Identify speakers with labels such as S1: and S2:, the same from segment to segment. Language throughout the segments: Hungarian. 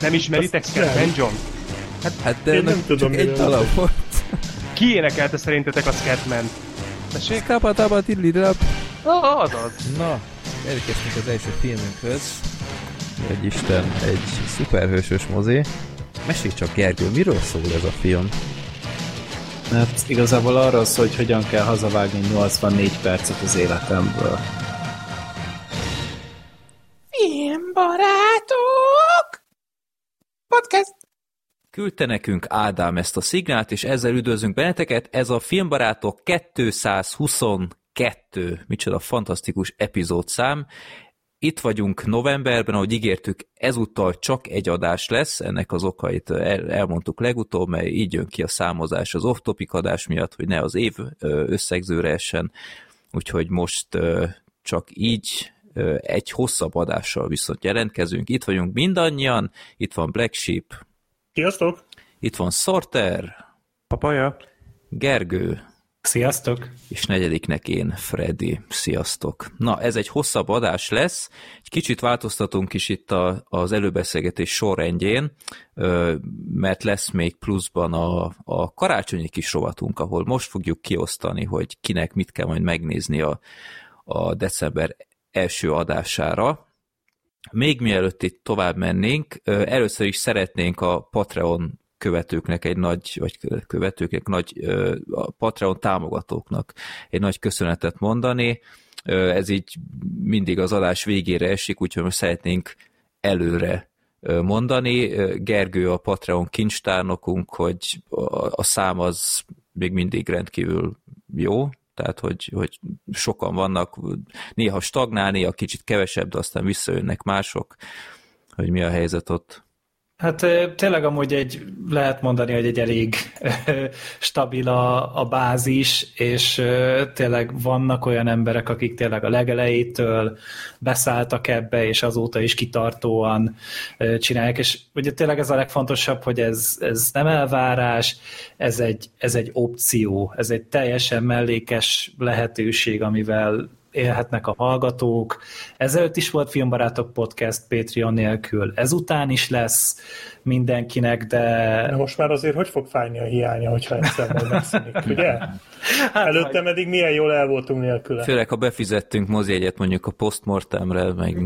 S1: Nem ismeritek Scatman John?
S2: Hát de
S3: nem tudom,
S2: csak egy dala volt.
S1: Ki énekelte szerintetek a Scatman? Tessék?
S2: Skapatabatilidap.
S1: Azaz.
S2: Na, elérkeztünk az első filmünkhöz. Egy Isten, egy szuperhősös mozi. Mesélj csak, Gergő, miről szól ez a film?
S4: Hát igazából arról szól, hogy hogyan kell hazavágni 84 percet az életemből.
S5: Filmbarátok! Podcast!
S2: Küldte nekünk Ádám ezt a szignált, és ezzel üdvözlünk benneteket. Ez a Filmbarátok 222, micsoda fantasztikus epizódszám. Itt vagyunk novemberben, ahogy ígértük, ezúttal csak egy adás lesz, ennek az okait elmondtuk legutóbb, mert így jön ki a számozás az off-topic adás miatt, hogy ne az év összegzőre essen, úgyhogy most csak így egy hosszabb adással viszont jelentkezünk. Itt vagyunk mindannyian, itt van Black Sheep.
S3: Sziasztok!
S2: Itt van Sorter.
S1: Papaja.
S2: Gergő.
S4: Sziasztok!
S2: És negyediknek én, Freddy. Sziasztok! Na, ez egy hosszabb adás lesz. Egy kicsit változtatunk is itt az előbeszélgetés sorrendjén, mert lesz még pluszban a karácsonyi kis rovatunk, ahol most fogjuk kiosztani, hogy kinek mit kell majd megnézni a december első adására. Még mielőtt itt tovább mennénk, először is szeretnénk a Patreon követőknek a Patreon támogatóknak egy nagy köszönetet mondani. Ez így mindig az adás végére esik, úgyhogy most szeretnénk előre mondani. Gergő a Patreon kincstárnokunk, hogy a szám az még mindig rendkívül jó, tehát hogy sokan vannak, néha stagnál, néha kicsit kevesebb, de aztán visszajönnek mások, hogy mi a helyzet ott.
S4: Hát tényleg amúgy lehet mondani, hogy egy elég stabil a bázis, és tényleg vannak olyan emberek, akik tényleg a legelejétől beszálltak ebbe, és azóta is kitartóan csinálják, és ugye tényleg ez a legfontosabb, hogy ez nem elvárás, ez egy opció, ez egy teljesen mellékes lehetőség, amivel élhetnek a hallgatók. Ezelőtt is volt Filmbarátok Podcast Patreon nélkül. Ezután is lesz mindenkinek, de
S3: most már azért hogy fog fájni a hiánya, hogyha egyszer majd megszűnik, ugye? Hát előtte pedig milyen jól el voltunk nélküle.
S2: Főleg, ha befizettünk mozijegyet mondjuk a Postmortemre, meg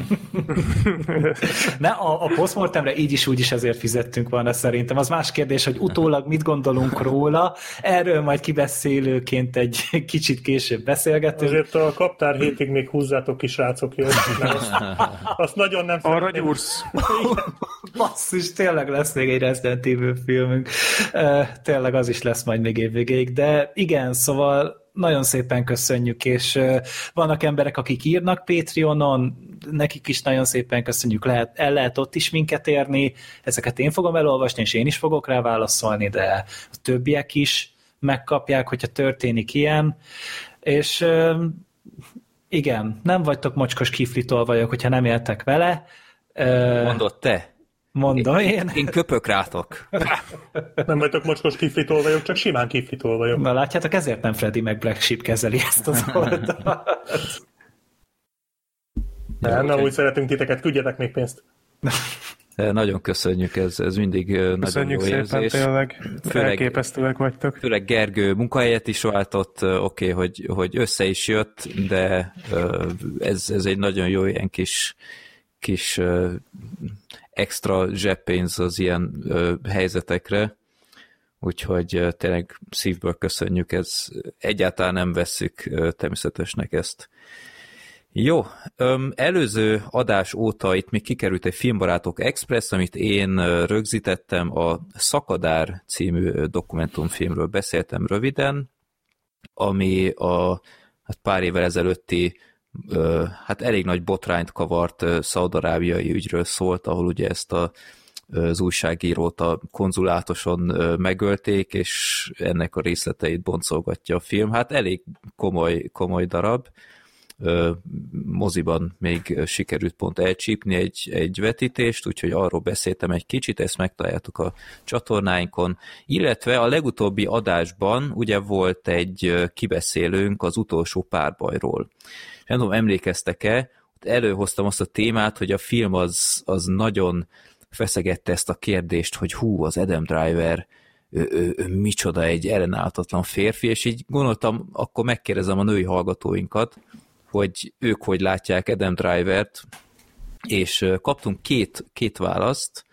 S4: ne, a Postmortemre így is úgy is ezért fizettünk volna szerintem. Az más kérdés, hogy utólag mit gondolunk róla, erről majd kibeszélőként egy kicsit később beszélgetünk.
S3: Azért a kaptár hétig még húzzátok ki, srácok, jó? Azt nagyon nem
S1: arra gyúrsz.
S4: Basszus, tényleg lesz még egy Resident Evil filmünk. Tényleg az is lesz majd még évvégéig, de igen, szóval nagyon szépen köszönjük, és vannak emberek, akik írnak Patreonon, nekik is nagyon szépen köszönjük, el lehet ott is minket érni, ezeket én fogom elolvasni, és én is fogok rá válaszolni, de a többiek is megkapják, hogyha történik ilyen, és igen, nem vagytok mocskos kiflitolvajok, hogyha nem éltek vele.
S2: Mondod te?
S4: Mondom én.
S2: Én köpök rátok.
S3: Nem vagytok mocskos kiflitol vagyok, csak simán kiflitol vagyok.
S4: Na látjátok, ezért nem Freddy meg Black Sheep kezeli ezt az oldalt.
S3: Nem úgy szeretünk titeket, küldjetek még pénzt.
S2: Nagyon köszönjük, ez mindig
S1: köszönjük
S2: nagyon jó
S1: szépen,
S2: érzés.
S1: tényleg elképesztőek vagytok.
S2: Főleg Gergő munkahelyet is váltott, oké, hogy össze is jött, de ez egy nagyon jó ilyen kis extra zseppénz az ilyen helyzetekre, úgyhogy tényleg szívből köszönjük, ez egyáltalán nem vesszük természetesnek ezt. Jó, előző adás óta itt még kikerült egy Filmbarátok Express, amit én rögzítettem, a Szakadár című dokumentumfilmről beszéltem röviden, ami hát pár évvel ezelőtti hát elég nagy botrányt kavart szaudarábiai ügyről szólt, ahol ugye ezt az újságírót a konzulátoson megölték, és ennek a részleteit boncolgatja a film. Hát elég komoly darab. Moziban még sikerült pont elcsípni egy vetítést, úgyhogy arról beszéltem egy kicsit, ezt megtaláljátok a csatornáinkon, illetve a legutóbbi adásban ugye volt egy kibeszélőnk az utolsó párbajról. Nem tudom, emlékeztek-e, előhoztam azt a témát, hogy a film az nagyon feszegette ezt a kérdést, hogy hú, az Adam Driver ő micsoda egy ellenállhatatlan férfi, és így gondoltam, akkor megkérdezem a női hallgatóinkat, hogy ők hogy látják Adam Drivert, és kaptunk két választ.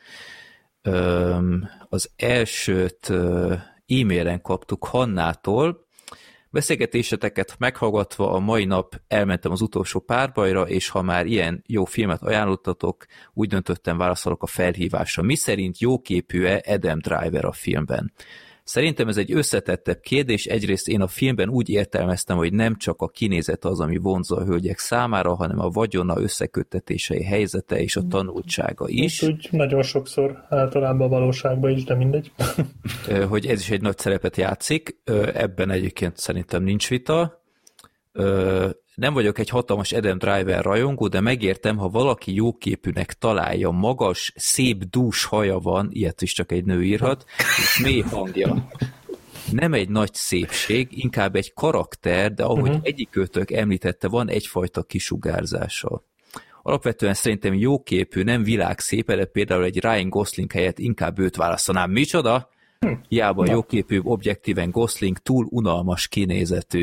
S2: Az elsőt e-mailen kaptuk Hannától. Beszélgetéseteket meghallgatva a mai nap elmentem az utolsó párbajra, és ha már ilyen jó filmet ajánlottatok, úgy döntöttem, válaszolok a felhívásra. Mi szerint jóképű-e Adam Driver a filmben? Szerintem ez egy összetettebb kérdés, egyrészt én a filmben úgy értelmeztem, hogy nem csak a kinézet az, ami vonzza a hölgyek számára, hanem a vagyona összeköttetései helyzete és a tanultsága is.
S3: Úgy nagyon sokszor általában a valóságban is, de mindegy.
S2: Hogy ez is egy nagy szerepet játszik, ebben egyébként szerintem nincs vita. Nem vagyok egy hatalmas Adam Driver rajongó, de megértem, ha valaki jóképűnek találja, magas, szép, dús haja van, ilyet is csak egy nő írhat, és mély hangja. Nem egy nagy szépség, inkább egy karakter, de ahogy egyikőtök említette, van egyfajta kisugárzása. Alapvetően szerintem jóképű, nem világszép, de például egy Ryan Gosling helyett inkább őt választanám. Micsoda? Hiába jóképű, objektíven Gosling túl unalmas kinézetű.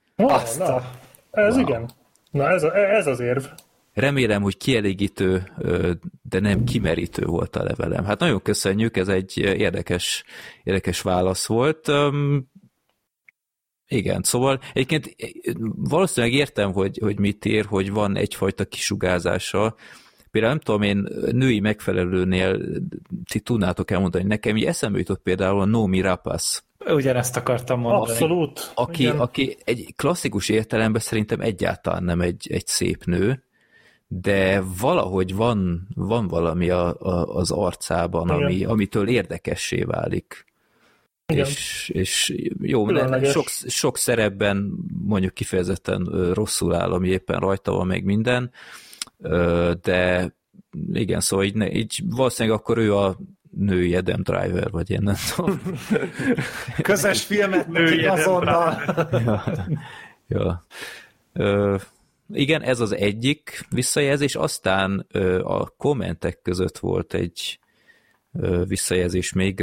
S3: Ez igen. Na ez az érv.
S2: Remélem, hogy kielégítő, de nem kimerítő volt a levelem. Hát nagyon köszönjük, ez egy érdekes válasz volt. Igen, szóval egyébként valószínűleg értem, hogy mit ér, hogy van egyfajta kisugárzása. Például nem tudom, én női megfelelőnél ti tudnátok elmondani, nekem így eszembe jutott például a Noomi Rapace.
S4: Ugyanezt akartam mondani.
S3: Abszolút.
S2: Aki egy klasszikus értelemben szerintem egyáltalán nem egy szép nő, de valahogy van valami az arcában, amitől érdekessé válik. És jó, sok szerepben mondjuk kifejezetten rosszul áll, ami éppen rajta van még minden, de igen, szóval így valószínűleg akkor ő a női Adam Driver, vagy én nem tudom.
S4: Közös filmet női azonnal.
S2: Ja. Igen, ez az egyik visszajelzés, aztán a kommentek között volt egy visszajelzés még,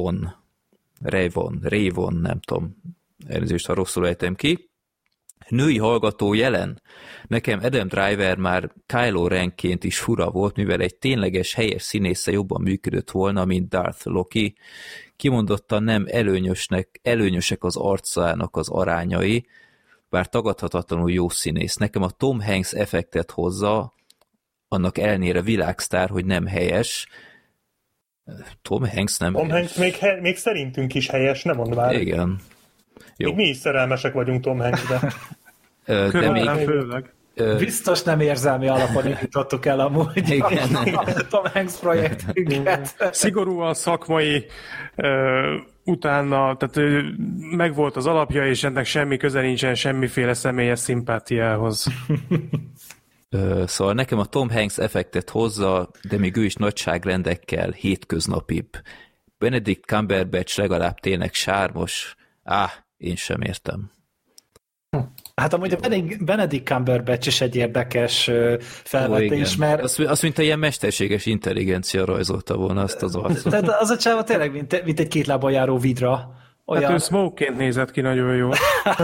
S2: Ravon, nem tudom, elnézést, ha rosszul ejtem ki. Női hallgató jelen. Nekem Adam Driver már Kylo Renként is fura volt, mivel egy tényleges helyes színésze jobban működött volna, mint Darth Loki. Kimondottan nem előnyösek az arcának az arányai, bár tagadhatatlanul jó színész. Nekem a Tom Hanks effektet hozza, annak ellenére világsztár, hogy nem helyes. Tom Hanks nem
S3: Tom
S2: helyes.
S3: Hanks még szerintünk is helyes, nem mondd már.
S2: Igen. Jó.
S3: Még mi is szerelmesek vagyunk Tom Hanksbe.
S2: De még...
S1: főleg.
S4: Biztos nem érzelmi alapon indítottuk el amúgy
S2: igen.
S4: a Tom Hanks projektünket.
S1: Szigorúan szakmai utána, tehát megvolt az alapja, és ennek semmi köze nincsen semmiféle személyes szimpátiához.
S2: Szóval nekem a Tom Hanks effektet hozza, de még ő is nagyságrendekkel hétköznapibb. Benedict Cumberbatch legalább tényleg sármos. Én sem értem.
S4: Hát amúgy a Benedict Cumberbatch is egy érdekes felvetés, mert...
S2: Azt mint egy ilyen mesterséges intelligencia rajzolta volna azt az arcot.
S4: Tehát az a csáva tényleg mint egy két lábon járó vidra. Olyan...
S1: Hát ő Smoke-ként nézett ki nagyon jó.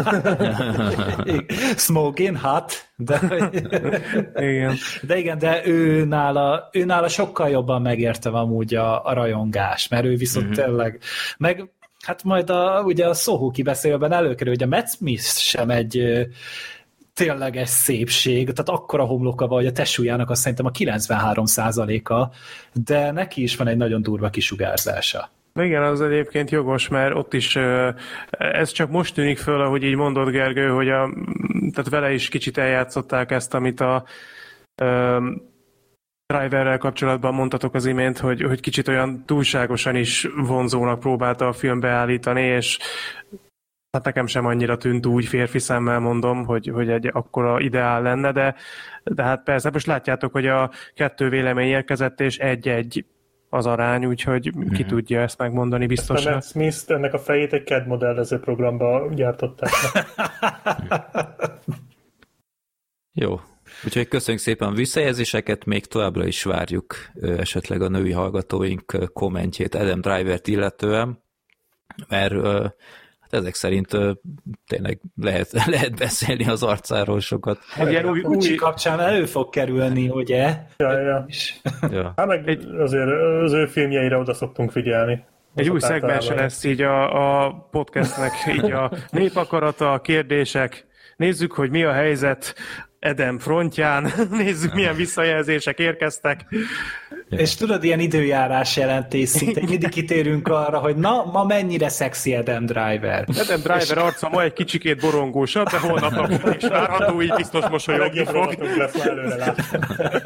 S4: Smoking hot, de...
S1: Igen.
S4: De igen, de ő nála sokkal jobban megértem amúgy a rajongás, mert ő viszont tényleg... Hát majd ugye a Soho kibeszélőben előkerül, hogy a Matt Smith sem egy tényleges szépség, tehát akkora homloka van, hogy a testsúlyának azt szerintem a 93%-a, de neki is van egy nagyon durva kisugárzása.
S1: Igen, az egyébként jogos, mert ott is ez csak most tűnik föl, ahogy így mondott Gergő, hogy tehát vele is kicsit eljátszották ezt, amit a Driverrel kapcsolatban mondtatok az imént, hogy kicsit olyan túlságosan is vonzónak próbálta a film beállítani, és hát nekem sem annyira tűnt úgy, férfi szemmel mondom, hogy egy akkora ideál lenne, de hát persze, most látjátok, hogy a 2 vélemény érkezett, és 1-1 az arány, úgyhogy ki tudja ezt megmondani biztosan.
S3: Matt Smith, ennek a fejét egy CAD modellező programba gyártották.
S2: Jó. Úgyhogy köszönjük szépen a visszajelzéseket, még továbbra is várjuk esetleg a női hallgatóink kommentjét Adam Drivert illetően, mert hát ezek szerint tényleg lehet beszélni az arcáról sokat.
S4: Ilyen új kapcsán elő fog kerülni, ugye?
S3: Ja. Hát meg azért az ő filmjeire oda szoktunk figyelni.
S1: Egy új szegmense lesz így a podcastnek, így a népakarata, a kérdések. Nézzük, hogy mi a helyzet Adam frontján, nézzük, milyen visszajelzések érkeztek.
S4: És tudod, ilyen időjárás jelentés szinte, mindig kitérünk arra, hogy na, ma mennyire szexi Adam Driver.
S1: Adam Driver arca ma egy kicsikét borongósabb, de holnap napon is várható, így biztos mosolyogni fog.
S3: Lesz előre látni.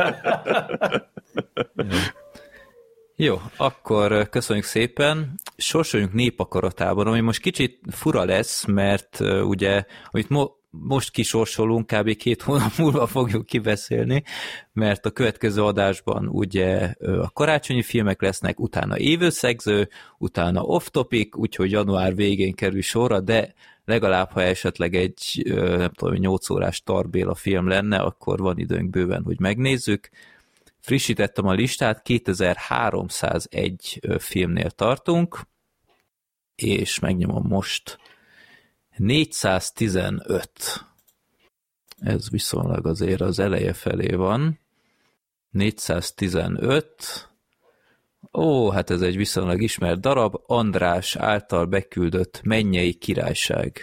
S2: Jó, akkor köszönjük szépen. Sorsoljunk népakaratában, ami most kicsit fura lesz, mert ugye, amit most kisorsolunk, kb. 2 hónap múlva fogjuk kibeszélni, mert a következő adásban ugye a karácsonyi filmek lesznek, utána évösszegző, utána off-topic, úgyhogy január végén kerül sorra, de legalább, ha esetleg egy, nem tudom, 8 órás Tarbéla film lenne, akkor van időnk bőven, hogy megnézzük. Frissítettem a listát, 2301 filmnél tartunk, és megnyomom most 415. Ez viszonylag azért az eleje felé van. 415. Ó, hát ez egy viszonylag ismert darab. András által beküldött Mennyei Királyság.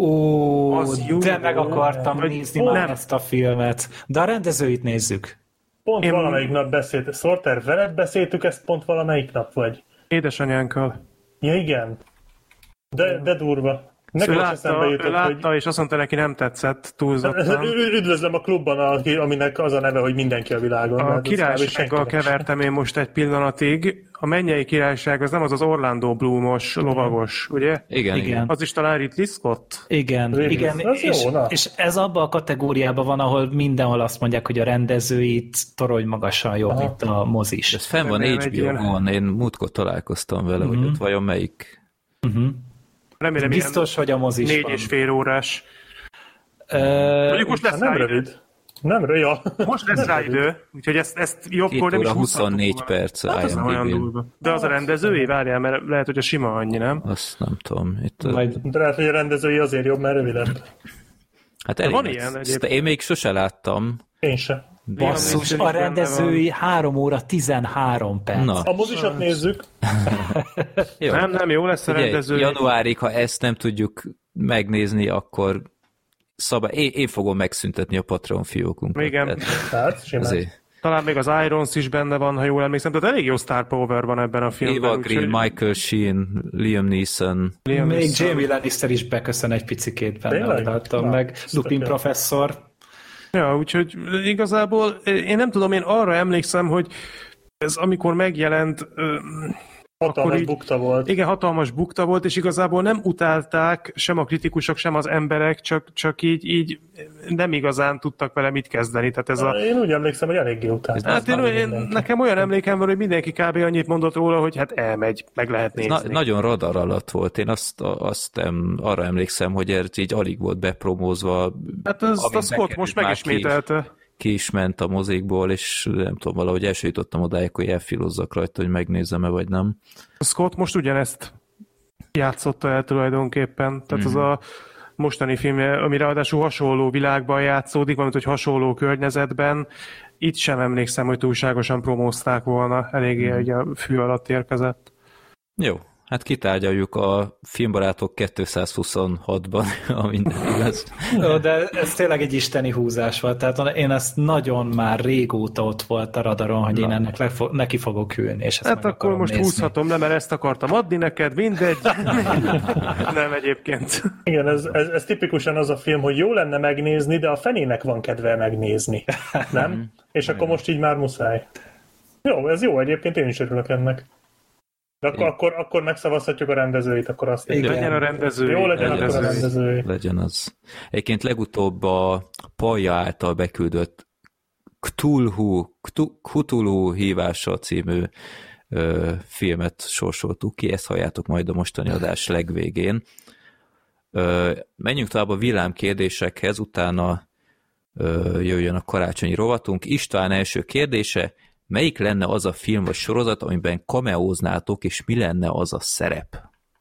S4: Ó,
S1: Az jó.
S4: de meg akartam nézni már ezt a filmet. De a rendezőit nézzük.
S3: Pont valamelyik nap beszélt. Sorter, veled beszéltük ezt pont valamelyik nap, vagy?
S1: Édesanyánkkal.
S3: Ja, igen. De durva.
S1: Nekem látta, és azt mondta, neki nem tetszett túlzottan.
S3: Üdvözlöm a klubban, aminek az a neve, hogy mindenki a világon.
S1: A Királysággal kevertem én most egy pillanatig. A Mennyei Királyság az nem az Orlando Bloom-os lovagos, ugye?
S2: Igen.
S1: Az is talán Ridley Scott?
S4: Igen. És ez abban a kategóriában van, ahol mindenhol azt mondják, hogy a rendezőit torony magasan jobb, mint a mozis.
S2: Ez fenn van HBO-on, én múltkor találkoztam vele, hogy ott vajon melyik.
S1: Remélem,
S4: biztos, hogy a mozis
S1: 4,5 órás. Mondjuk most lesz
S3: nem rövid. Nem rövid, ja.
S1: Most lesz rá idő, úgyhogy ezt jobbkor
S2: 2
S1: nem is
S2: 24 perc.
S1: Hát de az a rendezői, várjál, mert lehet, hogy a sima annyi, nem?
S2: Azt nem tudom.
S3: De lehet, hogy a rendezői azért jobb, mert rövidebb.
S2: Hát elég. Van ilyen egyébként. Én még sose láttam.
S3: Én se.
S4: Basszus, a rendezői 3 óra 13 perc. Na.
S3: A mozisat nézzük.
S2: Jó.
S1: Nem, jó lesz a rendezői.
S2: Januárig, ha ezt nem tudjuk megnézni, akkor én fogom megszüntetni a Patreon fiókunkat.
S1: Igen.
S3: Tehát,
S1: talán még az Irons is benne van, ha jól emlékszem, tehát elég jó star power van ebben a filmben.
S2: Eva Green, Michael Sheen, Liam Neeson.
S4: Még Jamie Lannister is beköszön egy picikét benne, meg Lupin professzor.
S1: Ja, úgyhogy igazából én nem tudom, én arra emlékszem, hogy ez amikor megjelent...
S3: Hatalmas bukta volt.
S1: Igen, hatalmas bukta volt, és igazából nem utálták sem a kritikusok, sem az emberek, csak így nem igazán tudtak vele mit kezdeni. Tehát ez
S3: Én úgy emlékszem, hogy eléggé utálták.
S1: Hát nekem olyan emlékem van, hogy mindenki kb. Annyit mondott róla, hogy hát elmegy, meg lehet nézni.
S2: Nagyon radar alatt volt. Én arra emlékszem, hogy ez így alig volt bepromózva.
S1: Hát a Scott most megismételte.
S2: Ki is ment a mozikból, és nem tudom, valahogy elsőjutottam odáig, hogy elfilozzak rajta, hogy megnézem-e, vagy nem.
S1: Scott most ugyanezt játszotta el tulajdonképpen. Tehát az a mostani film, ami ráadásul hasonló világban játszódik, valamint, hogy hasonló környezetben. Itt sem emlékszem, hogy túlságosan promózták volna. Eléggé ugye a fű alatt érkezett.
S2: Jó. Hát kitárgyaljuk a Filmbarátok 226-ban, a minden igaz.
S4: De ez tényleg egy isteni húzás volt, tehát én ezt nagyon már régóta ott volt a radaron, hogy én ennek neki fogok ülni, és ezt
S1: hát akkor most nézni. Húzhatom, nem, mert ezt akartam adni neked, mindegy. Nem egyébként.
S3: Igen, ez tipikusan az a film, hogy jó lenne megnézni, de a fenének van kedve megnézni. Nem? És akkor most így már muszáj. Jó, ez jó egyébként, én is örülök ennek. De akkor megszavazhatjuk a rendezőit, akkor azt
S1: legyen a rendezői.
S3: Jó, legyen akkor a rendezői.
S2: Legyen az. Egyébként legutóbb a Pajja által beküldött Cthulhu hívása című filmet sorsoltuk ki, ezt halljátok majd a mostani adás legvégén. Menjünk tovább a villámkérdésekhez, utána jöjjön a karácsonyi rovatunk. István első kérdése, melyik lenne az a film vagy sorozat, amiben cameóznátok, és mi lenne az a szerep?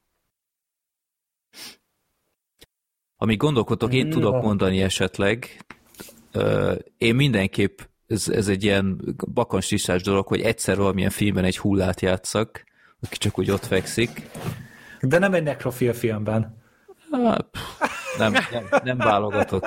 S2: Amíg gondolkodtok, én tudok mondani esetleg, én mindenképp, ez egy ilyen bakancslisás dolog, hogy egyszer valamilyen filmben egy hullát játszak, aki csak úgy ott fekszik.
S4: De nem egy nekrofil filmben.
S2: Nem válogatok.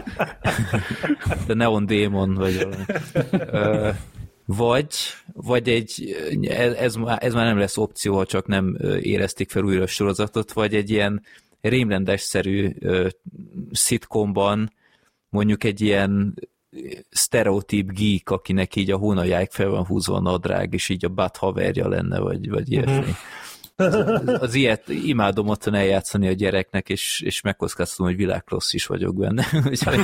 S2: De Neon Demon, vagy valami. Vagy egy, ez már nem lesz opció, ha csak nem érezték fel újra a sorozatot, vagy egy ilyen rémrendes-szerű szitkomban mondjuk egy ilyen sztereotíp geek, akinek így a hónaljáig fel van húzva a nadrág, és így a butt haverja lenne, vagy ilyesmi. Az ilyet imádom otthon eljátszani a gyereknek, és megkockáztatom, hogy világklossz is vagyok benne. Úgyhogy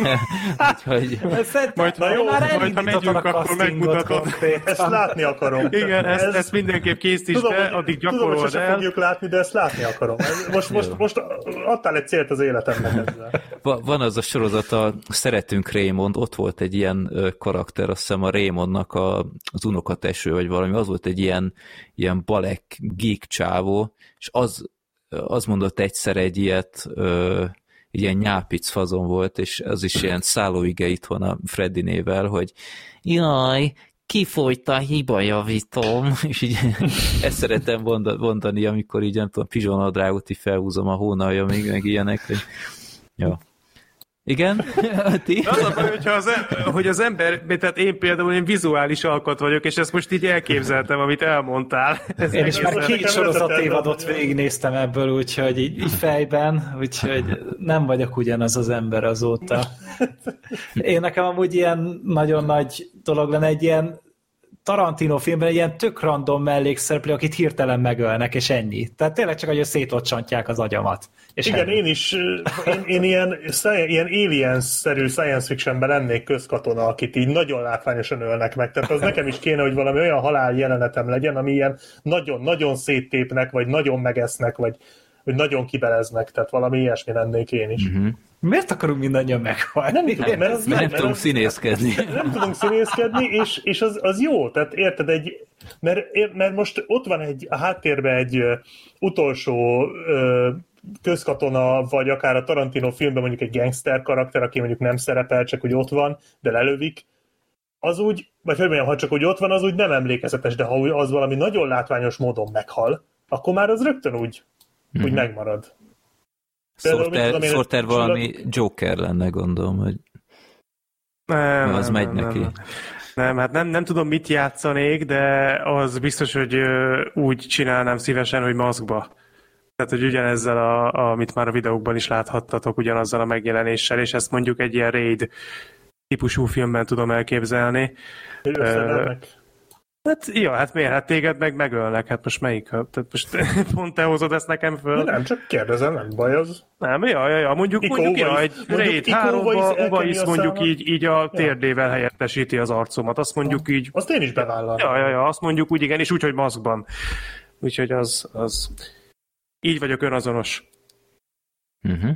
S1: majd ha megyünk, akkor megmutatom.
S3: Ezt látni akarom.
S1: Igen, ezt mindenképp készíts be, addig gyakorold el.
S3: Tudom, fogjuk látni, de ezt látni akarom. Most adtál egy célt az életemnek ezzel.
S2: Van az a sorozat, a Szeretünk Raymond, ott volt egy ilyen karakter, azt hiszem a Raymondnak az unokateső, vagy valami, az volt egy ilyen balek geek csávó, és az mondott egyszer egy ilyet, ilyen nyápic fazon volt, és az is ilyen szállóige itthon a Freddy nével, hogy jaj, kifolyta a hibajavítom, és így ezt szeretem mondani, amikor így nem tudom, pizsonadrágot így felhúzom a hónalja, még meg ilyenek. Ja. Igen? Ti?
S1: Az a baj, hogy az ember, tehát én például vizuális alkat vagyok, és ezt most így elképzeltem, amit elmondtál.
S4: Én is már 2 sorozat évadot végignéztem ebből, úgyhogy így fejben, úgyhogy nem vagyok ugyanaz az ember azóta. Én nekem amúgy ilyen nagyon nagy dolog lenne egy ilyen Tarantino filmben egy ilyen tök random mellékszereplő, akit hirtelen megölnek, és ennyi. Tehát tényleg csak, hogy szétlocsantják az agyamat. És
S3: igen, ennyi. Én is én ilyen aliens-szerű science fictionben lennék közkatona, akit így nagyon látványosan ölnek meg. Tehát az nekem is kéne, hogy valami olyan halál jelenetem legyen, ami ilyen nagyon-nagyon széttépnek, vagy nagyon megesznek, vagy nagyon kibeleznek. Tehát valami ilyesmi lennék én is.
S2: Uh-huh.
S4: Miért akarunk mindannyian meghalni?
S2: Nem tudunk színészkedni.
S3: Nem tudunk színészkedni, és az jó. Tehát érted, mert most ott van a háttérben egy utolsó közkatona, vagy akár a Tarantino filmben mondjuk egy gangster karakter, aki mondjuk nem szerepel, csak hogy ott van, de lelövik. Az úgy, vagy hogy mondjam, ha csak úgy ott van, az úgy nem emlékezetes, de ha az valami nagyon látványos módon meghal, akkor már az rögtön úgy megmarad.
S2: Sorter valami Joker lenne, gondolom, hogy az megy neki.
S1: Nem, hát nem tudom, mit játszanék, de az biztos, hogy úgy csinálnám szívesen, hogy maszkba. Tehát, hogy ugyanezzel, amit már a videókban is láthattatok, ugyanazzal a megjelenéssel, és ezt mondjuk egy ilyen raid típusú filmben tudom elképzelni. Hát miért? Hát téged megölnek, hát most melyik? Tehát most pont te hozod ezt nekem föl?
S3: Nem, csak kérdezem, nem baj az.
S1: Nem, mondjuk egy raid 3-ba Uvaisz mondjuk így a térdével helyettesíti az arcomat, azt mondjuk így...
S3: Azt én is bevállalom.
S1: Ja, azt mondjuk úgy, igen, és úgy, hogy maszkban. Úgyhogy az... Így vagyok önazonos.
S2: Uh-huh.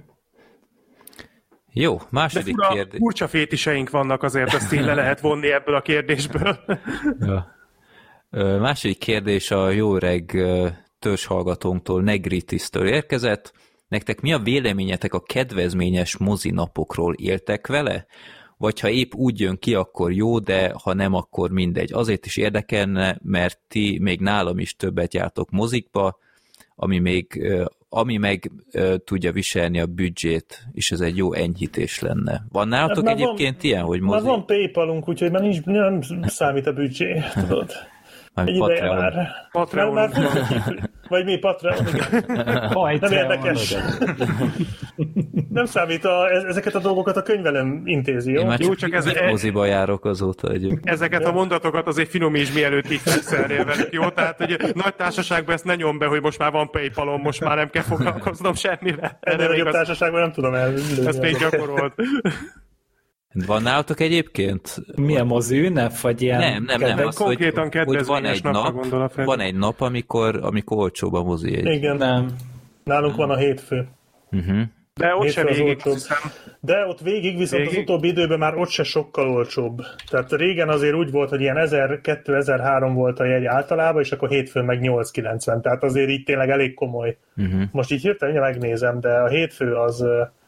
S2: Jó, második kérdés.
S1: Furcsa fétiseink vannak azért, ezt így le lehet vonni ebből a kérdésből.
S2: Ja. Második kérdés a jó öreg törzshallgatónktól, Negritis-től érkezett. Nektek mi a véleményetek a kedvezményes mozinapokról? Éltek vele? Vagy ha épp úgy jön ki, akkor jó, de ha nem, akkor mindegy. Azért is érdekelne, mert ti még nálam is többet jártok mozikba, ami meg tudja viselni a büdzsét, és ez egy jó enyhítés lenne. Van nálatok egyébként ilyen, hogy mozik?
S3: Már van PayPalunk, úgyhogy már nem számít a büdzsé, tudod. Egy ideje már.
S1: Patreon.
S3: Vagy mi, Patreon? Nem érdekes. Nem számít, ezeket a dolgokat a könyvelem intézi, jó?
S2: Én már csak moziba járok azóta.
S1: Ezeket a mondatokat azért finomíts, mielőtt így felszerél velük, jó? Tehát, hogy nagy társaságban ezt ne nyom be, hogy most már van PayPalom, most már nem kell foglalkoznom semmivel.
S3: Ennél nagyobb társaságban nem tudom elvinni.
S1: Ezt még gyakorolt.
S2: Van nálatok egyébként?
S4: Milyen mozi ünnep, vagy ilyen?
S2: Nem. Az,
S1: konkrétan kedvezményes napra gondol a Freddy.
S2: Van egy nap, amikor olcsóbb a mozi jegy.
S3: Igen. Nem. Nálunk van a hétfő.
S2: Uh-huh.
S1: De ott se
S3: Hétfő az
S1: végig,
S3: olcsóbb.
S1: azt hiszem.
S3: De ott végig, viszont
S1: Végig?
S3: az utóbbi időben már ott se sokkal olcsóbb. Tehát régen azért úgy volt, hogy ilyen 1000-2003 volt a jegy általában, és akkor hétfőn meg 890. Tehát azért így tényleg elég komoly. Most így hirtelen megnézem, de a hétfő az...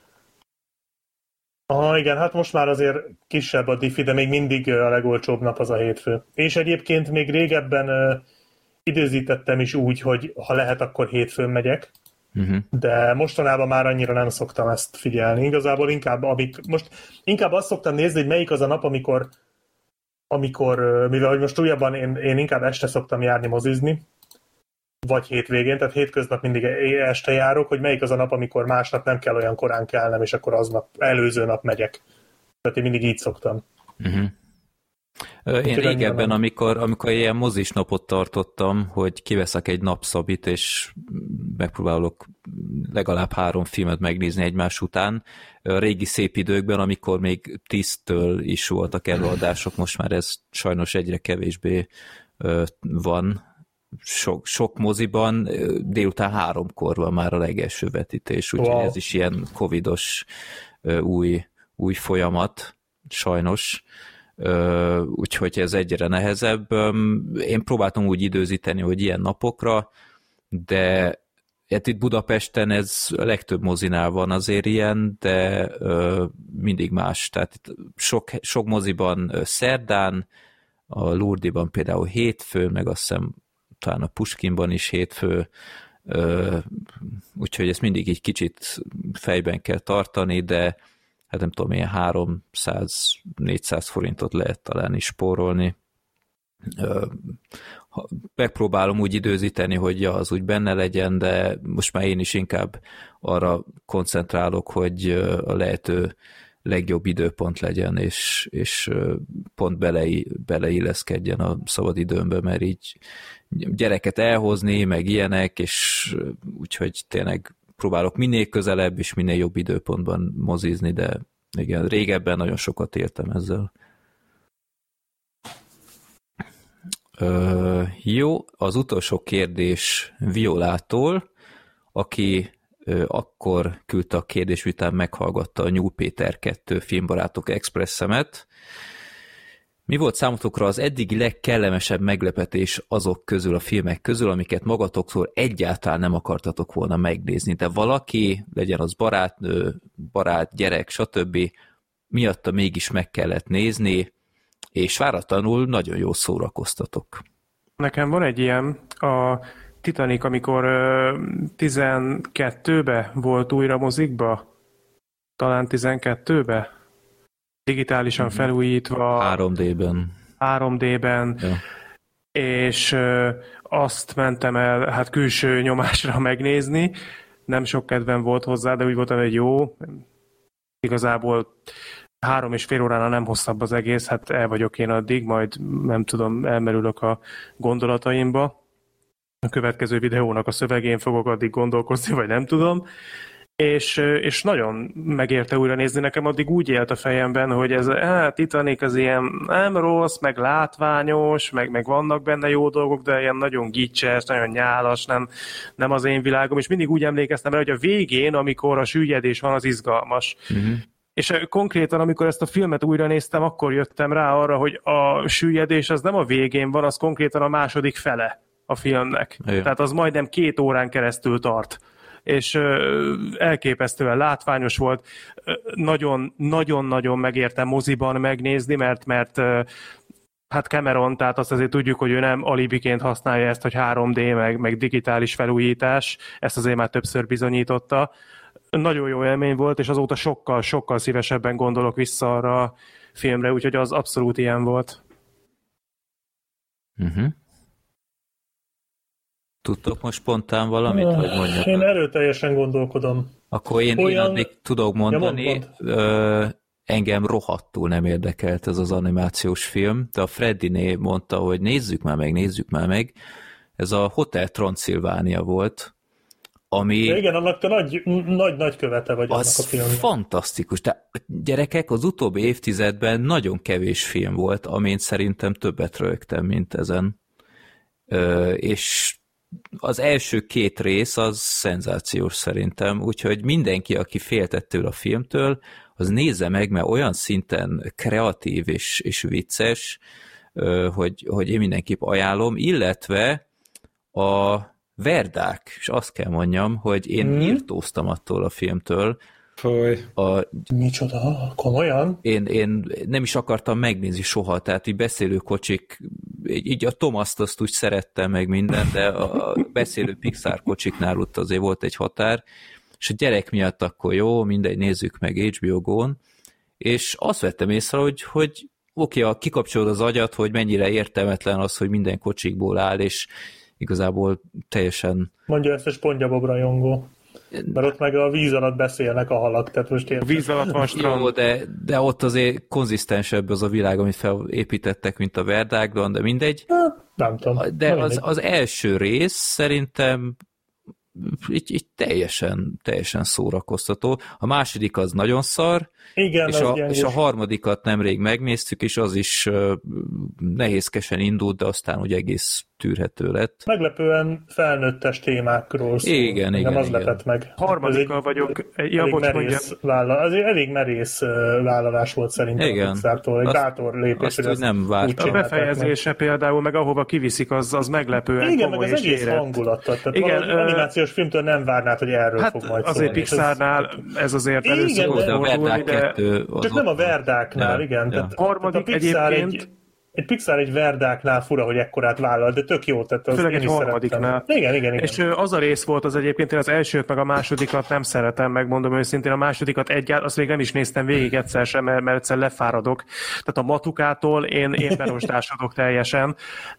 S3: igen, hát most már azért kisebb a diffi, de még mindig a legolcsóbb nap az a hétfő. És egyébként még régebben időzítettem is úgy, hogy ha lehet, akkor hétfőn megyek. De mostanában már annyira nem szoktam ezt figyelni. Igazából inkább azt szoktam nézni, hogy melyik az a nap, amikor mivel hogy most újabban én inkább este szoktam járni mozizni, vagy hétvégén, tehát hétköznap mindig este járok, hogy melyik az a nap, amikor másnap nem kell olyan korán kelnem, és akkor előző nap megyek. Tehát én mindig így szoktam.
S2: Én régebben, amikor ilyen mozis napot tartottam, hogy kiveszek egy napszabit, és megpróbálok legalább 3 filmet megnézni egymás után. A régi szép időkben, amikor még 10-től is voltak előadások, most már ez sajnos egyre kevésbé van. Sok moziban délután 3-kor van már a legelső vetítés, úgyhogy ez is ilyen covidos új folyamat, sajnos. Úgyhogy ez egyre nehezebb. Én próbáltam úgy időzíteni, hogy ilyen napokra, de hát itt Budapesten ez a legtöbb mozinál van azért ilyen, de mindig más. Tehát itt sok moziban szerdán, a Lourdes-ban például hétfőn, meg azt hiszem talán a Puskinban is hétfő, úgyhogy ezt mindig így kicsit fejben kell tartani, de hát nem tudom, ilyen 300-400 forintot lehet talán is spórolni. Megpróbálom úgy időzíteni, hogy az úgy benne legyen, de most már én is inkább arra koncentrálok, hogy a lehető legjobb időpont legyen, és pont beleilleszkedjen a szabadidőmbe, mert így gyereket elhozni, meg ilyenek, és úgyhogy tényleg próbálok minél közelebb és minél jobb időpontban mozizni, de igen, régebben nagyon sokat éltem ezzel. Jó, az utolsó kérdés Violától, aki akkor küldte a kérdés, után meghallgatta a Nyúl Péter 2 Filmbarátok Expressemet. Mi volt számotokra az eddigi legkellemesebb meglepetés azok közül, a filmek közül, amiket magatoktól egyáltalán nem akartatok volna megnézni, de valaki, legyen az barátnő, barát, gyerek, stb. Miatta mégis meg kellett nézni, és váratlanul nagyon jól szórakoztatok.
S1: Nekem van egy ilyen, a Titanic, amikor 12-be volt újra mozikba, talán 12-be, digitálisan felújítva.
S2: 3D-ben.
S1: 3D-ben, ja. És azt mentem el hát külső nyomásra megnézni, nem sok kedvem volt hozzá, de úgy voltam, hogy jó, igazából 3,5 óránál nem hosszabb az egész, hát el vagyok én addig, majd nem tudom, elmerülök a gondolataimba. A következő videónak a szövegén fogok addig gondolkozni, vagy nem tudom. És nagyon megérte újra nézni, nekem addig úgy élt a fejemben, hogy ez a Titanic az ilyen nem rossz, meg látványos, meg vannak benne jó dolgok, de ilyen nagyon gicses, nagyon nyálas, nem az én világom, és mindig úgy emlékeztem el, hogy a végén, amikor a süllyedés van, az izgalmas. Uh-huh. És konkrétan, amikor ezt a filmet újra néztem, akkor jöttem rá arra, hogy a süllyedés az nem a végén van, az konkrétan a második fele a filmnek. Igen. Tehát az majdnem 2 órán keresztül tart. És elképesztően látványos volt, nagyon-nagyon megértem moziban megnézni, mert hát Cameron, tehát azt azért tudjuk, hogy ő nem alibiként használja ezt, hogy 3D, meg digitális felújítás, ezt azért már többször bizonyította. Nagyon jó élmény volt, és azóta sokkal szívesebben gondolok vissza arra a filmre, úgyhogy az abszolút ilyen volt.
S2: Uh-huh. Tudtok most spontán valamit, vagy mondjak?
S3: Én erőteljesen gondolkodom.
S2: Akkor én addig tudok mondani, engem rohadtul nem érdekelt ez az animációs film, de a Freddiné mondta, hogy nézzük már meg. Ez a Hotel Transylvania volt, ami...
S3: De igen, annak te nagy követe vagy annak a filmnek.
S2: Fantasztikus. De gyerekek, az utóbbi évtizedben nagyon kevés film volt, amin szerintem többet rögtem, mint ezen. És az első 2 rész az szenzációs szerintem, úgyhogy mindenki, aki féltett tőle a filmtől, az nézze meg, mert olyan szinten kreatív és vicces, hogy én mindenképp ajánlom, illetve a verdák, és azt kell mondjam, hogy én írtóztam attól a filmtől.
S3: Micsoda? Komolyan?
S2: Én nem is akartam megnézni soha, tehát így beszélő kocsik, így a Thomas-t azt úgy szerettem meg minden, de a beszélő Pixar kocsiknál ott azért volt egy határ, és a gyerek miatt akkor jó, mindegy, nézzük meg HBO Go-n, és azt vettem észre, hogy oké, kikapcsolod az agyat, hogy mennyire értelmetlen az, hogy minden kocsikból áll, és igazából teljesen...
S3: Mondja ezt a SpongeBob rajongó. Mert ott meg a víz alatt beszélnek a halak, tehát most értem.
S1: Víz alatt van strand.
S2: Jó, de ott azért konzisztensebb az a világ, amit felépítettek, mint a verdákban, de mindegy.
S3: Nem tudom.
S2: De az első rész szerintem így teljesen szórakoztató. A második az nagyon szar,
S3: igen,
S2: és a harmadikat nemrég megnéztük, és az is nehézkesen indult, de aztán úgy egész tűrhető lett.
S3: Meglepően felnőttes témákról szól.
S2: Igen.
S3: Az lepett meg.
S1: Harmadikkal vagyok.
S3: Azért elég merész vállalás volt szerintem a Pixartól. Egy bátor lépés.
S2: Azt nem vártam.
S1: A befejezése például, meg ahova kiviszik, az meglepően
S3: igen,
S1: komoly
S3: meg az
S1: és
S3: egész
S1: érett.
S3: hangulatot. Tehát
S1: igen,
S3: animációs filmtől nem várnád, hogy erről fog majd szólni.
S1: Azért Pixarnál ez azért először
S2: fordulni, de...
S3: Csak nem a verdáknál, igen.
S1: Tehát harmadik egyébként...
S3: Egy Pixar egy verdáknál fura, hogy ekkorát vállal, de tök jó. Tehát
S1: főleg egy harmadiknál.
S3: Igen.
S1: És az a rész volt az egyébként, én az elsőt meg a másodikat nem szeretem, megmondom őszintén, a másodikat azt még nem is néztem végig egyszer sem, mert egyszer lefáradok. Tehát a matukától én berosdásodok teljesen.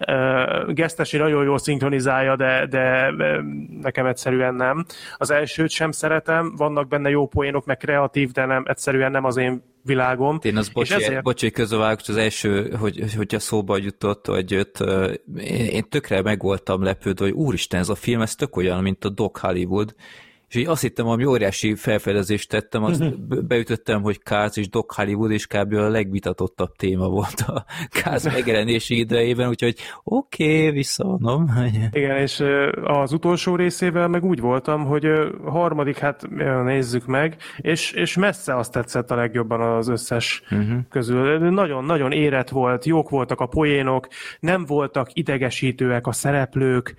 S1: Gesztesi nagyon jól szinkronizálja, de nekem egyszerűen nem. Az elsőt sem szeretem, vannak benne jó poénok, meg kreatív, de nem, egyszerűen nem az én világom.
S2: Én az bocsi közövágok, az első, hogyha szóba jutott, vagy jött, én tökre meg voltam lepődve, hogy úristen, ez a film, ez tök olyan, mint a Doc Hollywood, és így azt hittem, ami óriási felfedezést tettem, azt beütöttem, hogy Cars és Doc Hollywood, és kb. A legvitatottabb téma volt a Cars megjelenési idejében, úgyhogy oké, visszavonom.
S1: Igen, és az utolsó részével meg úgy voltam, hogy harmadik, hát nézzük meg, és messze azt tetszett a legjobban az összes közül. Nagyon-nagyon érett volt, jók voltak a poénok, nem voltak idegesítőek a szereplők,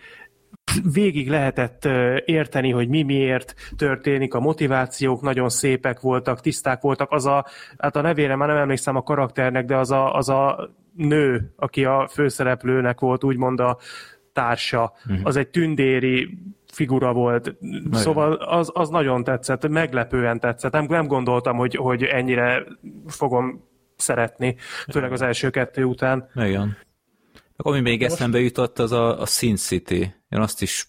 S1: végig lehetett érteni, hogy miért történik, a motivációk nagyon szépek voltak, tiszták voltak, hát a nevére már nem emlékszem a karakternek, de az a nő, aki a főszereplőnek volt, úgymond a társa, az egy tündéri figura volt. Nagyon. Szóval az nagyon tetszett, meglepően tetszett. Nem gondoltam, hogy ennyire fogom szeretni, főleg az első 2 után.
S2: Igen. Ami még eszembe jutott, az a Sin City. Én azt is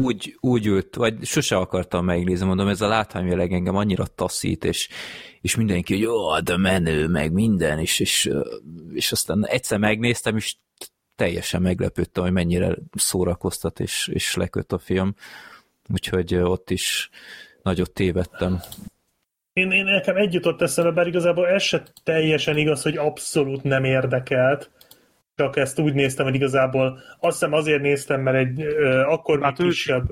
S2: úgy ült, vagy sose akartam megnézni, mondom, ez a látványvilág engem annyira taszít, és mindenki, hogy jó, de menő, meg minden, és aztán egyszer megnéztem, és teljesen meglepődtem, hogy mennyire szórakoztat, és leköt a film. Úgyhogy ott is nagyot tévedtem.
S3: Én nekem egy jutott eszembe, bár igazából ez se teljesen igaz, hogy abszolút nem érdekelt, csak ezt úgy néztem, hogy igazából azt hiszem azért néztem, mert egy akkor még kisebb...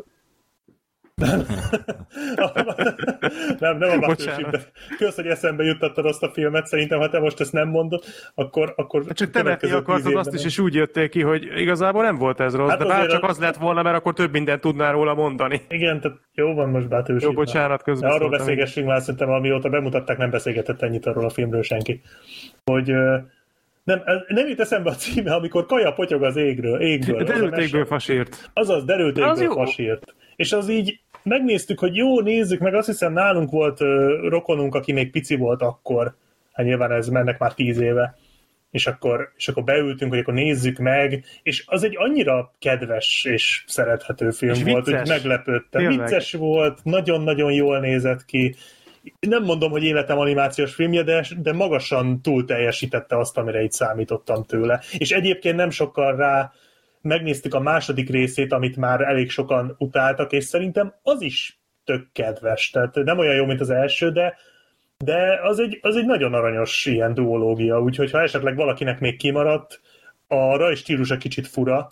S3: nem a Battleship, de kösz, hogy eszembe juttattad azt a filmet, szerintem, ha te most ezt nem mondod, akkor
S1: csak temetni akartad azt is, és úgy jöttél ki, hogy igazából nem volt ez rossz, hát de bár csak az lett volna, mert akkor több mindent tudnál róla mondani.
S3: Igen, tehát jó van most Battleship.
S1: Jó, bocsánat, közben
S3: arról beszélgessünk már, szerintem amióta bemutatták, nem beszélgetett ennyit arról a filmről senki. Hogy nem jut eszembe a címe, amikor kaja potyog az égből.
S1: Derültékből fasírt.
S3: Azaz, derültékből fasírt. És az így megnéztük, hogy jó, nézzük meg, azt hiszem nálunk volt rokonunk, aki még pici volt akkor, hát nyilván ez mennek már 10 éve, és akkor beültünk, hogy akkor nézzük meg, és az egy annyira kedves és szerethető film és volt, hogy meglepődtem. Vicces volt, nagyon-nagyon jól nézett ki. Nem mondom, hogy életem animációs filmje, de magasan túl teljesítette azt, amire itt számítottam tőle. És egyébként nem sokkal rá megnéztük a második részét, amit már elég sokan utáltak, és szerintem az is tök kedves. Tehát nem olyan jó, mint az első, de az egy nagyon aranyos ilyen duológia, úgyhogy ha esetleg valakinek még kimaradt, a rajstílusa kicsit fura,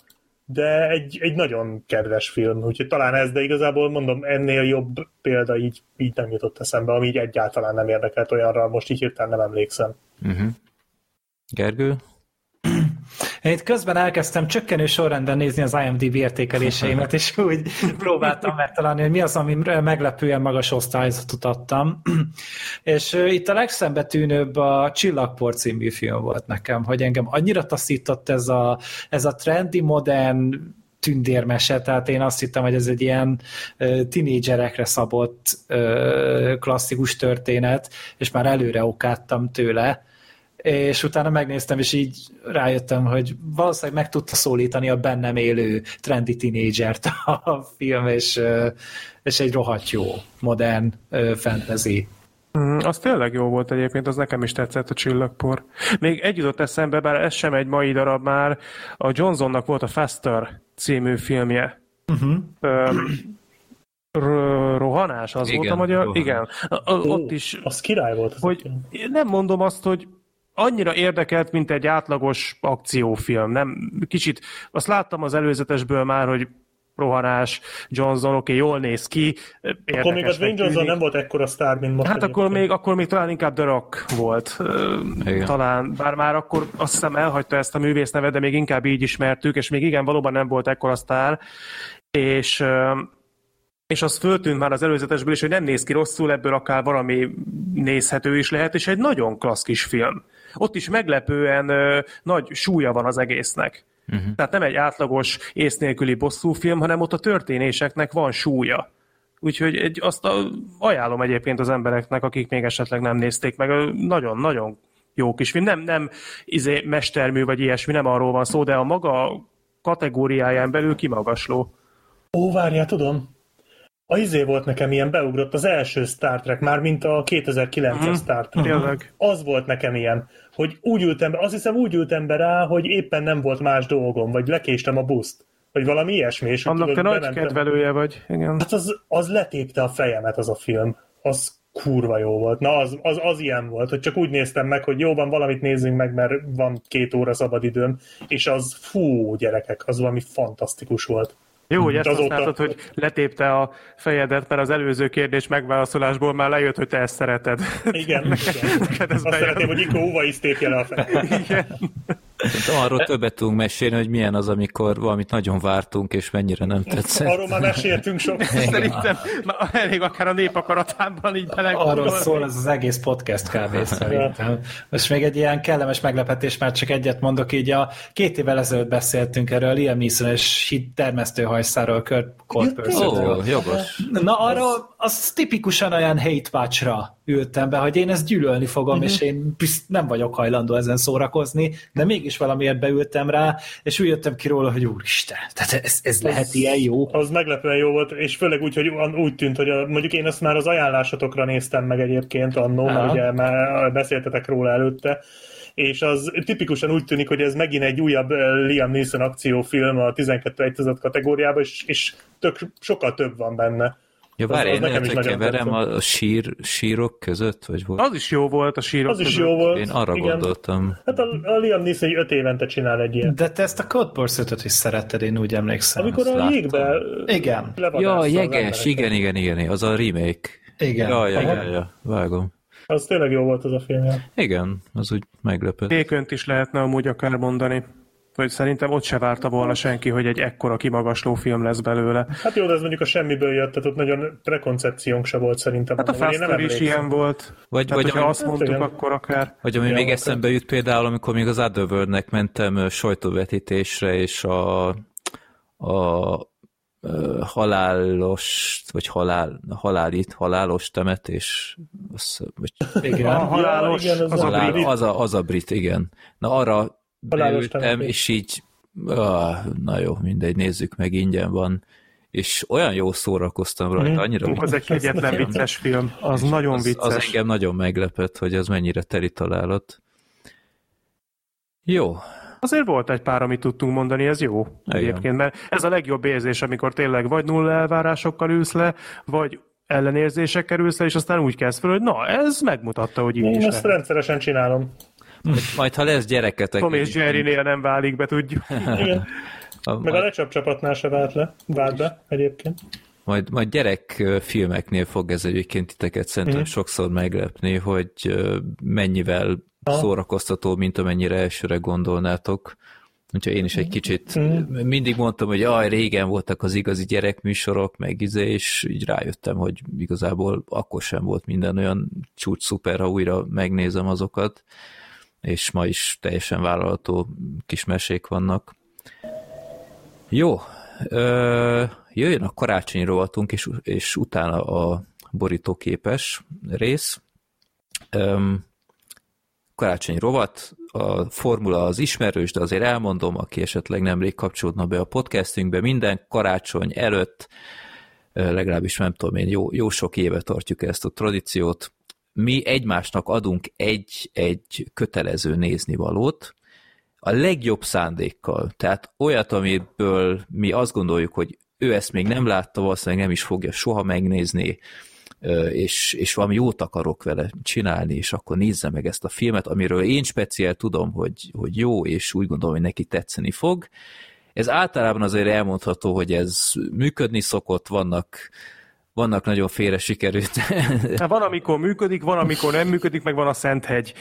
S3: de egy nagyon kedves film, úgyhogy talán ez, de igazából mondom, ennél jobb példa így nem jutott eszembe, ami így egyáltalán nem érdekelt olyanra, most így hirtelen nem emlékszem.
S2: Gergő?
S4: Én itt közben elkezdtem csökkenő sorrendben nézni az IMDb értékeléseimet, és úgy próbáltam megtalálni, hogy mi az, amire meglepően magas osztályzatot adtam. És itt a legszembetűnőbb a Csillagpor című film volt nekem, hogy engem annyira taszított ez a trendy, modern tündérmese, tehát én azt hittem, hogy ez egy ilyen tinédzserekre szabott klasszikus történet, és már előre okádtam tőle, és utána megnéztem, és így rájöttem, hogy valószínűleg meg tudta szólítani a bennem élő trendy tínédzsert a film, és egy rohadt jó, modern fantasy.
S1: Az tényleg jó volt egyébként, az nekem is tetszett a Csillagpor. Még egy jutott eszembe, bár ez sem egy mai darab már, a Johnsonnak volt a Faster című filmje. Rohanás, az volt a magyar?
S2: Rohanás.
S1: Igen. Ott is...
S3: Az király volt.
S1: Hogy nem mondom azt, hogy annyira érdekelt, mint egy átlagos akciófilm. Nem, kicsit, azt láttam az előzetesből már, hogy rohanás, Johnson, oké, jól néz ki.
S3: Akkor még a Dwayne Johnson nem volt ekkora sztár, mint most.
S1: Hát akkor még talán inkább The Rock volt. Talán, bár már akkor azt hiszem elhagyta ezt a művész nevet, de még inkább így ismertük, és még igen, valóban nem volt ekkora sztár. És az föltűnt már az előzetesből is, hogy nem néz ki rosszul, ebből akár valami nézhető is lehet, és egy nagyon klassz kis film. Ott is meglepően nagy súlya van az egésznek. Tehát nem egy átlagos ész nélküli bosszúfilm, hanem ott a történéseknek van súlya. Úgyhogy azt ajánlom egyébként az embereknek, akik még esetleg nem nézték meg. Nagyon-nagyon jó kis film. Nem mestermű vagy ilyesmi, nem arról van szó, de a maga kategóriáján belül kimagasló.
S3: Ó, várjál, tudom. Volt nekem ilyen, beugrott az első Star Trek, már mint a 2009-es Star Trek. Az volt nekem ilyen, hogy azt hiszem úgy ültem be rá, hogy éppen nem volt más dolgom, vagy lekéstem a buszt, vagy valami ilyesmi. És
S1: annak te nagy kedvelője vagy. Igen.
S3: Hát az letépte a fejemet az a film. Az kurva jó volt. Na, az ilyen volt, hogy csak úgy néztem meg, hogy jó van, valamit nézzünk meg, mert van 2 óra szabadidőm, és az fú, gyerekek, az valami fantasztikus volt.
S1: Jó, hogy ezt használtad, hogy letépte a fejedet, mert az előző kérdés megválaszolásból már lejött, hogy te ezt szereted.
S3: Igen. Azt szeretném, hogy Iko Uwais tépje le a fejedet.
S1: Igen.
S2: Arról többet tudunk mesélni, hogy milyen az, amikor valamit nagyon vártunk, és mennyire nem tetszett.
S3: Arról már meséltünk sok.
S1: Szerintem elég akár a nép akaratában így belegondolni.
S4: Arról szól ez az egész podcast kb. Szerintem. Most még egy ilyen kellemes meglepetés, már csak egyet mondok, így 2 évvel ezelőtt beszéltünk erről, Liam Neeson és termesztő hajszáról, Kurt Purcellről.
S2: Jogos.
S4: Na arról az tipikusan olyan hate watch-ra ültem be, hogy én ezt gyűlölni fogom, és én nem vagyok hajlandó ezen szórakozni, de mégis valamiért beültem rá, és úgy jöttem ki róla, hogy úristen, tehát ez lehet ilyen jó.
S3: Az meglepően jó volt, és főleg úgy, hogy úgy tűnt, hogy mondjuk én ezt már az ajánlásotokra néztem meg egyébként annó, mert ugye már beszéltetek róla előtte, és az tipikusan úgy tűnik, hogy ez megint egy újabb Liam Neeson akciófilm a 12:1 kategóriában, és sokkal több van benne.
S2: Ja, várj, én lehet, hogy keverem a sírok között, vagy volt?
S1: Az is jó volt a sírok
S3: között. Az is jó volt.
S2: Én arra gondoltam.
S3: Hát a Liam Neeson 5 évente csinál egy ilyen.
S4: De te ezt a Code Pursuit-öt is szeretted, én úgy emlékszem.
S3: Amikor a jégbe
S2: ja, jeges, igen, az a remake.
S4: Igen.
S2: Ja, vágom.
S3: Az tényleg jó volt az a film.
S2: Igen, az úgy meglepett.
S1: Békönt is lehetne amúgy akár mondani. Vagy szerintem ott se várta volna senki, hogy egy ekkora kimagasló film lesz belőle.
S3: Hát jó, de ez mondjuk a semmiből jött, tehát ott nagyon prekoncepciónk se volt szerintem.
S1: Hát a Faster is ilyen volt. Vagy ha azt mondtuk, akkor akár...
S2: Vagy ami még eszembe jut például, amikor még az Otherworldnek mentem sajtóvetítésre, és a halálos, vagy halálos temetés.
S1: Igen, a halálos,
S2: az a brit, igen. Na arra beültem, és így na jó, mindegy, nézzük meg, ingyen van. És olyan jó szórakoztam rajta, annyira
S1: az egy kegyetlen vicces film, az nagyon vicces.
S2: Az engem nagyon meglepett, hogy az mennyire teli találat. Jó.
S1: Azért volt egy pár, amit tudtunk mondani, ez jó egyébként, mert ez a legjobb érzés, amikor tényleg vagy nulla elvárásokkal ülsz le, vagy ellenérzésekkel ülsz le, és aztán úgy kezd fel, hogy na, ez megmutatta, hogy így is
S3: lehet. Ezt rendszeresen csinálom.
S2: Majd ha lesz gyereketek...
S1: Tom és Jerrynél nem válik be, tudjuk.
S3: Igen. Meg a lecsapcsapatnál se vált be egyébként.
S2: Majd gyerekfilmeknél fog ez egyébként titeket szerintem sokszor meglepni, hogy mennyivel szórakoztató, mint amennyire elsőre gondolnátok. Úgyhogy én is egy kicsit mindig mondtam, hogy régen voltak az igazi gyerekműsorok, meg és így rájöttem, hogy igazából akkor sem volt minden olyan csúcs szuper, ha újra megnézem azokat, és ma is teljesen vállalható kis mesék vannak. Jó, jöjjön a karácsonyi rovatunk, és utána a borítóképes rész. Karácsonyi rovat, a formula az ismerős, de azért elmondom, aki esetleg nemrég kapcsolódna be a podcastünkbe, minden karácsony előtt, legalábbis nem tudom én, jó sok éve tartjuk ezt a tradíciót, mi egymásnak adunk egy kötelező néznivalót, a legjobb szándékkal, tehát olyat, amiből mi azt gondoljuk, hogy ő ezt még nem látta, valószínűleg nem is fogja soha megnézni, és valami jót akarok vele csinálni, és akkor nézze meg ezt a filmet, amiről én speciál tudom, hogy jó, és úgy gondolom, hogy neki tetszeni fog. Ez általában azért elmondható, hogy ez működni szokott, vannak nagyon félre sikerült.
S1: Van, amikor működik, van, amikor nem működik, meg van a Szenthegy.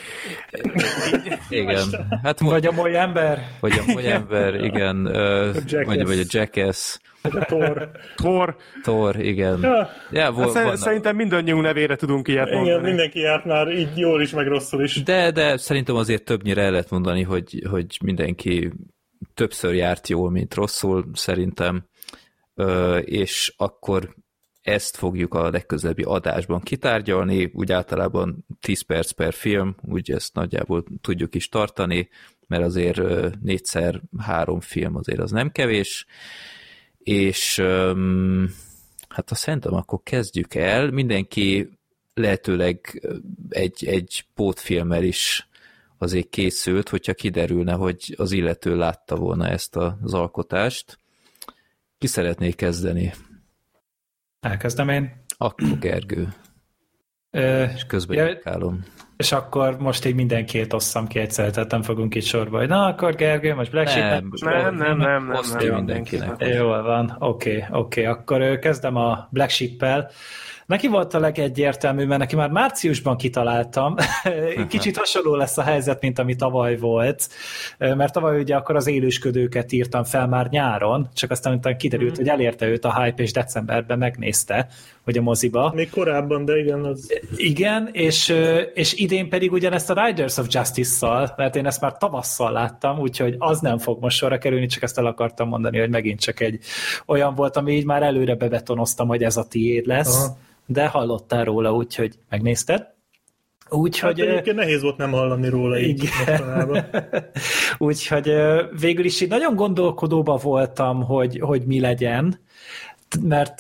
S2: Igen. Hát,
S4: vagy a Moly ember.
S2: Vagy a Moly ember, igen. Vagy a Jackass. Thor, igen.
S1: Ja, szerintem mindannyiunk nevére tudunk ilyet mondani.
S3: Igen, mindenki járt már így jól is, meg rosszul is.
S2: De szerintem azért többnyire el lehet mondani, hogy mindenki többször járt jól, mint rosszul, szerintem. És akkor ezt fogjuk a legközelebbi adásban kitárgyalni, úgy általában 10 perc per film, úgy ezt nagyjából tudjuk is tartani, mert azért 4x3 film azért az nem kevés, és hát szerintem akkor kezdjük el, mindenki lehetőleg egy pótfilmmel is azért készült, hogyha kiderülne, hogy az illető látta volna ezt az alkotást. Ki szeretné kezdeni?
S4: Elkezdem én.
S2: Akkor Gergő. És közben járkálom.
S4: És akkor most így mindenkit osszam ki egyszer, tehát nem fogunk itt sorba, hogy na akkor Gergő, most Black Sheep.
S1: Nem.
S2: Mindenkinek.
S4: Jól van, oké. Akkor kezdem a Black Sheep-el. Neki volt a legegyértelmű, mert neki már márciusban kitaláltam. Kicsit hasonló lesz a helyzet, mint ami tavaly volt, mert tavaly ugye akkor az élősködőket írtam fel már nyáron, csak aztán utána kiderült, hogy elérte őt a hype, és decemberben megnézte, hogy a moziba.
S3: Még korábban, de igen. Az...
S4: Igen, és idén pedig ugyanezt a Riders of Justice-szal, mert én ezt már tavasszal láttam, úgyhogy az nem fog most sorra kerülni, csak ezt el akartam mondani, hogy megint csak egy olyan volt, ami így már előre bebetonoztam, hogy ez a tiéd lesz. Aha. De hallottál róla, úgyhogy megnézted. Úgyhogy... Hát
S3: egyébként nehéz volt nem hallani róla így mostanában.
S4: Úgyhogy végül is így nagyon gondolkodóban voltam, hogy mi legyen, mert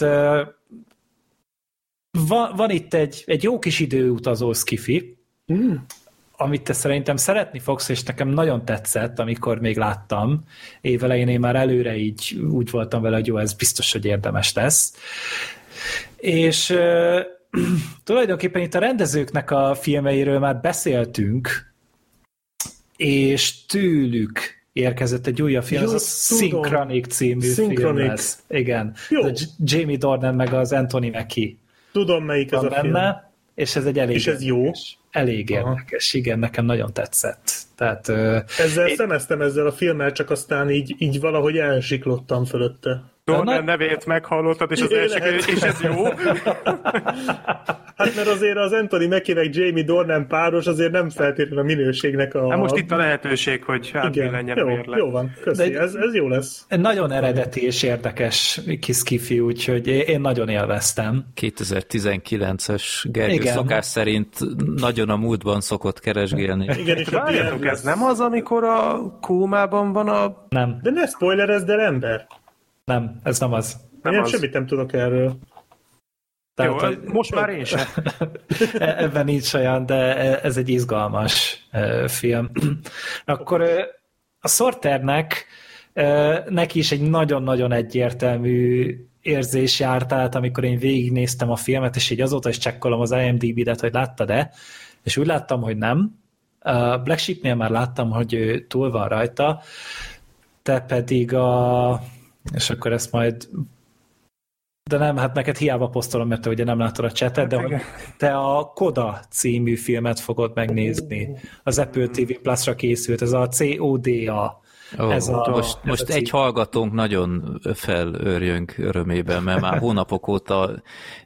S4: van itt egy jó kis időutazó szkifi, amit te szerintem szeretni fogsz, és nekem nagyon tetszett, amikor még láttam. Évelején én már előre így úgy voltam vele, hogy jó, ez biztos, hogy érdemes lesz. És tulajdonképpen itt a rendezőknek a filmeiről már beszéltünk, és tőlük érkezett egy újabb film, az a Synchronic című film lesz. Igen. Jamie Dornan meg az Anthony Mackie.
S3: Tudom, melyik ez a film.
S4: És ez egy elég
S3: és ez jó?
S4: Elég érdekes, igen, nekem nagyon tetszett. Tehát,
S3: ezzel szemeztem ezzel a filmmel, csak aztán így valahogy elsiklottam fölötte.
S1: Dornan nevét meghallottad, és az első, és ez jó?
S3: Hát mert azért az Anthony Mackie meg Jamie Dornan páros azért nem feltétlenül a minőségnek a...
S1: Hát most itt a lehetőség, hogy átbillenjen a mérleg.
S3: Jó van, köszi, ez jó lesz.
S4: Nagyon eredeti és érdekes kis skifi, úgyhogy én nagyon élveztem.
S2: 2019-es Gergő szokás szerint nagyon a múltban szokott keresgélni.
S3: Igen, és
S1: várjátok, ez nem az, amikor a kómában van a...
S4: Nem.
S3: De ne spoilerezd el, ember!
S4: Nem, ez nem az.
S3: Én semmit nem tudok erről.
S1: Tehát, jó, most már én sem.
S4: Ebben nincs olyan, de ez egy izgalmas film. Akkor a Sorternek neki is egy nagyon-nagyon egyértelmű érzés járt át, amikor én végignéztem a filmet, és így azóta is csekkolom az IMDb-et, hogy láttad-e, és úgy láttam, hogy nem. Black Sheepnél már láttam, hogy ő túl van rajta. te pedig és akkor ezt majd... De nem, hát neked hiába posztolom, mert te ugye nem látod a csetet, de hogy te a Coda című filmet fogod megnézni. Az Apple TV Plus-ra készült, ez a CODA.
S2: Most egy hallgatónk nagyon felőrjönk örömében, mert már hónapok óta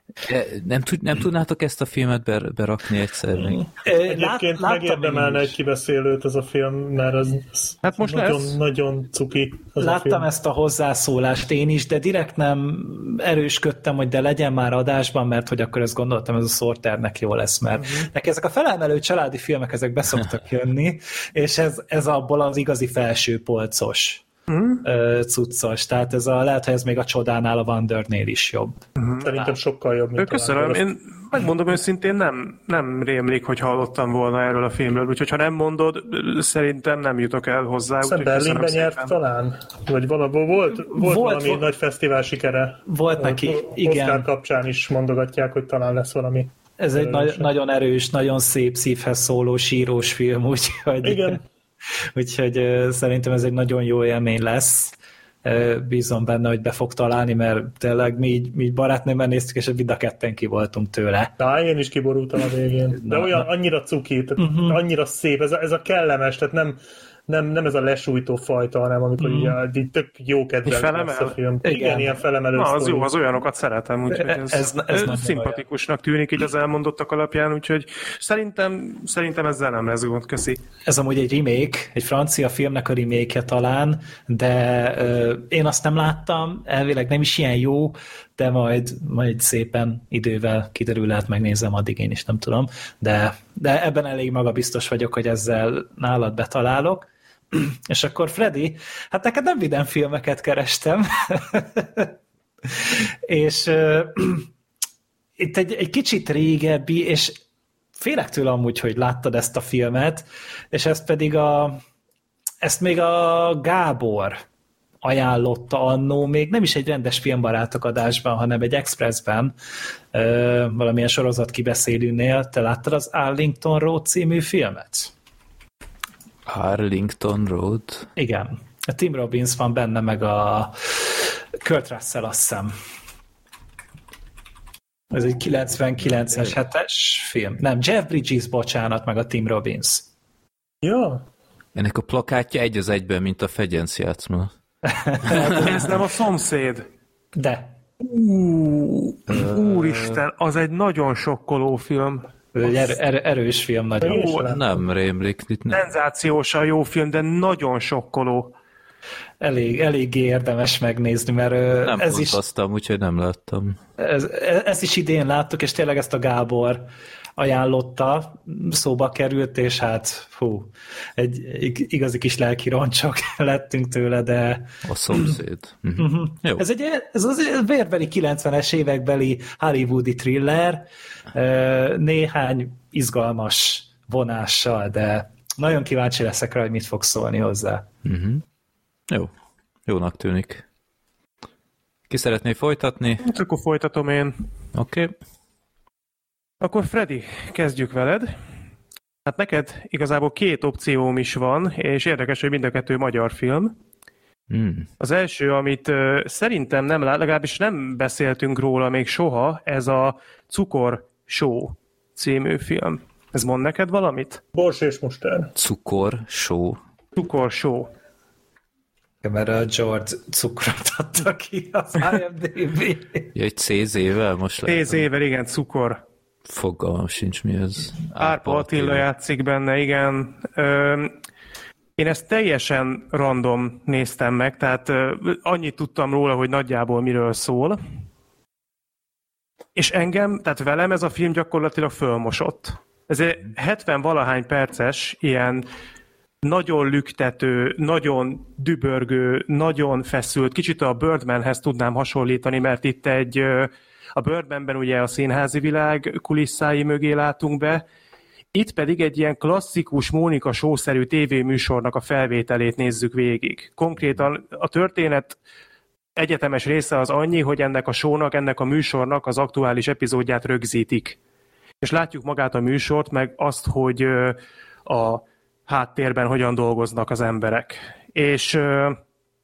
S2: nem tudnátok ezt a filmet berakni egyszer még?
S3: Egyébként megérdemelne egy kibeszélőt ez a film, mert ez
S1: hát most
S3: nagyon cuki.
S4: Láttam ezt a hozzászólást én is, de direkt nem erősködtem, hogy de legyen már adásban, mert hogy akkor ezt gondoltam, ez a Sorternek jó lesz, mert neki ezek a felemelő családi filmek, ezek beszoktak jönni, és ez abból az igazi felsőpolcos cuccos. Tehát lehet, hogy ez még a Csodánál, a Wondernél is jobb.
S3: Szerintem sokkal jobb, mint
S1: köszönöm. Én megmondom őszintén, nem rémlik, hogy hallottam volna erről a filmről, úgyhogy ha nem mondod, szerintem nem jutok el hozzá.
S3: Aztán Berlinben nyert talán? Vagy valahol volt valami nagy fesztivál sikere?
S4: Volt neki, igen.
S3: Oscar kapcsán is mondogatják, hogy talán lesz valami.
S4: Ez egy nagyon erős, nagyon szép szívhez szóló, sírós film, úgyhogy...
S3: Igen.
S4: Úgyhogy szerintem ez egy nagyon jó élmény lesz. Bízom benne, hogy be fog találni, mert tényleg mi így barátnőmmel néztük, és mind a ketten ki voltunk tőle.
S3: Én is kiborultam a végén. De annyira cuki, annyira szép, ez a kellemes, tehát nem ez a lesújtó fajta, hanem amikor így tök jó kedvel lesz a film. Igen, ilyen felemelő
S1: az jó, az olyanokat szeretem, úgyhogy ez szimpatikusnak tűnik így az elmondottak alapján, úgyhogy szerintem ezzel nem lesz gond, köszi.
S4: Ez amúgy egy remake, egy francia filmnek a remake-je talán, de én azt nem láttam, elvileg nem is ilyen jó, de majd szépen idővel kiderül, lehet megnézem, addig én is nem tudom, de ebben elég magabiztos vagyok, hogy ezzel nálad betalálok. És akkor Freddy, hát neked nem vidám filmeket kerestem, és itt egy kicsit régebbi, és félek tőle amúgy, hogy láttad ezt a filmet, és ezt még a Gábor ajánlotta annó, még nem is egy rendes filmbarátok adásban, hanem egy Expressben, valamilyen sorozat kibeszélőnél. Te láttad az Arlington Road című filmet?
S2: Arlington Road?
S4: Igen. A Tim Robbins van benne, meg a Kurt Russell, azt hiszem. Ez egy 99-es 7-es film. Nem, Jeff Bridges, bocsánat, meg a Tim Robbins.
S3: Ja.
S2: Ennek a plakátja egy az egyben, mint a Fegyenc játszma.
S1: Ez nem a szomszéd.
S4: De.
S1: Úristen, az egy nagyon sokkoló film.
S4: Erős film nagyon.
S2: Nem rémlik.
S1: Szenzációsan jó film, de nagyon sokkoló.
S4: Eléggé érdemes megnézni, mert
S2: nem ez pontoztam, úgyhogy nem láttam.
S4: Ezt is idén láttuk, és tényleg ezt a Gábor ajánlotta, szóba került, és hát egy igazi kis lelki roncsok lettünk tőle, de...
S2: A szomszéd. Jó.
S4: Ez az vérbeli 90-es évekbeli hollywoodi thriller, néhány izgalmas vonással, de nagyon kíváncsi leszek rá, hogy mit fog szólni hozzá.
S2: Jó. Jónak tűnik. Ki szeretné folytatni?
S1: Hát akkor folytatom én.
S2: Oké.
S1: Akkor Freddy, kezdjük veled. Hát neked igazából 2 opcióm is van, és érdekes, hogy mind a 2 magyar film. Az első, amit szerintem nem legalábbis nem beszéltünk róla még soha, ez a Cukor Show című film. Ez mond neked valamit?
S3: Bors és muster.
S2: Cukor Show.
S1: Cukor Show.
S4: Mert a George cukrot adta ki az IMDb.
S2: Egy CZ-vel most lehet?
S1: CZ-vel, igen, cukor.
S2: Fogalmam sincs, mi ez.
S1: Árpa Attila játszik benne, igen. Én ezt teljesen random néztem meg, tehát annyit tudtam róla, hogy nagyjából miről szól. És engem, tehát velem ez a film gyakorlatilag fölmosott. Ez egy 70-valahány perces, ilyen nagyon lüktető, nagyon dübörgő, nagyon feszült. Kicsit a Birdmanhez tudnám hasonlítani, mert itt a Birdmanben ugye a színházi világ kulisszái mögé látunk be, itt pedig egy ilyen klasszikus Mónika Show-szerű tévéműsornak a felvételét nézzük végig. Konkrétan a történet egyetemes része az annyi, hogy ennek a shownak, ennek a műsornak az aktuális epizódját rögzítik. És látjuk magát a műsort, meg azt, hogy a háttérben hogyan dolgoznak az emberek. És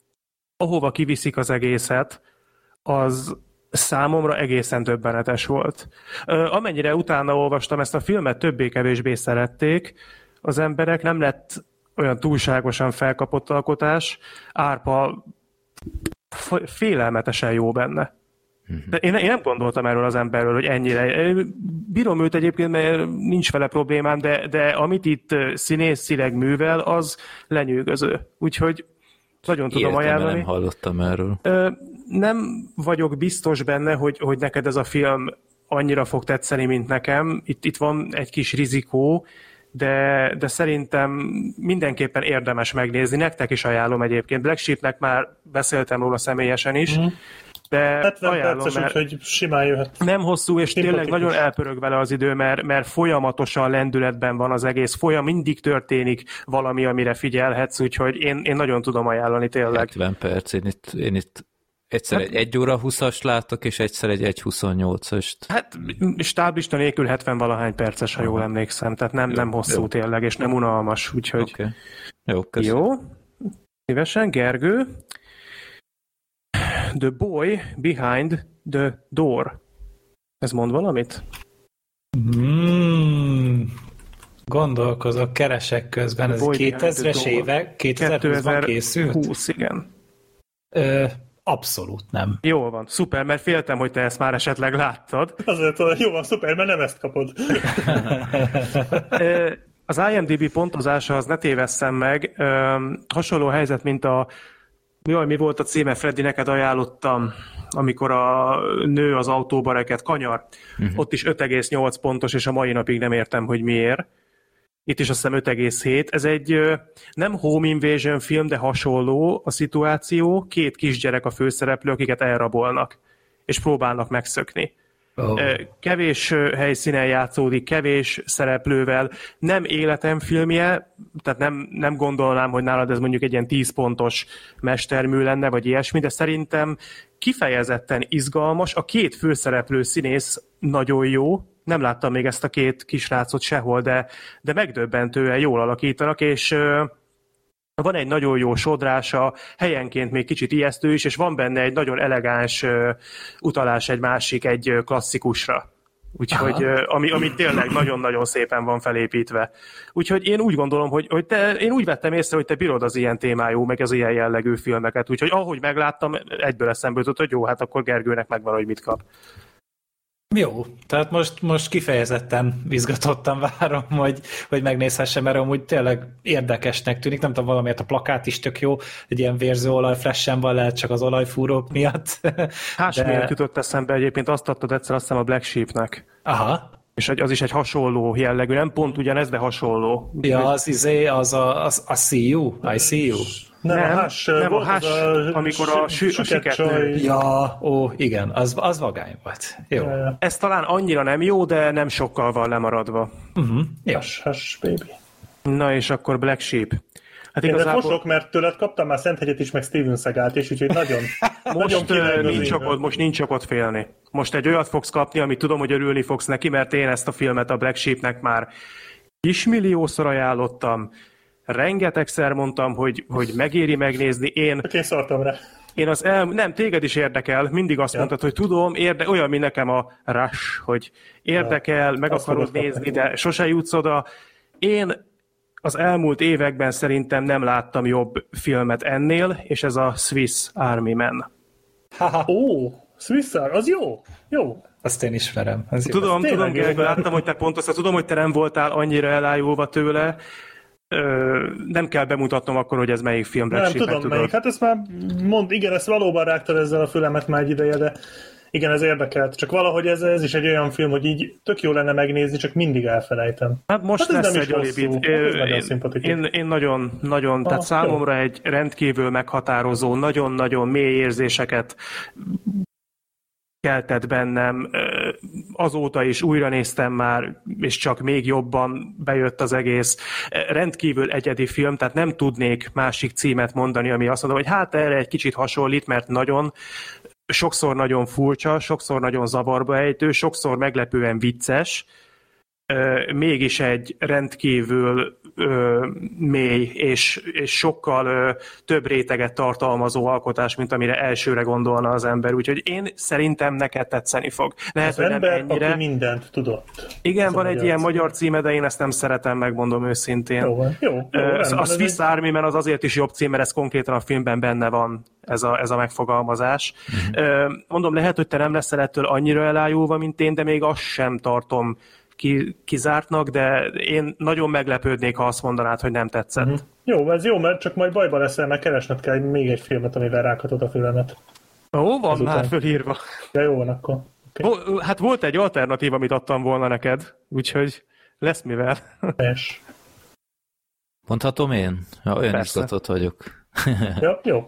S1: ahova kiviszik az egészet, az számomra egészen döbbenetes volt. Amennyire utána olvastam ezt a filmet, többé-kevésbé szerették, az emberek, nem lett olyan túlságosan felkapott alkotás, Árpa félelmetesen jó benne. De én nem gondoltam erről az emberről, hogy ennyire. Bírom őt egyébként, mert nincs vele problémám, de amit itt színészileg művel, az lenyűgöző. Úgyhogy nagyon tudom ajánlani.
S2: Nem hallottam erről.
S1: Nem vagyok biztos benne, hogy neked ez a film annyira fog tetszeni, mint nekem. Itt van egy kis rizikó, de szerintem mindenképpen érdemes megnézni. Nektek is ajánlom egyébként. Black Sheepnek már beszéltem róla személyesen is, de
S3: 70
S1: ajánlom,
S3: perces, úgyhogy simán jöhet.
S1: nem hosszú, és tényleg
S3: Szimpatikus.
S1: nagyon elpörög vele az idő, mert folyamatosan lendületben van az egész, mindig történik valami, amire figyelhetsz, úgyhogy én nagyon tudom ajánlani tényleg.
S2: 70 perc, én itt egyszer egy 1 óra 20-as látok, és egyszer egy 1:28-ast.
S1: Hát stáblista nélkül 70-valahány perces, ha jól emlékszem, tehát nem hosszú
S2: jó.
S1: tényleg, és nem unalmas, úgyhogy
S2: Okay. Jó, köszönöm.
S1: jó. Szívesen, Gergő. The Boy Behind the Door. Ez mond valamit?
S4: Gondolkozok, keresek közben. Ez
S1: Boy Behind the
S4: 2000-es
S1: Door.
S4: évek? 2020-ban készült?
S1: 2020, igen.
S4: Abszolút nem.
S1: Jól van, szuper, mert féltem, hogy te ezt már esetleg láttad.
S3: Azért jó van, szuper, mert nem ezt kapod.
S1: Az IMDb pontozása, az ne tévesszem meg, hasonló helyzet, mint mi volt a címe, Freddy, neked ajánlottam, amikor a nő az autóba reked, Kanyar. Ott is 5,8 pontos, és a mai napig nem értem, hogy miért. Itt is azt hiszem 5,7. Ez egy nem home invasion film, de hasonló a szituáció. 2 kisgyerek a főszereplő, akiket elrabolnak, és próbálnak megszökni.
S4: Oh.
S1: Kevés helyszínen játszódik, kevés szereplővel, nem életem filmje, tehát nem gondolnám, hogy nálad ez mondjuk egy ilyen 10 pontos mestermű lenne, vagy ilyesmi, de szerintem kifejezetten izgalmas, a 2 főszereplő színész nagyon jó, nem láttam még ezt a 2 kisrácot sehol, de megdöbbentően jól alakítanak, és van egy nagyon jó sodrása, helyenként még kicsit ijesztő is, és van benne egy nagyon elegáns utalás egy klasszikusra. Úgyhogy, ami tényleg nagyon-nagyon szépen van felépítve. Úgyhogy én úgy gondolom, hogy én úgy vettem észre, hogy te bírod az ilyen témájú, meg az ilyen jellegű filmeket. Úgyhogy ahogy megláttam, egyből eszembe jutott, hogy jó, hát akkor Gergőnek megvan, hogy mit kap.
S4: Jó, tehát most kifejezetten izgatottan várom, hogy megnézhessem, mert amúgy tényleg érdekesnek tűnik, nem tudom, valamiért a plakát is tök jó, egy ilyen vérző olajflashen van, lehet csak az olajfúrók miatt.
S1: Miért jutott eszembe egyébként, azt adtad egyszer, azt hiszem a Black Sheepnek.
S4: Aha.
S1: És az is egy hasonló jellegű, nem pont ugyanez, de hasonló.
S4: Ja, az a See You, I See You.
S1: Nem a Hash, amikor a siketnő.
S4: Ja, igen, az vagány volt. Jó.
S1: Ez talán annyira nem jó, de nem sokkal van lemaradva.
S4: Jó.
S3: Hash, baby.
S1: Na és akkor Black Sheep. Hát
S3: Én fosok, mert tőled kaptam már Szenthegyet is, meg Steven Seagalt is, úgyhogy
S1: most nincs okot félni. Most egy olyat fogsz kapni, amit tudom, hogy örülni fogsz neki, mert én ezt a filmet a Black Sheepnek már kismilliószor ajánlottam, rengetegszer mondtam, hogy megéri megnézni. Én
S3: szartam rá.
S1: Nem, téged is érdekel, mindig azt mondtad, hogy tudom, olyan, mint nekem a Rush, hogy érdekel, meg akarod nézni, de sose jutsz oda. Én az elmúlt években szerintem nem láttam jobb filmet ennél, és ez a Swiss Army Man.
S3: Swiss Army, az jó. Jó.
S4: Azt én ismerem.
S1: Tudom, Gergő, láttam, hogy te pontosan, tudom, hogy te nem voltál annyira elájulva tőle. Nem kell bemutatnom akkor, hogy ez melyik film.
S3: Nem tudom melyik. Hát ezt már igen, ezt valóban rágtad ezzel a fülemet már egy ideje, de igen, ez érdekelt. Csak valahogy ez is egy olyan film, hogy így tök jó lenne megnézni, csak mindig elfelejtem.
S1: Hát most lesz egy alibit. Én nagyon, tehát számomra egy rendkívül meghatározó, nagyon-nagyon mély érzéseket keltett bennem. Azóta is újra néztem már, és csak még jobban bejött az egész. Rendkívül egyedi film, tehát nem tudnék másik címet mondani, ami azt mondom, hogy hát erre egy kicsit hasonlít, mert sokszor nagyon furcsa, sokszor nagyon zavarba ejtő, sokszor meglepően vicces, mégis egy rendkívül mély és sokkal több réteget tartalmazó alkotás, mint amire elsőre gondolna az ember. Úgyhogy én szerintem neked tetszeni fog. Lehet,
S3: Az
S1: hogy nem
S3: ember,
S1: ennyire.
S3: aki mindent tudott.
S1: Igen,
S3: Ez
S1: van
S3: a
S1: egy
S3: magyar
S1: ilyen
S3: cím.
S1: magyar címe, de én ezt nem szeretem, megmondom őszintén.
S3: Jó, van. Jó,
S1: A Swiss Army Man az azért is jobb cím, mert ez konkrétan a filmben benne van, ez a megfogalmazás. Mondom, lehet, hogy te nem leszel ettől annyira elájulva, mint én, de még azt sem tartom kizártnak, de én nagyon meglepődnék, ha azt mondanád, hogy nem tetszett.
S3: Jó, ez jó, mert csak majd bajba leszel, mert keresned kell még egy filmet, amivel rákatod a fülemet.
S1: Ó, van
S3: Ezután.
S1: már fölírva.
S3: Ja, jó van akkor.
S1: Hát volt egy alternatív, amit adtam volna neked, úgyhogy lesz mivel.
S3: Teljes.
S2: Mondhatom én? Ja, olyan
S1: Persze.
S2: izgatott vagyok.
S3: Ja, jó.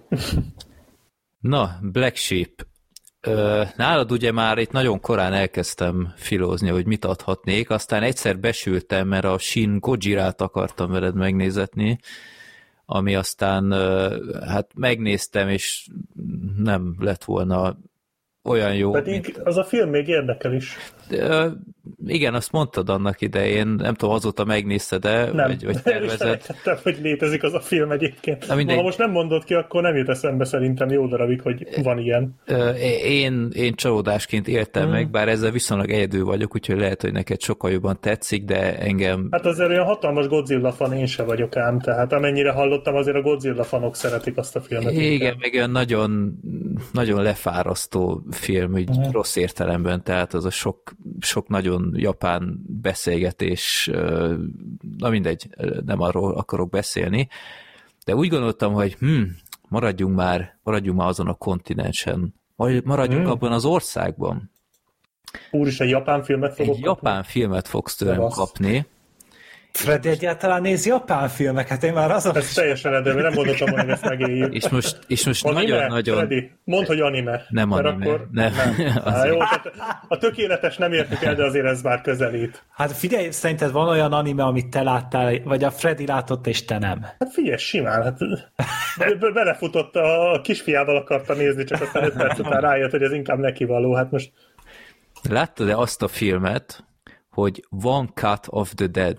S2: Na, Black Sheep. Nálad ugye már itt nagyon korán elkezdtem filózni, hogy mit adhatnék, aztán egyszer besültem, mert a Shin Gojirát akartam veled megnézetni, ami aztán hát megnéztem, és nem lett volna olyan jó.
S3: Pedig az a film még érdekel is.
S2: Igen, azt mondtad annak idején, nem tudom, azóta megnézted-e,
S3: Nem.
S2: vagy
S3: El is
S2: tervezed.
S3: felejtettem, hogy létezik az a film egyébként.
S2: Na, mindegy.
S3: Ha most nem mondod ki, akkor nem jut eszembe szerintem jó darabig, hogy van ilyen.
S2: Én csalódásként éltem meg, bár ezzel viszonylag egyedül vagyok, úgyhogy lehet, hogy neked sokkal jobban tetszik, de engem...
S3: Hát azért olyan hatalmas Godzilla fan én se vagyok ám, tehát amennyire hallottam, azért a Godzilla fanok szeretik azt a filmet.
S2: Igen,
S3: inkább.
S2: meg olyan nagyon, nagyon lefárasztó film, úgy rossz értelemben, tehát az a sok nagyon japán beszélgetés, na mindegy, nem arról akarok beszélni, de úgy gondoltam, hogy maradjunk már azon a kontinensen, maradjunk abban az országban.
S3: Úristen, japán filmet fogok
S2: Egy japán filmet fogsz tőlem
S3: Szevasz.
S2: kapni.
S4: Freddy egyáltalán néz japán filmeket, én már azon
S3: Ez teljesen edemű, nem gondoltam, hogy ezt megéljük.
S2: És most
S3: Anime?
S2: nagyon-nagyon...
S3: Freddy, mondd, hogy anime.
S2: Nem
S3: Mert
S2: anime.
S3: Akkor...
S2: Nem.
S3: Á, jó, tehát a tökéletes nem értük el, de azért ez már közelít.
S4: Hát figyelj, szerinted van olyan anime, amit te láttál, vagy a Freddy látott, és te nem?
S3: Hát figyelj, simán. Hát, belefutott, a kisfiával akarta nézni, csak aztán 5 perc után rájött, hogy ez inkább neki való. Hát most
S2: Láttad-e azt a filmet, hogy One Cut of the Dead?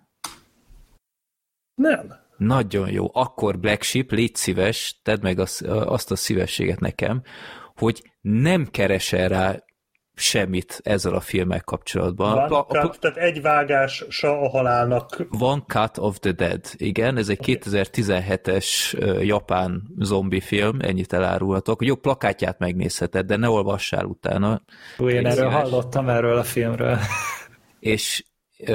S3: nem.
S2: Nagyon jó. Akkor Black Sheep, légy szíves, tedd meg azt a szívességet nekem, hogy nem keresel rá semmit ezzel a filmmel kapcsolatban.
S3: Tehát egy vágása a halálnak.
S2: One Cut of the Dead. Igen, ez egy 2017-es japán zombi film, ennyit elárulhatok. Jó, plakátját megnézheted, de ne olvassál utána.
S4: Én erről
S2: szíves.
S4: hallottam, erről a filmről.
S2: És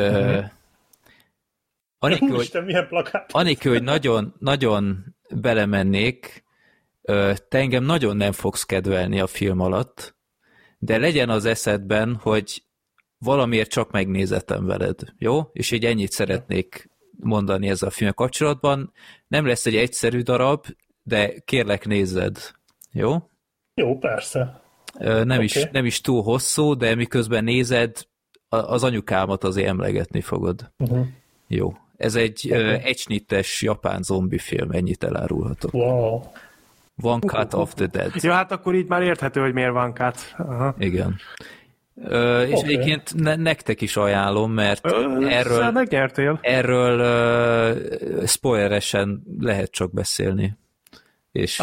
S2: anélkül,
S3: Úristen, milyen plakát.
S2: hogy nagyon, nagyon belemennék, te engem nagyon nem fogsz kedvelni a film alatt, de legyen az eszedben, hogy valamiért csak megnézetem veled, jó? És így ennyit szeretnék mondani ezzel a filmmel kapcsolatban. Nem lesz egy egyszerű darab, de kérlek nézzed, jó?
S3: Jó, persze.
S2: Nem is túl hosszú, de miközben nézed, az anyukámat azért emlegetni fogod. Jó. Ez egy egysnittes japán zombi film, ennyit elárulhatok.
S3: Wow.
S2: One Cut of the Dead.
S1: Ja, hát akkor így már érthető, hogy miért van cut. Aha.
S2: Igen. És egyébként nektek is ajánlom, mert
S1: Ezzel megnyertél.
S2: erről spoileresen lehet csak beszélni. És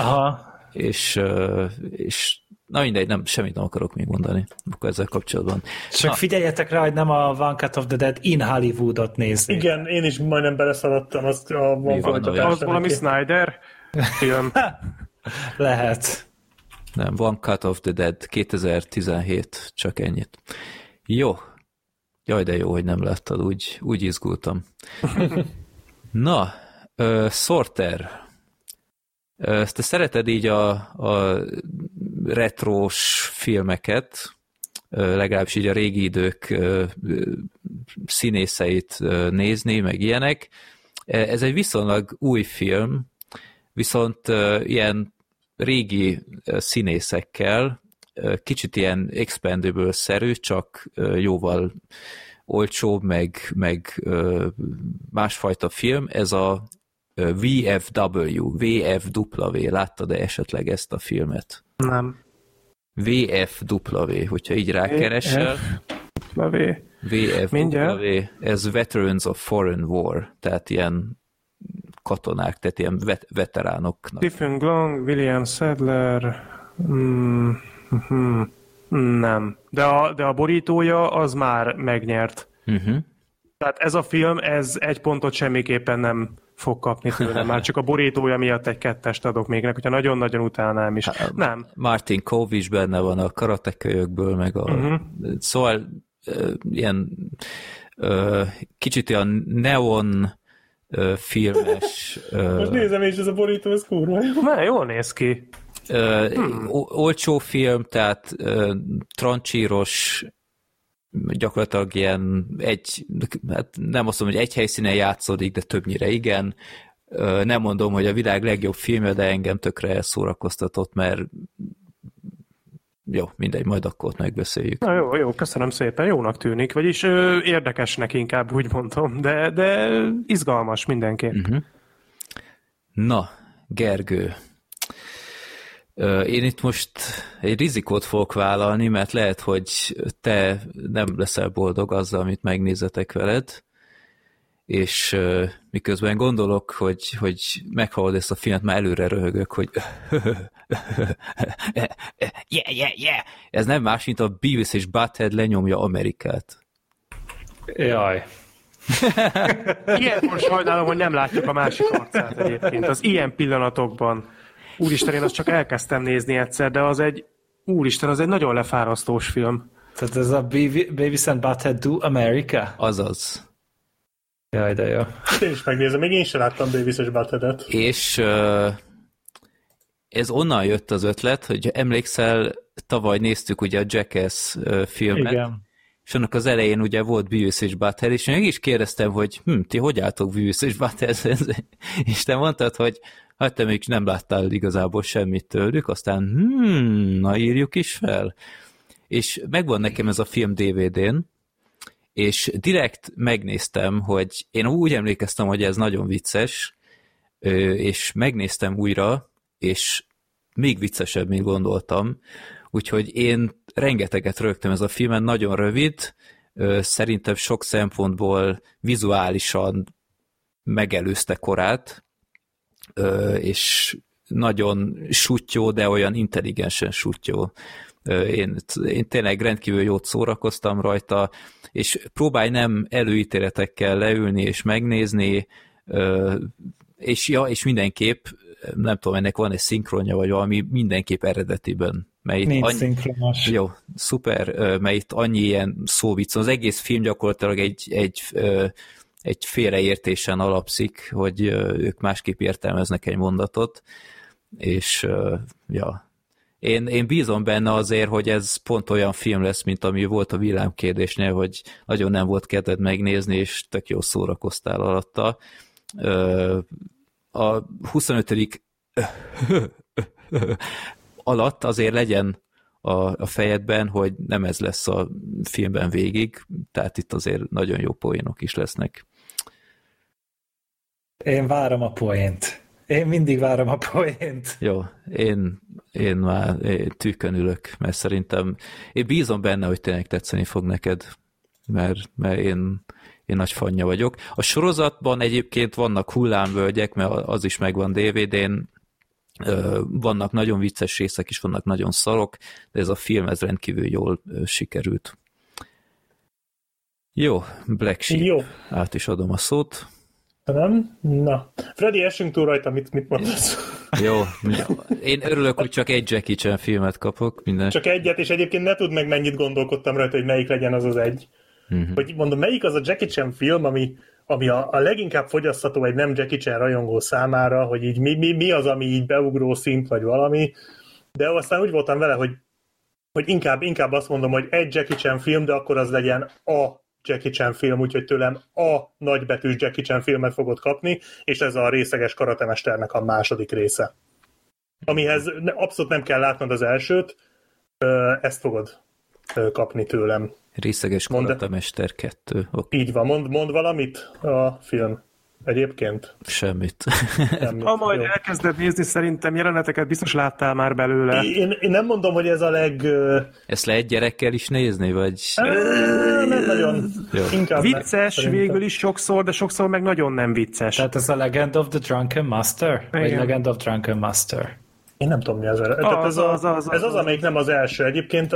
S2: na mindegy, semmit nem akarok még mondani akkor ezzel kapcsolatban.
S4: Csak figyeljetek rá, hogy nem a One Cut of the Dead in Hollywoodot nézni.
S3: Igen, én is majdnem beleszaladtam azt a
S2: van
S3: folytatást.
S1: Az valami Snyder film.
S2: Nem, One Cut of the Dead 2017, csak ennyit. Jó. Jaj, de jó, hogy nem láttad, úgy izgultam. Na, Sorter. Te szereted így a retrós filmeket, legalábbis így a régi idők színészeit nézni, meg ilyenek. Ez egy viszonylag új film, viszont ilyen régi színészekkel, kicsit ilyen Expendables-szerű, csak jóval olcsóbb, meg másfajta film. Ez a VFW, láttad-e esetleg ezt a filmet?
S1: Nem.
S2: VFW, hogyha így rákeresel. VFW, ez Veterans of Foreign War, tehát ilyen katonák, tehát ilyen veteránoknak.
S1: Stephen Long, William Sadler, nem. De a borítója az már megnyert. Tehát ez a film, ez 1 pontot semmiképpen nem fog kapni tőle. Már csak a borítója miatt egy 2-est adok még, hogyha nagyon-nagyon utálnám is. Nem.
S2: Martin Cove is benne van a karatekölyökből, meg a... Szóval ilyen kicsit olyan neon filmes...
S3: Most nézem, és ez a borító, ez kurva jó.
S1: Na, jól néz ki.
S2: Olcsó film, tehát trancsíros, gyakorlatilag ilyen hát nem azt mondom, hogy egy helyszínen játszódik, de többnyire igen. Nem mondom, hogy a világ legjobb filmje, de engem tökre elszórakoztatott, mert jó, mindegy, majd akkor ott megbeszéljük.
S1: Na jó, köszönöm szépen, jónak tűnik, vagyis érdekesnek inkább, úgy mondom, de izgalmas mindenképp.
S2: Na, Gergő, én itt most egy rizikót fogok vállalni, mert lehet, hogy te nem leszel boldog azzal, amit megnézetek veled, és miközben gondolok, hogy meghallod ezt a filmet, már előre röhögök, hogy yeah. Ez nem más, mint a Beavis és Butthead lenyomja Amerikát.
S4: Jaj.
S1: Ilyenkor sajnálom, hogy nem látjuk a másik arcát egyébként. Az ilyen pillanatokban. Úristen, én azt csak elkezdtem nézni egyszer, de az egy nagyon lefárasztós film.
S4: Tehát ez a Beavis and Butthead Do America?
S2: Azaz.
S4: Jaj, de jó.
S3: Én is megnézem, még én sem láttam Beavis és Buttheadet.
S2: És ez onnan jött az ötlet, hogy emlékszel, tavaly néztük ugye a Jackass filmet,
S4: igen.
S2: És annak az elején ugye volt Beavis és Butthead, és meg is kérdeztem, hogy ti hogy álltok Beavis és Butthead? És te mondtad, hogy hát te még nem láttál igazából semmit tőlük, aztán na írjuk is fel. És megvan nekem ez a film DVD-n, és direkt megnéztem, hogy én úgy emlékeztem, hogy ez nagyon vicces, és megnéztem újra, és még viccesebb, mint gondoltam. Úgyhogy én rengeteget rögtem ez a filmen, nagyon rövid, szerintem sok szempontból vizuálisan megelőzte korát, és nagyon suttyó, de olyan intelligensen suttyó. Én tényleg rendkívül jót szórakoztam rajta, és próbálj nem előítéletekkel leülni és megnézni, és mindenképp, nem tudom, ennek van egy szinkronja, vagy valami, mindenképp eredetiben.
S4: Nincs szinkronos.
S2: Jó, szuper, mert itt annyi ilyen szóvic, az egész film gyakorlatilag egy félreértésen alapszik, hogy ők másképp értelmeznek egy mondatot, és ja, én bízom benne azért, hogy ez pont olyan film lesz, mint ami volt a Villámkérdésnél, hogy nagyon nem volt kedved megnézni, és tök jól szórakoztál alatta. A 25. alatt azért legyen a fejedben, hogy nem ez lesz a filmben végig, tehát itt azért nagyon jó poénok is lesznek.
S4: Én várom a poént. Én mindig várom a poént.
S2: Jó, én már tűkön ülök, mert szerintem én bízom benne, hogy tényleg tetszeni fog neked, mert én nagy fanja vagyok. A sorozatban egyébként vannak hullámvölgyek, mert az is megvan DVD-n, vannak nagyon vicces részek is, vannak nagyon szarok, de ez a film ez rendkívül jól sikerült. Jó, Black Sheep.
S3: Jó.
S2: Át is adom a szót.
S3: Nem? Na. Freddy, essünk túl rajta, mit mondasz?
S2: Jó. Én örülök, hogy csak egy Jackie Chan filmet kapok. Minden.
S3: Csak egyet, és egyébként ne tudd meg, mennyit gondolkodtam rajta, hogy melyik legyen az az egy. Hogy mondom, melyik az a Jackie Chan film, ami a leginkább fogyasztható egy nem Jackie Chan rajongó számára, hogy így mi az, ami így beugró szint, vagy valami. De aztán úgy voltam vele, hogy inkább azt mondom, hogy egy Jackie Chan film, de akkor az legyen a Jackie Chan film, úgyhogy tőlem a nagybetűs Jackie Chan filmet fogod kapni, és ez a Részeges karatemesternek a második része. Amihez abszolút nem kell látnod az elsőt, ezt fogod kapni tőlem.
S2: Részeges karatemester 2. Okay.
S3: Így van, mond valamit a film. egyébként?
S2: Semmit.
S1: Ha majd elkezded nézni, szerintem jeleneteket biztos láttál már belőle.
S3: Én nem mondom, hogy ez a
S2: Ezt lehet gyerekkel is nézni, vagy...
S3: nem nagyon. Inkább
S1: Vicces végül is sokszor, de sokszor meg nagyon nem vicces.
S4: Tehát ez a Legend of the Drunken Master? Vagy
S1: Igen.
S4: Legend of Drunken Master?
S3: Én nem tudom, mi az. Ez az, amelyik nem az első. Egyébként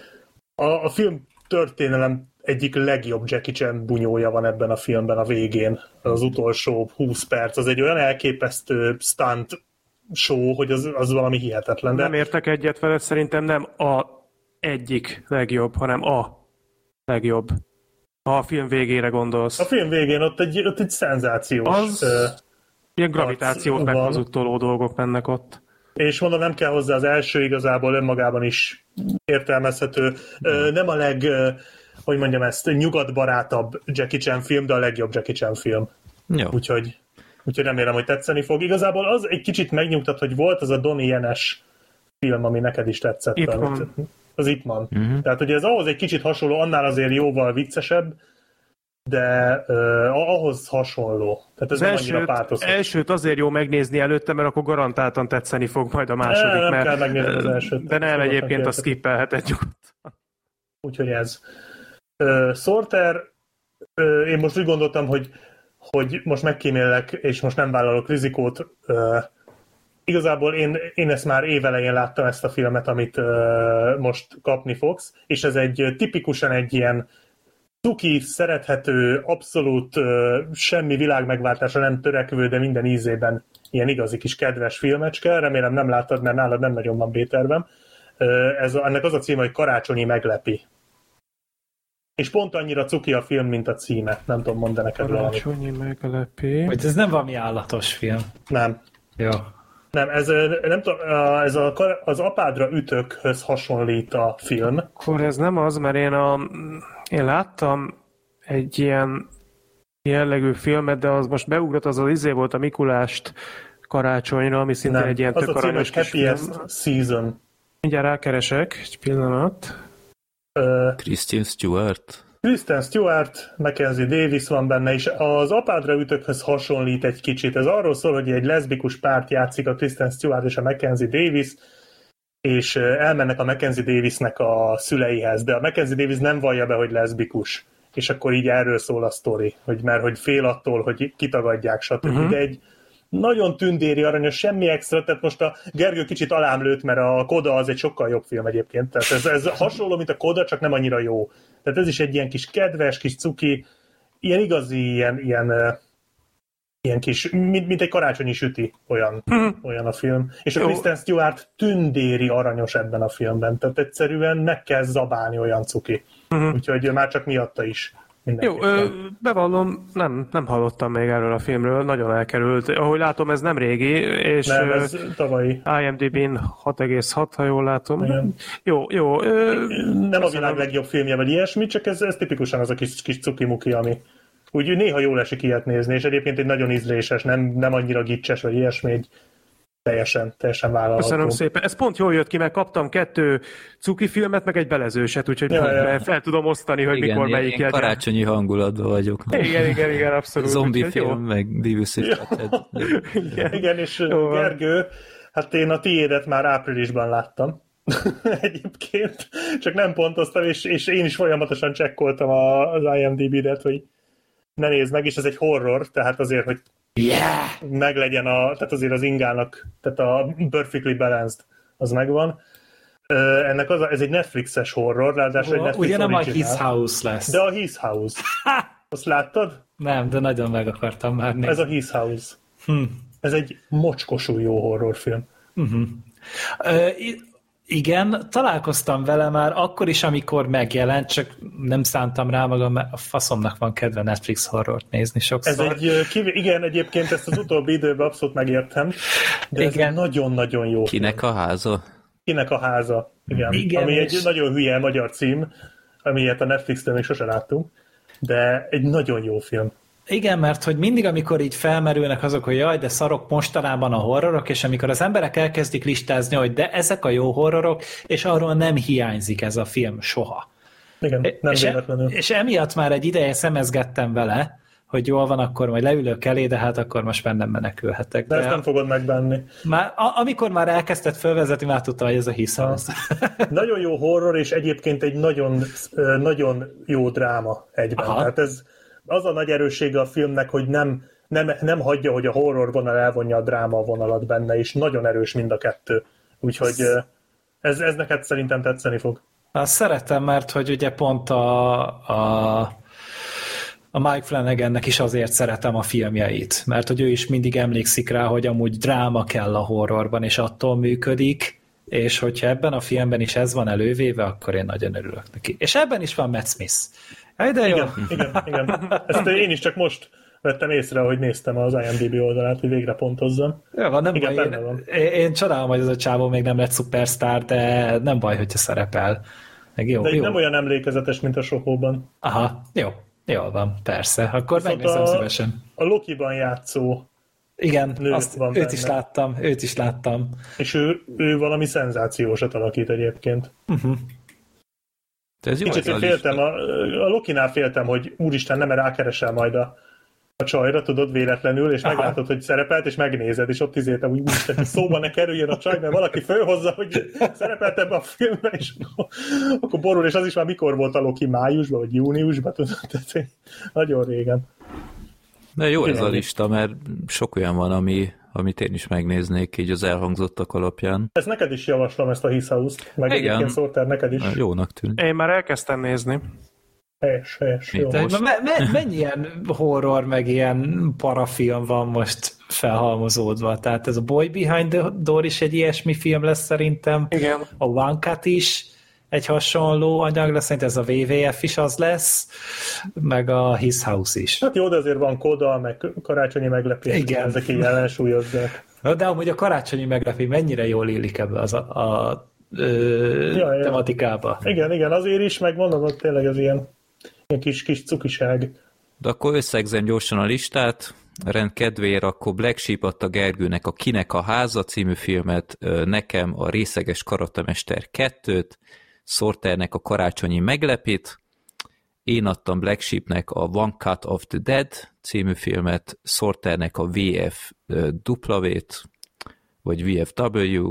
S3: a film történelem egyik legjobb Jackie Chan bunyója van ebben a filmben a végén. Az utolsó 20 perc. Az egy olyan elképesztő stunt show, hogy az valami hihetetlen. De
S1: Nem értek egyet veled, szerintem nem a egyik legjobb, hanem a legjobb. Ha a film végére gondolsz.
S3: a film végén ott egy szenzációs...
S1: Az ilyen gravitációt
S3: van.
S1: meghazudtoló dolgok mennek ott.
S3: És mondom, nem kell hozzá az első, igazából önmagában is értelmezhető. Nem a hogy mondjam ezt, nyugatbarátabb Jackie Chan film, de a legjobb Jackie Chan film.
S2: Jó.
S3: Úgyhogy remélem, hogy tetszeni fog. Igazából az egy kicsit megnyugtat, hogy volt az a Donnie Yen-es film, ami neked is tetszett.
S1: Itt van.
S3: Az Ip Man. Tehát ugye ez ahhoz egy kicsit hasonló, annál azért jóval viccesebb, de ahhoz hasonló. Tehát ez nem annyira pátoszos.
S1: Elsőt azért jó megnézni előtte, mert akkor garantáltan tetszeni fog majd a második.
S3: Nem kell megnézni az elsőt.
S1: De nem, egyébként azt skippelheted nyugodtan.
S3: Úgyhogy ez. Sorter, én most úgy gondoltam, hogy most megkímélek, és most nem vállalok rizikót. Igazából én ezt már évelején láttam, ezt a filmet, amit most kapni fogsz, és ez tipikusan egy ilyen cuki, szerethető, abszolút semmi világmegváltásra nem törekvő, de minden ízében ilyen igazi kis kedves filmecske. Remélem nem láttad, mert nálad nem nagyon van B-tervem. Ennek az a címe, hogy Karácsonyi meglepi. És pont annyira cuki a film, mint a címe. Nem tudom mondani neked valamit.
S1: Karácsonyi meglepi.
S4: Hogy ez nem valami állatos film.
S3: Nem.
S4: Jó.
S3: Nem, nem tudom, az apádra ütőkhöz hasonlít a film.
S1: Akkor ez nem az, mert én láttam egy ilyen jellegű filmet, de az most beugrott, az izé volt a Mikulást karácsonyra, ami szintén
S3: Nem,
S1: egy ilyen
S3: az
S1: tök
S3: a cím,
S1: aranyos
S3: hogy
S1: kis
S3: Happiest
S1: film.
S3: Season.
S1: Mindjárt rákeresek, egy pillanat.
S2: Kristen Stewart.
S3: Kristen Stewart, Mackenzie Davis van benne, és az apádra ütőkhöz hasonlít egy kicsit. Ez arról szól, hogy egy leszbikus párt játszik, a Kristen Stewart és a Mackenzie Davis, és elmennek a Mackenzie Davisnek a szüleihez, de a Mackenzie Davis nem vallja be, hogy leszbikus. És akkor így erről szól a sztori, hogy fél attól, hogy kitagadják, stb. De egy nagyon tündéri, aranyos, semmi extra, tehát most a Gergő kicsit alám lőtt, mert a Koda az egy sokkal jobb film egyébként. Tehát ez hasonló, mint a Koda, csak nem annyira jó. Tehát ez is egy ilyen kis kedves, kis cuki, ilyen igazi, ilyen kis, mint egy karácsonyi süti, olyan a film. És a Kristen Stewart tündéri aranyos ebben a filmben, tehát egyszerűen meg kell zabálni, olyan cuki. Úgyhogy már csak miatta is.
S1: Jó, bevallom, nem hallottam még erről a filmről, nagyon elkerült. Ahogy látom, ez nem régi, és
S3: nem, ez tavalyi.
S1: IMDb-n 6,6, ha jól látom.
S3: Igen.
S1: Jó.
S3: Nem a világ legjobb filmje, vagy ilyesmi, csak ez tipikusan az a kis cuki-muki, ami úgy néha jól esik ilyet nézni, és egyébként egy nagyon ízléses, nem annyira gicses, vagy ilyesmi, egy teljesen vállalható.
S1: Köszönöm szépen. Ez pont jól jött ki, mert kaptam 2 cuki filmet, meg egy belezőset, úgyhogy fel tudom osztani, hogy
S2: igen,
S1: mikor melyik
S2: ilyen karácsonyi hangulatban vagyok.
S1: Igen, abszolút.
S2: Zombi
S1: úgyhogy
S2: film, meg Beavis és Butthead.
S3: Igen, és Gergő, hát én a tiédet már áprilisban láttam. Egyébként, csak nem pontoztam, és én is folyamatosan csekkoltam az IMDb-det, hogy ne nézd meg, és ez egy horror, tehát azért, hogy meglegyen tehát azért az ingának, tehát a Perfectly Balanced az megvan. Ennek ez egy Netflixes horror, ráadásul egy Netflix
S4: ugye nem
S3: original.
S4: a His House lesz.
S3: De a His House. Azt láttad?
S4: Nem, de nagyon meg akartam már nézni.
S3: Ez a His House. Ez egy mocskosul jó horrorfilm.
S4: Igen, találkoztam vele már akkor is, amikor megjelent, csak nem szántam rá magam, mert a faszomnak van kedve Netflix horrort nézni sokszor.
S3: Igen, egyébként ezt az utóbbi időben abszolút megértem, de ez egy nagyon-nagyon jó
S2: Kinek
S3: film.
S2: a háza?
S3: Kinek a háza, igen ami
S4: és...
S3: egy nagyon hülye magyar cím, amilyet a Netflixtől még sose láttunk, de egy nagyon jó film.
S4: Igen, mert hogy mindig, amikor így felmerülnek azok, hogy jaj, de szarok mostanában a horrorok, és amikor az emberek elkezdik listázni, hogy de ezek a jó horrorok, és arról nem hiányzik ez a film soha.
S3: Igen, nem véletlenül.
S4: És emiatt már egy ideje szemezgettem vele, hogy jól van, akkor majd leülök elé, de hát akkor most már nem menekülhetek.
S3: De ezt nem fogod megbánni.
S4: Már, amikor már elkezdett fölvezetni, már tudtam, hogy ez a hiszalsz.
S3: Nagyon jó horror, és egyébként egy nagyon, nagyon jó dráma egyben.
S4: Aha.
S3: Tehát ez az a nagy erőssége a filmnek, hogy nem hagyja, hogy a horror vonal elvonja a dráma vonalat benne, és nagyon erős mind a kettő. Úgyhogy ez neked szerintem tetszeni fog.
S4: Azt szeretem, mert hogy ugye pont a Mike Flanagannek is azért szeretem a filmjeit, mert hogy ő is mindig emlékszik rá, hogy amúgy dráma kell a horrorban, és attól működik, és hogyha ebben a filmben is ez van elővéve, akkor én nagyon örülök neki. És ebben is van Matt Smith. De jó.
S3: Igen. Ezt én is csak most vettem észre, hogy néztem az IMDb oldalát, hogy végre pontozzam.
S4: Jó, van, nem
S3: Igen,
S4: baj,
S3: benne van.
S4: én csodálom, hogy ez a csávó még nem lett szupersztár, de nem baj, hogyha szerepel. Meg jó,
S3: De
S4: jó.
S3: nem olyan emlékezetes, mint a Sohóban.
S4: Aha, jó. Jól van, persze. Akkor
S3: Viszont
S4: megnézem szívesen.
S3: A Loki-ban játszó
S4: Igen,
S3: nő
S4: azt,
S3: van
S4: őt is láttam.
S3: És ő valami szenzációsat alakít egyébként.
S2: De ez jó,
S3: Kicsit
S2: ez a
S3: féltem,
S2: lista.
S3: a Lokinál féltem, hogy úristen, nem rákeresel majd a csajra, tudod, véletlenül, és meglátod, hogy szerepelt, és megnézed, és ott izéltem, hogy úristen, hogy szóba ne kerüljön a csaj, mert valaki fölhozza, hogy szerepelt ebbe a filmbe, és akkor borul, és az is már mikor volt a Loki, májusban, vagy júniusban, tudod, tehát nagyon régen.
S2: De jó ez a
S3: Igen.
S2: lista, mert sok olyan van, amit én is megnéznék így az elhangzottak alapján.
S3: Ezt neked is javaslom, ezt a His House-t, meg
S2: Igen.
S3: egyébként Sorter, neked is.
S2: Jónak tűnik.
S1: Én már elkezdtem nézni.
S3: Helyes, jó.
S4: De
S2: Most-
S4: mennyi ilyen horror, meg ilyen parafilm van most felhalmozódva? Tehát ez a Boy Behind the Door is egy ilyesmi film lesz szerintem.
S1: Igen.
S4: A One Cut is egy hasonló anyag lesz, szerintem ez a WWF is az lesz, meg a His House is.
S3: Hát jó, de azért van Koda, meg karácsonyi meglepés,
S4: Igen.
S3: ezek így ellensúlyozzák.
S4: De amúgy a karácsonyi meglepő mennyire jól illik ebbe a
S3: Ja.
S4: tematikába.
S3: Igen, azért is, meg mondom, hogy tényleg az ilyen kis cukiság.
S2: De akkor összegzem gyorsan a listát, rend kedvéért, akkor Black Sheep adta Gergőnek a Kinek a háza című filmet, nekem a Részeges karatemester 2-t, Sorternek a Karácsonyi meglepét, én adtam Black Sheepnek a One Cut of the Dead című filmet, Sorternek a VFW-t, vagy VFW,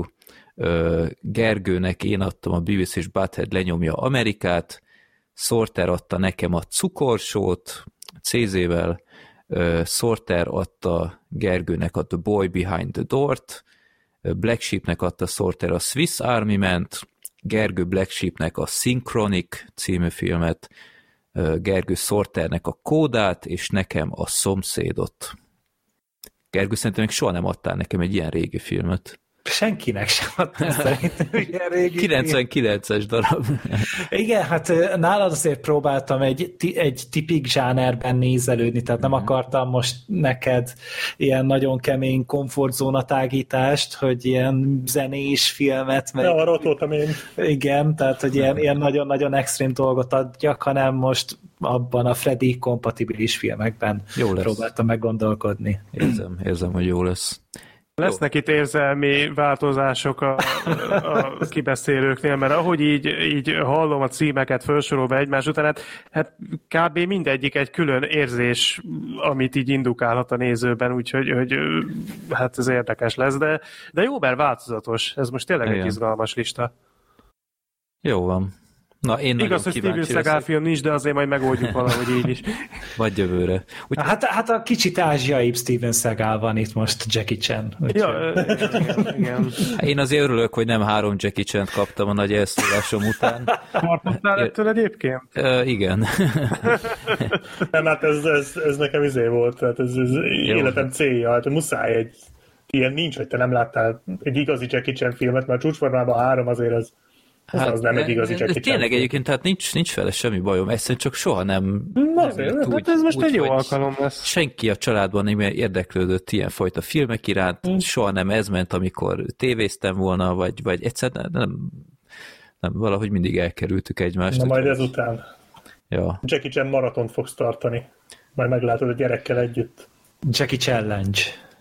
S2: Gergőnek én adtam a Beavis és Butthead lenyomja Amerikát, Sorter adta nekem a Cukorsót CZ-vel, Sorter adta Gergőnek a The Boy Behind the Door-t, Black Sheepnek adta Sorter a Swiss Army Man-t, Gergő Black Sheepnek a Synchronic című filmet, Gergő Sorternek a Kódát, és nekem a Szomszédot. Gergő, szerintem még soha nem adtál nekem egy ilyen régi filmet.
S4: Senkinek sem adtam szerintem ilyen régi
S2: 99-es darab.
S4: Igen, hát nálad azért próbáltam egy tipik zsánerben nézelődni, tehát nem akartam most neked ilyen nagyon kemény komfortzóna tágítást, hogy ilyen zenés filmet, meg...
S3: Ja, arra ott voltam én.
S4: Igen, tehát hogy ilyen nagyon-nagyon extrém dolgot adjak, hanem most abban a Freddy kompatibilis filmekben
S2: Jó lesz.
S4: próbáltam meggondolkodni.
S2: Érzem, hogy jó lesz.
S1: Lesznek itt érzelmi változások a kibeszélőknél, mert ahogy így hallom a címeket felsorolva egymás után, hát kb. Mindegyik egy külön érzés, amit így indukálhat a nézőben, úgyhogy hát ez érdekes lesz, de jó, mert változatos. Ez most tényleg
S2: Igen.
S1: egy izgalmas lista.
S2: Jó van. Na, én
S1: Igaz, hogy Steven Seagal film nincs, de azért majd megoldjuk valahogy így is.
S2: Vagy jövőre.
S4: Hát a kicsit ázsiaibb Steven Seagal van itt most, Jackie Chan.
S1: Ja, igen.
S2: Én azért örülök, hogy nem 3 Jackie Chan-t kaptam a nagy elszólásom után.
S1: Tartottál ettől egyébként?
S2: Igen.
S3: Nem, hát ez nekem volt, tehát ez életem célja, hát muszáj egy ilyen nincs, hogy te nem láttál egy igazi Jackie Chan filmet, mert csúcsformában 3 azért az nem egy igazi Jackie Chan
S2: tényleg
S3: film.
S2: egyébként, tehát nincs vele semmi bajom, egyszerűen csak soha nem...
S3: Azért,
S1: Hát ez most egy jó
S2: hogy
S1: alkalom lesz.
S2: senki a családban nem érdeklődött ilyenfajta filmek iránt, soha nem ez ment, amikor tévéztem volna, vagy egyszerűen nem, valahogy mindig elkerültük egymást.
S3: Na majd ezután.
S2: Ja.
S3: Jackie Chan maratont fogsz tartani. Majd meglátod a gyerekkel együtt.
S4: Jackie Challenge.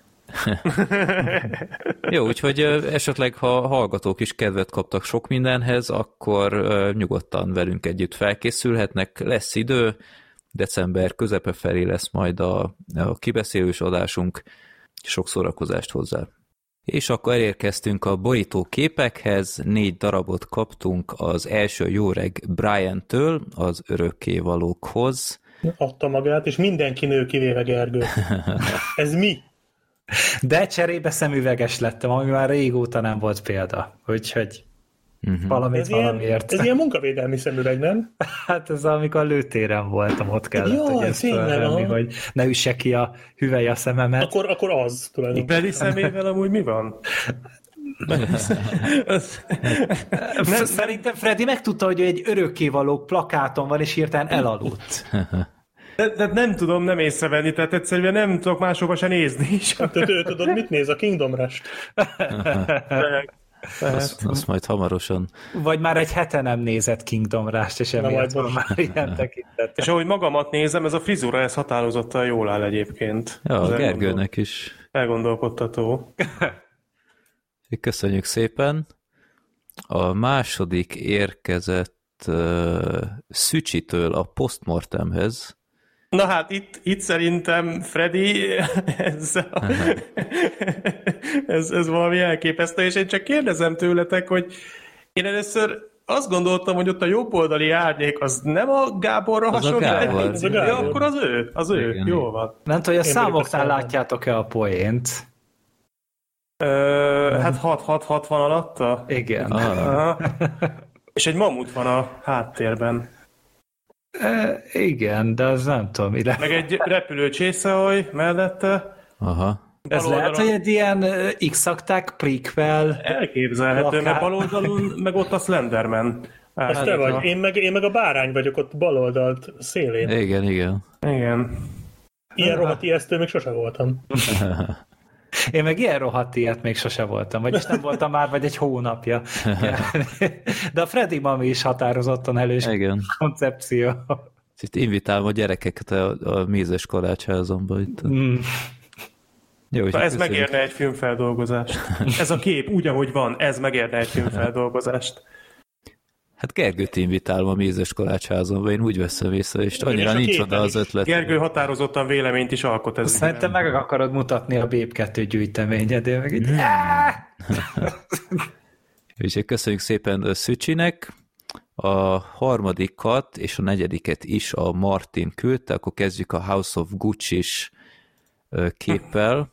S2: Jó, úgyhogy esetleg, ha hallgatók is kedvet kaptak sok mindenhez, akkor nyugodtan velünk együtt felkészülhetnek, lesz idő, december közepe felé lesz majd a kibeszélős adásunk, sok szórakozást hozzá. És akkor elérkeztünk a borító képekhez, 4 darabot kaptunk az első Jóreg Brian-től az örökkévalókhoz.
S3: Adta magát, és mindenki nő, kivéve Gergő. Ez mi?
S4: De cserébe szemüveges lettem, ami már régóta nem volt példa. Úgyhogy valamiért.
S3: Ez ilyen munkavédelmi szemüveg, nem?
S4: Hát ez amikor a lőtéren voltam, ott kellett,
S3: Jaj,
S4: hogy ezt felvenni, hogy ne üsse ki a hüvely a szememet.
S3: Akkor az tulajdonképpen.
S1: Beli szemével amúgy mi van?
S4: Szerintem Freddy megtudta, hogy egy örökkévalók plakáton van, és hirtelen elaludt.
S1: De nem tudom nem észrevenni, tehát egyszerűen nem tudok máshova se nézni.
S3: Te tudod, mit néz a Kingdom Rush-t?
S2: Azt majd hamarosan.
S4: Vagy már egy hete nem nézett Kingdom Rush-t, és emiatt van már ilyen tekintet.
S1: És ahogy magamat nézem, ez a frizura, ez határozottan jól áll egyébként.
S2: Ja, a Gergőnek is.
S1: Elgondolkodtató.
S2: Köszönjük szépen. A második érkezett Szücsitől a Postmortemhez.
S1: Na hát itt szerintem Freddy, ez valami elképesztő, és én csak kérdezem tőletek, hogy én először azt gondoltam, hogy ott a jobboldali árnyék az nem a Gáborra hasonlít.
S3: Az a Gábor.
S1: Ja, akkor az ő.
S2: Igen.
S1: Jó van.
S4: Nem tudom, hogy a
S3: Én vagyok
S4: számoknál
S3: a
S4: látjátok-e a poént?
S1: Hát 6-6-6 van alatta.
S4: Igen.
S1: Aha. És egy mamut van a háttérben.
S4: Igen, de az nem tudom, ide.
S1: Meg egy repülő csészehaj mellette.
S2: Aha.
S4: Ez
S1: Bal
S4: lehet,
S1: oldalon-
S4: hogy egy ilyen X-akták prequel.
S1: Elképzelhető, mert
S4: Plakát.
S1: bal oldalon meg ott a Slenderman.
S3: Az te vagy. Én meg a bárány vagyok ott bal oldalt szélén.
S2: Igen.
S1: Igen.
S3: Ilyen rohadt ijesztő még sose voltam.
S4: Én meg ilyen rohadt ilyet még sose voltam, vagyis nem voltam már, vagy egy hónapja. De a Freddy Mami is határozottan elős
S2: Igen.
S4: koncepció.
S2: Itt invitálom a gyerekeket a mézes kalácsházamba itt. Jó,
S1: Na, ez
S2: köszönjük.
S1: megérne egy filmfeldolgozást. Ez a kép úgy, ahogy van, ez megérne egy filmfeldolgozást.
S2: Hát Gergőt invitálom a mézes kalácsházamba, én úgy veszem észre, és
S3: És
S2: annyira
S3: a
S2: nincs
S3: képen
S2: oda az
S3: is.
S2: ötlet.
S1: Gergő határozottan véleményt is alkot ez.
S4: Szerintem meg akarod mutatni a Bép 2 gyűjteményed, én meg így...
S2: Úgyhogy köszönjük szépen Szücsinek. A harmadikat és a negyediket is a Martin küldte, akkor kezdjük a House of Gucci-s képpel.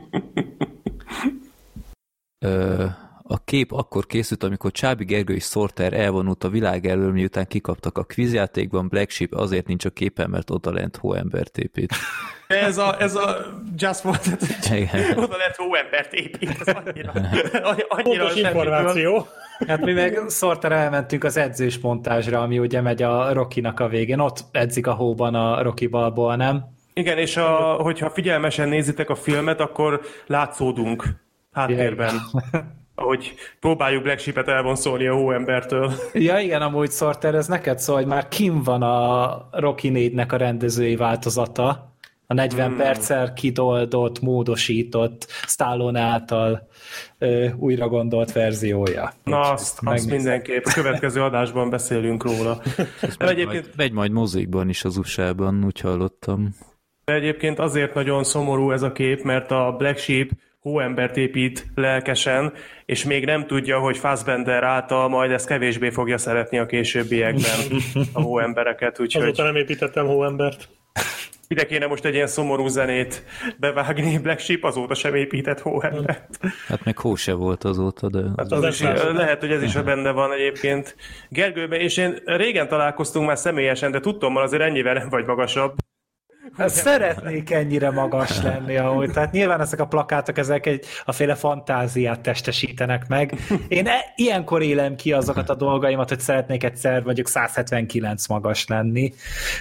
S2: A kép akkor készült, amikor Csábi Gergő és Sorter elvonult a világ elől, miután kikaptak a kvízjátékban. Black Sheep azért nincs a képen, mert odalent hóembert épít.
S1: Ez a Just volt,
S2: Igen.
S1: oda lett hóembert épít, ez annyira
S3: Pontos
S1: semmiből.
S3: információ.
S4: Hát mi meg Sorter elmentünk az edzős montázsra, ami ugye megy a Rocky-nak a végén. Ott edzik a hóban a Rocky Balboa, nem?
S1: Igen, és hogyha figyelmesen nézitek a filmet, akkor látszódunk háttérben, ahogy próbáljuk Black Sheep-et elvonszolni a hóembertől.
S4: Ja igen, amúgy Sorter, ez neked szól, hogy már kim van a Rocky 4-nek a rendezői változata. A 40 perccel kidoldott, módosított, Stallone által újra gondolt verziója.
S1: Na, azt mindenképp. A következő adásban beszélünk róla.
S2: Megy majd mozikban is az USA-ban, úgy hallottam.
S1: De egyébként azért nagyon szomorú ez a kép, mert a Black Sheep hóembert épít lelkesen, és még nem tudja, hogy Fassbender által majd ezt kevésbé fogja szeretni a későbbiekben a hóembereket, úgyhogy
S3: Azóta nem építettem hóembert.
S1: ide kéne most egy ilyen szomorú zenét bevágni. Black Sheep azóta sem épített hóembert.
S2: Hát meg hó se volt azóta, de...
S1: Hát az is, lehet, hogy ez is benne van egyébként. Gergőben, és én régen találkoztunk már személyesen, de tudtommal azért ennyivel nem vagy magasabb.
S4: Hát szeretnék ennyire magas lenni, ahogy. Tehát nyilván ezek a plakátok, ezek a féle fantáziát testesítenek meg. Én ilyenkor élem ki azokat a dolgaimat, hogy szeretnék egyszer mondjuk 179 magas lenni.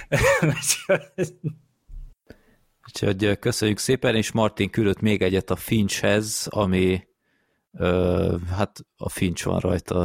S2: Úgyhogy köszönjük szépen, és Martin küldött még egyet a Finchhez, ami hát a Finch van rajta,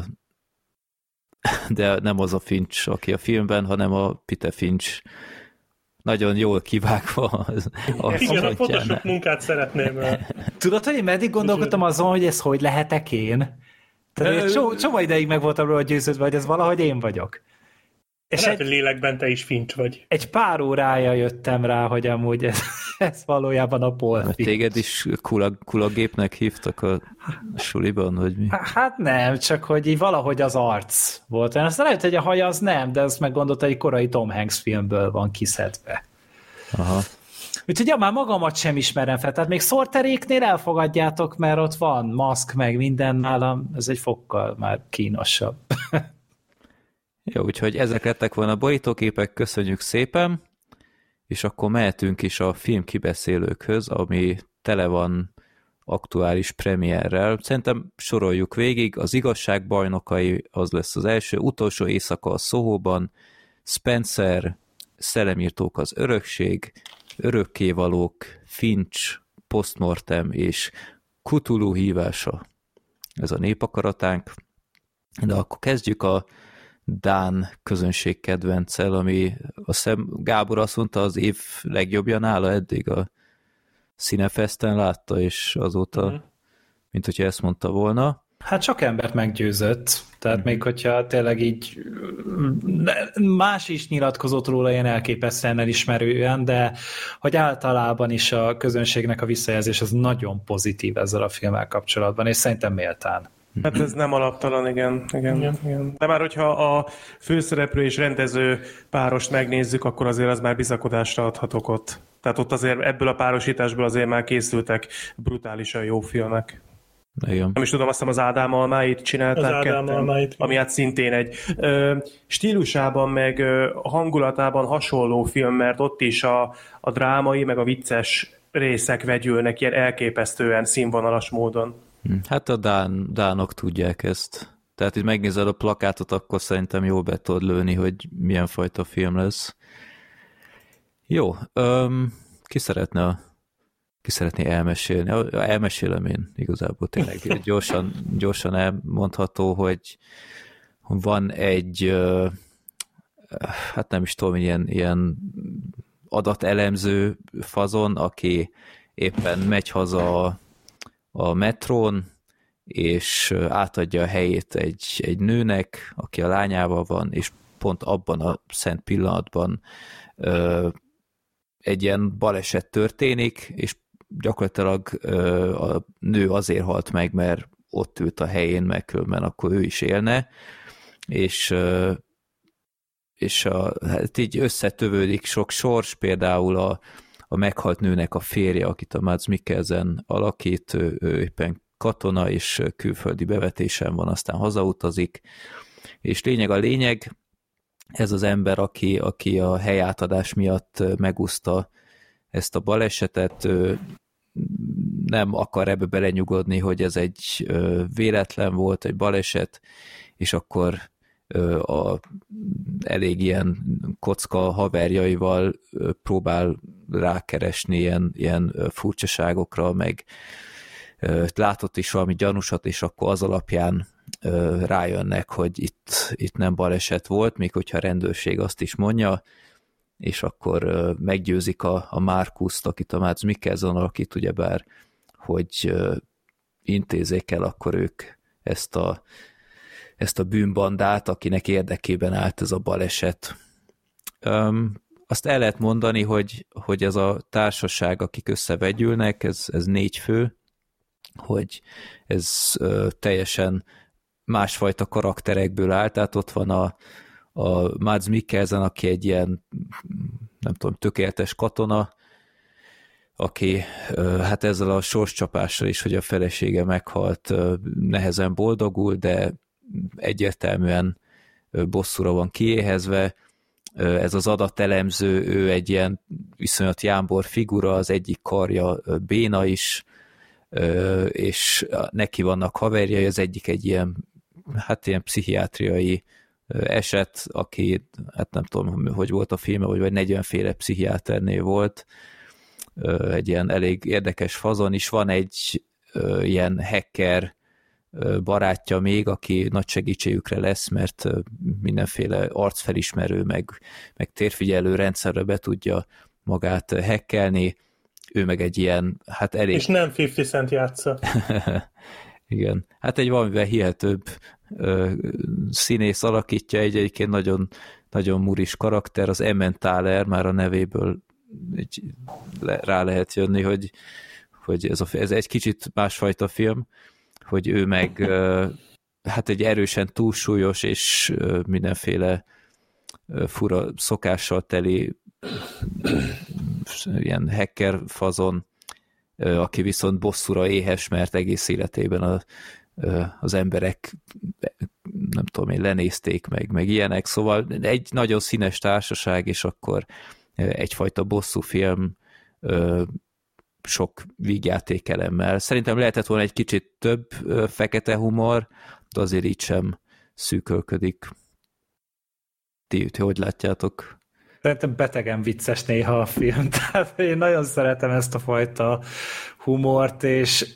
S2: de nem az a Finch, aki a filmben, hanem a Peter Finch. Nagyon jól kivágva.
S3: Igen, a Photoshop munkát szeretném.
S4: Tudod, hogy én meddig gondolkodtam azon, hogy ez hogy lehetek én? Tehát csomó ideig meg voltam róla győződve, hogy ez valahogy én vagyok. És
S3: lehet, hogy lélekben te is Finch vagy.
S4: egy pár órája jöttem rá, hogy amúgy ez valójában a Paul
S2: Mert
S4: Finch.
S2: téged is kulagépnek hívtak a suliban, vagy mi?
S4: Hát nem, csak hogy így valahogy az arc volt. Aztán lehet, hogy a haja az nem, de azt meggondolta, hogy egy korai Tom Hanks filmből van kiszedve.
S2: Aha.
S4: Úgyhogy ja, már magamat sem ismerem fel. Tehát még Sorteréknél elfogadjátok, mert ott van maszk, meg minden nálam. Ez egy fokkal már kínosabb.
S2: Jó, úgyhogy ezek lettek volna a borítóképek, köszönjük szépen, és akkor mehetünk is a film kibeszélőkhöz, ami tele van aktuális premierrel. Szerintem soroljuk végig, az Igazság bajnokai, az lesz az első, Utolsó éjszaka a Soho-ban, Spencer, Szellemírtók az örökség, Örökkévalók, Finch, Postmortem és Cthulhu hívása. Ez a népakaratánk. De akkor kezdjük a dán közönség kedvenccel, ami azt hiszem Gábor azt mondta, az év legjobbja nála eddig a Cinefesten látta, és azóta, mint hogyha ezt mondta volna.
S4: Hát sok embert meggyőzött, tehát még hogyha tényleg így más is nyilatkozott róla ilyen elképesztően elismerően, de hogy általában is a közönségnek a visszajelzés az nagyon pozitív ezzel a filmmel kapcsolatban, és szerintem méltán.
S1: Hát ez nem alaptalan, igen. De már hogyha a főszereplő és rendező párost megnézzük, akkor azért az már bizakodásra adhat okot. Tehát ott azért ebből a párosításból azért már készültek brutálisan jó filmek.
S2: Igen.
S1: Nem is tudom, azt hiszem az Ádám Almáit csinálták
S3: ketten,
S1: ami hát szintén egy stílusában meg hangulatában hasonló film, mert ott is a drámai meg a vicces részek vegyülnek ilyen elképesztően színvonalas módon.
S2: Hát a dánok tudják ezt. Tehát itt megnézed a plakátot, akkor szerintem jól be tudod lőni, hogy milyen fajta film lesz. Jó, ki szeretné elmesélni? Elmesélem én igazából tényleg. Gyorsan elmondható, hogy van egy, hát nem is tudom, ilyen adatelemző fazon, aki éppen megy haza a metrón, és átadja a helyét egy nőnek, aki a lányával van, és pont abban a szent pillanatban egy ilyen baleset történik, és gyakorlatilag a nő azért halt meg, mert ott ült a helyén, meg különben akkor ő is élne, és hát így összetövődik sok sors, például a meghalt nőnek a férje, akit a Mads Mikkelsen alakít, ő éppen katona, és külföldi bevetésen van, aztán hazautazik, és lényeg, ez az ember, aki a helyátadás miatt megúszta ezt a balesetet, nem akar ebbe belenyugodni, hogy ez egy véletlen volt, egy baleset, és akkor elég ilyen kocka haverjaival próbál rákeresni ilyen furcsaságokra, meg látott is valami gyanúsat, és akkor az alapján rájönnek, hogy itt nem baleset volt, még hogyha a rendőrség azt is mondja, és akkor meggyőzik a Markuszt, akit a Mads Mikkelsen alakít, ugyebár, hogy intézzék el akkor ők ezt a bűnbandát, akinek érdekében állt ez a baleset. Azt el lehet mondani, hogy ez a társaság, akik összevegyülnek, ez 4 fő, hogy ez teljesen másfajta karakterekből áll, tehát ott van a Mads Mikkelsen, aki egy ilyen, nem tudom, tökéletes katona, aki hát ezzel a sorscsapással is, hogy a felesége meghalt, nehezen boldogul, de egyértelműen bosszúra van kiéhezve. Ez az adatelemző, ő egy ilyen viszonyat jámbor figura, az egyik karja béna is, és neki vannak haverjai, az egyik egy ilyen pszichiátriai eset, aki, hát nem tudom, hogy volt a filme, vagy 40 féle pszichiáternél volt, egy ilyen elég érdekes fazon is, van egy ilyen hacker barátja még, aki nagy segítségükre lesz, mert mindenféle arcfelismerő, meg térfigyelő rendszerre be tudja magát hackelni, ő meg egy ilyen, hát elég...
S3: És nem 50 Cent játsza.
S2: Igen, hát egy valamivel hihetőbb színész alakítja, egyébként nagyon, nagyon muris karakter, az Emmentaler, már a nevéből rá lehet jönni, hogy ez egy kicsit másfajta film, hogy ő meg hát egy erősen túlsúlyos és mindenféle fura szokással teli ilyen hacker fazon, aki viszont bosszúra éhes, mert egész életében az emberek nem tudom én, lenézték meg ilyenek, szóval egy nagyon színes társaság, és akkor egyfajta bosszúfilm sok vígjátékelemmel. Szerintem lehetett volna egy kicsit több fekete humor, de azért így sem szűkölködik. Ti hogy látjátok?
S4: Szerintem betegen vicces néha a film, tehát én nagyon szeretem ezt a fajta humort, és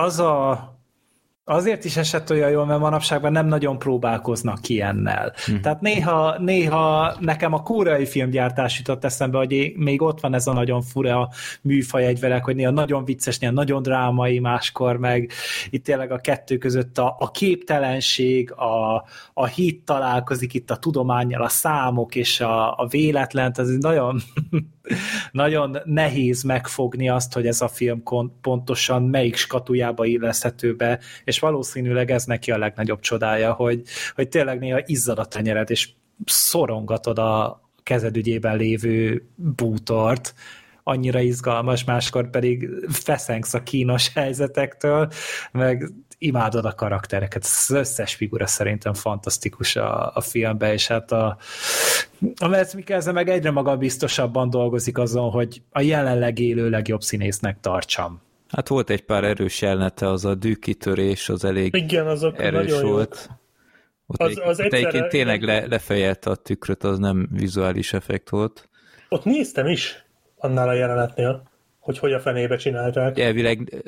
S4: azért is esett olyan jól, mert manapságban nem nagyon próbálkoznak ki ennel. Tehát néha nekem a koreai filmgyártás jutott eszembe, hogy még ott van ez a nagyon fura műfaj egyvelek, hogy néha nagyon vicces, néha nagyon drámai, máskor meg itt tényleg a kettő között a képtelenség, a hit találkozik itt a tudománnyal, a számok és a véletlent, ez nagyon, nagyon nehéz megfogni azt, hogy ez a film pontosan melyik skatujába illeszthető be, és valószínűleg ez neki a legnagyobb csodája, hogy tényleg néha izzad a tenyered, és szorongatod a kezed ügyében lévő bútort, annyira izgalmas, máskor pedig feszengsz a kínos helyzetektől, meg imádod a karaktereket. Az összes figura szerintem fantasztikus a filmben, és hát a Mads Mikkelsen meg egyre magabiztosabban dolgozik azon, hogy a jelenleg élő legjobb színésznek tartsam.
S2: Hát volt egy pár erős jelenete, az a dűkitörés, az elég
S3: igen, azok
S2: erős volt. Ott egyébként tényleg lefejelte a tükröt, az nem vizuális effekt volt.
S3: Ott néztem is annál a jelenetnél, hogy a fenébe csinálták.
S2: Elvileg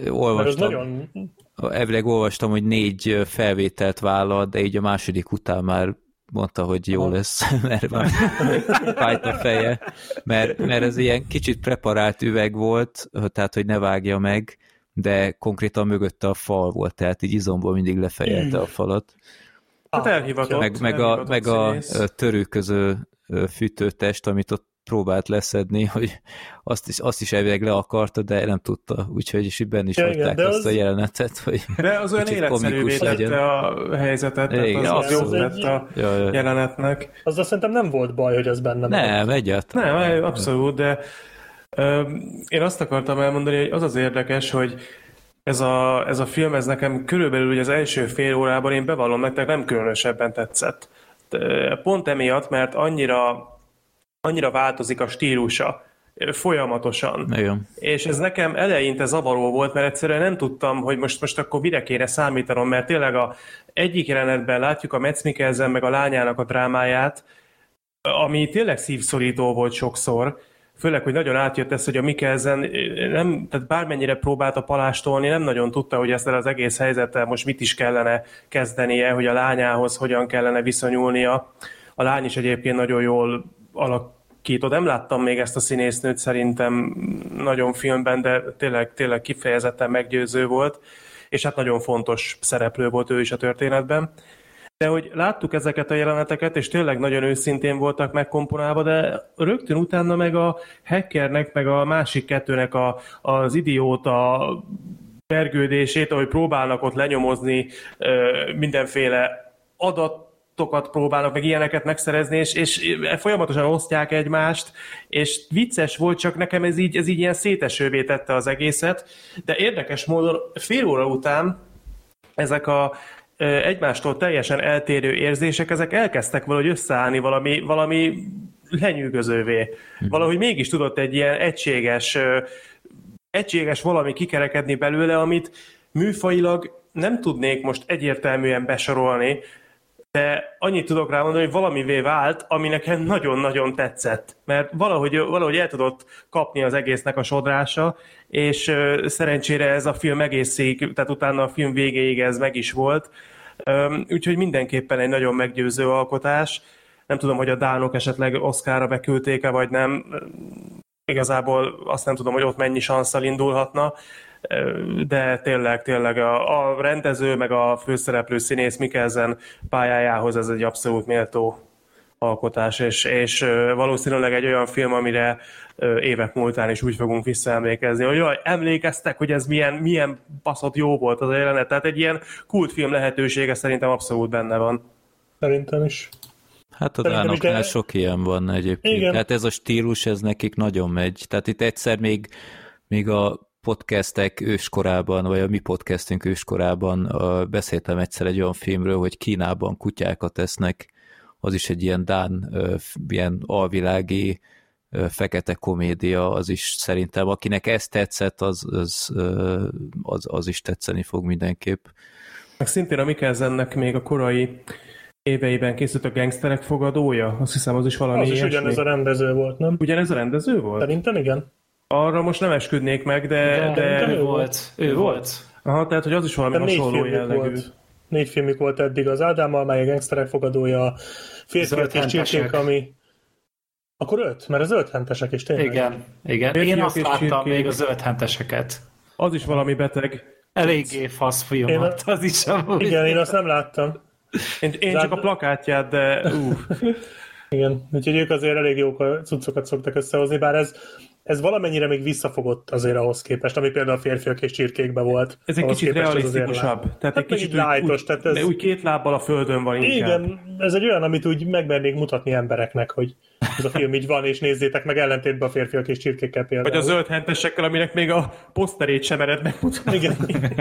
S2: olvastam, hogy 4 felvételt vállalt, de így a második után már mondta, hogy jó lesz, mert már fájt a feje, mert ez ilyen kicsit preparált üveg volt, tehát hogy ne vágja meg, de konkrétan mögötte a fal volt, tehát így izomból mindig lefejelte a falat.
S1: Hát elhivatott.
S2: Meg a törőköző fűtőtest, amit ott próbált leszedni, hogy azt is elvileg le akarta, de nem tudta, úgyhogy is benne is hagyták azt a jelenetet, hogy
S1: de az olyan életszerűvé tette a helyzetet, tehát az jó lett a jelenetnek.
S3: Azzal szerintem nem volt baj, hogy az benne
S2: nem, egyáltalán.
S1: Nem, abszolút, de én azt akartam elmondani, hogy az érdekes, hogy ez a film, ez nekem körülbelül ugye az első fél órában, én bevallom nektek, nem különösebben tetszett. Pont emiatt, mert annyira változik a stílusa folyamatosan.
S2: Igen.
S1: És ez nekem eleinte zavaró volt, mert egyszerűen nem tudtam, hogy most akkor mire kéne számítanom, mert tényleg egyik jelenetben látjuk a Mads Mikkelsen meg a lányának a drámáját, ami tényleg szívszorító volt sokszor, főleg, hogy nagyon átjött ez, hogy a Mikkelsen tehát bármennyire próbálta palástolni, nem nagyon tudta, hogy ezzel az egész helyzettel most mit is kellene kezdenie, hogy a lányához hogyan kellene viszonyulnia. A lány is egyébként nagyon jól alakított. Nem láttam még ezt a színésznőt szerintem nagyon filmben, de tényleg kifejezetten meggyőző volt, és hát nagyon fontos szereplő volt ő is a történetben. De hogy láttuk ezeket a jeleneteket, és tényleg nagyon őszintén voltak megkomponálva, de rögtön utána meg a hackernek, meg a másik kettőnek az idióta vergődését, ahogy próbálnak ott lenyomozni mindenféle adatokat próbálnak, meg ilyeneket megszerezni, és folyamatosan osztják egymást, és vicces volt, csak nekem ez így ilyen szétesővé tette az egészet, de érdekes módon fél óra után ezek a egymástól teljesen eltérő érzések, ezek elkezdtek valahogy összeállni valami lenyűgözővé. Valahogy mégis tudott egy ilyen egységes valami kikerekedni belőle, amit műfajilag nem tudnék most egyértelműen besorolni, de annyit tudok rá mondani, hogy valamivé vált, ami nekem nagyon-nagyon tetszett. Mert valahogy el tudott kapni az egésznek a sodrása, és szerencsére ez a film egészig, tehát utána a film végéig ez meg is volt. Úgyhogy mindenképpen egy nagyon meggyőző alkotás. Nem tudom, hogy a dánok esetleg Oscarra beküldték-e, vagy nem. Igazából azt nem tudom, hogy ott mennyi sanszal indulhatna, de tényleg a rendező meg a főszereplő színész Mikkelsen pályájához ez egy abszolút méltó alkotás, és valószínűleg egy olyan film, amire évek múltán is úgy fogunk visszaemlékezni, hogy jaj, emlékeztek, hogy ez milyen baszott jó volt az a jelenet. Tehát egy ilyen kultfilm lehetősége szerintem abszolút benne van.
S3: Szerintem is.
S2: Hát a dánoknál sok ilyen van egyébként. Igen. Tehát ez a stílus, ez nekik nagyon megy. Tehát itt egyszer még a podcastek őskorában, vagy a mi podcastünk őskorában beszéltem egyszer egy olyan filmről, hogy Kínában kutyákat esznek, az is egy ilyen dán, ilyen alvilági fekete komédia, az is szerintem, akinek ez tetszett, az is tetszeni fog mindenképp.
S1: Meg szintén a Mikkelsennek még a korai éveiben készült a Gangsterek fogadója, azt hiszem az is valami
S3: az is
S1: ilyesmi.
S3: Ugyanez a rendező volt, nem?
S1: Ugyanez a rendező volt?
S3: Szerintem igen.
S1: Arra most nem esküdnék meg, de
S4: ő volt.
S1: Aha, tehát hogy az is valami hasonló jellegű.
S3: 4 filmük volt eddig az Ádámmal, mely a Gangsterek fogadója, Férfiak és Csirkék, ami... Akkor 5? Mert az zöldhentesek is tényleg.
S4: Igen. Én azt láttam még a zöldhenteseket.
S1: Az is valami beteg.
S4: Eléggé fasz film volt, az is amúgy.
S3: Igen, én azt nem láttam.
S1: Én csak a plakátját, de
S3: Igen, úgyhogy ők azért elég jó cuccokat szoktak összehozni, bár ez valamennyire még visszafogott azért ahhoz képest, ami például a Férfiak és Csirkékben volt.
S1: Ez egy kicsit realisztikusabb. Tehát egy kicsit
S3: lájtos, tehát ez...
S1: úgy 2 lábbal a földön van inkább.
S3: Igen, ez egy olyan, amit úgy megmernék mutatni embereknek, hogy ez a film így van, és nézzétek meg ellentétben a Férfiak és Csirkékkel például.
S1: Vagy a zöldhentesekkel, aminek még a poszterét sem mered megmutatni.
S3: Igen.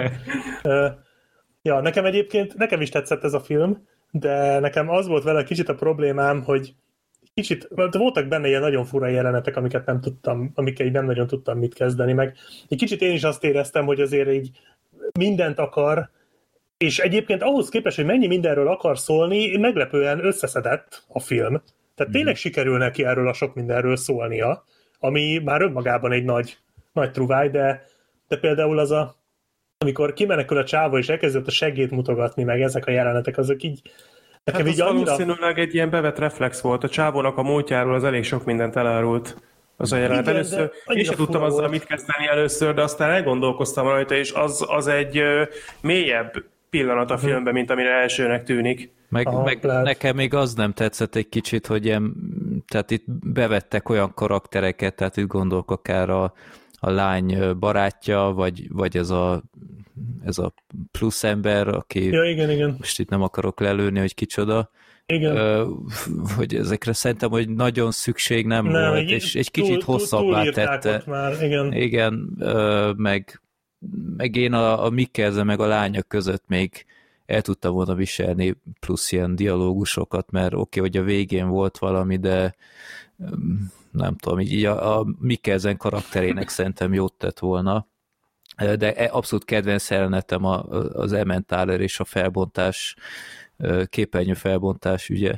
S3: Ja, nekem is tetszett ez a film, de nekem az volt vele kicsit a problémám, hogy kicsit, voltak benne ilyen nagyon fura jelenetek, amikkel így nem nagyon tudtam mit kezdeni, meg egy kicsit én is azt éreztem, hogy azért így mindent akar, és egyébként ahhoz képest, hogy mennyi mindenről akar szólni, meglepően összeszedett a film. Tehát tényleg sikerül neki erről a sok mindenről szólnia, ami már önmagában egy nagy truváj, de például amikor kimenekül a csáva, és elkezdett a seggét mutogatni, meg ezek a jelenetek, azok így
S1: nekem így annyira... valószínűleg egy ilyen bevett reflex volt. A csávónak a módjáról az elég sok mindent elárult. Az a jelenet. Először én sem tudtam azzal mit kezdeni először, de aztán elgondolkoztam rajta, és az egy mélyebb pillanat a filmben, mint amire elsőnek tűnik.
S2: Meg nekem még az nem tetszett egy kicsit, hogy tehát itt bevettek olyan karaktereket, tehát itt gondolok akár a lány barátja, vagy ez a plusz ember, aki
S3: igen.
S2: most itt nem akarok lelőni, hogy kicsoda,
S3: igen.
S2: Hogy ezekre szerintem, hogy nagyon szükség nem volt, és egy kicsit hosszabbá tette.
S3: Már,
S2: igen, meg én a Mikkelsen meg a lánya között még el tudtam volna viselni plusz ilyen dialógusokat, mert oké, hogy a végén volt valami, de nem tudom, így a Mikkelsen karakterének szerintem jót tett volna. De abszolút kedvenc jelenetem az Emmentaler és a felbontás, képernyő felbontás ügye.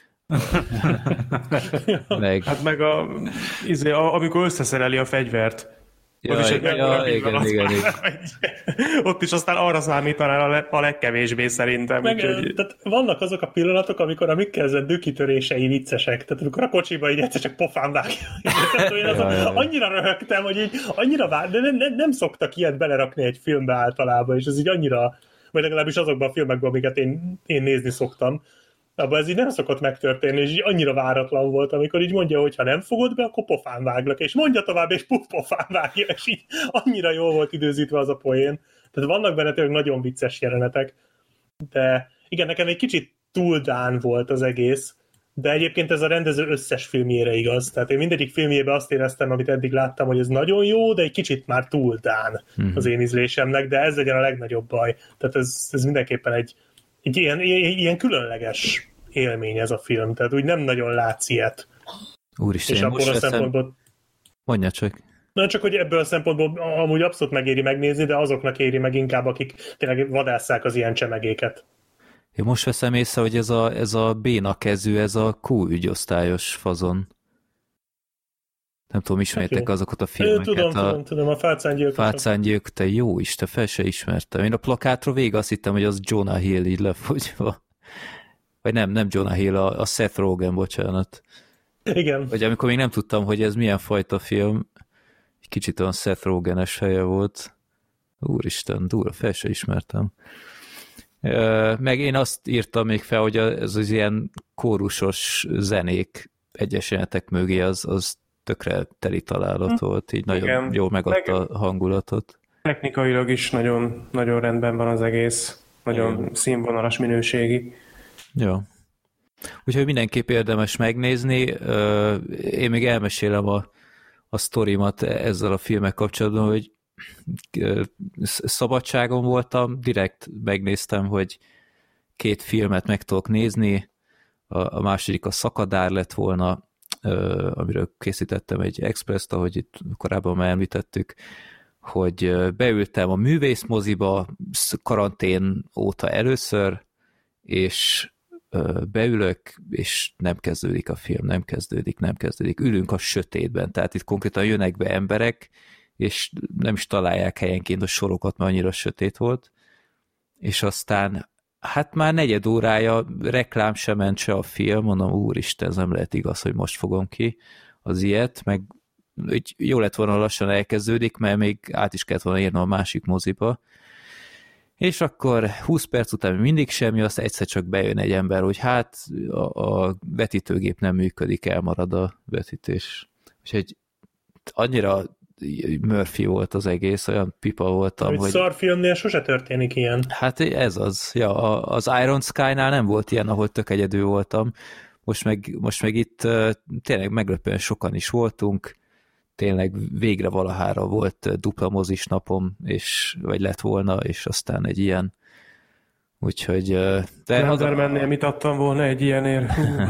S1: Hát meg amikor összeszereli a fegyvert.
S2: Igen.
S1: Ott is aztán arra számítanál a legkevésbé szerintem.
S3: Tehát vannak azok a pillanatok, amikor a Mikkelsen dökitörései viccesek. Tehát amikor a kocsiba így egyszer csak pofán vágja. Annyira röhögtem, hogy így annyira de nem szoktak ilyet belerakni egy filmbe általában, és ez így annyira, vagy legalábbis azokban a filmekben, amiket én nézni szoktam, abban ez így nem szokott megtörténni, és így annyira váratlan volt, amikor így mondja, hogy ha nem fogod be, akkor pofán váglak, és mondja tovább, és pofán vágja, és így annyira jól volt időzítve az a poén. Tehát vannak benne tényleg nagyon vicces jelenetek, de igen, nekem egy kicsit túldán volt az egész, de egyébként ez a rendező összes filmjére igaz. Tehát én mindegyik filmjében azt éreztem, amit eddig láttam, hogy ez nagyon jó, de egy kicsit már túldán az én ízlésemnek, de ez legyen a legnagyobb baj. Tehát ez mindenképpen egy ilyen különleges élmény ez a film, tehát úgy nem nagyon látsz ilyet.
S2: Úristen,
S3: és abból a szempontból...
S2: Mondja csak.
S3: Na, csak hogy ebből a szempontból amúgy abszolút megéri megnézni, de azoknak éri meg inkább, akik tényleg vadásszák az ilyen csemegéket.
S2: Én most veszem észre, hogy ez a béna kezű, ez a Q-ügyosztályos fazon. Nem tudom, ismertek azokat a filmeket.
S3: Tudom, a
S2: Fácángyilkosok. Te jó Isten, fel se ismertem. Én a plakátról végig azt hittem, hogy az Jonah Hill így lefogyva. Vagy nem Jonah Hill, a Seth Rogen, bocsánat.
S3: Igen.
S2: Vagy amikor még nem tudtam, hogy ez milyen fajta film, egy kicsit olyan Seth Rogen-es helye volt. Úristen, durva, fel se ismertem. Meg én azt írtam még fel, hogy ez az ilyen kórusos zenék egyes jelenetek mögé az tökre teli találat volt, így nagyon jól megadta a hangulatot.
S1: Technikailag is nagyon, nagyon rendben van az egész, nagyon színvonalas minőségi.
S2: Jó. Úgyhogy mindenképp érdemes megnézni. Én még elmesélem a sztorimat ezzel a filmek kapcsolatban, hogy szabadságon voltam, direkt megnéztem, hogy 2 filmet meg tudok nézni, a második a Szakadár lett volna, amiről készítettem egy expresszt, ahogy itt korábban már említettük, hogy beültem a művészmoziba karantén óta először, és beülök, és nem kezdődik a film, nem kezdődik. Ülünk a sötétben, tehát itt konkrétan jönnek be emberek, és nem is találják helyenként a sorokat, mert annyira sötét volt, és aztán hát már 4 órája reklám sem ment se a film, mondom, úristen, ez nem lehet igaz, hogy most fogom ki az ilyet, meg jó lett volna lassan elkezdődik, mert még át is kellett volna írnom a másik moziba, és akkor 20 perc után mindig semmi, azt egyszer csak bejön egy ember, hogy hát a vetítőgép nem működik, elmarad a vetítés. Úgyhogy annyira Murphy volt az egész, olyan pipa voltam, hogy...
S3: Szarfilmnél sose történik ilyen.
S2: Hát ez az. Ja, az Iron Sky-nál nem volt ilyen, ahol tök egyedül voltam. Most meg itt tényleg meglepően sokan is voltunk. Tényleg végre valahára volt dupla mozis napom, vagy lett volna, és aztán egy ilyen. Úgyhogy...
S1: De mennél, mit adtam volna egy ilyenért?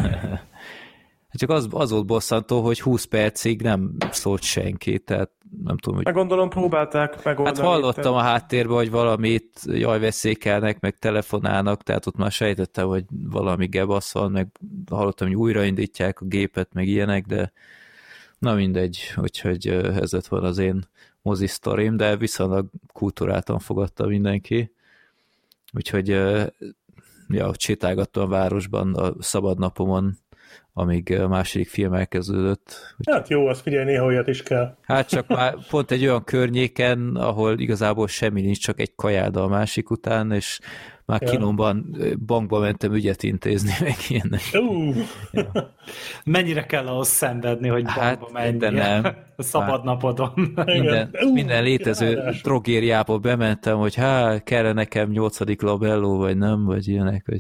S2: Csak az volt bosszantó, hogy 20 percig nem szólt senki, tehát nem tudom, hogy...
S1: Gondolom próbálták megoldani.
S2: Hát hallottam a háttérben, hogy valamit veszékelnek, meg telefonálnak, tehát ott már sejtettem, hogy valami gebasz van, meg hallottam, hogy újraindítják a gépet, meg ilyenek, de na mindegy, úgyhogy ez lett volna az én mozi sztorim, de viszonylag kultúráltan fogadta mindenki. Úgyhogy sétálgattam a városban a szabad napomon, amíg a második film elkezdődött.
S3: Hát jó, az figyelj, néha olyat is kell.
S2: Hát csak már pont egy olyan környéken, ahol igazából semmi nincs, csak egy kajáda a másik után, és már Kinomban bankba mentem ügyet intézni, meg ilyenek.
S4: Ja. Mennyire kell ahhoz szenvedni, hogy bankba menj a szabad napodon?
S2: Minden létező drogériába bementem, hogy kell nekem 8. labelló, vagy nem, vagy ilyenek. Vagy...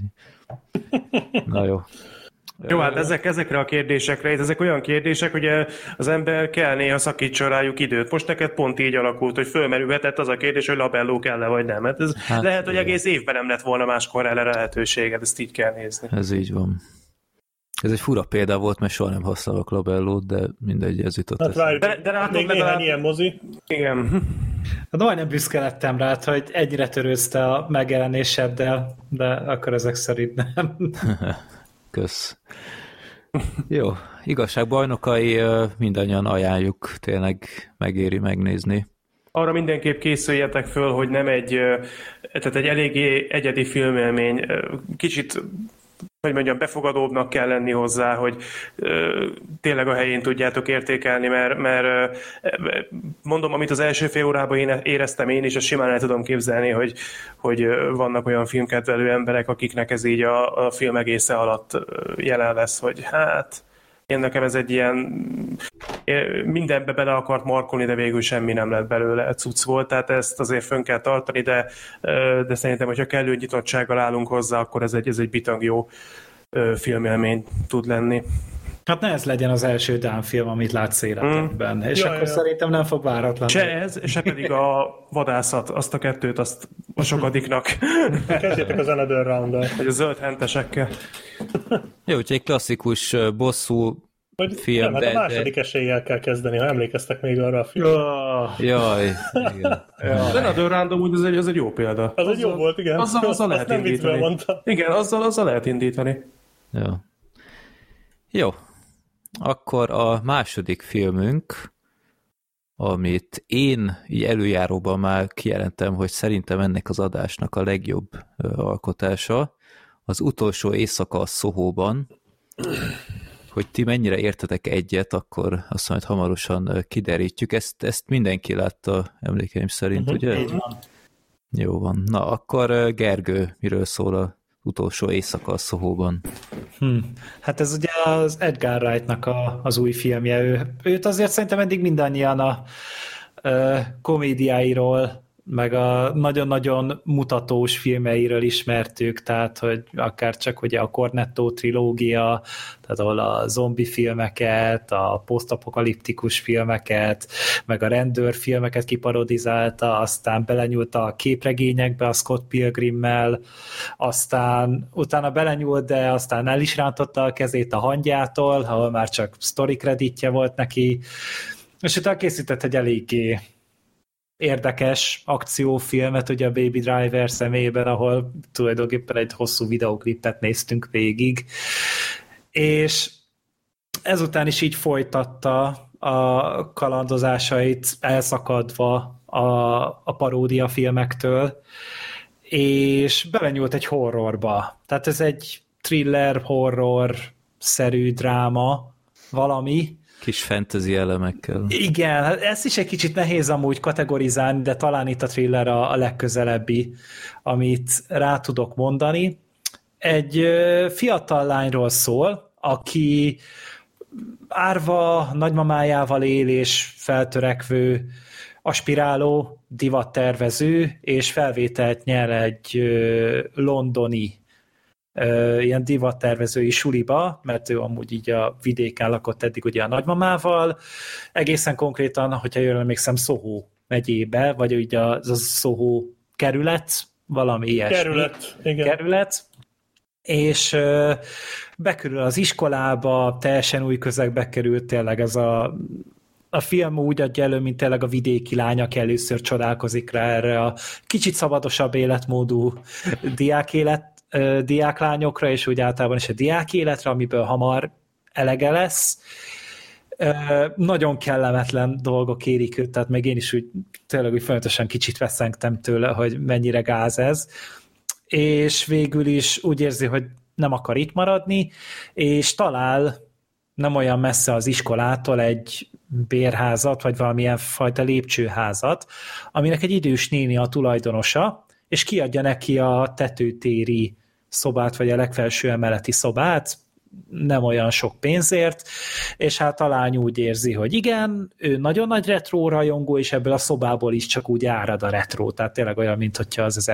S2: Na jó.
S1: Jó, hát ezekre a kérdésekre, ezek olyan kérdések, hogy az ember kell néha szakítson rájuk időt. Most neked pont így alakult, hogy fölmerülhetett az a kérdés, hogy labelló kell-e vagy nem. Hát lehet, hogy egész évben nem lett volna máskor erre lehetőséged, ezt így kell nézni.
S2: Ez így van. Ez egy fura példa volt, mert soha nem használok labellót, de mindegy, ez jutott.
S3: Hát várj, de még néhány ilyen mozi.
S1: Igen.
S4: Hát majdnem büszke lettem rá, hogy ennyire törőzte a megjelenéseddel, de akkor ezek szerint nem.
S2: Kösz. Jó, igazságbajnokai mindannyian ajánljuk, tényleg megéri megnézni.
S1: Arra mindenképp készüljetek föl, hogy nem tehát egy eléggé egyedi filmélmény, kicsit, hogy mondjam, befogadóbbnak kell lenni hozzá, hogy tényleg a helyén tudjátok értékelni, mert mondom, amit az első fél órában éreztem én is, azt simán el tudom képzelni, hogy vannak olyan filmkedvelő emberek, akiknek ez így a film egésze alatt jelen lesz, hogy hát én nekem ez egy ilyen mindenbe bele akart markolni, de végül semmi nem lett belőle, cucc volt, tehát ezt azért fönn kell tartani, de szerintem, hogyha kellő nyitottsággal állunk hozzá, akkor ez egy bitang jó filmélmény tud lenni.
S4: Hát ne ez legyen az első Dán film, amit látsz életedben, és akkor szerintem nem fog váratlan.
S1: Se ez, se pedig a vadászat, azt a kettőt, azt a sokadiknak.
S3: Kezdjétek az Another Round-dal.
S1: Vagy a zöld hentesekkel.
S2: Jó, úgyhogy egy klasszikus bosszú film.
S3: Nem, hát a második eséllyel kell kezdeni, ha emlékeztek még arra a filmre.
S2: Jaj, igen.
S1: Az Another Round amúgy az egy jó példa.
S3: Az egy jó volt, igen.
S1: Azzal lehet indítani. Igen, azzal lehet indítani.
S2: Jó. Akkor a második filmünk, amit én így előjáróban már kijelentem, hogy szerintem ennek az adásnak a legjobb alkotása, az utolsó éjszaka a Soho-ban. Hogy ti mennyire értetek egyet, akkor azt majd hamarosan kiderítjük. Ezt mindenki látta emlékeim szerint, ugye?
S4: Így van.
S2: Jó van. Na, akkor Gergő, miről szól az utolsó éjszaka a Soho-ban?
S4: Hát ez ugye az Edgar Wright-nak az új filmje. Őt azért szerintem eddig mindannyian a komédiáiról, meg a nagyon-nagyon mutatós filmeiről ismertük, tehát hogy akár csak ugye a Cornetto trilógia, tehát ahol a zombi filmeket, a posztapokaliptikus filmeket, meg a rendőrfilmeket kiparodizálta, aztán belenyúlt a képregényekbe a Scott Pilgrimmel, aztán utána belenyúlt, de aztán el is rántotta a kezét a hangyától, ahol már csak story creditje volt neki, és utána készített egy eléggé érdekes akciófilmet, ugye a Baby Driver személyében, ahol tulajdonképpen egy hosszú videóklipet néztünk végig, és ezután is így folytatta a kalandozásait, elszakadva a paródia filmektől, és belenyúlt egy horrorba. Tehát ez egy thriller, horror-szerű dráma, valami,
S2: Kis fantasy elemekkel.
S4: igen, ezt is egy kicsit nehéz amúgy kategorizálni, de talán itt a thriller a legközelebbi, amit rá tudok mondani. Egy fiatal lányról szól, aki árva nagymamájával él és feltörekvő, aspiráló divattervező, és felvételt nyer egy londoni ilyen divattervezői suliba, mert ő amúgy így a vidéken lakott eddig ugye a nagymamával, egészen konkrétan, hogyha jól emlékszem, Soho megyébe, vagy ugye az a Soho kerület, valami ilyesmi.
S3: Kerület, igen.
S4: Kerület, és bekerül az iskolába, teljesen új közegbe került, tényleg ez a film úgy adja elő, mint tényleg a vidéki lány, aki először csodálkozik rá erre a kicsit szabadosabb életmódú diáklányokra, és úgy általában is a diák életre, amiből hamar elege lesz. Nagyon kellemetlen dolgok érik őt, tehát még én is úgy tényleg úgy folyamatosan kicsit veszengtem tőle, hogy mennyire gáz ez, és végül is úgy érzi, hogy nem akar itt maradni, és talál nem olyan messze az iskolától egy bérházat, vagy valamilyen fajta lépcsőházat, aminek egy idős néni a tulajdonosa, és kiadja neki a tetőtéri szobát, vagy a legfelső emeleti szobát, nem olyan sok pénzért, és hát a lány úgy érzi, hogy igen, ő nagyon nagy retro rajongó, és ebből a szobából is csak úgy árad a retro, tehát tényleg olyan, mint hogyha az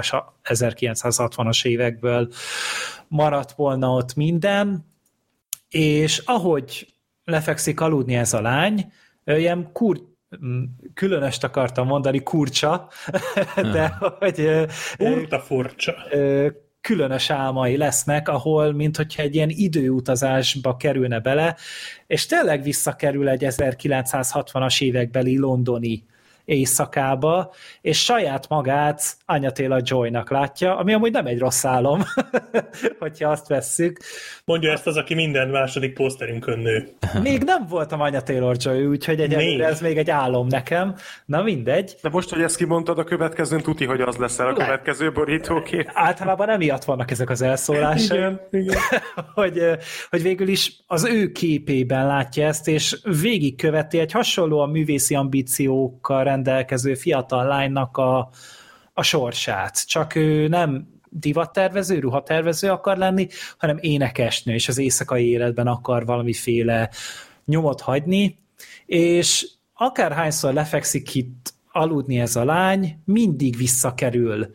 S4: 1960-as évekből maradt volna ott minden, és ahogy lefekszik aludni ez a lány, ilyen különöst akartam mondani, kurcsa, de hogy
S3: Urta furcsa.
S4: Különös álmai lesznek, ahol minthogyha egy ilyen időutazásba kerülne bele, és tényleg visszakerül egy 1960-as évekbeli londoni éjszakába, és saját magát Anya Taylor-Joy-nak látja, ami amúgy nem egy rossz álom, hogyha azt vesszük.
S3: Mondja ezt az, aki minden második poszterünkön nő.
S4: Még nem voltam Anya Taylor-Joy, úgyhogy egyelőre ez még egy álom nekem. Na mindegy.
S1: De most, hogy ezt kimondtad, a következőn tuti, hogy az leszel a következő borítókép.
S4: Általában emiatt vannak ezek az elszólások.
S3: Igen.
S4: hogy végül is az ő képében látja ezt, és végigköveti egy hasonlóan művészi ambíciókkal rendelkező fiatal lánynak a sorsát. Csak ő nem divattervező, ruhatervező akar lenni, hanem énekesnő, és az éjszakai életben akar valamiféle nyomot hagyni, és akárhányszor lefekszik itt aludni ez a lány, mindig visszakerül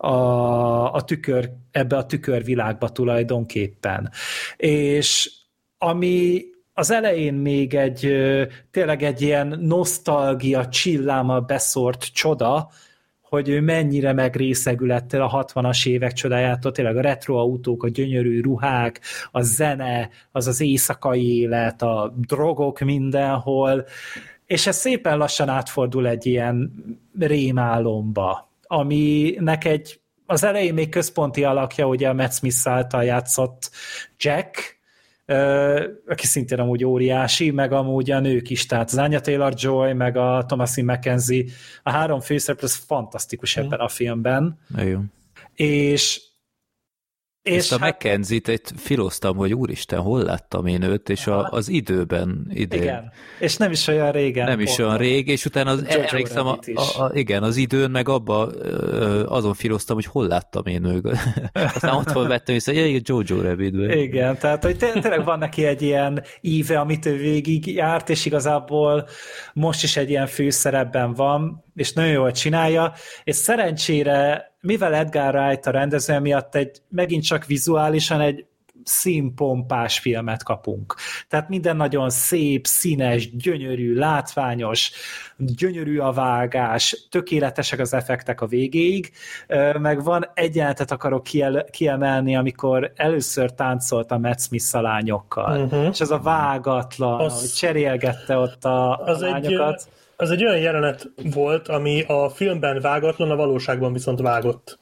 S4: ebbe a tükörvilágba tulajdonképpen. És ami az elején még tényleg egy ilyen nosztalgia csillámmal beszórt csoda, hogy ő mennyire megrészegül ettől a 60-as évek csodájától, tényleg a retro autók, a gyönyörű ruhák, a zene, az éjszakai élet, a drogok mindenhol, és ez szépen lassan átfordul egy ilyen rémálomba, aminek az elején még központi alakja, ugye a Matt Smith által játszott Jack, aki szintén amúgy óriási, meg amúgy a nők is, tehát az Anya Taylor-Joy, meg a Thomasin McKenzie, a három főszereplő, ez fantasztikus ebben a filmben.
S2: Jó.
S4: És
S2: És a McKenzie-t egy filoztam, hogy úristen, hol láttam én őt, és az időben idén.
S4: Igen, és nem is olyan régen.
S2: Nem is olyan rég, és utána emlékszem, igen, az időn, meg abba azon filoztam, hogy hol láttam én őt. Aztán otthon vettem észre, hogy Jojo Rabbitben.
S4: Igen, tehát hogy tényleg van neki egy ilyen íve, amit ő végig járt, és igazából most is egy ilyen főszerepben van, és nagyon jól csinálja, és szerencsére, mivel Edgar Wright a rendező miatt megint csak vizuálisan egy színpompás filmet kapunk. Tehát minden nagyon szép, színes, gyönyörű, látványos, gyönyörű a vágás, tökéletesek az effektek a végéig, meg van egy jelenetet akarok kiemelni, amikor először táncolt a Matt Smith a lányokkal, és ez a vágatlan, hogy cserélgette ott a lányokat.
S3: Az egy olyan jelenet volt, ami a filmben vágatlan, a valóságban viszont vágott.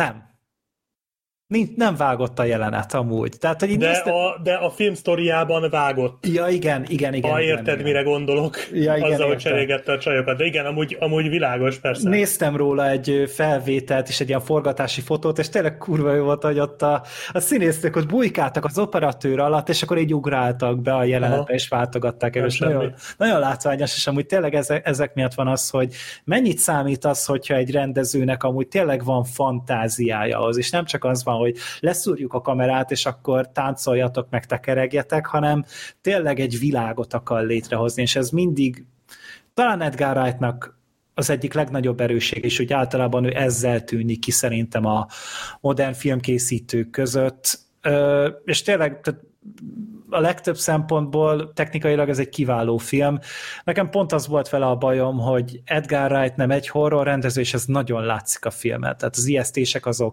S4: Nem vágott a jelenet amúgy. Tehát, hogy
S3: de a film sztoriában vágott.
S4: Ja, igen.
S3: Érted, mire gondolok?
S4: Ja, igen,
S3: azzal, hogy cserélgette a csajokat. De igen, amúgy világos, persze.
S4: Néztem róla egy felvételt és egy ilyen forgatási fotót, és tényleg kurva jó volt, hogy ott a színésztők ott bujkáltak az operatőr alatt, és akkor így ugráltak be a jelenetbe, és váltogatták el. És nagyon látványos, és amúgy tényleg ezek miatt van az, hogy mennyit számít az, hogyha egy rendezőnek amúgy tényleg van fantáziája az, és nem csak az van, hogy leszúrjuk a kamerát, és akkor táncoljatok, meg tekeregjetek, hanem tényleg egy világot akar létrehozni, és ez mindig talán Edgar Wrightnak az egyik legnagyobb erősség, és úgy általában ő ezzel tűnik ki szerintem a modern filmkészítők között, és tényleg a legtöbb szempontból technikailag ez egy kiváló film. Nekem pont az volt vele a bajom, hogy Edgar Wright nem egy horror rendező, és ez nagyon látszik a filmet. Tehát az ijesztések azok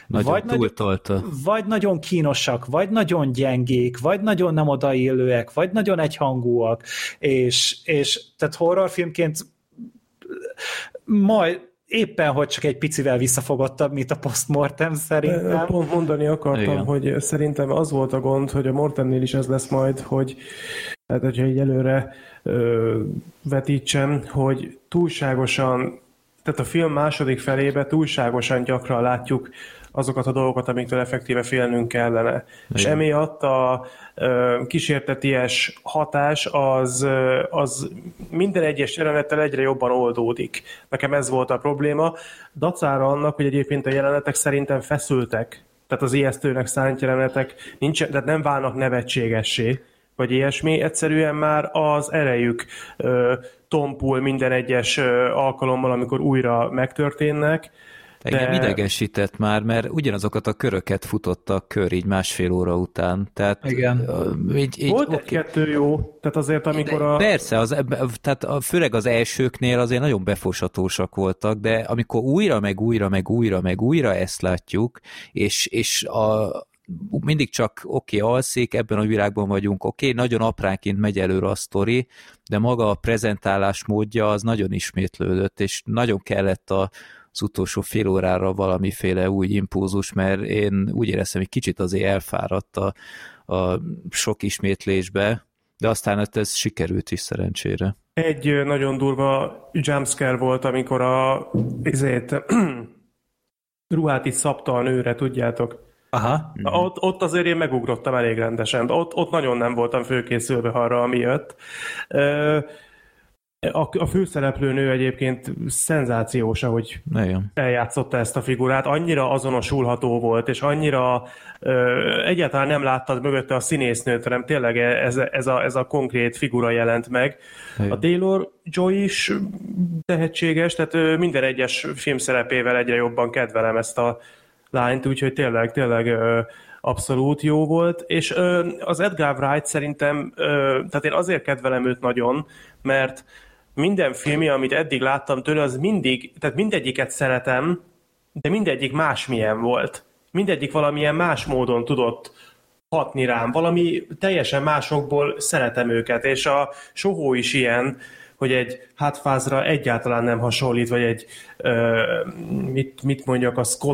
S4: vagy nagyon kínosak, vagy nagyon gyengék, vagy nagyon nem odaillőek, vagy nagyon egyhangúak, és tehát horrorfilmként majd éppen, hogy csak egy picivel visszafogottabb, mint a Postmortem szerintem.
S1: Pont mondani akartam, igen, hogy szerintem az volt a gond, hogy a Mortemnél is ez lesz majd, hogy hát, hogyha így előre vetítsem, hogy túlságosan, tehát a film második felébe túlságosan gyakran látjuk azokat a dolgokat, amiktől effektíve félnünk kellene. Igen. És emiatt a kísérteties hatás az minden egyes jelenettel egyre jobban oldódik. Nekem ez volt a probléma. Dacára annak, hogy egyébként a jelenetek szerintem feszültek. Tehát az ijesztőnek szánt jelenetek tehát nem válnak nevetségessé, vagy ilyesmi. Egyszerűen már az erejük tompul minden egyes alkalommal, amikor újra megtörténnek.
S2: Engem idegesített már, mert ugyanazokat a köröket futottak kör így másfél óra után. Tehát,
S4: igen.
S2: Volt
S1: egy-kettő jó, tehát azért amikor
S2: persze, tehát főleg az elsőknél azért nagyon befosatósak voltak, de amikor újra ezt látjuk, és mindig csak alszék, ebben a világban vagyunk, nagyon apránként megy előre a sztori, de maga a prezentálás módja az nagyon ismétlődött, és nagyon kellett az utolsó fél órára valamiféle új impulzus, mert én úgy éreztem, hogy kicsit azért elfáradt a sok ismétlésbe, de aztán ez sikerült is szerencsére.
S1: Egy nagyon durva jumpscare volt, amikor ruhát is szabta a nőre, tudjátok?
S4: Aha.
S1: Ott azért én megugrottam elég rendesen. Ott nagyon nem voltam fölkészülve arra, ami jött. A főszereplő nő egyébként szenzációs, ahogy eljátszotta ezt a figurát. Annyira azonosulható volt, és annyira egyáltalán nem láttad mögötte a színésznőt, hanem tényleg ez a konkrét figura jelent meg. Igen. A Taylor-Joy is tehetséges, tehát minden egyes filmszerepével egyre jobban kedvelem ezt a lányt, úgyhogy tényleg abszolút jó volt, és az Edgar Wright szerintem, tehát én azért kedvelem őt nagyon, mert minden filmje, amit eddig láttam tőle, az tehát mindegyiket szeretem, de mindegyik másmilyen volt. Mindegyik valamilyen más módon tudott hatni rám, valami teljesen másokból szeretem őket, és a Sohó is ilyen, hogy egy hátfázra egyáltalán nem hasonlít, vagy egy, mit mondjak, a Scott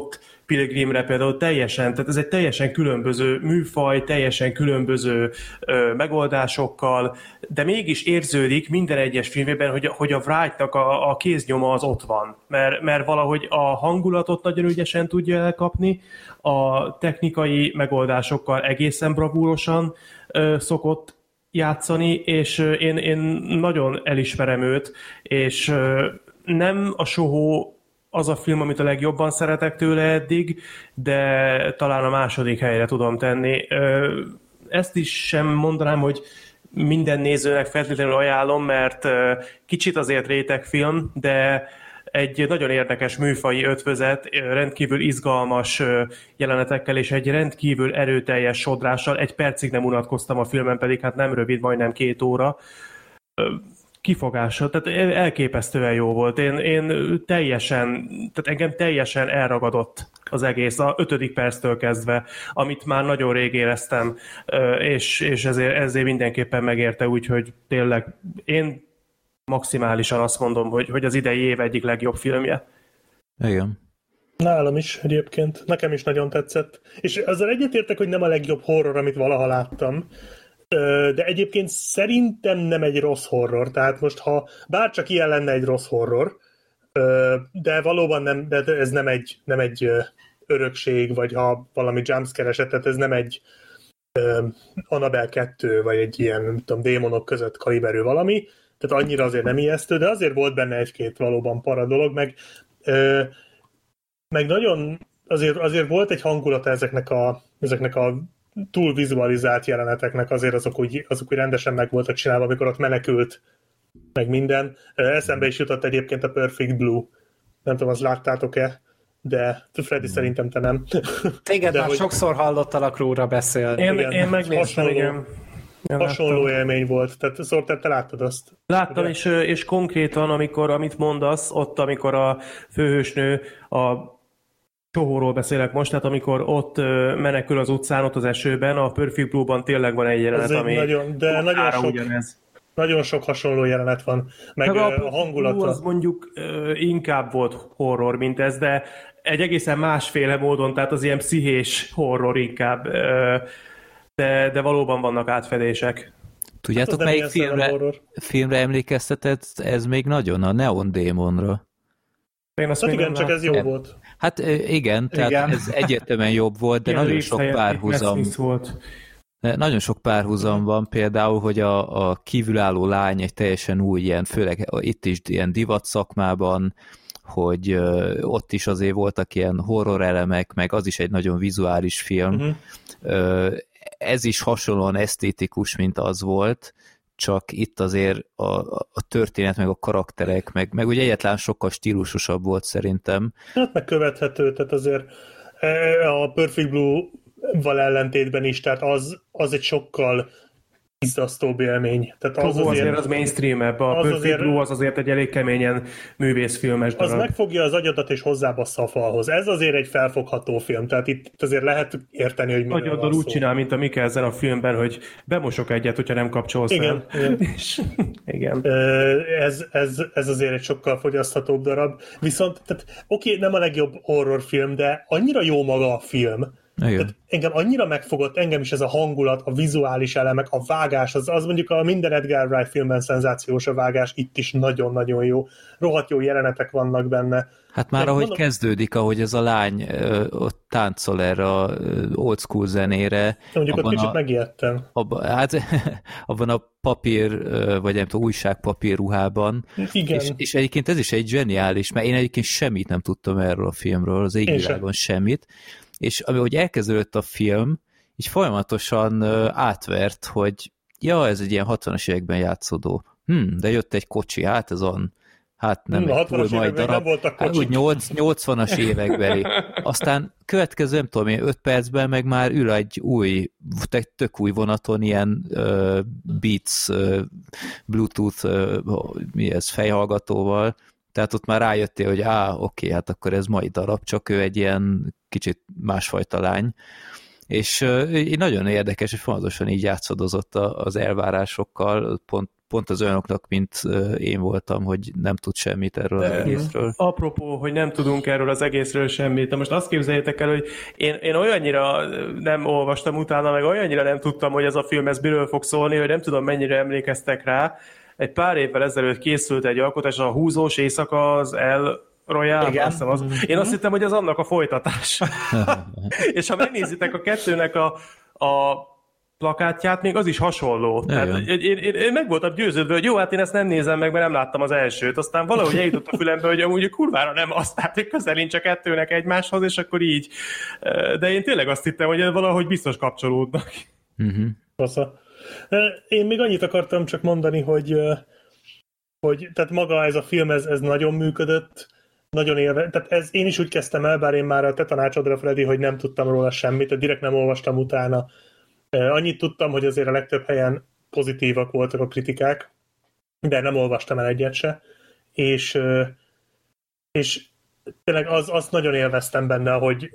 S1: Pilgrimre például teljesen, tehát ez egy teljesen különböző műfaj, teljesen különböző megoldásokkal, de mégis érződik minden egyes filmében, hogy a Wright-nak a kéznyoma az ott van, mert valahogy a hangulatot nagyon ügyesen tudja elkapni, a technikai megoldásokkal egészen bravúrosan szokott játszani, és én nagyon elismerem őt, és nem a Soho az a film, amit a legjobban szeretek tőle eddig, de talán a második helyre tudom tenni. Ezt is sem mondanám, hogy minden nézőnek feltétlenül ajánlom, mert kicsit azért rétegfilm, de egy nagyon érdekes műfaji ötvözet, rendkívül izgalmas jelenetekkel és egy rendkívül erőteljes sodrással. Egy percig nem unatkoztam a filmen, pedig hát nem rövid, majdnem 2 óra. Kifogása, tehát elképesztően jó volt. Én teljesen, tehát engem teljesen elragadott az egész, a 5. perctől kezdve, amit már nagyon rég éreztem, és ezért mindenképpen megérte, úgyhogy tényleg én maximálisan azt mondom, hogy az idei év egyik legjobb filmje.
S2: Igen.
S3: Nálam is egyébként. Nekem is nagyon tetszett. És azzal egyetértek, hogy nem a legjobb horror, amit valaha láttam, de egyébként szerintem nem egy rossz horror. Tehát most, ha bárcsak ilyen lenne egy rossz horror, de valóban nem, de ez nem egy örökség, vagy ha valami jumpscare eset, tehát ez nem egy Annabelle 2, vagy egy ilyen, nem tudom, démonok között kaliberű valami, tehát annyira azért nem ijesztő, de azért volt benne egy-két valóban para dolog, meg nagyon azért volt egy hangulata ezeknek a túl vizualizált jeleneteknek, azért azok úgy rendesen meg voltak csinálva, amikor ott menekült, meg minden. Eszembe is jutott egyébként a Perfect Blue. Nem tudom, azt láttátok-e, de Freddy szerintem te nem.
S4: Téged már sokszor hallottalak róla beszélni.
S1: Én megnéztem, igen.
S3: Hasonló élmény volt, tehát szóval te láttad azt.
S1: Láttam, és konkrétan, amit mondasz, ott, amikor a főhősnő, a Sohóról beszélek most, tehát amikor ott menekül az utcán, ott az esőben, a Perfect Blue-ban tényleg van egy jelenet, ami
S3: nagyon sok hasonló jelenet van, meg a hangulata.
S1: Az mondjuk inkább volt horror, mint ez, de egy egészen másféle módon, tehát az ilyen pszichés horror inkább, de valóban vannak átfedések.
S2: Tudjátok, hát melyik filmre emlékeztetett? Ez még nagyon, a Neon Démonra.
S3: Hát igen, csak ez jó volt.
S2: Hát igen, tehát ez egyértelműen jobb volt, de nagyon sok párhuzam. Nagyon sok párhuzam van, például, hogy a kívülálló lány egy teljesen új ilyen, főleg itt is ilyen divat szakmában, hogy ott is azért voltak ilyen horror elemek, meg az is egy nagyon vizuális film. Ez is hasonlóan esztétikus, mint az volt, csak itt azért a történet, meg a karakterek, meg ugye egyáltalán sokkal stílusosabb volt szerintem.
S3: Hát meg követhető, tehát azért a Perfect Blue-val ellentétben is, tehát az egy sokkal izzasztóbb élmény. Tehát
S1: az mainstream-ebb, a Perfect Blue az azért egy elég keményen művészfilmes darab.
S3: Az megfogja az agyadat és hozzábassza a falhoz. Ez azért egy felfogható film, tehát itt azért lehet érteni, hogy miről
S1: agyaddal úgy csinál, mint a Mikkelsen a filmben, hogy bemosok egyet, hogyha nem kapcsolsz
S3: igen,
S1: el.
S3: Igen. Ez azért egy sokkal fogyaszthatóbb darab. Viszont, oké, nem a legjobb horrorfilm, de annyira jó maga a film. Tehát engem annyira megfogott, engem is ez a hangulat, a vizuális elemek, a vágás, az mondjuk a minden Edgar Wright filmben szenzációs a vágás, itt is nagyon-nagyon jó. Rohadt jó jelenetek vannak benne.
S2: Hát már ahogy kezdődik, ahogy ez a lány ott táncol erre a old school zenére.
S3: Mondjuk ott kicsit megijedtem.
S2: Abban a papír, vagy nem tudom, újságpapír ruhában.
S3: Igen.
S2: És egyébként ez is egy zseniális, mert én egyébként semmit nem tudtam erről a filmről, az égvilágon semmit. És ahogy elkezdődött a film, így folyamatosan átvert, hogy ja, ez egy ilyen 60-as években játszódó. De jött egy kocsi, hát ez on, hát nem egy túl majd darab, hát úgy 80-as évekbeli. Aztán következő, nem tudom én, 5 percben meg már ül egy új, tök új vonaton ilyen Beats, Bluetooth, mi ez, fejhallgatóval, tehát ott már rájöttél, hogy oké, hát akkor ez mai darab, csak ő egy ilyen kicsit másfajta lány. És így nagyon érdekes, és fontosan így játszadozott az elvárásokkal, pont az olyanoknak, mint én voltam, hogy nem tud semmit erről az egészről.
S1: Apropó, hogy nem tudunk erről az egészről semmit, de most azt képzeljétek el, hogy én olyannyira nem olvastam utána, meg olyannyira nem tudtam, hogy ez a film ez miről fog szólni, hogy nem tudom, mennyire emlékeztek rá. Egy pár évvel ezelőtt készült egy alkotás, a Húzós éjszaka az Royale, én azt hittem, hogy az annak a folytatás. És ha megnézitek a kettőnek a plakátját, még az is hasonló. Tehát én meg voltam győződve, hogy jó, hát én ezt nem nézem meg, mert nem láttam az elsőt. Aztán valahogy eljutott a fülembe, hogy amúgy kurvára nem azt, tehát hogy közel nincs a kettőnek egymáshoz, és akkor így. De én tényleg azt hittem, hogy valahogy biztos kapcsolódnak.
S3: Én még annyit akartam csak mondani, hogy tehát maga ez a film, ez nagyon működött, nagyon élve. Tehát én is úgy kezdtem el, bár én már a te tanácsodra, Freddy, hogy nem tudtam róla semmit, tehát direkt nem olvastam utána. Annyit tudtam, hogy azért a legtöbb helyen pozitívak voltak a kritikák, de nem olvastam el egyet se. És tényleg azt nagyon élveztem benne, hogy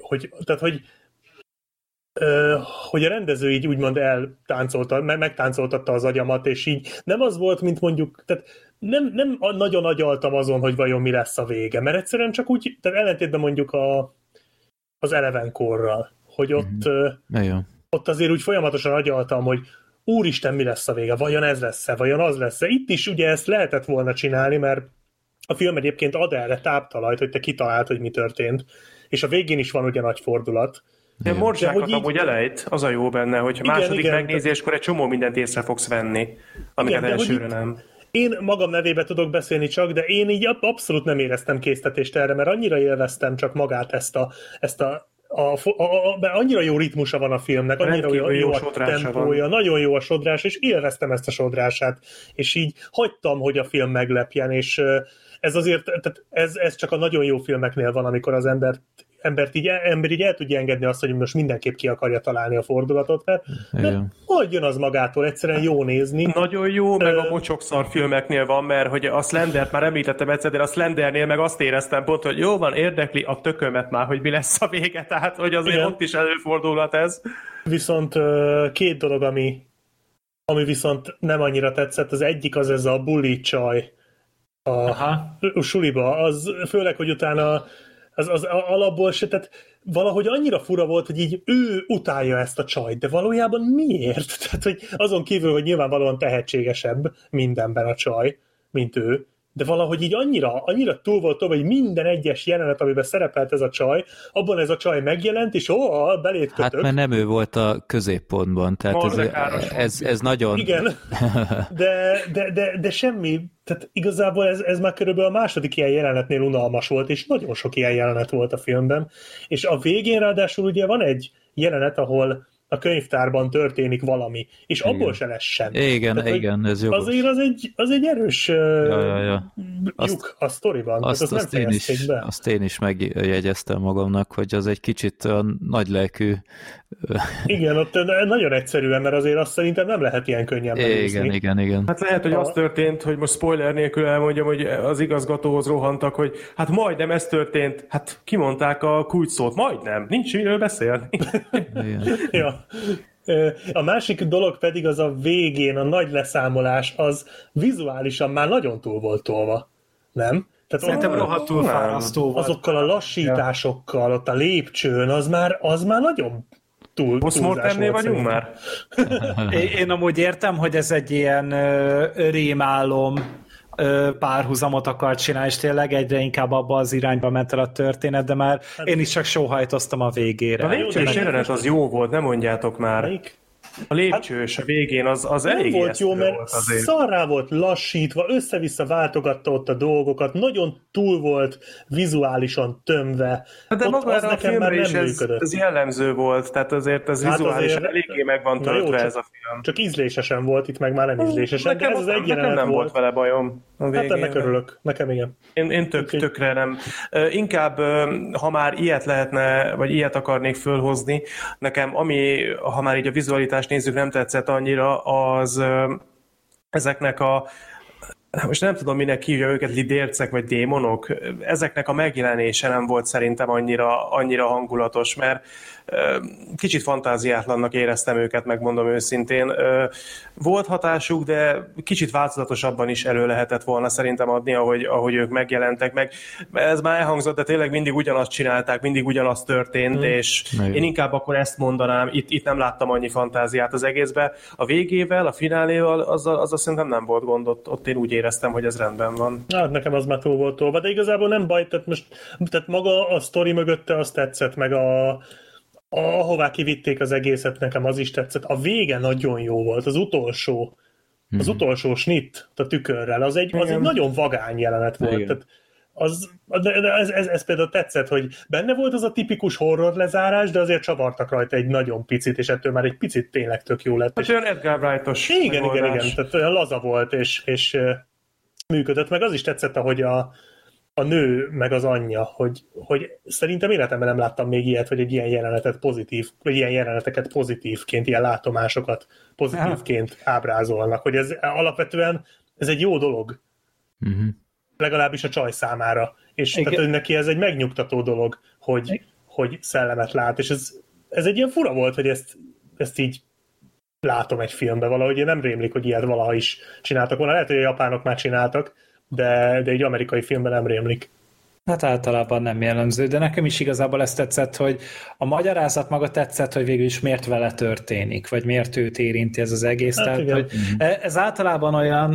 S3: a rendező így úgymond megtáncoltatta az agyamat, és így nem az volt, mint mondjuk, tehát nem nagyon agyaltam azon, hogy vajon mi lesz a vége, mert egyszerűen csak úgy, tehát ellentétben mondjuk az Elevenkorral, hogy ott azért úgy folyamatosan agyaltam, hogy úristen, mi lesz a vége, vajon ez lesz-e, vajon az lesz-e. Itt is ugye ezt lehetett volna csinálni, mert a film egyébként ad erre táptalajt, hogy te kitaláld, hogy mi történt. És a végén is van ugye nagy fordulat.
S1: De morzsákat amúgy elejt, az a jó benne, hogy második megnézéskor egy csomó mindent észre fogsz venni, amiket elsőre nem.
S3: Én magam nevébe tudok beszélni csak, de én így abszolút nem éreztem késztetést erre, mert annyira élveztem csak magát ezt a annyira jó ritmusa van a filmnek, annyira jó a tempója, nagyon jó a sodrás, és élveztem ezt a sodrását, és így hagytam, hogy a film meglepjen, és ez azért, tehát ez csak a nagyon jó filmeknél van, amikor az ember így el tudja engedni azt, hogy most mindenképp ki akarja találni a fordulatot, mert hogy jön az magától, egyszerűen jó nézni.
S1: Nagyon jó, meg a mocsokszar filmeknél van, mert hogy a Slendert már említettem egyszer, de a Slendernél meg azt éreztem pont, hogy jó van, érdekli a tökömet már, hogy mi lesz a vége, tehát hogy azért ott is előfordulhat ez.
S3: Viszont két dolog, ami viszont nem annyira tetszett, az egyik az ez a bully csaj a suliba, az főleg, hogy utána az alapból se, tehát valahogy annyira fura volt, hogy így ő utálja ezt a csajt, de valójában miért? Tehát, hogy azon kívül, hogy nyilvánvalóan tehetségesebb mindenben a csaj, mint ő, de valahogy így annyira túl volt hogy minden egyes jelenet, amiben szerepelt ez a csaj, abban ez a csaj megjelent, és belét kötök.
S2: Hát mert nem ő volt a középpontban, tehát ez nagyon...
S3: Igen, de semmi, tehát igazából ez már körülbelül a második ilyen jelenetnél unalmas volt, és nagyon sok ilyen jelenet volt a filmben, és a végén ráadásul ugye van egy jelenet, ahol a könyvtárban történik valami, és abból se lesz sem.
S2: Igen, tehát, igen, ez jogos.
S3: Azért az egy erős lyuk a sztoriban.
S2: Azt én is megjegyeztem magamnak, hogy az egy kicsit nagylelkű.
S3: Igen, ott nagyon egyszerűen, mert azért azt szerintem nem lehet ilyen könnyen megnézni.
S2: Igen.
S1: Hát lehet, hogy az történt, hogy most spoiler nélkül elmondjam, hogy az igazgatóhoz rohantak, hogy hát majdnem ez történt, hát kimondták a kulcsszót, majdnem, nincs miről beszélni.
S3: Ja. A másik dolog pedig az a végén, a nagy leszámolás, az vizuálisan már nagyon túl volt tolva, nem? Tehát
S4: szerintem rohadtul fárasztó volt.
S3: Azokkal a lassításokkal, ott a lépcsőn, az már nagyon
S1: Postmortemnél vagyunk már?
S4: Én amúgy értem, hogy ez egy ilyen rémálom párhuzamot akar csinálni, és tényleg egyre inkább abba az irányba ment el a történet, de már én is csak sóhajtoztam a végére.
S1: A lépcsős jelenet az jó volt, nem mondjátok már.
S3: Melyik?
S1: A lépcsős a végén az elég
S3: volt jó, mert szarrá volt lassítva, össze-vissza váltogatta ott a dolgokat, nagyon túl volt vizuálisan tömve.
S1: De ott maga az nekem már nem működött. Ez jellemző volt, tehát azért ez vizuálisan eléggé meg van töltve ez a film.
S3: Csak ízlésesen volt, itt meg már nem ízlésesen, de ez az egy jelenet
S1: nem volt vele bajom.
S3: Hát ennek örülök, nekem igen.
S1: Én tökre nem. Inkább, ha már ilyet lehetne, vagy ilyet akarnék fölhozni, nekem ha már így a vizualitást nézzük, nem tetszett annyira, az ezeknek most nem tudom, minek hívja őket, lidércek vagy démonok, ezeknek a megjelenése nem volt szerintem annyira hangulatos, mert kicsit fantáziátlannak éreztem őket, megmondom őszintén. Volt hatásuk, de kicsit változatosabban is elő lehetett volna szerintem adni, ahogy ők megjelentek meg. Ez már elhangzott, de tényleg mindig ugyanazt csinálták, mindig ugyanaz történt, és én inkább akkor ezt mondanám, itt nem láttam annyi fantáziát az egészbe. A végével, a fináléval, azzal szerintem nem volt gond, ott én úgy éreztem, hogy ez rendben van.
S3: Hát nekem az már túl volt tolva, de igazából nem baj, tehát maga a sztori mögötte azt tetszett, meg ahová kivitték az egészet, nekem az is tetszett. A vége nagyon jó volt, az utolsó snitt a tükörrel, az egy nagyon vagány jelenet volt. Tehát ez például tetszett, hogy benne volt az a tipikus horror lezárás, de azért csavartak rajta egy nagyon picit, és ettől már egy picit tényleg tök jó lett.
S1: Hát olyan Edgar Wright-os
S3: Igen, tehát olyan laza volt, és működött, meg az is tetszett, ahogy a nő, meg az anyja, hogy szerintem életemben nem láttam még ilyet, hogy egy ilyen jelenetet pozitív, vagy ilyen jeleneteket pozitívként, ilyen látomásokat pozitívként ábrázolnak, hogy ez alapvetően ez egy jó dolog. Legalábbis a csaj számára. És tehát neki ez egy megnyugtató dolog, hogy szellemet lát, és ez egy ilyen fura volt, hogy ezt így látom egy filmben valahogy, én nem rémlik, hogy ilyet valaha is csináltak volna. Lehet, hogy a japánok már csináltak, de egy amerikai filmben nem rémlik.
S4: Hát általában nem jellemző, de nekem is igazából ezt tetszett, hogy a magyarázat maga tetszett, hogy végül is miért vele történik, vagy miért őt érinti ez az egész. Hát tehát, hogy ez általában olyan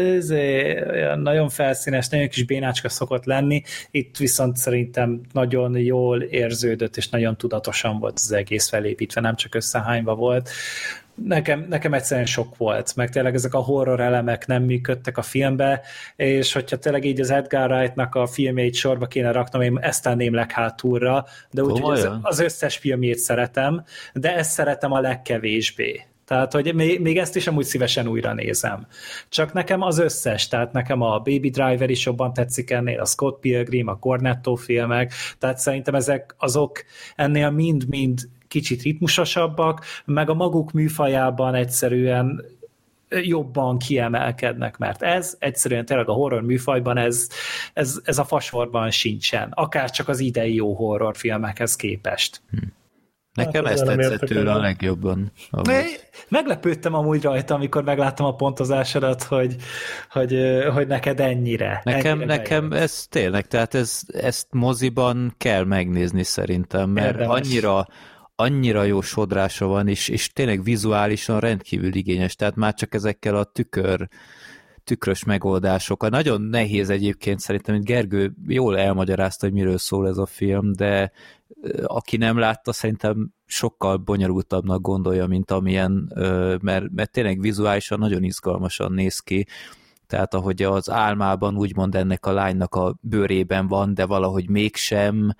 S4: nagyon felszínes, nagyon kis bénácska szokott lenni, itt viszont szerintem nagyon jól érződött, és nagyon tudatosan volt az egész felépítve, nem csak összehányva volt. Nekem egyszerűen sok volt, meg tényleg ezek a horror elemek nem működtek a filmbe, és hogyha tényleg így az Edgar Wright-nak a filmjeit sorba kéne raknom, én ezt tenném leghátulra, de úgy, hogy az összes filmjét szeretem, de ezt szeretem a legkevésbé. Tehát, hogy még ezt is amúgy szívesen újra nézem. Csak nekem az összes, tehát nekem a Baby Driver is jobban tetszik ennél, a Scott Pilgrim, a Cornetto filmek, tehát szerintem ezek azok ennél mind-mind kicsit ritmusosabbak, meg a maguk műfajában egyszerűen jobban kiemelkednek, mert ez egyszerűen tényleg a horror műfajban ez a fasorban sincsen, akár csak az idei jó horrorfilmekhez képest.
S2: Nekem ezt tetszett tőle a legjobban.
S4: Meglepődtem amúgy rajta, amikor megláttam a pontozásodat, hogy neked ennyire.
S2: Nekem ez tényleg, tehát ezt moziban kell megnézni szerintem, mert annyira jó sodrása van, és tényleg vizuálisan rendkívül igényes, tehát már csak ezekkel a tükrös megoldásokkal. Nagyon nehéz egyébként szerintem, hogy Gergő jól elmagyarázta, hogy miről szól ez a film, de aki nem látta, szerintem sokkal bonyolultabbnak gondolja, mint amilyen, mert tényleg vizuálisan nagyon izgalmasan néz ki, tehát ahogy az álmában úgymond ennek a lánynak a bőrében van, de valahogy mégsem,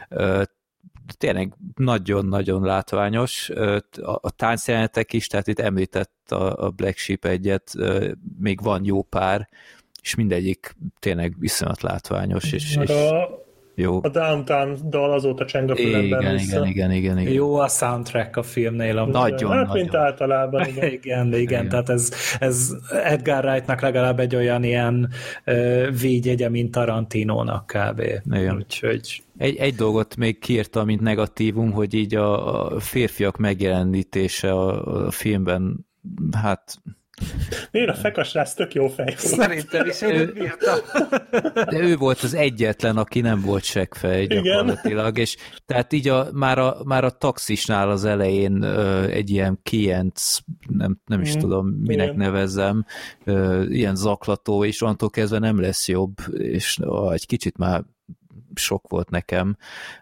S2: tényleg nagyon-nagyon látványos. A táncjelenetek is, tehát itt említett a Black Sheep egyet, még van jó pár, és mindegyik tényleg viszonyat látványos, és jó.
S3: A Downtown dal azóta cseng a fülemben vissza.
S2: Igen.
S4: Jó a soundtrack a filmnél.
S2: Nagyon.
S3: Mint általában.
S4: Igen. Tehát ez Edgar Wright-nak legalább egy olyan ilyen védjegye, mint Tarantinónak kb. Úgyhogy
S2: egy dolgot még kiírtam, mint negatívum, hogy így a férfiak megjelenítése a filmben, hát
S3: Én a fekasrác tök jó fej.
S4: Szerintem is én bírtam.
S2: De ő volt az egyetlen, aki nem volt seggfej gyakorlatilag, és tehát így már a taxisnál az elején egy ilyen kienc, nem is tudom, minek nevezzem, ilyen zaklató, és onnantól kezdve nem lesz jobb, és egy kicsit már sok volt nekem,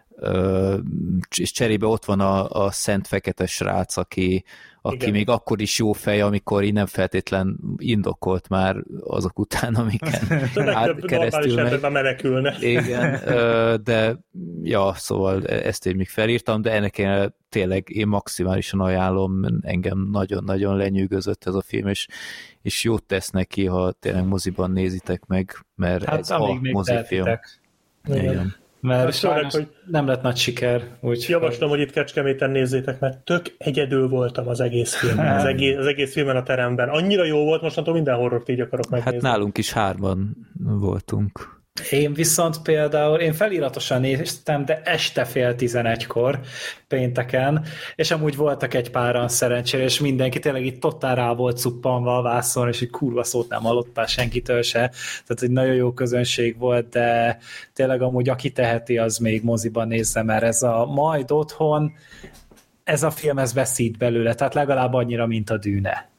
S2: és cserébe ott van a szent fekete srác, aki még akkor is jó fej, amikor így nem feltétlen indokolt már azok után, amiken keresztül megy.
S3: Menekülne.
S2: Igen, de ja, szóval ezt én még felírtam, de ennek tényleg én maximálisan ajánlom, engem nagyon-nagyon lenyűgözött ez a film, és jót tesz neki, ha tényleg moziban nézitek meg, mert ez a mozifilm.
S3: Igen.
S4: Mert
S3: Azt mondják,
S4: sajnos
S3: hogy
S4: nem lett nagy siker.
S3: javaslom, hogy itt Kecskeméten nézzétek, mert tök egyedül voltam az egész filmben, az egész filmen a teremben. Annyira jó volt, mostantól minden horrort így akarok megnézni.
S2: Hát nálunk is 3 voltunk.
S4: Én viszont például, én feliratosan néztem, de este fél 11-kor pénteken, és amúgy voltak egy páran szerencsére, és mindenki tényleg itt totál rá volt cuppanva a vászon, és egy kurva szót nem hallottál senkitől se, tehát egy nagyon jó közönség volt, de tényleg amúgy aki teheti, az még moziban nézze, mert ez a majd otthon, ez a film, ez veszít belőle, tehát legalább annyira, mint a Dűne.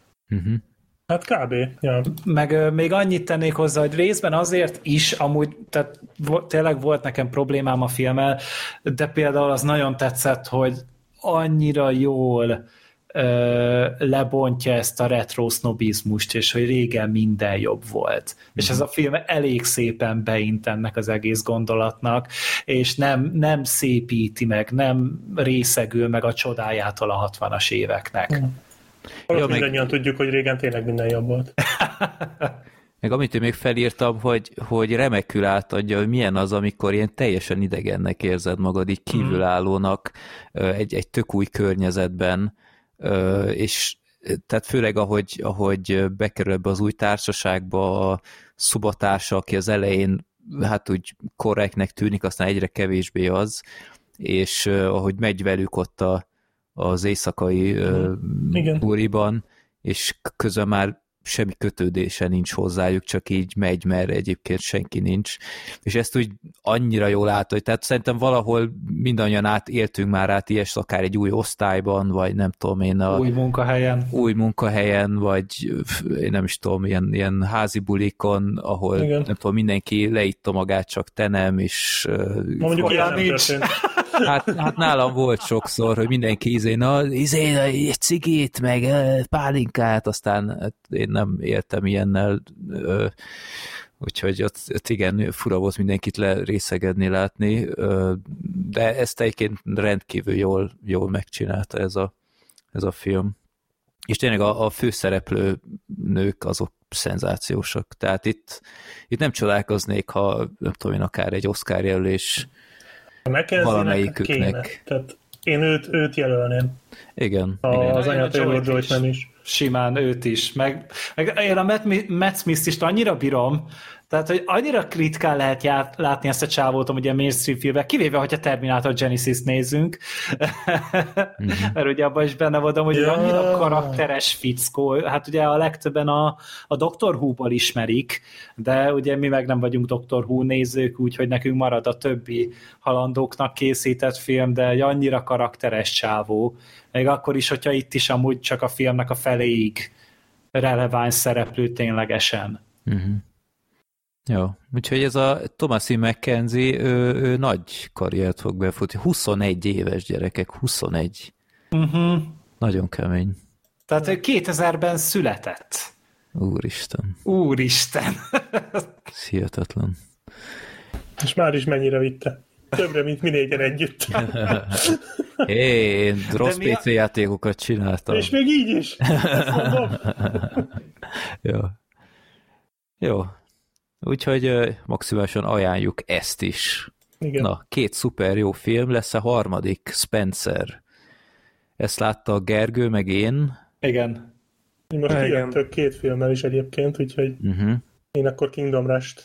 S3: Hát kb. Ja.
S4: Meg még annyit tennék hozzá, hogy részben azért is, amúgy tehát tényleg volt nekem problémám a filmmel, de például az nagyon tetszett, hogy annyira jól lebontja ezt a retro sznobizmust, és hogy régen minden jobb volt. És ez a film elég szépen beint ennek az egész gondolatnak, és nem szépíti meg, nem részegül meg a csodájától a 60-as éveknek.
S3: Mindannyian tudjuk, hogy régen tényleg minden jobb volt.
S2: Meg amit én még felírtam, hogy remekül átadja, hogy milyen az, amikor ilyen teljesen idegennek érzed magad, így kívülállónak egy tök új környezetben, és tehát főleg ahogy bekerül ebbe az új társaságba a szobatársa, aki az elején hát úgy korrektnek tűnik, aztán egyre kevésbé az, és ahogy megy velük ott az éjszakai buriban, és közben már semmi kötődése nincs hozzájuk, csak így megy, mert egyébként senki nincs. És ezt úgy annyira jól átadja. Tehát szerintem valahol mindannyian éltünk már át ilyes, akár egy új osztályban, vagy nem tudom én új munkahelyen, vagy én nem is tudom, ilyen házi bulikon, ahol nem tudom, mindenki leitta magát, csak te nem, és
S3: mondjuk ilyen nem történt.
S2: Hát nálam volt sokszor, hogy mindenki egy cigit, meg pálinkát, aztán hát én nem éltem ilyennel, úgyhogy ott igen, fura volt mindenkit lerészegedni, látni, de ezt egyébként rendkívül jól megcsinálta ez a film. És tényleg a főszereplő nők azok szenzációsak, tehát itt nem csodálkoznék, ha nem tudom én, akár egy Oscar jelölés valamelyiküknek.
S3: Tehát én őt jelölném.
S2: Igen.
S3: Az Anya Taylor-Joy nem is.
S4: Simán őt is. Meg én a Matt Smith-t is annyira bírom, tehát, hogy annyira ritkán lehet látni ezt a csávót, ugye mainstream filmben, kivéve, hogyha Terminator Genesis-t nézzünk, mert ugye abban is benne voltam, hogy annyira karakteres fickó, hát ugye a legtöbben a Doctor Who-ból ismerik, de ugye mi meg nem vagyunk Doctor Who nézők, úgyhogy nekünk marad a többi halandóknak készített film, de annyira karakteres csávó, még akkor is, hogyha itt is amúgy csak a filmnek a feléig releváns szereplő ténylegesen.
S2: Jó, úgyhogy ez a Thomasin McKenzie, ő nagy karriert fog befutni. 21 éves gyerekek, 21. Nagyon kemény.
S4: Tehát ő 2000-ben született. Úristen.
S2: Ez hihetetlen.
S3: És már is mennyire vitte. Többre, mint mi négyen együtt.
S2: Én rossz PC játékokat csináltam.
S3: És még így is.
S2: Jó. Úgyhogy maximálisan ajánljuk ezt is.
S3: Igen.
S2: Na, 2 szuper jó film, lesz a harmadik, Spencer. Ezt látta a Gergő, meg én.
S4: Igen.
S3: Most kijöttök 2 filmmel is egyébként, úgyhogy én akkor Kingdom Rush-t.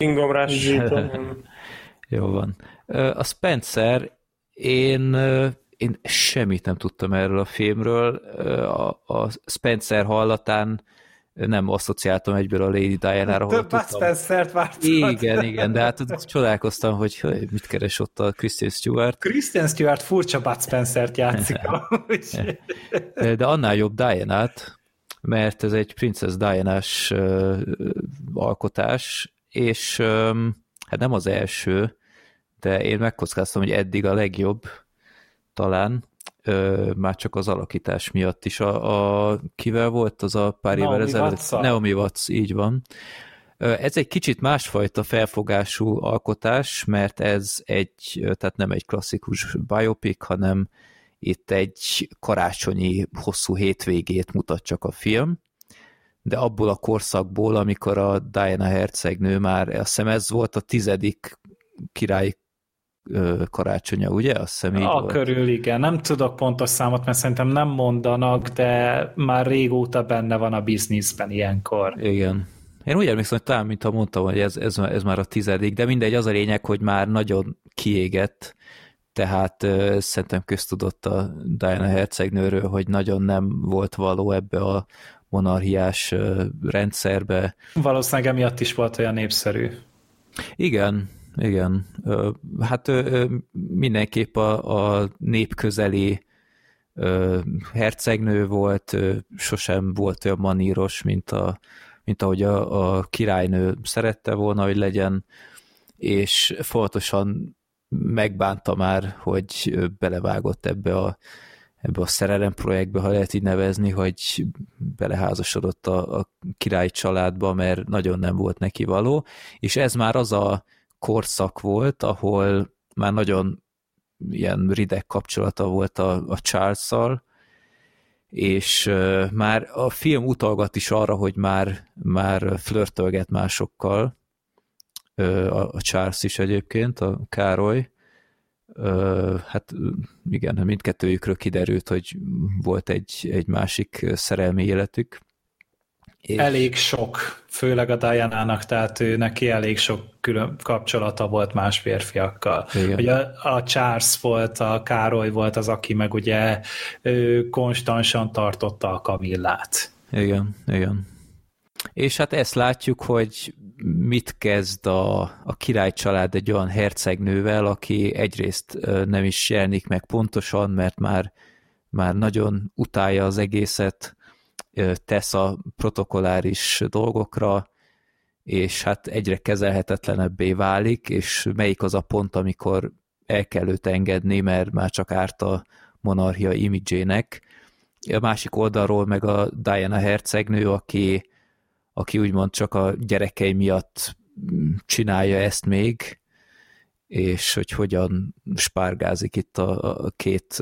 S2: Jó van. A Spencer, én semmit nem tudtam erről a filmről. A Spencer hallatán nem asszociáltam egyből a Lady Diana-ra.
S4: Több Spencer-t vártad.
S2: Igen, de hát csodálkoztam, hogy mit keres ott a Kristen Stewart.
S4: Kristen Stewart furcsa Bud Spencer-t játszik.
S2: De annál jobb Diana-t, mert ez egy Princess Diana-s alkotás, és hát nem az első, de én megkockáztam, hogy eddig a legjobb talán, már csak az alakítás miatt is. Kivel volt az a pár évvel ezelőtt? Naomi Watts, így van. Ez egy kicsit másfajta felfogású alkotás, mert ez tehát nem egy klasszikus biopic, hanem itt egy karácsonyi hosszú hétvégét mutat csak a film, de abból a korszakból, amikor a Diana hercegnő már, azt hiszem ez volt a 10. királyi karácsonya, ugye? Azt hiszem így volt.
S4: Körül, igen. Nem tudok pontos számot, mert szerintem nem mondanak, de már régóta benne van a bizniszben ilyenkor.
S2: Igen. Én úgy emlékszem, hogy talán, mintha mondtam, hogy ez már a 10., de mindegy, az a lényeg, hogy már nagyon kiégett, tehát szerintem köztudott a Diana hercegnőről, hogy nagyon nem volt való ebbe a monarchiás rendszerbe.
S4: Valószínűleg emiatt is volt olyan népszerű.
S2: Igen. Hát mindenképp a népközeli hercegnő volt, sosem volt olyan maníros, mint ahogy a királynő szerette volna, hogy legyen, és folyamatosan megbánta már, hogy belevágott ebbe a szerelem projektbe, ha lehet így nevezni, hogy beleházasodott a királyi családba, mert nagyon nem volt neki való, és ez már az a korszak volt, ahol már nagyon ilyen rideg kapcsolata volt a Charles-szal, és már a film utalgat is arra, hogy már flörtölget másokkal, a Charles is egyébként, a Károly. Hát igen, mindkettőjükről kiderült, hogy volt egy másik szerelmi életük.
S4: És elég sok, főleg a Diana-nak, tehát ő neki elég sok külön kapcsolata volt más férfiakkal. Ugye a Charles volt, a Károly volt az, aki meg ugye konstansan tartotta a Camillát.
S2: Igen. És hát ezt látjuk, hogy mit kezd a király család egy olyan hercegnővel, aki egyrészt nem is jelenik meg pontosan, mert már nagyon utálja az egészet, tesz a protokolláris dolgokra, és hát egyre kezelhetetlenebbé válik, és melyik az a pont, amikor el kell őt engedni, mert már csak árt a monarchia imidzsének. A másik oldalról meg a Diana hercegnő, aki úgymond csak a gyerekei miatt csinálja ezt még, és hogy hogyan spárgázik itt a két,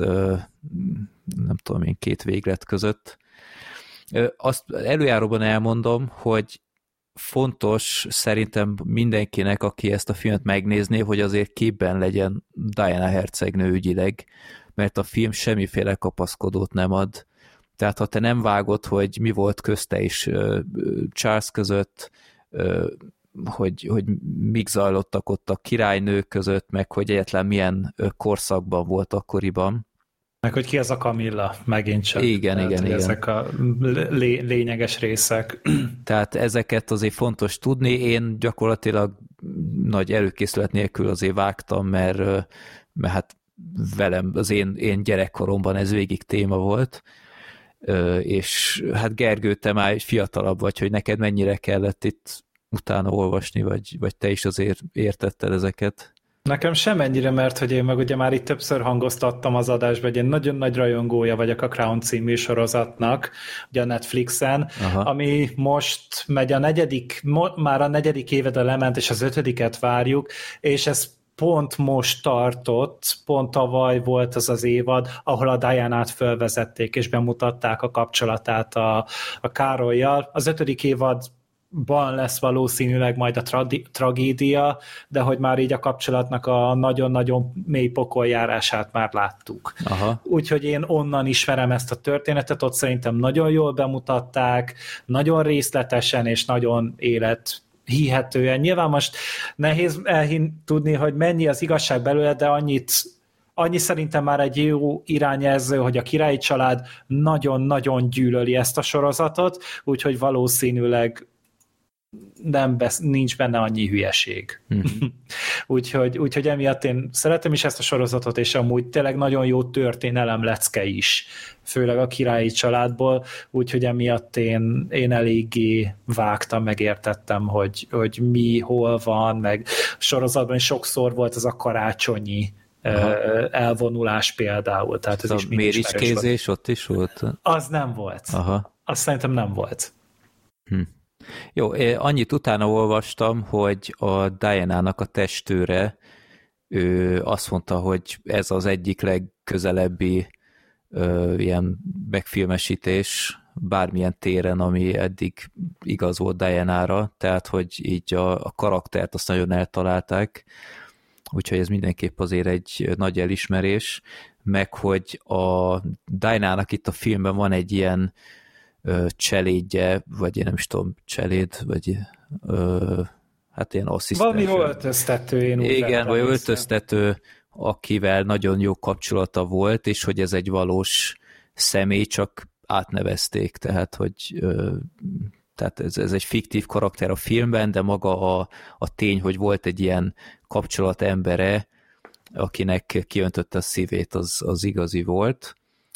S2: nem tudom én, két véglet között. Azt előjáróban elmondom, hogy fontos szerintem mindenkinek, aki ezt a filmet megnézné, hogy azért képben legyen Diana hercegnő ügyileg, mert a film semmiféle kapaszkodót nem ad. Tehát ha te nem vágod, hogy mi volt közte és Charles között, hogy mik zajlottak ott a királynők között, meg hogy egyetlen milyen korszakban volt akkoriban.
S4: Meg hogy ki az a Camilla, megint csak.
S2: Igen.
S4: Ezek a lényeges részek.
S2: Tehát ezeket azért fontos tudni. Én gyakorlatilag nagy előkészület nélkül azért vágtam, mert hát velem az én gyerekkoromban ez végig téma volt. És hát Gergő, te már fiatalabb vagy, hogy neked mennyire kellett itt utána olvasni, vagy te is azért értetted ezeket?
S4: Nekem semennyire, mert hogy én meg ugye már itt többször hangoztattam az adásban, hogy én nagyon nagy rajongója vagyok a Crown című sorozatnak, ugye a Netflixen, ami most megy már a 4. évede lement, és az 5. várjuk, és ez pont most tartott, pont tavaly volt az az évad, ahol a Dianát fölvezették, és bemutatták a kapcsolatát a Károlyjal. Az 5. évadban lesz valószínűleg majd a tragédia, de hogy már így a kapcsolatnak a nagyon-nagyon mély pokoljárását már láttuk. Úgyhogy én onnan ismerem ezt a történetet, ott szerintem nagyon jól bemutatták, nagyon részletesen és nagyon hihetően. Nyilván most nehéz tudni, hogy mennyi az igazság belőle, de annyi szerintem már egy jó irányjelző, hogy a királyi család nagyon-nagyon gyűlöli ezt a sorozatot, úgyhogy valószínűleg nincs benne annyi hülyeség. úgyhogy emiatt én szeretem is ezt a sorozatot, és amúgy tényleg nagyon jó történelem lecke is, főleg a királyi családból, úgyhogy emiatt én eléggé vágtam, megértettem, hogy mi, hol van, meg a sorozatban sokszor volt az a karácsonyi elvonulás például. Tehát ez
S2: a méricskézés ott is volt?
S4: Az nem volt. Azt szerintem nem volt.
S2: Jó, annyit utána olvastam, hogy a Diana-nak a testőre, ő azt mondta, hogy ez az egyik legközelebbi ilyen megfilmesítés bármilyen téren, ami eddig igaz volt Diana-ra, tehát hogy így a karaktert azt nagyon eltalálták. úgyhogy ez mindenképp azért egy nagy elismerés, meg hogy a Dinah-nak itt a filmben van egy ilyen cselédje, vagy én nem is tudom, cseléd, vagy hát ilyen asszisztens.
S4: Valami öltöztető, én úgy
S2: igen, vagy öltöztető, akivel nagyon jó kapcsolata volt, és hogy ez egy valós személy, csak átnevezték, tehát hogy tehát ez egy fiktív karakter a filmben, de maga a tény, hogy volt egy ilyen kapcsolat embere, akinek kiöntötte a szívét, az igazi volt.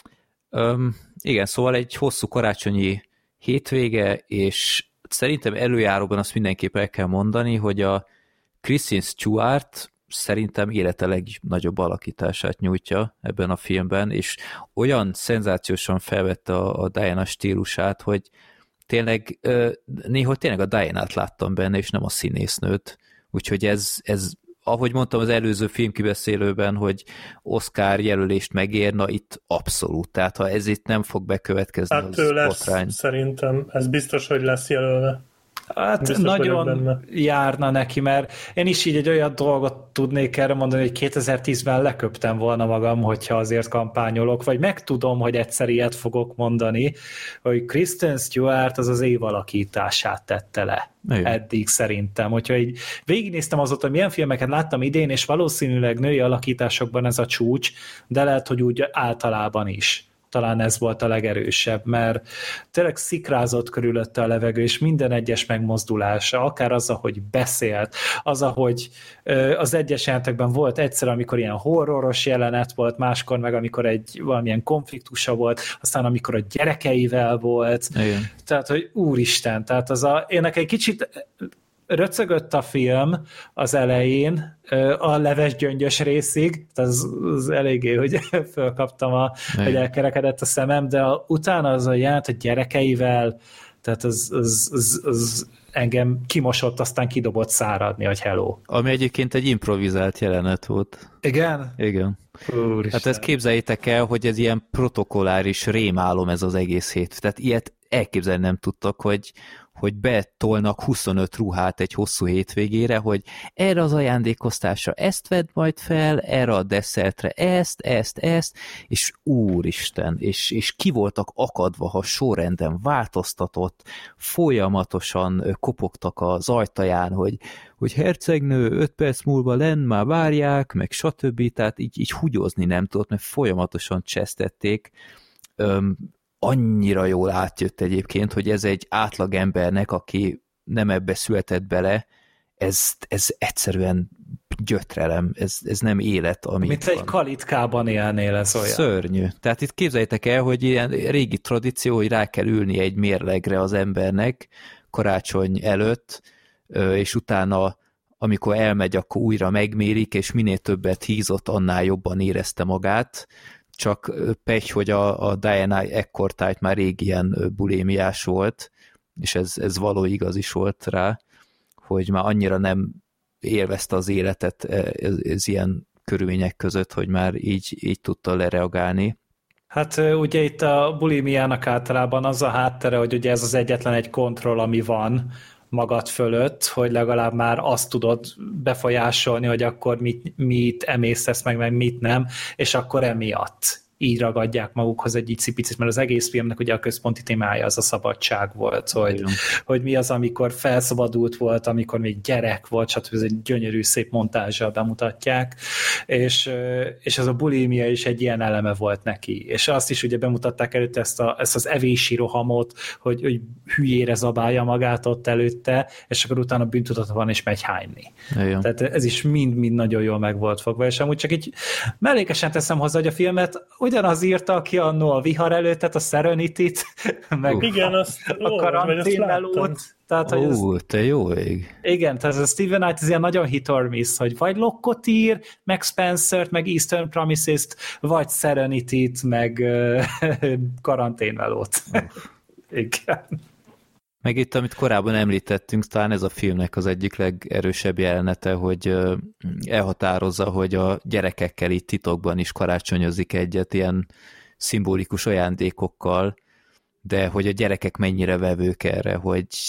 S2: Igen, szóval egy hosszú karácsonyi hétvége, és szerintem előjáróban azt mindenképp el kell mondani, hogy a Kristen Stewart szerintem élete legnagyobb alakítását nyújtja ebben a filmben, és olyan szenzációsan felvette a Diana stílusát, hogy tényleg néha tényleg a Diana-t láttam benne, és nem a színésznőt. Úgyhogy ez ahogy mondtam az előző filmkibeszélőben, hogy Oscar jelölést megérna, itt abszolút. Tehát ha ez itt nem fog bekövetkezni,
S3: hát
S2: az
S3: lesz,
S2: botrány.
S3: Szerintem. Ez biztos, hogy lesz jelölve.
S4: Hát
S3: biztos
S4: nagyon járna neki, mert én is így egy olyan dolgot tudnék erre mondani, hogy 2010-ben leköptem volna magam, hogyha azért kampányolok, vagy megtudom, hogy egyszer ilyet fogok mondani, hogy Kristen Stewart az év alakítását tette le. Igen. Eddig szerintem. Hogyha így végignéztem azóta, hogy milyen filmeket láttam idén, és valószínűleg női alakításokban ez a csúcs, de lehet, hogy úgy általában is. Talán ez volt a legerősebb, mert tényleg szikrázott körülötte a levegő, és minden egyes megmozdulása, akár az, ahogy beszélt, az, ahogy az egyes jelentekben volt egyszer, amikor ilyen horroros jelenet volt, máskor meg amikor egy valamilyen konfliktusa volt, aztán amikor a gyerekeivel volt. Igen. Tehát, hogy úristen, tehát énnek egy kicsit röcögött a film az elején, a leves gyöngyös részig, az eléggé, hogy fölkaptam, hogy elkerekedett a szemem, de utána az a jelent a gyerekeivel, tehát az engem kimosott, aztán kidobott száradni, hogy hello.
S2: Ami egyébként egy improvizált jelenet volt.
S4: Igen?
S2: Igen.
S4: Úristen.
S2: Hát ezt képzeljétek el, hogy ez ilyen protokolláris rémálom ez az egész hét. Tehát ilyet elképzelni nem tudtak, hogy betolnak 25 ruhát egy hosszú hétvégére, hogy erre az ajándékoztásra ezt vedd majd fel, erre a desszertre ezt, és úristen, és ki voltak akadva, ha sorrenden változtatott, folyamatosan kopogtak az ajtaján, hogy hercegnő, 5 perc múlva lenn, már várják, meg stb. Tehát így húgyozni nem tudott, mert folyamatosan csesztették. Annyira jól átjött egyébként, hogy ez egy átlagembernek, aki nem ebbe született bele, ez egyszerűen gyötrelem, ez nem élet, ami
S4: mint egy kalitkában élnél, ez olyan.
S2: Szörnyű. Tehát itt képzeljétek el, hogy ilyen régi tradíció, hogy rá kell ülni egy mérlegre az embernek karácsony előtt, és utána amikor elmegy, akkor újra megmérik, és minél többet hízott, annál jobban érezte magát, csak pech, hogy a Diana ekkortájt már rég ilyen bulémiás volt, és ez való igaz is volt rá, hogy már annyira nem élvezte az életet ez ilyen körülmények között, hogy már így tudta lereagálni.
S4: Hát ugye itt a bulimiának általában az a háttere, hogy ugye ez az egyetlen egy kontroll, ami van magad fölött, hogy legalább már azt tudod befolyásolni, hogy akkor mit emésztesz meg mit nem, és akkor emiatt így ragadják magukhoz egy icipicit, mert az egész filmnek ugye a központi témája az a szabadság volt, hogy mi az, amikor felszabadult volt, amikor még gyerek volt, stb. Ez egy gyönyörű, szép montázsal bemutatják, és ez a bulimia is egy ilyen eleme volt neki. És azt is ugye bemutatták előtte ezt az evési rohamot, hogy hülyére zabálja magát ott előtte, és akkor utána bűntudata van, és megy hányni. Igen. Tehát ez is mind-mind nagyon jól meg volt fogva, és amúgy csak így mellékesen teszem hozzá, hogy a filmet ugyanaz írta, aki annó a Vihar előttet, a Serenity-t, meg
S3: igen,
S4: a karanténmelót.
S2: Te jó ég.
S4: Igen, tehát a Steven Knight ez ilyen nagyon hit or miss, hogy vagy Lockot ír, meg Spencer-t, meg Eastern Promises-t, vagy Serenity-t, meg karanténmelót. Igen.
S2: Meg itt, amit korábban említettünk, talán ez a filmnek az egyik legerősebb jelenete, hogy elhatározza, hogy a gyerekekkel itt titokban is karácsonyozik egyet ilyen szimbolikus ajándékokkal, de hogy a gyerekek mennyire vevők erre, hogy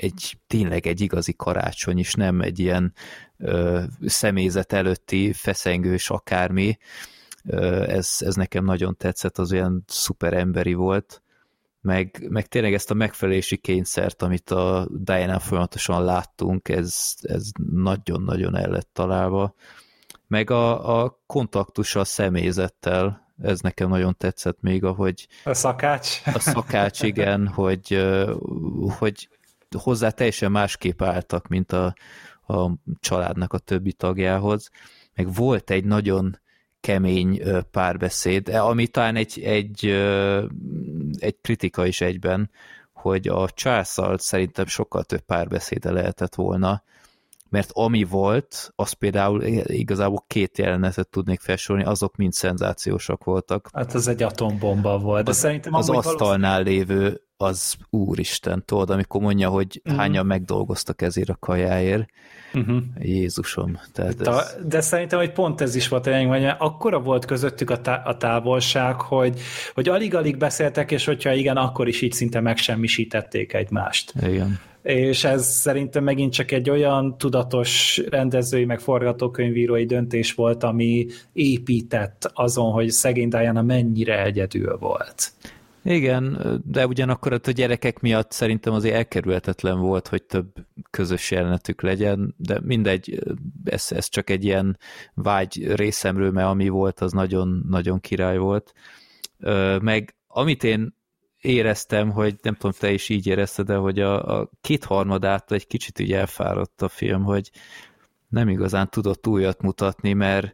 S2: tényleg egy igazi karácsony is, nem egy ilyen személyzet előtti feszengős akármi. Ez nekem nagyon tetszett, az olyan szuper emberi volt, meg tényleg ezt a megfelelési kényszert, amit a Diana folyamatosan láttunk, ez nagyon-nagyon el lett találva. Meg a kontaktus a személyzettel, ez nekem nagyon tetszett még, ahogy...
S4: A szakács?
S2: A szakács, igen, hogy hozzá teljesen másképp álltak, mint a családnak a többi tagjához. Meg volt egy nagyon kemény párbeszéd, ami talán egy kritika is egyben, hogy a Charles-szal szerintem sokkal több párbeszéde lehetett volna, mert ami volt, az például igazából 2 jelenetet tudnék felsorolni, azok mind szenzációsak voltak.
S4: Hát az egy atombomba volt. De szerintem
S2: az asztalnál lévő, az úristen, tudod, amikor mondja, hogy hányan megdolgoztak ezért a kajáért. Jézusom. Tehát
S4: de szerintem, hogy pont ez is volt, mert akkora volt közöttük a távolság, hogy alig-alig beszéltek, és hogyha igen, akkor is így szinte megsemmisítették egymást.
S2: Igen.
S4: És ez szerintem megint csak egy olyan tudatos rendezői, meg forgatókönyvírói döntés volt, ami épített azon, hogy szegény Diana mennyire egyedül volt.
S2: Igen, de ugyanakkor a gyerekek miatt szerintem azért elkerülhetetlen volt, hogy több közös jelenetük legyen, de mindegy, ez csak egy ilyen vágy részemről, mert ami volt, az nagyon király volt. Meg amit én éreztem, hogy nem tudom, te is így érezted, de hogy a 2/3 egy kicsit így elfáradt a film, hogy nem igazán tudott újat mutatni, mert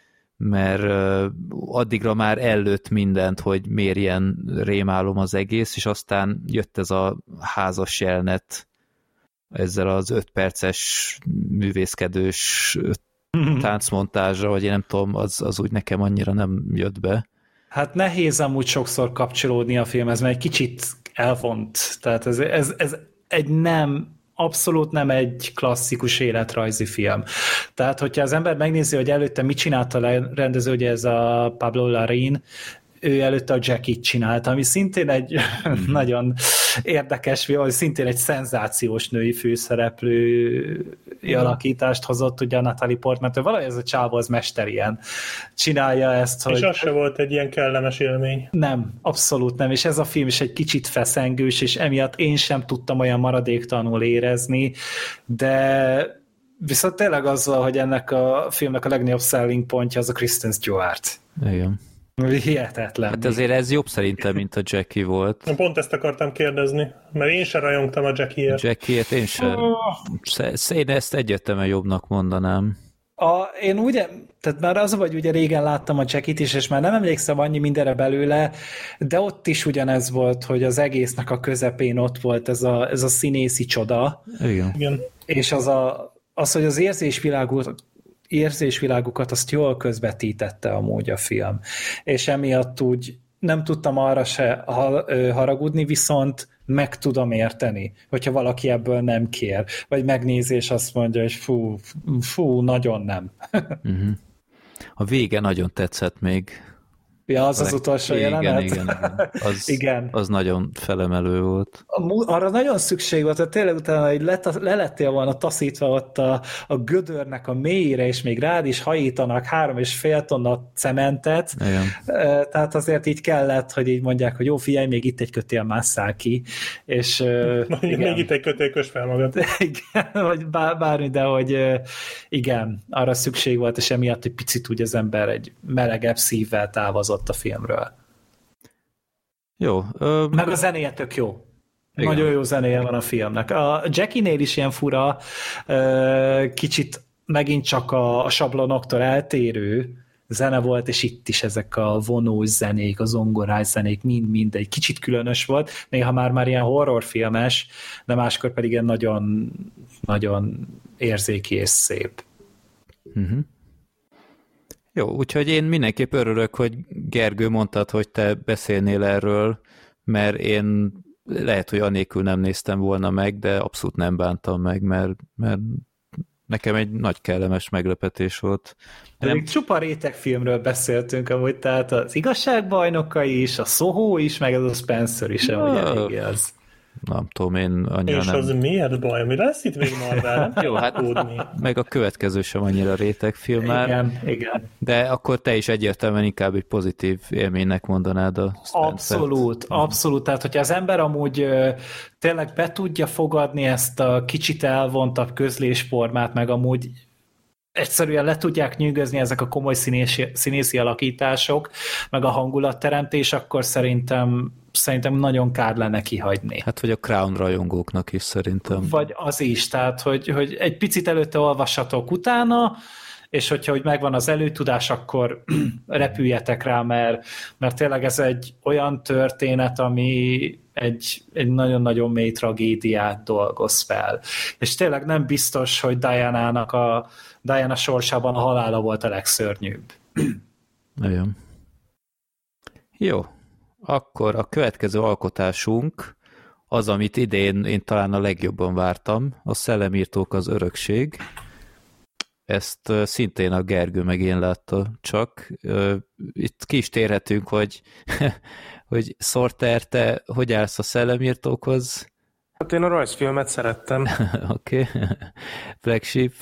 S2: addigra már ellőtt mindent, hogy miért ilyen rémálom az egész, és aztán jött ez a házas jelenet ezzel az 5 perces művészkedős táncmontázsra, vagy én nem tudom, az úgy nekem annyira nem jött be.
S4: Hát nehéz amúgy sokszor kapcsolódni a filmhez, mert egy kicsit elvont. Tehát ez egy abszolút nem egy klasszikus életrajzi film. Tehát, hogyha az ember megnézi, hogy előtte mit csinálta a rendező, ugye ez a Pablo Larraín, ő előtte a Jackie-t csinálta, ami szintén egy nagyon érdekes film, szintén egy szenzációs női főszereplő alakítást hozott ugye a Natalie Portman-től. Valahogy ez a csávó az mester ilyen csinálja ezt.
S3: És
S4: hogy...
S3: az se volt egy ilyen kellemes élmény.
S4: Nem, abszolút nem, és ez a film is egy kicsit feszengős, és emiatt én sem tudtam olyan maradéktalanul érezni, de viszont tényleg azzal, hogy ennek a filmnek a legnagyobb selling pontja az a Kristen Stewart.
S2: Igen.
S4: Hihetetlen.
S2: Hát azért ez jobb szerintem, mint a Jackie volt.
S3: Pont ezt akartam kérdezni, mert én sem rajongtam a Jackie-ért.
S2: Jackie-ért én sem. Én ezt egyértelműen jobbnak mondanám.
S4: Én ugye, tehát már az, hogy ugye régen láttam a Jackie-t is, és már nem emlékszem annyi mindenre belőle, de ott is ugyanez volt, hogy az egésznek a közepén ott volt ez a színészi csoda.
S2: Igen.
S4: És az, hogy az érzésvilágukat azt jól közvetítette amúgy a film. És emiatt úgy nem tudtam arra se haragudni, viszont meg tudom érteni, hogyha valaki ebből nem kér, vagy megnézi, és azt mondja, hogy fú, nagyon nem.
S2: A vége nagyon tetszett még.
S4: Ja, az utolsó jelenet?
S2: Igen. Az nagyon felemelő volt.
S4: Arra nagyon szükség volt, hogy tényleg utána, hogy le lettél volna taszítva ott a gödörnek a mélyére, és még rád is hajítanak 3,5 tonna cementet. Igen. Tehát azért így kellett, hogy így mondják, hogy jó, figyelj, még itt egy kötél másszál ki. És,
S3: még itt egy kötél, kös fel magad.
S4: Igen, vagy bármi, de hogy igen, arra szükség volt, és emiatt egy picit úgy az ember egy melegebb szívvel távozott a filmről.
S2: Jó.
S4: Meg a zenéje tök jó. Igen. Nagyon jó zenéje van a filmnek. A Jackie-nél is ilyen fura, kicsit megint csak a sablonoktól eltérő zene volt, és itt is ezek a vonós zenék, a zongorás zenék mind egy kicsit különös volt. Néha már ilyen horrorfilmes, de máskor pedig ilyen nagyon, nagyon érzéki és szép.
S2: Jó, úgyhogy én mindenképp örülök, hogy Gergő mondtad, hogy te beszélnél erről, mert én lehet, hogy anélkül nem néztem volna meg, de abszolút nem bántam meg, mert nekem egy nagy kellemes meglepetés volt.
S4: Még csupa rétegfilmről beszéltünk amúgy, tehát az Igazságbajnokai is, a Soho is, meg ez a Spencer is, amúgy elég az.
S2: nem tudom, én annyira
S3: és
S2: nem...
S3: az miért baj? Mi lesz itt még Marvel?
S2: Jó, hát meg a következő sem annyira rétegfilm már.
S4: Igen.
S2: De akkor te is egyértelműen inkább egy pozitív élménynek mondanád a Spencert.
S4: Abszolút. Tehát, hogyha az ember amúgy tényleg be tudja fogadni ezt a kicsit elvontabb közlésformát, meg amúgy egyszerűen le tudják nyűgözni ezek a komoly színészi alakítások, meg a hangulatteremtés, akkor szerintem nagyon kár lenne kihagyni.
S2: Hát, vagy a Crown rajongóknak is szerintem.
S4: Vagy az is, tehát, hogy egy picit előtte olvassatok utána, és hogyha hogy megvan az előtudás, akkor repüljetek rá, mert tényleg ez egy olyan történet, ami egy nagyon-nagyon mély tragédiát dolgoz fel. És tényleg nem biztos, hogy Diana sorsában a halála volt a legszörnyűbb.
S2: Nagyon. Jó. Akkor a következő alkotásunk az, amit idén én talán a legjobban vártam, a Szellemírtók az örökség. Ezt szintén a Gergő meg én látta, csak itt ki is térhetünk, hogy, hogy Sorter, te hogy állsz a Szellemírtókhoz?
S1: Hát én a rajzfilmet szerettem.
S2: Oké. Black Sheep?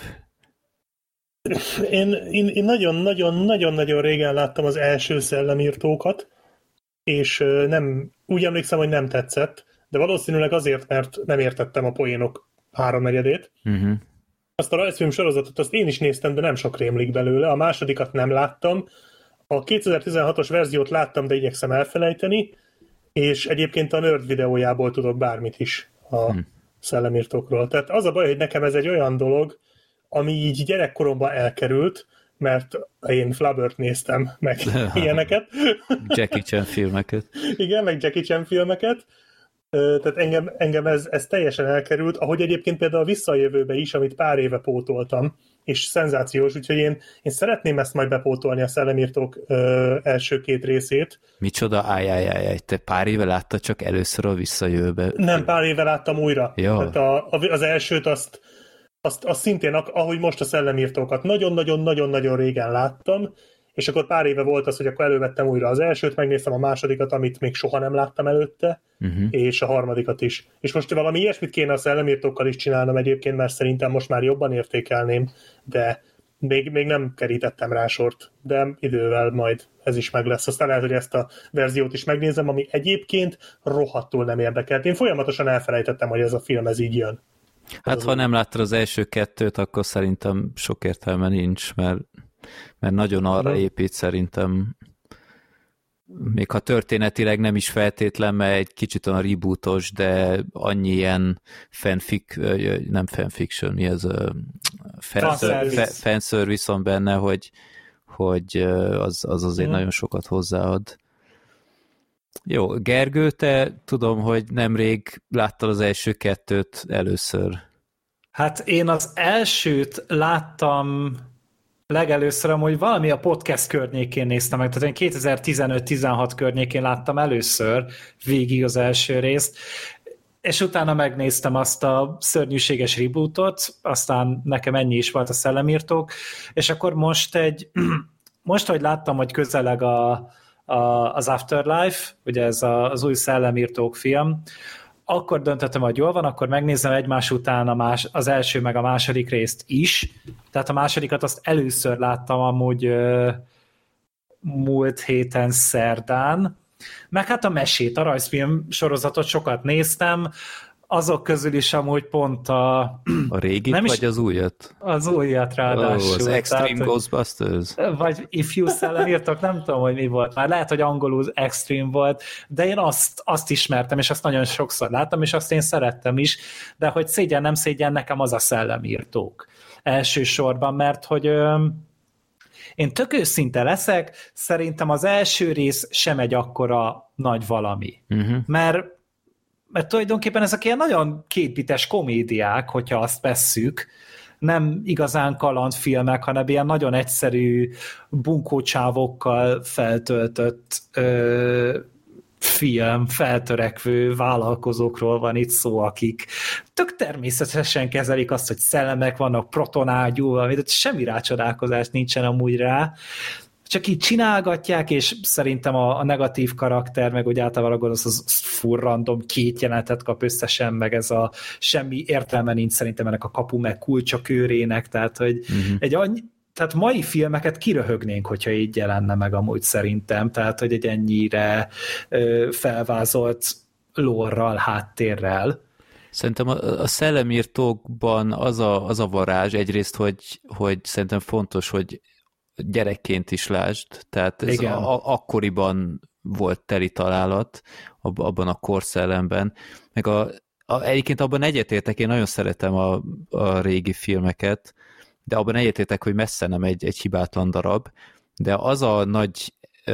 S3: Én nagyon-nagyon régen láttam az első Szellemírtókat, és úgy emlékszem, hogy nem tetszett, de valószínűleg azért, mert nem értettem a poénok 3/4. Uh-huh. Azt a rajzfilm sorozatot azt én is néztem, de nem sok rémlik belőle. A másodikat nem láttam. A 2016-os verziót láttam, de igyekszem elfelejteni, és egyébként a Nerd videójából tudok bármit is a Szellemírtókról. Tehát az a baj, hogy nekem ez egy olyan dolog, ami így gyerekkoromban elkerült, mert én Flabbert néztem, meg ilyeneket.
S2: Jackie Chan filmeket.
S3: Igen, meg Jackie Chan filmeket. Tehát engem ez teljesen elkerült, ahogy egyébként például a Visszajövőbe is, amit pár éve pótoltam, és szenzációs, úgyhogy én szeretném ezt majd bepótolni, a Szellemírtók első 2 részét.
S2: Micsoda, áj, te pár éve láttad csak először a Visszajövőbe?
S3: Nem, pár éve láttam újra.
S2: Ja.
S3: Tehát az elsőt azt szintén, ahogy most a Szellemírtókat, nagyon-nagyon-nagyon régen láttam, és akkor pár éve volt az, hogy akkor elővettem újra az elsőt, megnéztem a másodikat, amit még soha nem láttam előtte, és a harmadikat is. És most valami ilyesmit kéne a Szellemírtókkal is csinálnom egyébként, mert szerintem most már jobban értékelném, de még nem kerítettem rá sort, de idővel majd ez is meg lesz. Aztán lehet, hogy ezt a verziót is megnézem, ami egyébként rohadtul nem érdekelt. Én folyamatosan elfelejtettem, hogy ez a film ez így jön.
S2: Hát ha nem láttad az első 2-t, akkor szerintem sok értelme nincs, mert nagyon arra épít szerintem, még ha történetileg nem is feltétlen, mert egy kicsit olyan rebootos, de annyi ilyen nem fanfiction, mi ez fanservice van benne, hogy az azért nagyon sokat hozzáad. Jó, Gergő, te tudom, hogy nemrég láttad az első 2-t először.
S4: Hát én az elsőt láttam legelőször, amúgy valami a podcast környékén néztem meg, tehát én 2015-16 környékén láttam először végig az első részt, és utána megnéztem azt a szörnyűséges rebootot, aztán nekem ennyi is volt a Szellemírtók, és akkor most, hogy láttam, hogy közeleg az Afterlife, ugye ez az új Szellemírtók film, akkor döntöttem, hogy jól van, akkor megnézem egymás után az első meg a második részt is. Tehát a másodikat azt először láttam amúgy múlt héten szerdán. Meg hát a mesét, a rajzfilm sorozatot sokat néztem, azok közül is amúgy pont a
S2: régit, nem vagy az újat?
S4: Az újat ráadásul.
S2: Az Extreme Ghostbusters?
S4: Vagy Ifjú Szellemírtók, nem tudom, hogy mi volt. Már lehet, hogy angolul Extreme volt, de én azt ismertem, és azt nagyon sokszor láttam, és azt én szerettem is, de hogy szégyen, nem szégyen, nekem az a Szellemírtók elsősorban, mert hogy én tök őszinte leszek, szerintem az első rész sem egy akkora nagy valami. Mert tulajdonképpen ezek ilyen nagyon kétbites komédiák, hogyha azt vesszük, nem igazán kalandfilmek, hanem ilyen nagyon egyszerű bunkócsávokkal feltöltött film, feltörekvő vállalkozókról van itt szó, akik tök természetesen kezelik azt, hogy szellemek vannak, protonágyú, semmi rácsodálkozás nincsen amúgy rá, csak így csinálgatják, és szerintem a negatív karakter, meg úgy általában a gonosz az full random, 2 jelenetet kap összesen, meg ez a semmi értelme nincs szerintem ennek a kapu meg kulcsakőrének, tehát hogy tehát mai filmeket kiröhögnénk, hogyha így jelenne meg amúgy szerintem, tehát hogy egy ennyire felvázolt lore-ral, háttérrel.
S2: Szerintem a szellemírtókban az a varázs egyrészt, hogy szerintem fontos, hogy gyerekként is lásd, tehát ez akkoriban volt teli találat abban a korszellemben, meg egyébként abban egyetértek, én nagyon szeretem a régi filmeket, de abban egyetértek, hogy messze nem egy hibátlan darab, de az a nagy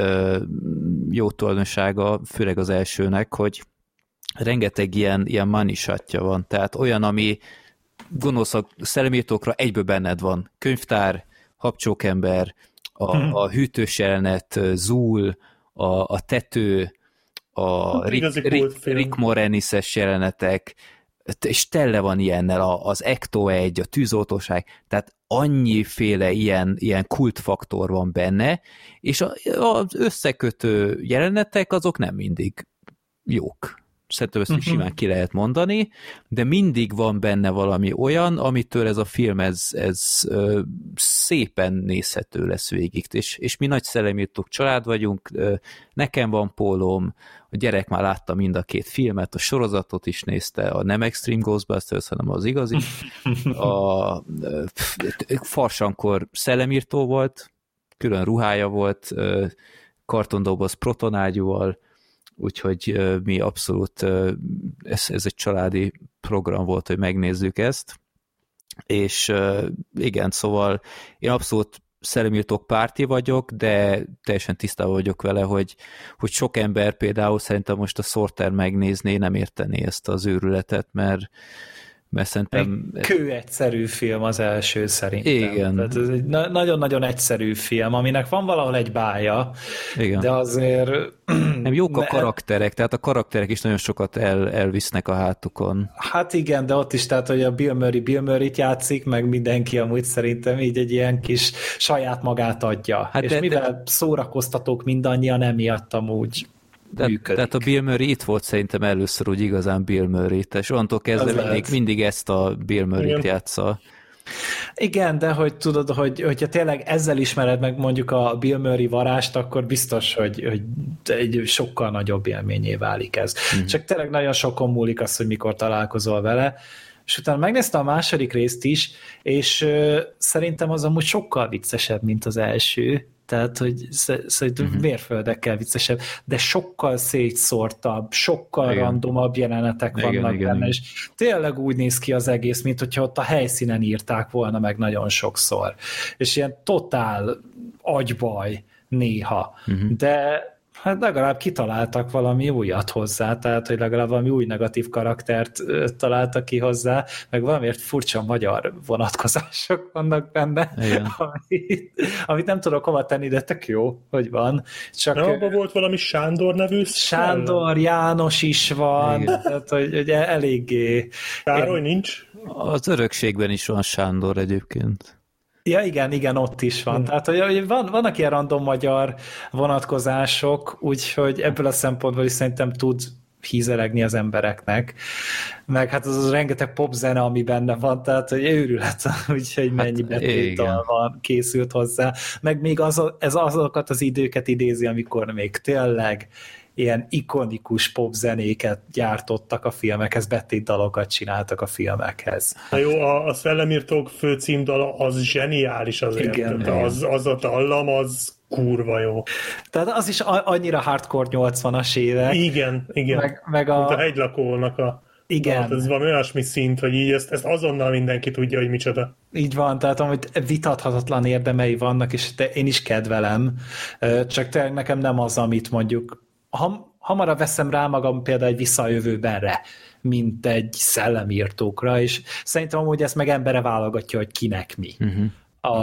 S2: jó tulajdonsága, főleg az elsőnek, hogy rengeteg ilyen money shotja van, tehát olyan, ami gonosz a szellemírtókra egyből benned van. Könyvtár, habcsókember, a hűtős jelenet, Zul, a tető, a Rick Moranis-es jelenetek, és tele van ilyennel, az Ecto 1, a tűzoltóság, tehát annyiféle ilyen kultfaktor van benne, és az összekötő jelenetek azok nem mindig jók. Szerintem ezt simán ki lehet mondani, de mindig van benne valami olyan, amitől ez a film ez szépen nézhető lesz végig. És mi nagy szellemírtók család vagyunk, nekem van pólóm, a gyerek már látta mind a 2 filmet, a sorozatot is nézte, a nem Extreme Ghostbusters, hanem az igazi. A Farsankor szellemírtó volt, külön ruhája volt, kartondoboz protonágyúval, úgyhogy mi abszolút, ez egy családi program volt, hogy megnézzük ezt, és igen, szóval én abszolút szellemírtók párti vagyok, de teljesen tisztában vagyok vele, hogy sok ember például szerintem most a Sorter megnézné, nem értené ezt az őrületet, mert szerintem...
S4: Kő egyszerű film az első szerintem.
S2: Igen.
S4: Tehát ez egy nagyon-nagyon egyszerű film, aminek van valahol egy bája,
S2: igen.
S4: De azért...
S2: Nem jók a karakterek, tehát a karakterek is nagyon sokat elvisznek a hátukon.
S4: Hát igen, de ott is, tehát, hogy a Bill Murray-t játszik, meg mindenki amúgy szerintem így egy ilyen kis saját magát adja. Hát és mivel szórakoztatók mindannyian, emiatt amúgy működik.
S2: Tehát a Bill Murray itt volt szerintem először úgy igazán Bill Murray, és onnantól kezdve mindig ezt a Bill Murray-t játsza.
S4: Igen, de hogy tudod, hogyha tényleg ezzel ismered meg mondjuk a Bill Murray varást, akkor biztos, hogy egy sokkal nagyobb élményé válik ez. Csak tényleg nagyon sokon múlik az, hogy mikor találkozol vele, és utána megnéztem a második részt is, és szerintem az amúgy sokkal viccesebb, mint az első. Tehát, hogy szerintem mérföldekkel viccesebb, de sokkal szétszórtabb, sokkal randomabb jelenetek vannak benne, és tényleg úgy néz ki az egész, mint hogyha ott a helyszínen írták volna meg nagyon sokszor. És ilyen totál agybaj néha. De hát legalább kitaláltak valami újat hozzá, tehát, hogy legalább valami új negatív karaktert találtak ki hozzá, meg valamiért furcsa magyar vonatkozások vannak benne, amit nem tudok hova tenni, de tök jó, hogy van.
S3: Csak abban volt valami Sándor nevű
S4: Sándor, János is van, tehát, hogy eléggé...
S3: Károly nincs?
S2: Az Örökségben is van Sándor egyébként.
S4: Ja, igen, ott is van. Tehát, hogy vannak ilyen random magyar vonatkozások, úgyhogy ebből a szempontból is szerintem tud hízelegni az embereknek. Meg hát az rengeteg popzene, ami benne van, tehát hogy őrület, úgyhogy mennyi betétel van, készült hozzá. Meg még ez azokat az időket idézi, amikor még tényleg ilyen ikonikus popzenéket gyártottak a filmekhez, betétdalokat csináltak a filmekhez.
S3: Na jó, a Szellemírtók főcímdala az zseniális azért. Igen. Az a dallam, az kurva jó.
S4: Tehát az is annyira hardcore 80-as évek.
S3: Igen.
S4: Meg
S3: a hegylakónak a...
S4: Igen.
S3: Hát ez valami olyasmi szint, hogy így ezt azonnal mindenki tudja, hogy micsoda.
S4: Így van, tehát amit vitathatatlan érdemei vannak, és én is kedvelem, csak tényleg nekem nem az, amit mondjuk hamarabb veszem rá magam például egy Vissza a jövőbenre, mint egy Szellemírtókra, és szerintem amúgy ezt meg embere válogatja, hogy kinek mi.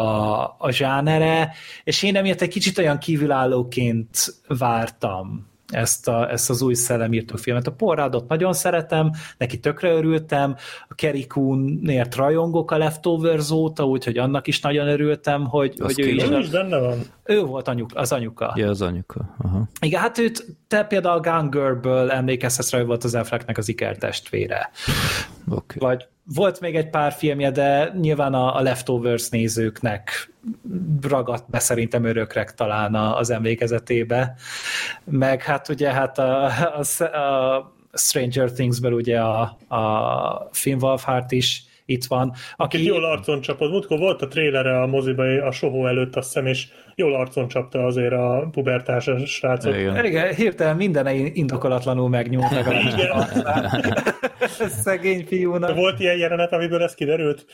S4: A zsánere, és én emiatt egy kicsit olyan kívülállóként vártam ezt az új szellemírtó filmet. A Paul Ruddot nagyon szeretem, neki tökre örültem, a Carrie Coonért rajongok a Leftovers óta, úgyhogy annak is nagyon örültem, hogy ő is
S3: benne van.
S4: Ő volt az anyuka.
S2: Ja, az anyuka. Aha.
S4: Igen, hát te például a Gone Girl-ből emlékezhetsz rá, hogy volt az Afflecknek az ikertestvére.
S2: Okay.
S4: Vagy volt még egy pár filmje, de nyilván a Leftovers nézőknek ragadt be szerintem örökre talán az emlékezetébe. Meg hát ugye a Stranger Things-ből ugye a Finn Wolfhard is itt van.
S3: Akit jól arcon csapott. Múltkor volt a trélere a moziba a Soho előtt, azt hiszem, és jól arcon csapta azért a pubertás srácot.
S4: Igen, hirtelen minden indokolatlanul megnyúltak a szegény fiúnak.
S3: De volt ilyen jelenet, amiből ez kiderült?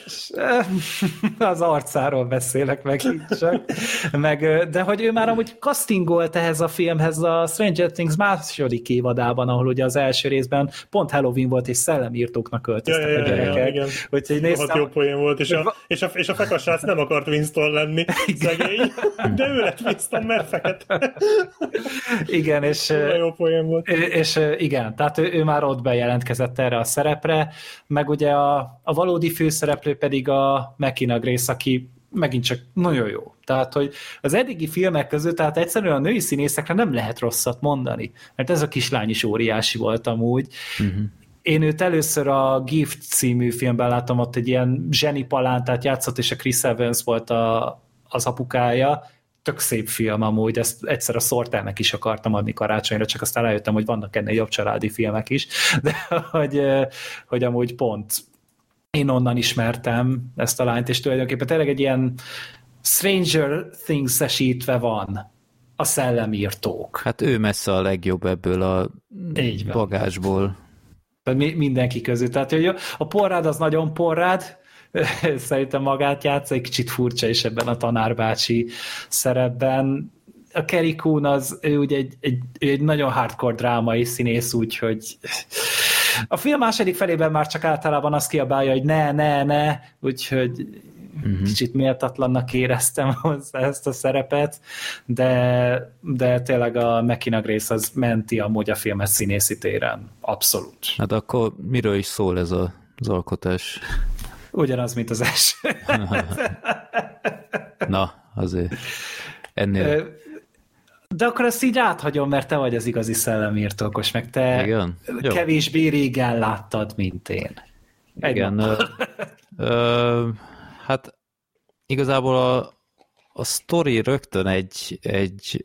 S4: Az arcáról beszélek meg csak. De hogy ő már amúgy castingolt ehhez a filmhez a Stranger Things második évadában, ahol ugye az első részben pont Halloween volt, és szellemírtóknak öltöztek a gyerekek.
S3: Igen.
S4: Úgyhogy néztem...
S3: Jó poén volt, és a fekasrác nem akart Winston lenni, szegény, de ő lett Winston, mert fekete.
S4: Igen, és...
S3: Jó poén volt.
S4: És igen, tehát ő már ott bejelentkezett erre a szerepre, meg ugye a valódi főszereplő pedig a McKenna Grace, aki megint csak nagyon jó. Tehát, hogy az eddigi filmek között, tehát egyszerűen a női színészekre nem lehet rosszat mondani, mert ez a kislány is óriási volt amúgy. Uh-huh. Én őt először a Gift című filmben láttam, ott egy ilyen zseni palántát játszott, és a Chris Evans volt az apukája. Tök szép film amúgy, ezt egyszer a Sorternek is akartam adni karácsonyra, csak aztán rájöttem, hogy vannak ennél jobb családi filmek is, de hogy amúgy pont én onnan ismertem ezt a lányt, és tulajdonképpen tényleg egy ilyen Stranger Things-esítve van a szellemírtók.
S2: Hát ő messze a legjobb ebből a bagázsból.
S4: Mindenki közül. Tehát hogy a porrád az nagyon porrád, szerintem magát játsz, egy kicsit furcsa is ebben a tanárbácsi szerepben. A Carrie Coon ő ugye egy nagyon hardcore drámai színész, úgyhogy a film második felében már csak általában azt kiabálja, hogy ne, úgyhogy kicsit méltatlannak éreztem hozzá ezt a szerepet, de tényleg a McKenna Grace az menti amúgy a filmet színészi téren. Abszolút.
S2: Hát akkor miről is szól ez az alkotás?
S4: Ugyanaz, mint az első.
S2: Na, azért ennél...
S4: De akkor ezt így áthagyom, mert te vagy az igazi szellemírtókos, meg te
S2: igen?
S4: Kevésbé régen láttad, mint én.
S2: Igen. Hát igazából a sztori rögtön egy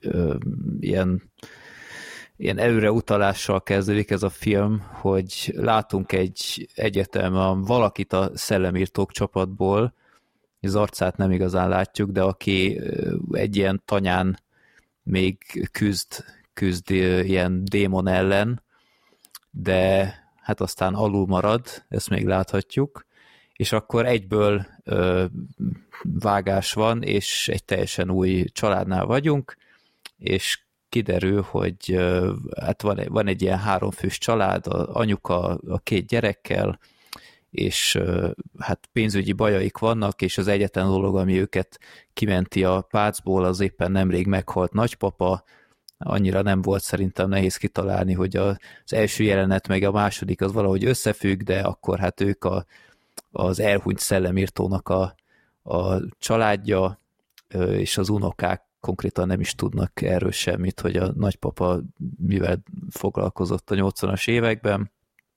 S2: ilyen előreutalással kezdődik ez a film, hogy látunk egy egyetemen valakit a szellemírtók csapatból, az arcát nem igazán látjuk, de aki egy ilyen tanyán még küzd ilyen démon ellen, de hát aztán alul marad, ezt még láthatjuk, és akkor egyből vágás van, és egy teljesen új családnál vagyunk, és kiderül, hogy hát van egy ilyen 3 fős család, az anyuka a 2 gyerekkel, és hát pénzügyi bajaik vannak, és az egyetlen dolog, ami őket kimenti a pácból, az éppen nemrég meghalt nagypapa, annyira nem volt szerintem nehéz kitalálni, hogy az első jelenet meg a második az valahogy összefügg, de akkor hát ők az elhunyt szellemírtónak a családja, és az unokák konkrétan nem is tudnak erről semmit, hogy a nagypapa mivel foglalkozott a 80-as években,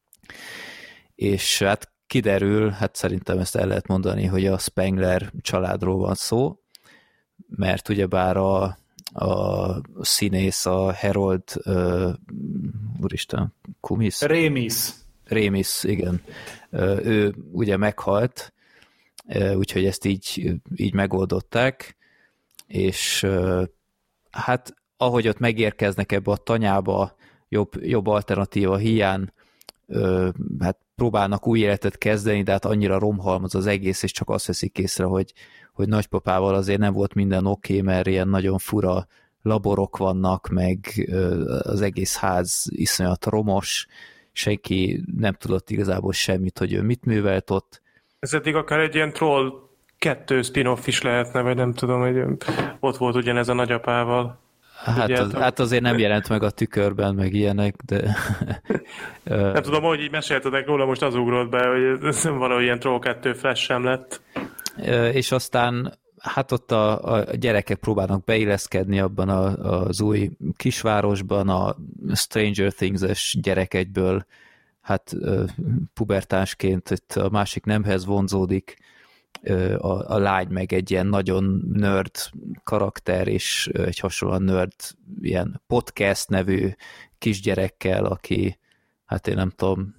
S2: és hát kiderül, hát szerintem ezt el lehet mondani, hogy a Spengler családról van szó, mert ugyebár a színész, a Harold úristen, Kumis? Rémis, igen. Ő ugye meghalt, úgyhogy ezt így megoldották, és hát ahogy ott megérkeznek ebbe a tanyába, jobb alternatíva hiány, hát próbálnak új életet kezdeni, de hát annyira romhalmaz az egész, és csak azt veszik észre, hogy nagypapával azért nem volt minden oké, mert ilyen nagyon fura laborok vannak, meg az egész ház iszonyat romos, senki nem tudott igazából semmit, hogy ő mit művelt ott.
S1: Ez eddig akár egy ilyen Troll 2 spin-off is lehetne, vagy nem tudom, hogy ott volt ugyanez a nagyapával.
S2: Hát azért nem jelent meg a tükörben, meg ilyenek, de...
S1: Nem tudom, hogy így meséltetek róla, most az ugrott be, hogy ez valahogy ilyen Troll 2 Flash sem lett.
S2: És aztán hát ott a gyerekek próbálnak beilleszkedni abban az új kisvárosban, a Stranger Things-es gyerek egyből hát pubertásként itt a másik nemhez vonzódik, a lány meg egy ilyen nagyon nerd karakter, és egy hasonlóan nerd ilyen podcast nevű kisgyerekkel, aki, hát én nem tudom,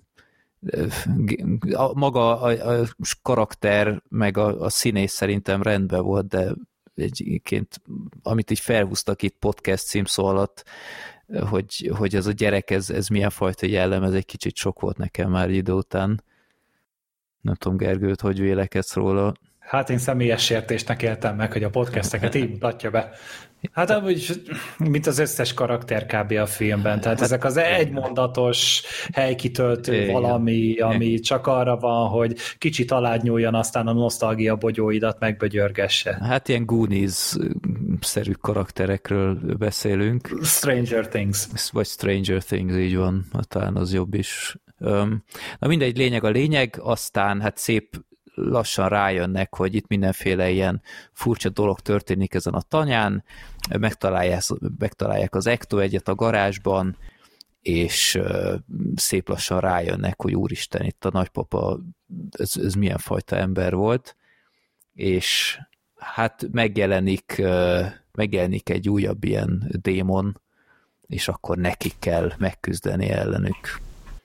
S2: maga a karakter, meg a színész szerintem rendben volt, de egyébként, amit így felhúztak itt podcast címszó alatt, hogy ez a gyerek, ez milyen fajta jellem, ez egy kicsit sok volt nekem már idő után. Nem tudom, Gergőt, hogy vélekedsz róla?
S4: Hát én személyes sértésnek éltem meg, hogy a podcasteket így mutatja be. Hát amúgy, mint az összes karakter kb. A filmben, tehát ezek az egymondatos helykitöltő valami, ami csak arra van, hogy kicsit aládnyúljon, aztán a nosztalgia bogyóidat megbögyörgesse.
S2: Hát ilyen Goonies-szerű karakterekről beszélünk.
S4: Stranger Things.
S2: Vagy Stranger Things, így van, talán az jobb is. Na mindegy, lényeg a lényeg, aztán hát szép lassan rájönnek, hogy itt mindenféle ilyen furcsa dolog történik ezen a tanyán, megtalálják az Ecto egyet a garázsban, és szép lassan rájönnek, hogy úristen, itt a nagypapa, ez milyen fajta ember volt, és hát megjelenik egy újabb ilyen démon, és akkor nekik kell megküzdeni ellenük.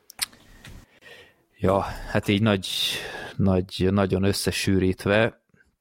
S2: Ja, hát így nagyon összesűrítve.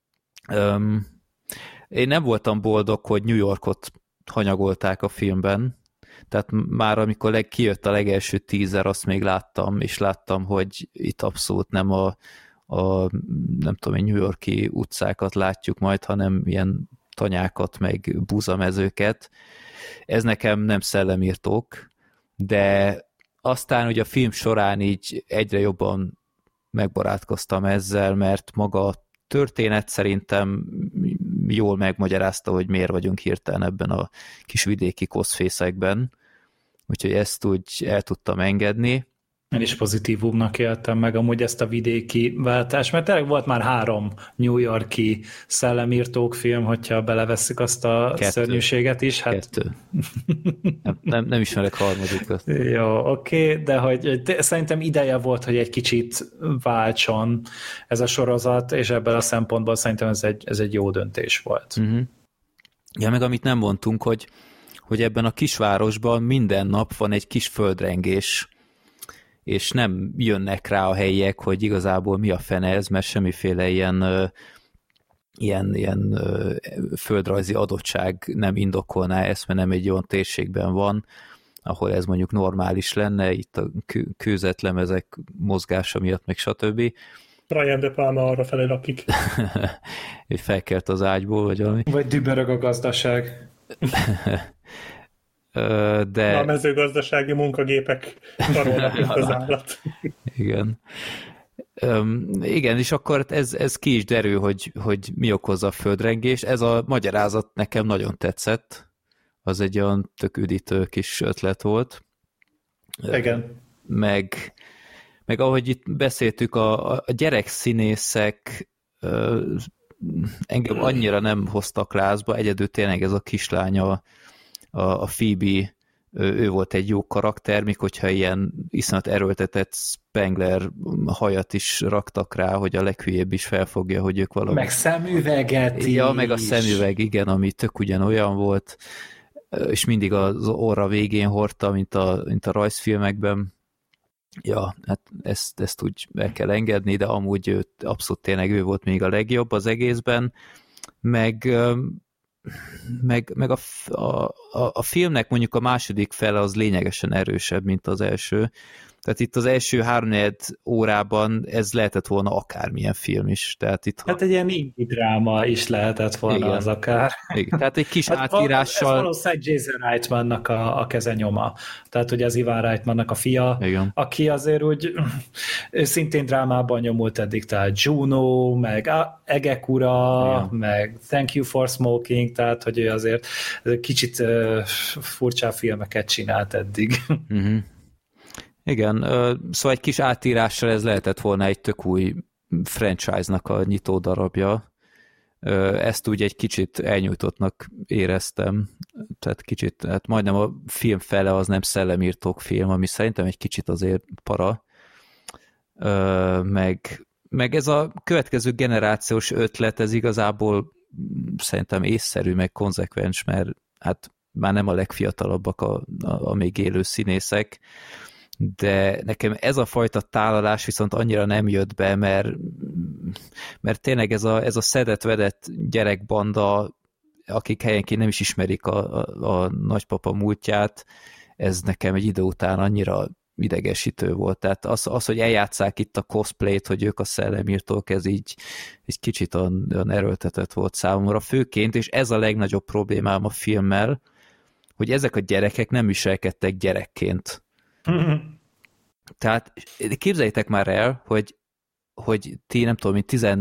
S2: Én nem voltam boldog, hogy New Yorkot hanyagolták a filmben, tehát már amikor kijött a legelső teaser, azt még láttam, és láttam, hogy itt abszolút nem nem tudom, New York-i utcákat látjuk majd, hanem ilyen tanyákat, meg búzamezőket. Ez nekem nem szellemírtók, de aztán ugye a film során így egyre jobban megbarátkoztam ezzel, mert maga a történet szerintem jól megmagyarázta, hogy miért vagyunk hirtelen ebben a kis vidéki koszfészekben. Úgyhogy ezt úgy el tudtam engedni.
S4: Én is pozitívumnak éltem meg amúgy ezt a vidéki váltást, mert tényleg volt már 3 New York-i szellemírtók film, hogyha belevesszük azt a
S2: 2.
S4: szörnyűséget is. Hát...
S2: 2. Nem ismerek harmadikat.
S4: Jó, oké, de hogy szerintem ideje volt, hogy egy kicsit váltson ez a sorozat, és ebből a szempontból szerintem ez egy jó döntés volt.
S2: Uh-huh. Ja, meg amit nem mondtunk, hogy ebben a kisvárosban minden nap van egy kis földrengés, és nem jönnek rá a helyiek, hogy igazából mi a fene ez, mert semmiféle ilyen földrajzi adottság nem indokolná ezt, mert nem egy olyan térségben van, ahol ez mondjuk normális lenne, itt a kőzetlemezek mozgása miatt, meg stb.
S3: Brian De Palma arra felé lakik.
S2: Hogy felkelt az ágyból, vagy valami.
S4: Vagy dübörög a gazdaság.
S2: De...
S3: A mezőgazdasági munkagépek karolnak, mint az állat.
S2: Igen. Igen, és akkor ez ki is derül, hogy mi okozza a földrengést. Ez a magyarázat nekem nagyon tetszett. Az egy olyan tök üdítő kis ötlet volt.
S4: Igen.
S2: Meg ahogy itt beszéltük, a gyerekszínészek engem annyira nem hoztak lázba, egyedül tényleg ez a kislánya, a Phoebe, ő volt egy jó karakter, míg hogyha ilyen iszonyat erőltetett Spengler hajat is raktak rá, hogy a leghülyébb is felfogja, hogy ők valami...
S4: Meg szemüveget is.
S2: Ja, meg a szemüveg, igen, ami tök ugyanolyan volt, és mindig az orra végén hordta, mint a rajzfilmekben. Ja, hát ezt úgy el kell engedni, de amúgy abszolút tényleg ő volt még a legjobb az egészben, meg a filmnek mondjuk a második fele az lényegesen erősebb, mint az első. Tehát itt az első 3-4 órában ez lehetett volna akármilyen film is. Tehát itt,
S4: hát egy ilyen indie dráma is lehetett volna, igen, az akár.
S2: Igen. Tehát egy kis
S4: hát
S2: átírással...
S4: Ez valószínűleg Jason Reitmannak a kezenyoma. Tehát ugye az Ivan Reitmannak a fia, igen, aki azért úgy szintén drámában nyomult eddig, tehát Juno, meg Egek ura, igen, meg Thank You for Smoking, tehát hogy ő azért kicsit furcsa filmeket csinált eddig.
S2: Uh-huh. Igen, szóval egy kis átírással ez lehetett volna egy tök új franchise-nak a nyitó darabja. Ezt úgy egy kicsit elnyújtottnak éreztem, tehát kicsit, hát majdnem a film fele az nem szellemírtók film, ami szerintem egy kicsit azért para. Meg ez a következő generációs ötlet, ez igazából szerintem észszerű, meg konzekvens, mert hát már nem a legfiatalabbak a még élő színészek, de nekem ez a fajta tálalás viszont annyira nem jött be, mert tényleg ez a szedett-vedett gyerekbanda, akik helyenként nem is ismerik a nagypapa múltját, ez nekem egy idő után annyira idegesítő volt. Tehát az, hogy eljátsszák itt a cosplayt, hogy ők a szellemírtók, ez így egy kicsit olyan erőltetett volt számomra főként, és ez a legnagyobb problémám a filmmel, hogy ezek a gyerekek nem viselkedtek gyerekként. Tehát képzeljétek már el, hogy ti nem tudom, mint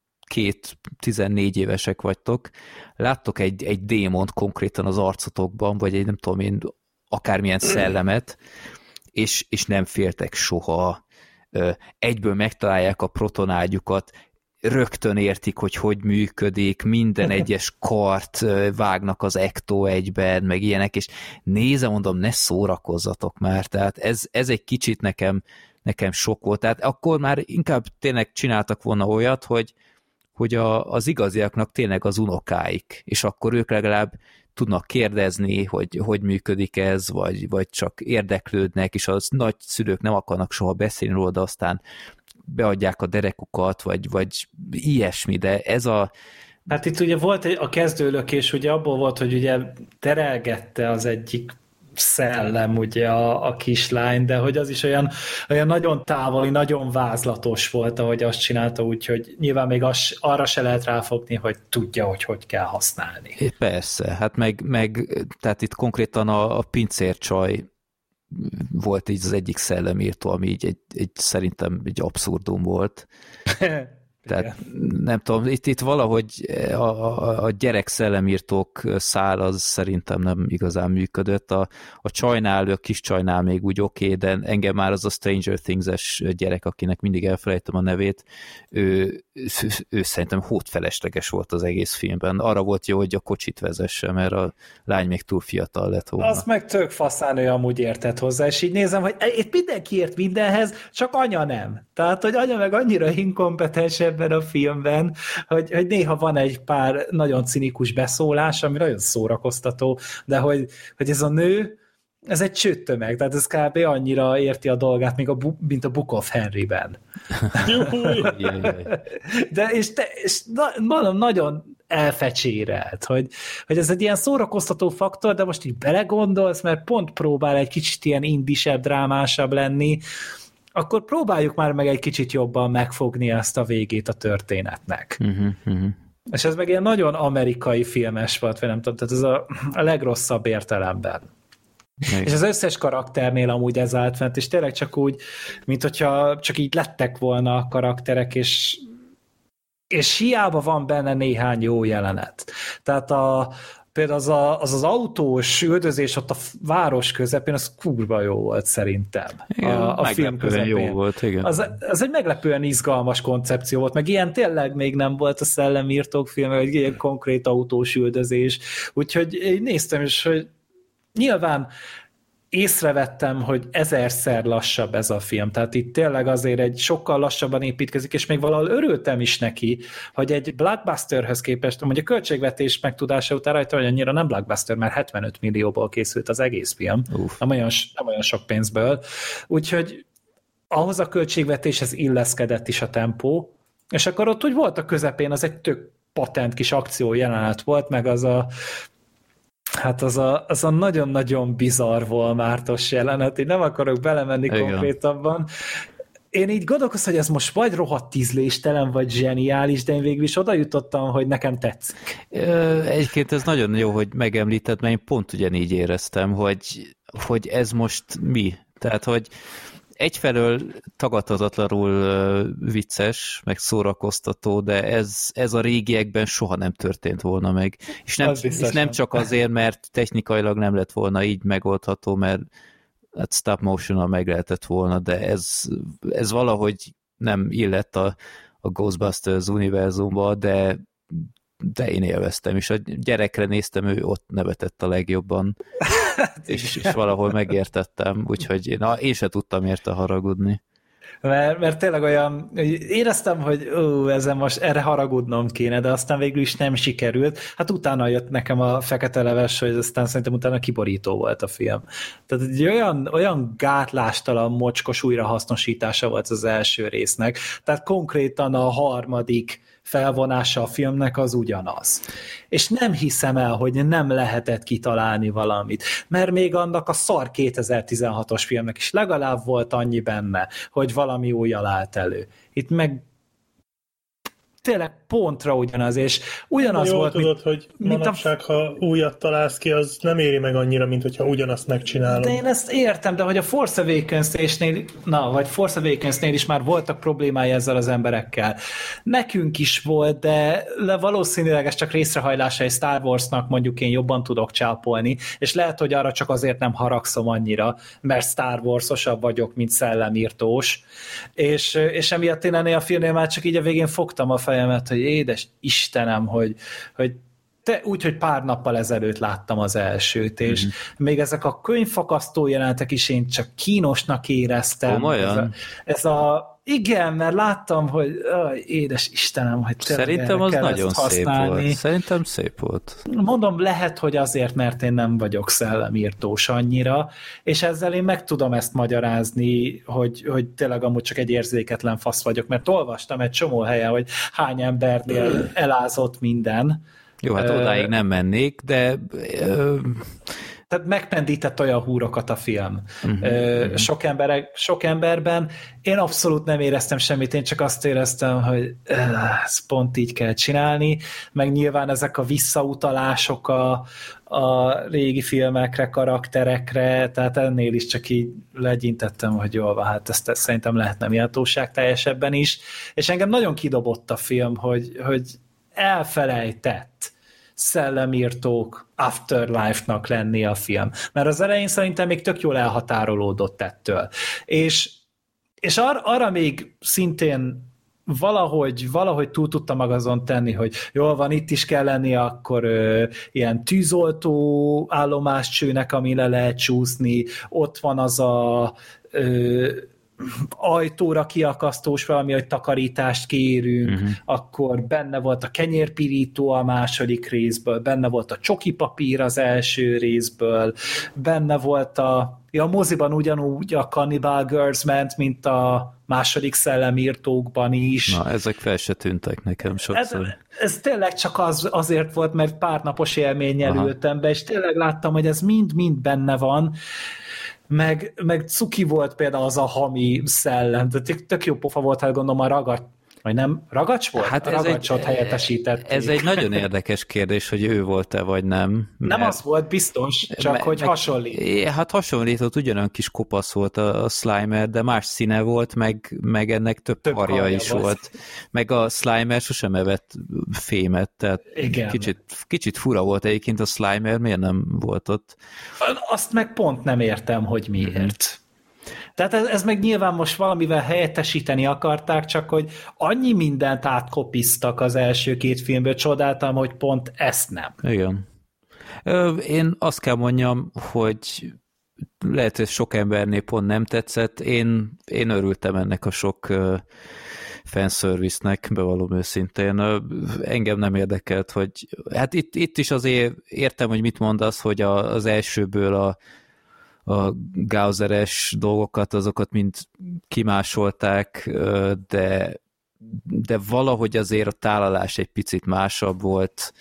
S2: 12-14 évesek vagytok, láttok egy démont konkrétan az arcotokban, vagy egy nem tudom én akármilyen szellemet, és nem féltek soha. Egyből megtalálják a protonágyukat, rögtön értik, hogy működik, minden egyes kart vágnak az Ecto egyben, meg ilyenek, és nézem, mondom, ne szórakozzatok már, tehát ez egy kicsit nekem sok volt, tehát akkor már inkább tényleg csináltak volna olyat, hogy az igaziaknak tényleg az unokáik, és akkor ők legalább tudnak kérdezni, hogy működik ez, vagy csak érdeklődnek, és az nagy szülők nem akarnak soha beszélni róla, de aztán beadják a derekukat, vagy ilyesmi, de ez a...
S4: Hát itt ugye volt a kezdőlökés, ugye abból volt, hogy ugye terelgette az egyik szellem ugye a kislány, de hogy az is olyan nagyon távoli, nagyon vázlatos volt, ahogy azt csinálta, úgyhogy nyilván még arra se lehet ráfogni, hogy tudja, hogy kell használni.
S2: Persze, hát meg tehát itt konkrétan a pincércsaj volt így az egyik szellemírtó, ami így szerintem egy abszurdum volt. Tehát nem tudom, itt valahogy a gyerek szellemírtók szál az szerintem nem igazán működött. A csajnál, a kis csajnál még úgy oké, de engem már az a Stranger Things-es gyerek, akinek mindig elfelejtem a nevét, ő szerintem hódfelesleges volt az egész filmben. Arra volt jó, hogy a kocsit vezesse, mert a lány még túl fiatal lett volna.
S4: Az meg tök faszán, ő amúgy értett hozzá, és így nézem, hogy itt mindenki ért mindenhez, csak anya nem. Tehát, hogy anya meg annyira inkompetens ebben a filmben, hogy néha van egy pár nagyon cinikus beszólás, ami nagyon szórakoztató, de hogy ez a nő, ez egy csőttömeg, tehát ez kb. Annyira érti a dolgát, mint a Book of Henryben. De nagyon elfecsérelt, hogy ez egy ilyen szórakoztató faktor, de most így belegondolsz, mert pont próbál egy kicsit ilyen indisebb, drámásabb lenni, akkor próbáljuk már meg egy kicsit jobban megfogni ezt a végét a történetnek. És ez meg ilyen nagyon amerikai filmes volt, vagy nem tudom, tehát ez a legrosszabb értelemben. És az összes karakternél amúgy ez állt fent, és tényleg csak úgy, mint hogyha csak így lettek volna a karakterek, és hiába van benne néhány jó jelenet. Tehát például az autós üldözés ott a város közepén, az kurva jó volt szerintem.
S2: Igen,
S4: a film közepén.
S2: Jó volt, igen.
S4: Az egy meglepően izgalmas koncepció volt, meg ilyen tényleg még nem volt a Szellemírtók film, vagy ilyen konkrét autós üldözés. Úgyhogy én néztem is, hogy nyilván észrevettem, hogy 1000-szer lassabb ez a film. Tehát itt tényleg azért egy sokkal lassabban építkezik, és még valahol örültem is neki, hogy egy blockbusterhöz képest, mondjuk a költségvetés megtudása után rajta, hogy annyira nem blockbuster, mert 75 millióból készült az egész film. Nem olyan sok pénzből. Úgyhogy ahhoz a költségvetéshez illeszkedett is a tempó, és akkor ott úgy volt a közepén, az egy tök patent kis akció jelenet volt, meg az a Hát az a nagyon-nagyon bizarr volmártos jelenet, én nem akarok belemenni konkrétabban. Én így gondolkoztam, hogy ez most vagy rohadt ízléstelen, vagy zseniális, de én végül is oda jutottam, hogy nekem tetszik.
S2: Egyébként ez nagyon jó, hogy megemlíted, mert én pont ugyanígy éreztem, hogy ez most mi. Tehát, hogy egyfelől tagadhatatlanul vicces, meg szórakoztató, de ez a régiekben soha nem történt volna meg. És nem csak azért, mert technikailag nem lett volna így megoldható, mert hát stop motion-nal meg lehetett volna, de ez valahogy nem illett a Ghostbusters univerzumba, de én élveztem, és a gyerekre néztem, ő ott nevetett a legjobban, és valahol megértettem, úgyhogy én se tudtam érte haragudni.
S4: Mert tényleg olyan, éreztem, hogy ezen most erre haragudnom kéne, de aztán végül is nem sikerült. Hát utána jött nekem a fekete leves, hogy aztán szerintem utána kiborító volt a film. Tehát egy olyan gátlástalan, mocskos újrahasznosítása volt az első résznek. Tehát konkrétan a harmadik felvonása a filmnek az ugyanaz. És nem hiszem el, hogy nem lehetett kitalálni valamit, mert még annak a szar 2016-os filmnek is legalább volt annyi benne, hogy valami újjal állt elő. Itt meg tényleg pontra ugyanaz, és ugyanaz
S3: jól
S4: volt,
S3: tudod, hogy manapság, ha újat találsz ki, az nem éri meg annyira, mint hogyha ugyanazt megcsinálod.
S4: De én ezt értem, de hogy a Force Awakens-nél, vagy Force Awakens-nél is már voltak problémái ezzel az emberekkel. Nekünk is volt, de valószínűleg ez csak részrehajlása egy Star Warsnak mondjuk én jobban tudok csápolni, és lehet, hogy arra csak azért nem haragszom annyira, mert Star Wars-osabb vagyok, mint szellemírtós, és emiatt én ennél a filmnél már csak így a végén fogtam a fejemet, hogy édes Istenem, hogy úgy, hogy pár nappal ezelőtt láttam az elsőt, és még ezek a könyvfakasztó jelenetek is én csak kínosnak éreztem. Igen, mert láttam, hogy édes Istenem, hogy
S2: szerintem az nagyon szép volt. Szerintem szép volt.
S4: Mondom, lehet, hogy azért, mert én nem vagyok szellemírtós annyira, és ezzel én meg tudom ezt magyarázni, hogy tényleg amúgy csak egy érzéketlen fasz vagyok, mert olvastam egy csomó helyen, hogy hány embernél elázott minden.
S2: Jó, hát odáig nem mennék, de...
S4: Tehát megpendített olyan húrokat a film. Sok emberben én abszolút nem éreztem semmit, én csak azt éreztem, hogy ezt pont így kell csinálni, meg nyilván ezek a visszautalások a régi filmekre, karakterekre, tehát ennél is csak így legyintettem, hogy jól van, hát ezt szerintem lehetne méltóság teljesebben is, és engem nagyon kidobott a film, hogy elfelejtett szellemírtók Afterlife-nak lenni a film. Mert az elején szerintem még tök jól elhatárolódott ettől. És arra még szintén valahogy túl tudta maga azon tenni, hogy jól van, itt is kell lenni, akkor ilyen tűzoltó állomáscsőnek, ami le lehet csúszni, ott van az a ajtóra kiakasztós valami, hogy takarítást kérünk, akkor benne volt a kenyérpirító a második részből, benne volt a csokipapír az első részből, benne volt a moziban ugyanúgy a Cannibal Girls ment, mint a második szellemírtókban is.
S2: Na, ezek fel se tűntek nekem sokszor.
S4: Ez tényleg csak azért volt, mert pár napos élménnyel ültem be, és tényleg láttam, hogy ez mind-mind benne van, meg cuki volt például az a hami szellem, de tök jó pofa volt, hát gondolom vagy nem, Ragacs volt? Hát a Ragacsot helyettesítették.
S2: Ez egy nagyon érdekes kérdés, hogy ő volt-e, vagy nem.
S4: Nem az volt, biztos, csak hogy hasonlít.
S2: Hát hasonlított, ugyanolyan kis kopasz volt a Slimer, de más színe volt, meg ennek több karja is volt. Meg a Slimer sosem evett fémet, tehát kicsit fura volt egyébként a Slimer, miért nem volt ott?
S4: Azt meg pont nem értem, hogy miért. Tehát ez meg nyilván most valamivel helyettesíteni akarták, csak hogy annyi mindent átkopiztak az első két filmből, csodáltam, hogy pont ezt nem.
S2: Igen. Én azt kell mondjam, hogy lehet, hogy sok embernél pont nem tetszett. Én örültem ennek a sok fanservice-nek, bevallom őszintén. Engem nem érdekelt, hogy hát itt is azért értem, hogy mit mondasz, hogy az elsőből a Gausseres dolgokat, azokat mind kimásolták, de de valahogy azért a tálalás egy picit másabb volt.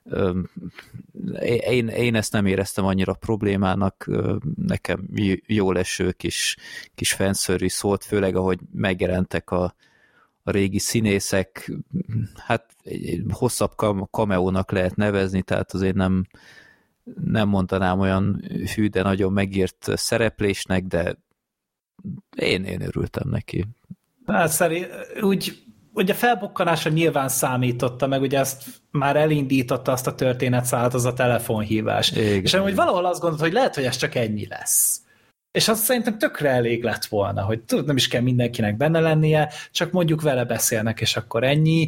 S2: Én ezt nem éreztem annyira problémának, nekem jól eső kis fanservice volt, főleg ahogy megjelentek a régi színészek, hát egy hosszabb cameónak lehet nevezni, tehát azért nem mondanám olyan hű, de nagyon megírt szereplésnek, de én örültem neki.
S4: Hát szerint úgy ugye a felbukkanásra nyilván számította, meg ugye ezt már elindította azt a történetszálat, az a telefonhívás. Igen. És amúgy valahol azt gondolt, hogy lehet, hogy ez csak ennyi lesz. És azt szerintem tökre elég lett volna, hogy nem is kell mindenkinek benne lennie, csak mondjuk vele beszélnek, és akkor ennyi,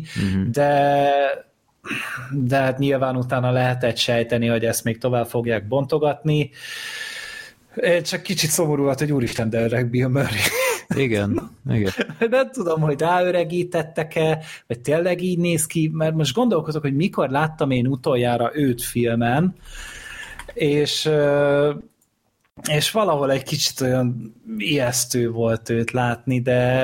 S4: de hát nyilván utána lehetett sejteni, hogy ezt még tovább fogják bontogatni. Csak kicsit szomorú volt, hogy úristen, de öreg Bill Murray.
S2: Igen.
S4: Nem tudom, hogy ráöregítettek-e, vagy tényleg így néz ki, mert most gondolkozok, hogy mikor láttam én utoljára őt filmen, és valahol egy kicsit olyan ijesztő volt őt látni,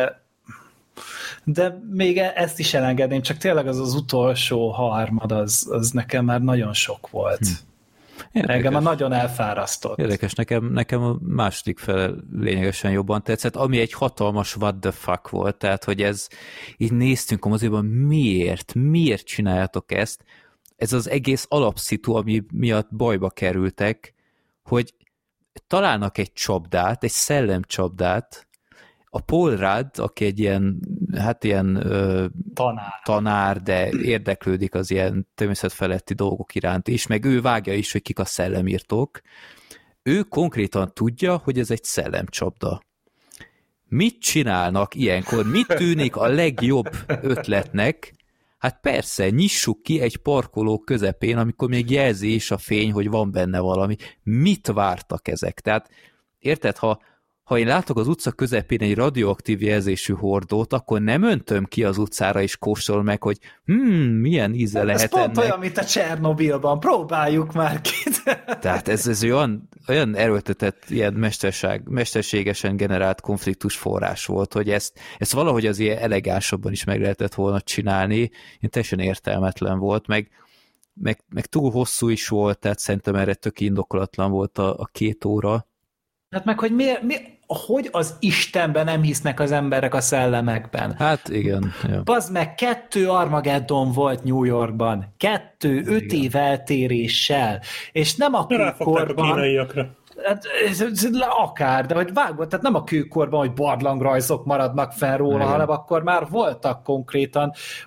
S4: de még ezt is elengedném, csak tényleg az utolsó harmad, az nekem már nagyon sok volt. Engem már nagyon elfárasztott.
S2: Érdekes, nekem a második fele lényegesen jobban tetszett, ami egy hatalmas what the fuck volt, tehát, hogy ez így néztünk a moziban, miért csináljátok ezt? Ez az egész alapszitu, ami miatt bajba kerültek, hogy találnak egy csapdát, egy szellemcsapdát, a Paul Rudd, aki egy ilyen, hát ilyen tanár, de érdeklődik az ilyen természetfeletti dolgok iránt is, meg ő vágja is, hogy kik a szellemírtók. Ő konkrétan tudja, hogy ez egy szellemcsapda. Mit csinálnak ilyenkor? Mit tűnik a legjobb ötletnek? Hát persze, nyissuk ki egy parkoló közepén, amikor még jelzi is a fény, hogy van benne valami. Mit vártak ezek? Tehát érted, ha én látok az utca közepén egy radioaktív jelzésű hordót, akkor nem öntöm ki az utcára és kóstol meg, hogy milyen íze lehet ennek. Ez
S4: pont olyan, mint a Csernobilban. Próbáljuk már ki.
S2: Tehát ez olyan erőltetett, ilyen mesterségesen generált konfliktus forrás volt, hogy ezt valahogy az ilyen elegánsabban is meg lehetett volna csinálni. Én teljesen értelmetlen volt, meg túl hosszú is volt, tehát szerintem erre tök indokolatlan volt a 2 óra.
S4: Hát meg, hogy hogy az Istenben nem hisznek az emberek a szellemekben?
S2: Hát igen. Ja.
S4: Bazd meg, 2 Armageddon volt New Yorkban. 2 5 év eltéréssel. És nem a kőkorban...
S3: a kínaiakra.
S4: Hát, akár, de hogy vágod, tehát nem a kőkorban, hogy barlangrajzok maradnak fel róla, hanem akkor már voltak konkrétan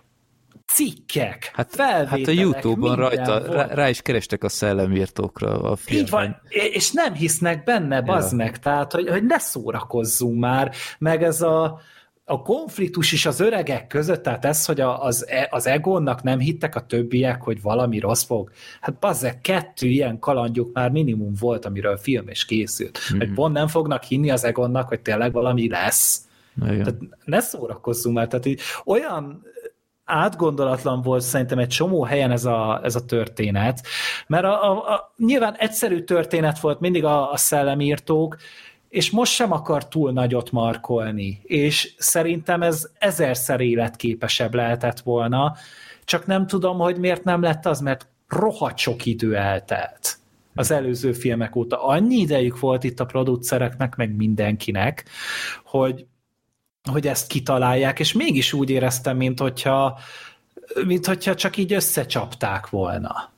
S4: cikkek, felvételek,
S2: hát a YouTube-on rajta rá is kerestek a szellemírtókra a filmben.
S4: Így van, és nem hisznek benne, bazd meg, tehát, hogy ne szórakozzunk már, meg ez a konfliktus is az öregek között, tehát ez, hogy az Egonnak nem hittek a többiek, hogy valami rossz fog. Hát bazzeg, 2 ilyen kalandjuk már minimum volt, amiről film is készült. Hogy pont nem fognak hinni az Egonnak, hogy tényleg valami lesz. Tehát ne szórakozzunk már, tehát így olyan átgondolatlan volt szerintem egy csomó helyen ez a történet, mert nyilván egyszerű történet volt mindig a szellemírtók, és most sem akar túl nagyot markolni, és szerintem ez 1000-szer életképesebb lehetett volna, csak nem tudom, hogy miért nem lett az, mert rohadt sok idő eltelt az előző filmek óta. Annyi idejük volt itt a producereknek, meg mindenkinek, hogy ezt kitalálják, és mégis úgy éreztem, mint hogyha csak így összecsapták volna.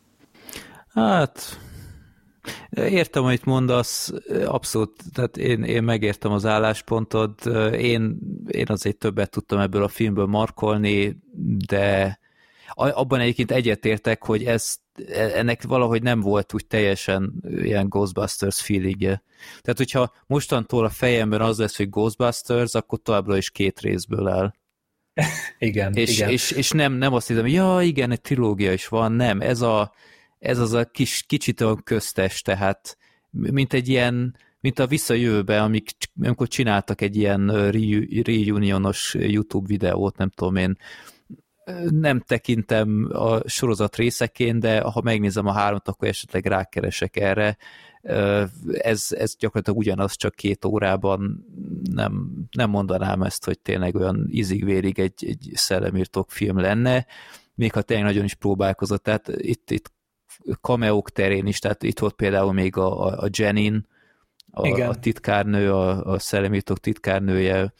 S2: Hát, értem, amit mondasz, abszolút, tehát én megértem az álláspontod, én azért többet tudtam ebből a filmből markolni, de abban egyébként egyetértek, hogy ennek valahogy nem volt úgy teljesen ilyen Ghostbusters feelingje. Tehát, hogyha mostantól a fejemben az lesz, hogy Ghostbusters, akkor továbbra is 2 részből áll.
S4: Igen,
S2: és nem azt hiszem, ja, igen, egy trilógia is van, nem, ez az a kicsit olyan köztes, tehát mint a Visszajövőbe, amikor csináltak egy ilyen reunionos YouTube videót, nem tudom én, nem tekintem a sorozat részeként, de ha megnézem a 3-at, akkor esetleg rákeresek erre. Ez gyakorlatilag ugyanaz, csak 2 órában nem mondanám ezt, hogy tényleg olyan ízig-vérig egy szellemírtók film lenne, még ha tényleg nagyon is próbálkozott. Tehát itt cameók terén is, tehát itt volt például még a Jenin, a titkárnő, a szellemírtók titkárnője,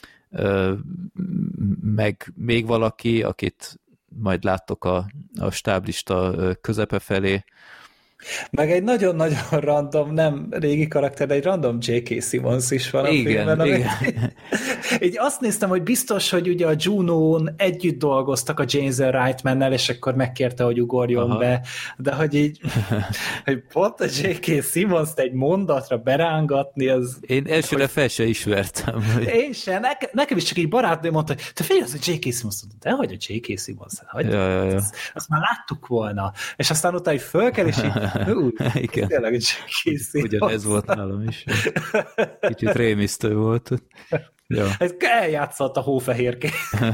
S2: meg még valaki, akit majd láttok a stáblista közepe felé.
S4: Meg egy nagyon-nagyon random, nem régi karakter, de egy random J.K. Simmons is van a filmben.
S2: Igen.
S4: Így azt néztem, hogy biztos, hogy ugye a Junon együtt dolgoztak a James Reitmannel, és akkor megkérte, hogy ugorjon be, de hogy így hogy pont a J.K. Simmons-t egy mondatra berángatni, az...
S2: Én elsőre fel se ismertem.
S4: Én se, nekem is csak egy barátnő mondta, hogy te figyelj, az a J.K. Simmons, de hogy a J.K. Simmons, azt már láttuk volna. És aztán utána föl és így
S2: igen.
S4: Tényleg egy J.K. Simmons.
S2: Ugyanez volt nálam is. Kicsit rémisztő volt. Ja.
S4: Ez eljátszott a hófehérként.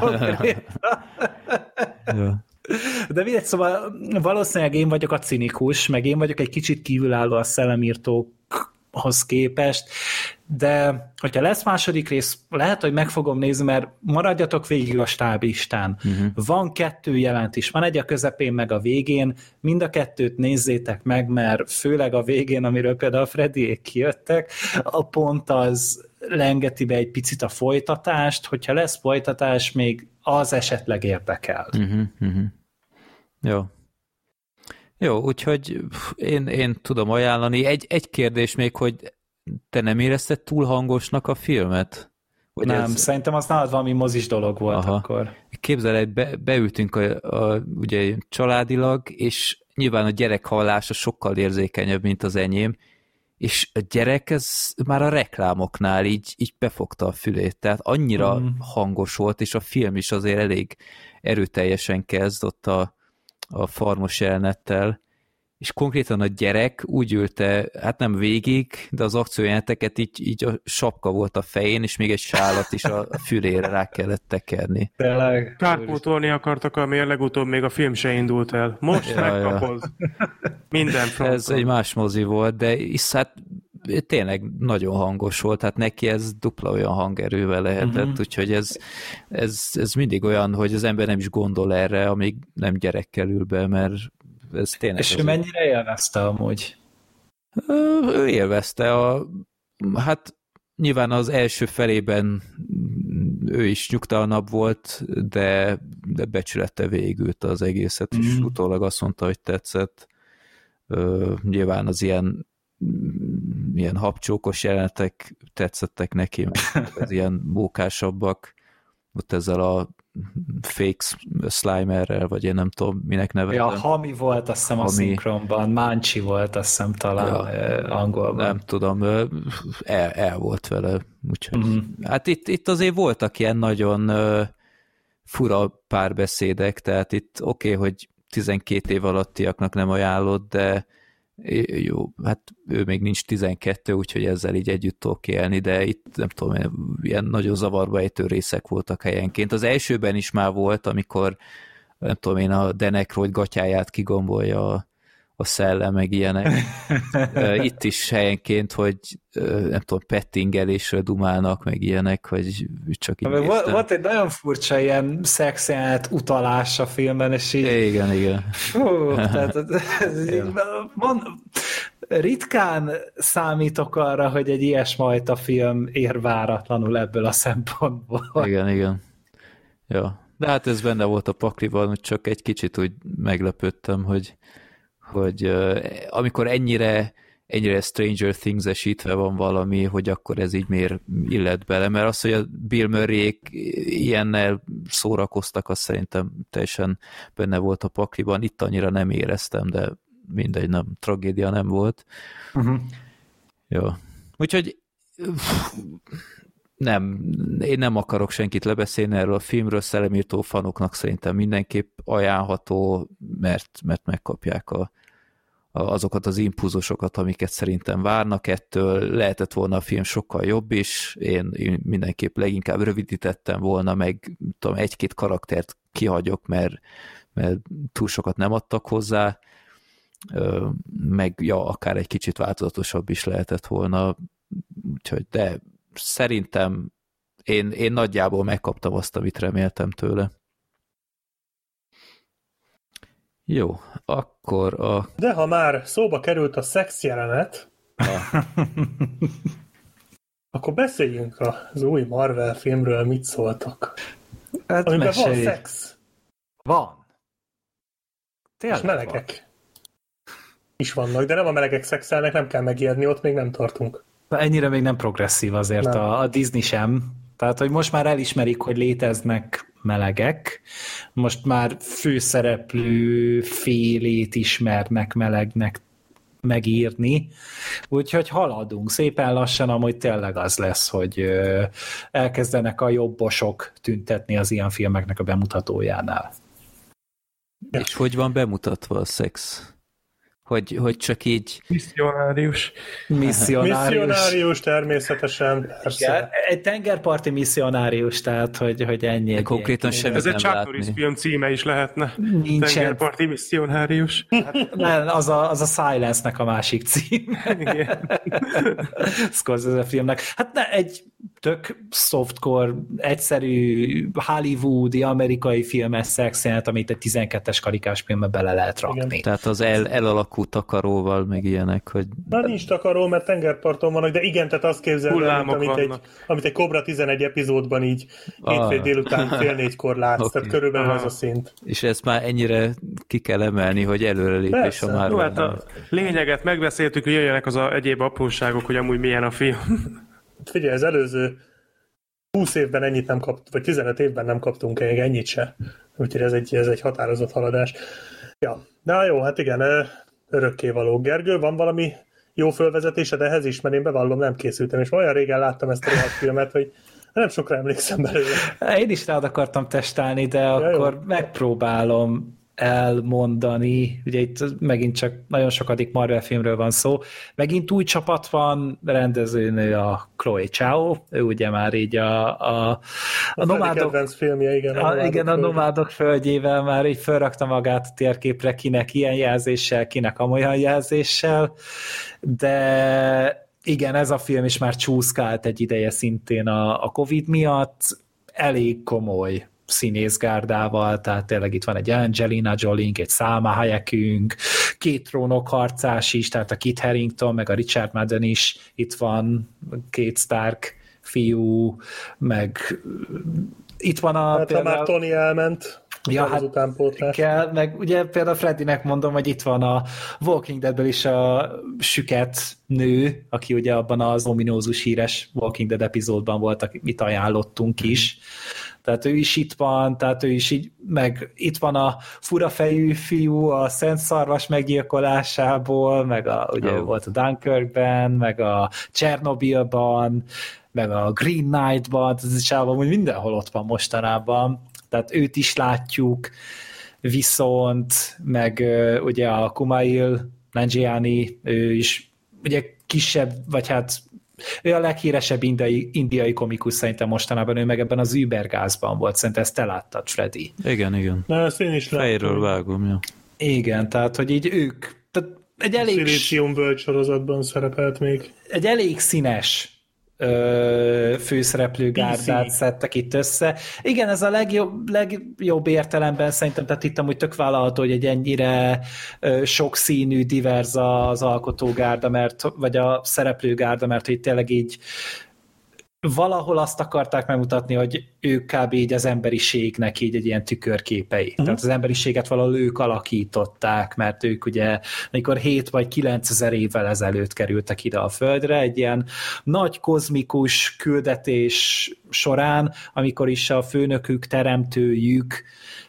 S2: Ja.
S4: De mindegy, szóval valószínűleg én vagyok a cinikus, meg én vagyok egy kicsit kívülálló a szellemírtókhoz képest, de hogyha lesz második rész, lehet, hogy meg fogom nézni, mert maradjatok végig a stáblistán. Van 2 jelentés, van egy a közepén, meg a végén, mind a 2-t nézzétek meg, mert főleg a végén, amiről például Freddyék kijöttek, a pont az lengeti be egy picit a folytatást, hogyha lesz folytatás, még az esetleg érdekel.
S2: Jó, úgyhogy én tudom ajánlani. Egy kérdés még, hogy te nem érezted túl hangosnak a filmet? Hogy
S4: nem, szerintem az nálad valami mozis dolog volt akkor.
S2: Képzelj, beültünk ugye családilag, és nyilván a gyerek hallása sokkal érzékenyebb, mint az enyém, és a gyerek ez már a reklámoknál így befogta a fülét, tehát annyira hangos volt, és a film is azért elég erőteljesen kezd ott a farmos jelenettel, és konkrétan a gyerek úgy ülte, hát nem végig, de az akciójeleneteket így a sapka volt a fején, és még egy sálat is a fülére rá kellett tekerni.
S4: Tényleg.
S1: Kárpótolni akartak, amiért legutóbb még a film se indult el. Most megkapod. Minden fronton.
S2: Ez egy más mozi volt, de hát tényleg nagyon hangos volt, hát neki ez dupla olyan hangerővel lehetett, úgyhogy ez mindig olyan, hogy az ember nem is gondol erre, amíg nem gyerekkel ül be, mert ez tényleg...
S4: És ő mennyire élvezte amúgy?
S2: Ő élvezte. Hát nyilván az első felében ő is nyugtalanabb volt, de becsülette végült az egészet, és utólag azt mondta, hogy tetszett. Nyilván az ilyen habcsókos jelenetek tetszettek neki, az ilyen mókásabbak, ott ezzel a fake slimerrel, vagy én nem tudom, minek nevezem.
S4: Ja, Hami volt, azt hiszem a szinkronban, Máncsi volt, azt hiszem talán angolban.
S2: Nem tudom, el volt vele, úgyhogy hát itt azért voltak ilyen nagyon fura párbeszédek, tehát itt oké, hogy 12 év alattiaknak nem ajánlott, de jó, hát ő még nincs 12, úgyhogy ezzel így együtt tudok élni, de itt nem tudom, ilyen nagyon zavarba ejtő részek voltak helyenként. Az elsőben is már volt, amikor nem tudom én, a Dan Aykroyd gatyáját kigombolja a szellem, meg ilyenek. Itt is helyenként, hogy nem tudom, pettingelésről dumálnak, meg ilyenek, hogy csak így
S4: volt egy nagyon furcsa ilyen szexjelenet utalás a filmben, és így...
S2: Igen.
S4: Fú, tehát ritkán számítok arra, hogy egy ilyesfajta film ér váratlanul ebből a szempontból.
S2: Igen. Ja. De hát ez benne volt a pakliban, hogy csak egy kicsit úgy meglepődtem, hogy amikor ennyire Stranger Things-esítve van valami, hogy akkor ez így miért illet bele, mert az, hogy a Bill Murrayék ilyennel szórakoztak, az szerintem teljesen benne volt a pakliban, itt annyira nem éreztem, de mindegy, nem, tragédia nem volt. Jó. Úgyhogy én nem akarok senkit lebeszélni erről a filmről, szellemírtó fanoknak szerintem mindenképp ajánlható, mert megkapják azokat az impulzusokat, amiket szerintem várnak ettől. Lehetett volna a film sokkal jobb is, én mindenképp leginkább rövidítettem volna, meg tudom, 1-2 karaktert kihagyok, mert túl sokat nem adtak hozzá, meg ja, akár egy kicsit változatosabb is lehetett volna, úgyhogy de szerintem én nagyjából megkaptam azt, amit reméltem tőle. Jó, akkor
S3: De ha már szóba került a szex jelenet, akkor beszéljünk az új Marvel filmről, mit szóltak.
S4: Hát
S3: amiben
S4: mesélj.
S3: van szex.
S4: Van. Tényleg
S3: És melegek. Is vannak, de nem a melegek szexelnek, nem kell megijedni, ott még nem tartunk.
S4: Na, ennyire még nem progresszív azért
S3: Nem.
S4: a Disney sem. Tehát, hogy most már elismerik, hogy léteznek melegek, most már főszereplő félét ismernek melegnek megírni, úgyhogy haladunk. Szépen lassan amúgy tényleg az lesz, hogy elkezdenek a jobbosok tüntetni az ilyen filmeknek a bemutatójánál.
S2: és hogy van bemutatva a szex? Hogy csak így...
S1: Misszionárius.
S3: Misszionárius természetesen, persze.
S4: Igen, egy tengerparti misszionárius, tehát, hogy ennyi.
S2: De konkrétan semmit
S1: Ez egy
S2: nem
S1: Chuck
S2: látni.
S1: Norris film címe is lehetne.
S4: Nincsen.
S1: Tengerparti misszionárius.
S4: Nem, az a Silence-nek a másik cím.
S1: Igen.
S4: Scorsese filmnek. Hát ne, egy tök softcore, egyszerű hollywoodi, amerikai filmes szexjelenet, amit egy 12-es karikás filmbe bele lehet rakni.
S3: Igen.
S2: Tehát az elalakú takaróval, meg ilyenek, hogy
S3: Na nincs takaró, mert tengerparton vannak, de igen, tehát azt képzeld,
S1: Hullámok
S3: amit egy Cobra 11 epizódban így hétfőn délután 3:30 látsz,
S2: Oké.
S3: tehát körülbelül ez a szint.
S2: és ezt már ennyire ki kell emelni, hogy előrelépés
S3: Persze.
S2: a
S1: Jó, hát
S2: Marvel.
S1: a lényeget megbeszéltük, hogy jöjjenek az egyéb apróságok, hogy amúgy milyen a film.
S3: Figyelj, az előző 20 évben ennyit nem kaptunk, vagy 15 évben nem kaptunk még ennyit se. Úgyhogy ez egy határozott haladás. Ja, na jó, hát igen, örökkévaló. Gergő, van valami jó fölvezetésed ehhez is, mert én bevallom, nem készültem, és olyan régen láttam ezt a rohadt filmet, hogy nem sokra emlékszem belőle.
S4: Én is rád akartam testálni, de
S3: Ja,
S4: akkor
S3: jó.
S4: megpróbálom elmondani. Ugye itt megint csak nagyon sokadik Marvel filmről van szó. Megint új csapat van, rendezőnő a Chloe Zhao, ő ugye már így a
S3: Freddy
S4: nomádok,
S3: kedvenc filmje, igen.
S4: igen, a
S3: földje.
S4: nomádok földjével már így felrakta magát a térképre, kinek ilyen jelzéssel, kinek amolyan jelzéssel, de igen, ez a film is már csúszkált egy ideje szintén a Covid miatt, elég komoly színészgárdával, tehát tényleg itt van egy Angelina Jolie-nk, egy Salma Hayekünk, 2 trónok harcás is, tehát a Kit Harington, meg a Richard Madden is itt van, 2 Stark fiú, meg itt van a...
S3: Hát ha már Tony elment,
S4: Ja,
S3: az
S4: hát
S3: utánpótlás.
S4: kell, meg ugye például Freddynek mondom, hogy itt van a Walking Deadből is a süket nő, aki ugye abban az ominózus híres Walking Dead epizódban volt, amit ajánlottunk is. Tehát ő is itt van, tehát ő is így, meg itt van a furafejű fiú a Szent Szarvas meggyilkolásából, meg ugye volt a Dunkirkben, meg a Chernobylban, meg a Green Knight-ban, ez is hogy mindenhol ott van mostanában. Tehát őt is látjuk, viszont meg ugye a Kumail Nanjiani, ő is ugye kisebb, vagy hát ő a leghíresebb indiai komikus szerintem mostanában, ő meg ebben az Übergázban volt, szerintem ezt te láttad, Freddy.
S2: Igen.
S3: Na, ezt én is
S2: Fejről
S3: láttam.
S2: vágom, ja.
S4: Igen, tehát hogy így ők, tehát egy elég,
S3: Szilícium völgy sorozatban szerepelt még.
S4: egy elég színes főszereplőgárdát szedtek itt össze. Igen, ez a legjobb értelemben szerintem, tehát itt amúgy tök vállalható, hogy egy ennyire sokszínű, diverz az alkotógárda, vagy a szereplőgárda, mert hogy tényleg így valahol azt akarták megmutatni, hogy ők kb. Így az emberiségnek így egy ilyen tükörképei. Tehát az emberiséget valahol ők alakították, mert ők ugye, amikor 7 vagy 9 ezer évvel ezelőtt kerültek ide a Földre, egy ilyen nagy kozmikus küldetés során, amikor is a főnökük, teremtőjük,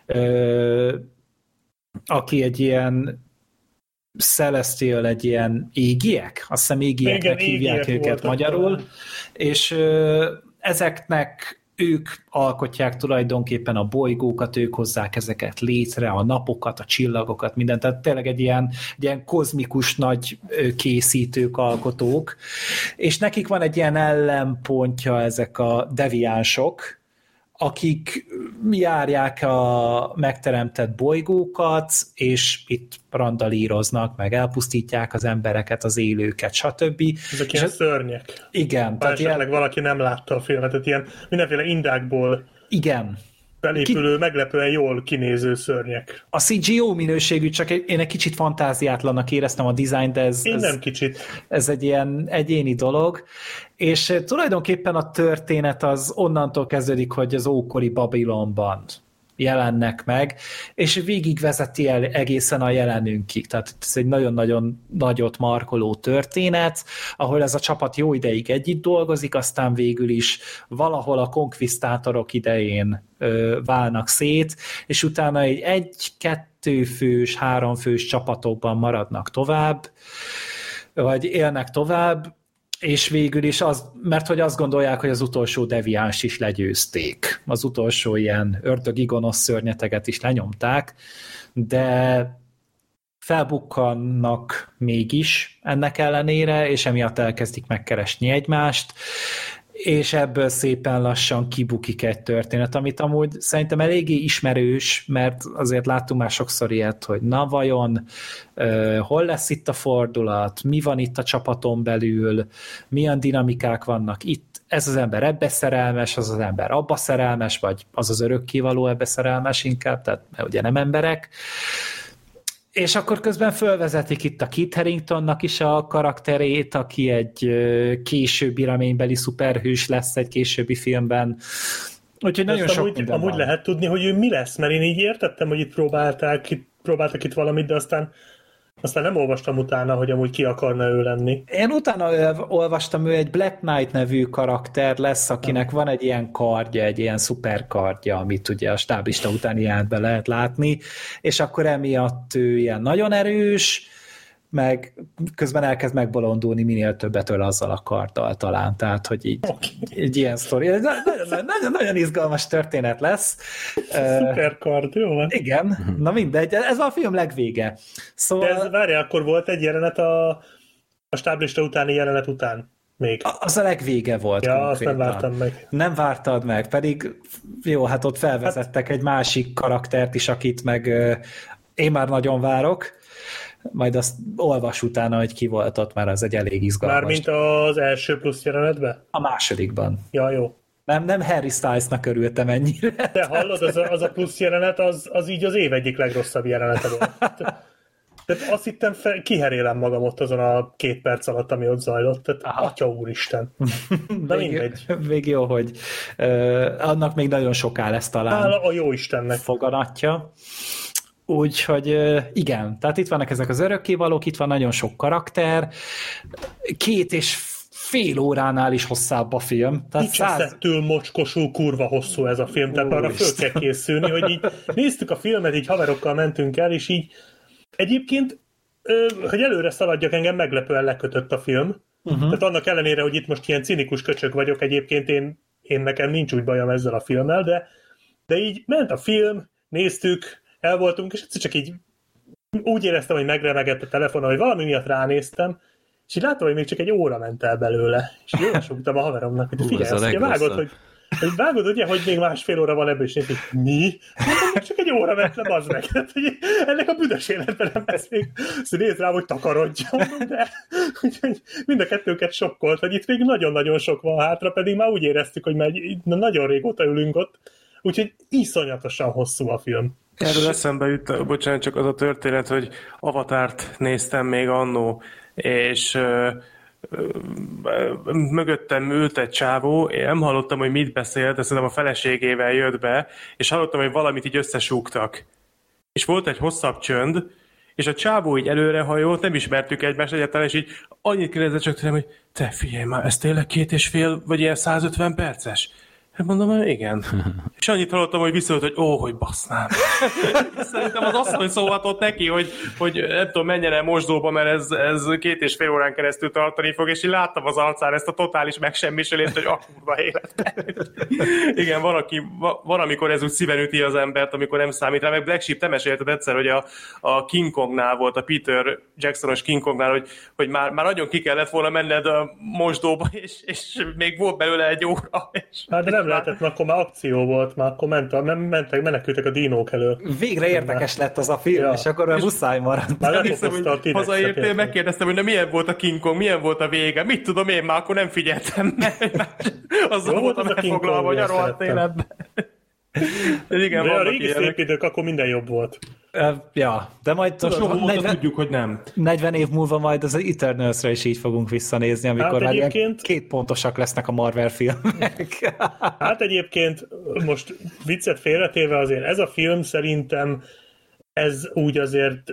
S4: aki egy ilyen Celestial, egy ilyen égiek, azt hiszem égieknek hívják őket magyarul, és ezeknek ők alkotják tulajdonképpen a bolygókat, ők hozzák ezeket létre, a napokat, a csillagokat, mindent, tehát tényleg egy ilyen kozmikus nagy készítők, alkotók, és nekik van egy ilyen ellenpontja, ezek a deviánsok, akik járják a megteremtett bolygókat, és itt randalíroznak, meg elpusztítják az embereket, az élőket, stb.
S3: Ezek ilyen szörnyek.
S4: Igen.
S3: Tehát esetleg valaki nem látta a filmet, tehát ilyen mindenféle indákból
S4: igen.
S3: felépülő, meglepően jól kinéző szörnyek.
S4: A CGO minőségű, csak én egy kicsit fantáziátlannak éreztem a dizájnt, de ez egy ilyen egyéni dolog, és tulajdonképpen a történet az onnantól kezdődik, hogy az ókori Babilonban jelennek meg, és végigvezeti el egészen a jelenünkig. Tehát ez egy nagyon-nagyon nagyot markoló történet, ahol ez a csapat jó ideig együtt dolgozik, aztán végül is valahol a konkvisztátorok idején válnak szét, és utána egy-kettő fős, 3 fős csapatokban maradnak tovább, vagy élnek tovább, és végül is mert hogy azt gondolják, hogy az utolsó deviáns is legyőzték. Az utolsó ilyen ördögi gonosz szörnyeteget is lenyomták, de felbukkannak mégis ennek ellenére, és emiatt elkezdik megkeresni egymást, és ebből szépen lassan kibukik egy történet, amit amúgy szerintem eléggé ismerős, mert azért láttunk már sokszor ilyet, hogy na vajon hol lesz itt a fordulat, mi van itt a csapaton belül, milyen dinamikák vannak itt, ez az ember ebbe szerelmes, az az ember abba szerelmes, vagy az az örökkévaló ebbe szerelmes inkább, tehát ugye nem emberek. És akkor közben fölvezetik itt a Kit Haringtonnak is a karakterét, aki egy későbbi reménybeli szuperhős lesz egy későbbi filmben. Úgyhogy nagyon sok minden
S3: amúgy
S4: van.
S3: lehet tudni, hogy ő mi lesz, mert én így értettem, hogy itt próbáltak itt valamit, de aztán nem olvastam utána, hogy amúgy ki akarna ő lenni.
S4: Én utána olvastam, ő egy Black Knight nevű karakter lesz, akinek van egy ilyen kardja, egy ilyen szuperkardja, amit ugye a stáblista utáni jelentben lehet látni, és akkor emiatt ő ilyen nagyon erős, meg közben elkezd megbolondulni minél többet öl azzal a karddal talán, tehát hogy így egy ilyen sztori. Nagyon izgalmas történet lesz.
S3: Szuperkard, jó van.
S4: Igen, na mindegy, ez a film legvége. Szóval...
S3: De várjál, akkor volt egy jelenet a stáblista utáni jelenet után még.
S4: Az a legvége volt.
S3: Ja,
S4: konkrétan.
S3: azt nem vártam meg.
S4: Nem vártad meg, pedig jó, hát ott felvezettek egy másik karaktert is, akit meg én már nagyon várok, majd azt olvas utána, hogy ki volt ott, mert az egy elég izgalmas.
S3: Mármint az első plusz jelenetben?
S4: A másodikban.
S3: Ja, jó.
S4: Nem Harry Stylesnak örültem ennyire.
S3: De hallod, az a plusz jelenet, az így az év egyik legrosszabb jelenete volt. Tehát azt hittem, kiherélem magam ott azon a 2 perc alatt, ami ott zajlott. Tehát atya úristen. De mindegy.
S4: Még jó, hogy annak még nagyon soká lesz talán.
S3: Hála a jó Istennek.
S4: Foganatja. Úgyhogy igen, tehát itt vannak ezek az örökkévalók, itt van nagyon sok karakter, 2,5 óránál is hosszabb a film.
S3: Kicseszettől mocskosul kurva hosszú ez a film, tehát arra föl kell készülni, hogy így néztük a filmet, így haverokkal mentünk el, és így egyébként, hogy előre szaladjak, engem meglepően lekötött a film. Tehát annak ellenére, hogy itt most ilyen cinikus köcsök vagyok, egyébként én nekem nincs úgy bajom ezzel a filmmel, de így ment a film, néztük, el voltunk, és egyszer csak így úgy éreztem, hogy megremegett a telefonon, hogy valami miatt ránéztem, és így láttam, hogy még csak 1 óra ment el belőle. És jól soktam a haveromnak, hogy figyelj, ugye vágod, ugye, hogy még 1,5 óra van ebből, és nézd, hogy mi? Még csak 1 óra ment le, bazd meg. Hát, hogy ennek a büdös életben nem lesz még. Szóval nézd rám, hogy takarodjon, de úgyhogy mind a kettőnket sokkolt, hogy itt még nagyon-nagyon sok van hátra, pedig már úgy éreztük, hogy már nagyon régóta ülünk ott, úgyhogy iszonyatosan hosszú a film.
S1: Erről eszembe jut, bocsánat, csak az a történet, hogy Avatárt néztem még annó, és mögöttem ült egy csávó, én nem hallottam, hogy mit beszélt, de szerintem a feleségével jött be, és hallottam, hogy valamit így összesúgtak. És volt egy hosszabb csönd, és a csávó így előrehajolt, nem ismertük egymást egyáltalán, és így annyit kérdezett csak tőlem, hogy te figyelj már, ez tényleg 2,5 vagy ilyen 150 perces? Hát mondom, igen. És annyit hallottam, hogy visszajolt, hogy hogy basznám. Szerintem az asszony szólhatott neki, hogy nem tudom, menjen el mosdóba, mert ez 2,5 órán keresztül tartani fog, és én láttam az arcán ezt a totális megsemmisülést, hogy a kurva életben. Igen, van, amikor ez úgy szíven üti az embert, amikor nem számít rá, meg Black Sheep, te mesélted egyszer, hogy a King Kongnál volt, a Peter Jacksonos King Kongnál, hogy már nagyon ki kellett volna menned a mosdóba, és még volt belőle 1 óra. És...
S3: Hát de nem lehetett, mert akkor már akció volt, már akkor menekültek a dinók elől.
S4: Végre érdekes lett az a film,
S3: Ja.
S4: és akkor már muszáj maradt.
S3: Már
S1: Hiszem,
S3: lefogozta a
S1: hogy
S3: T-rexet,
S1: hazaértél,
S3: érted?
S1: megkérdeztem, hogy milyen volt a King Kong, milyen volt a vége, mit tudom én, már akkor nem figyeltem meg. Azzal
S3: Jó volt
S1: voltam
S3: az a King
S1: elfoglalva,
S3: Kong,
S1: hogy a
S3: én
S1: rohadt
S3: szerettem.
S1: életben. Igen,
S3: De a
S1: vannak
S3: régi
S1: ilyenek.
S3: szép idők, akkor minden jobb volt.
S4: Ja, de majd
S1: A
S4: tudod,
S1: soha tudjuk, hogy nem.
S4: 40 év múlva majd az Eternals-ra is így fogunk visszanézni, amikor
S3: Hát
S4: már ilyen
S3: egyébként-
S4: 2 pontosak lesznek a Marvel filmek.
S3: Hát egyébként most viccet félretéve azért ez a film szerintem ez úgy azért,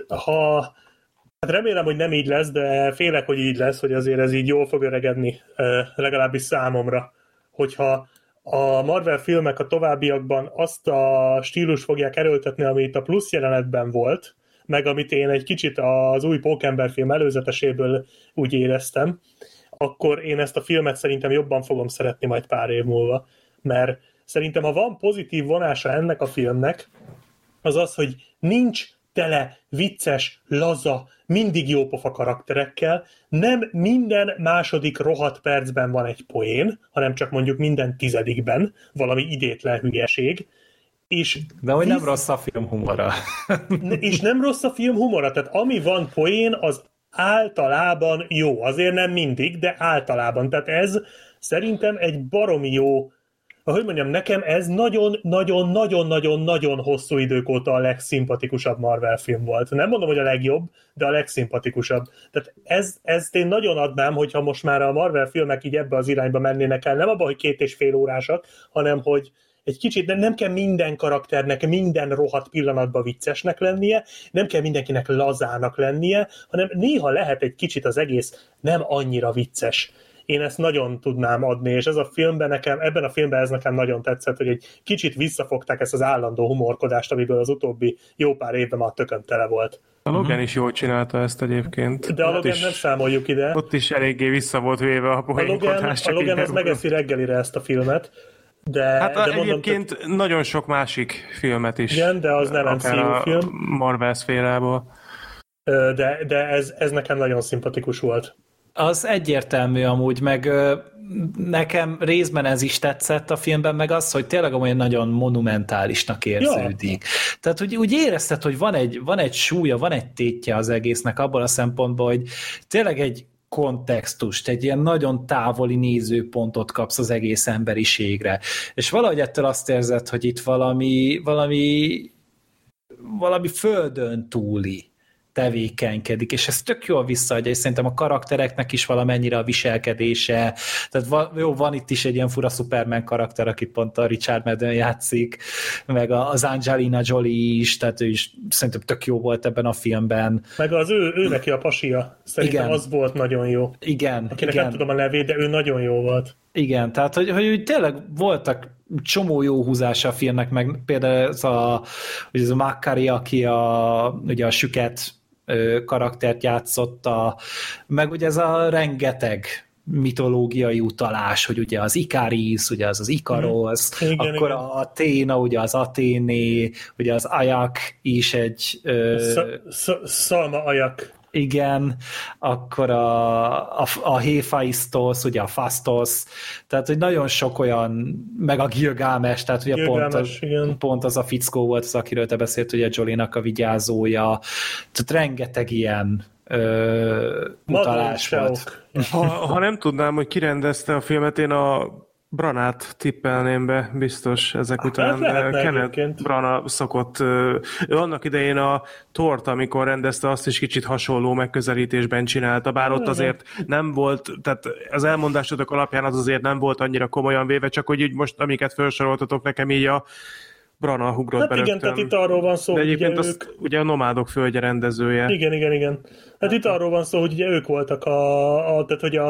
S3: hát remélem, hogy nem így lesz, de félek, hogy így lesz, hogy azért ez így jól fog öregedni, legalábbis számomra, hogyha a Marvel filmek a továbbiakban azt a stílus fogják erőltetni, amit a plusz jelenetben volt, meg amit én egy kicsit az új Pókember film előzeteséből úgy éreztem, akkor én ezt a filmet szerintem jobban fogom szeretni majd pár év múlva. Mert szerintem, ha van pozitív vonása ennek a filmnek, az az, hogy nincs tele vicces, laza, mindig jópofa karakterekkel, nem minden második rohadt percben van egy poén, hanem csak mondjuk minden 10-ben valami idétlen hülyeség, és
S4: De hogy nem rossz a film humora.
S3: és nem rossz a film humora, tehát ami van poén, az általában jó. Azért nem mindig, de általában. Tehát ez szerintem egy baromi jó, ahogy mondjam, nekem ez nagyon-nagyon-nagyon-nagyon-nagyon hosszú idők óta a legszimpatikusabb Marvel film volt. Nem mondom, hogy a legjobb, de a legszimpatikusabb. Tehát ezt én nagyon adnám, hogyha most már a Marvel filmek így ebbe az irányba mennének el. Nem abban, hogy 2,5 órásak, hanem hogy egy kicsit nem kell minden karakternek minden rohadt pillanatban viccesnek lennie, nem kell mindenkinek lazának lennie, hanem néha lehet egy kicsit az egész nem annyira vicces. Én ezt nagyon tudnám adni, és ez a filmben ebben a filmben ez nekem nagyon tetszett, hogy egy kicsit visszafogták ezt az állandó humorkodást, amiből az utóbbi jó pár évben már tökön tele volt.
S1: A Logan is jól csinálta ezt egyébként.
S3: De a
S1: Ott
S3: Logan
S1: is-
S3: nem számoljuk ide.
S1: Ott is eléggé vissza volt véve a
S3: A
S1: poénkodás.
S3: Logan az megeszi reggelire ezt a filmet, de,
S1: Hát
S3: de mondom,
S1: egyébként nagyon sok másik filmet is.
S3: igen, de az nem
S1: akár
S3: MCU
S1: a
S3: film.
S1: Marvel szférából.
S3: De ez nekem nagyon szimpatikus volt.
S4: Az egyértelmű amúgy, meg nekem részben ez is tetszett a filmben, meg az, hogy tényleg olyan nagyon monumentálisnak érződik. Ja. Tehát úgy érezted, hogy van egy súlya, van egy tétje az egésznek abban a szempontból, hogy tényleg egy kontextust, egy ilyen nagyon távoli nézőpontot kapsz az egész emberiségre. És valahogy ettől azt érzed, hogy itt valami földön túli tevékenykedik, és ez tök jól visszaadja, és szerintem a karaktereknek is valamennyire a viselkedése, tehát jó, van itt is egy ilyen fura Superman karakter, akit pont a Richard Madden játszik, meg az Angelina Jolie is, tehát ő is szerintem tök jó volt ebben a filmben.
S3: Meg az ő neki a pasia, szerintem igen. Az volt nagyon jó.
S4: Igen.
S3: Akinek
S4: igen.
S3: nem tudom a nevét, de ő nagyon jó volt.
S4: Igen, tehát hogy tényleg voltak csomó jó húzása a filmnek, meg például ez a Makari, aki ugye a süket karaktert játszotta, meg ugye ez a rengeteg mitológiai utalás, hogy ugye az Ikaris, ugye az Ikarosz,
S3: igen,
S4: akkor
S3: igen.
S4: a Athéna, ugye az Athéné, ugye az Ajak is egy...
S3: Szalma Ajak.
S4: Igen, akkor a Héphaistos, ugye a Fastos, tehát hogy nagyon sok olyan, meg a Gilgamesh, tehát ugye pont az a fickó volt, az, akiről te beszélt, ugye Jolie-nak a vigyázója, tehát rengeteg ilyen utalás volt.
S1: Ha nem tudnám, hogy ki rendezte a filmet, én a Branát tippelném be, biztos ezek után. Kenneth Branagh szokott, ő annak idején a Thort, amikor rendezte, azt is kicsit hasonló megközelítésben csinálta, bár ott azért nem volt, tehát az elmondásotok alapján az azért nem volt annyira komolyan véve, csak hogy így most, amiket felsoroltatok nekem, így a Branagh ugrott be
S3: igen, tehát itt arról van szó,
S1: de egyébként azt ugye a Nomádok földje rendezője.
S3: Igen. Hát itt arról van szó, hogy ugye ők voltak tehát hogy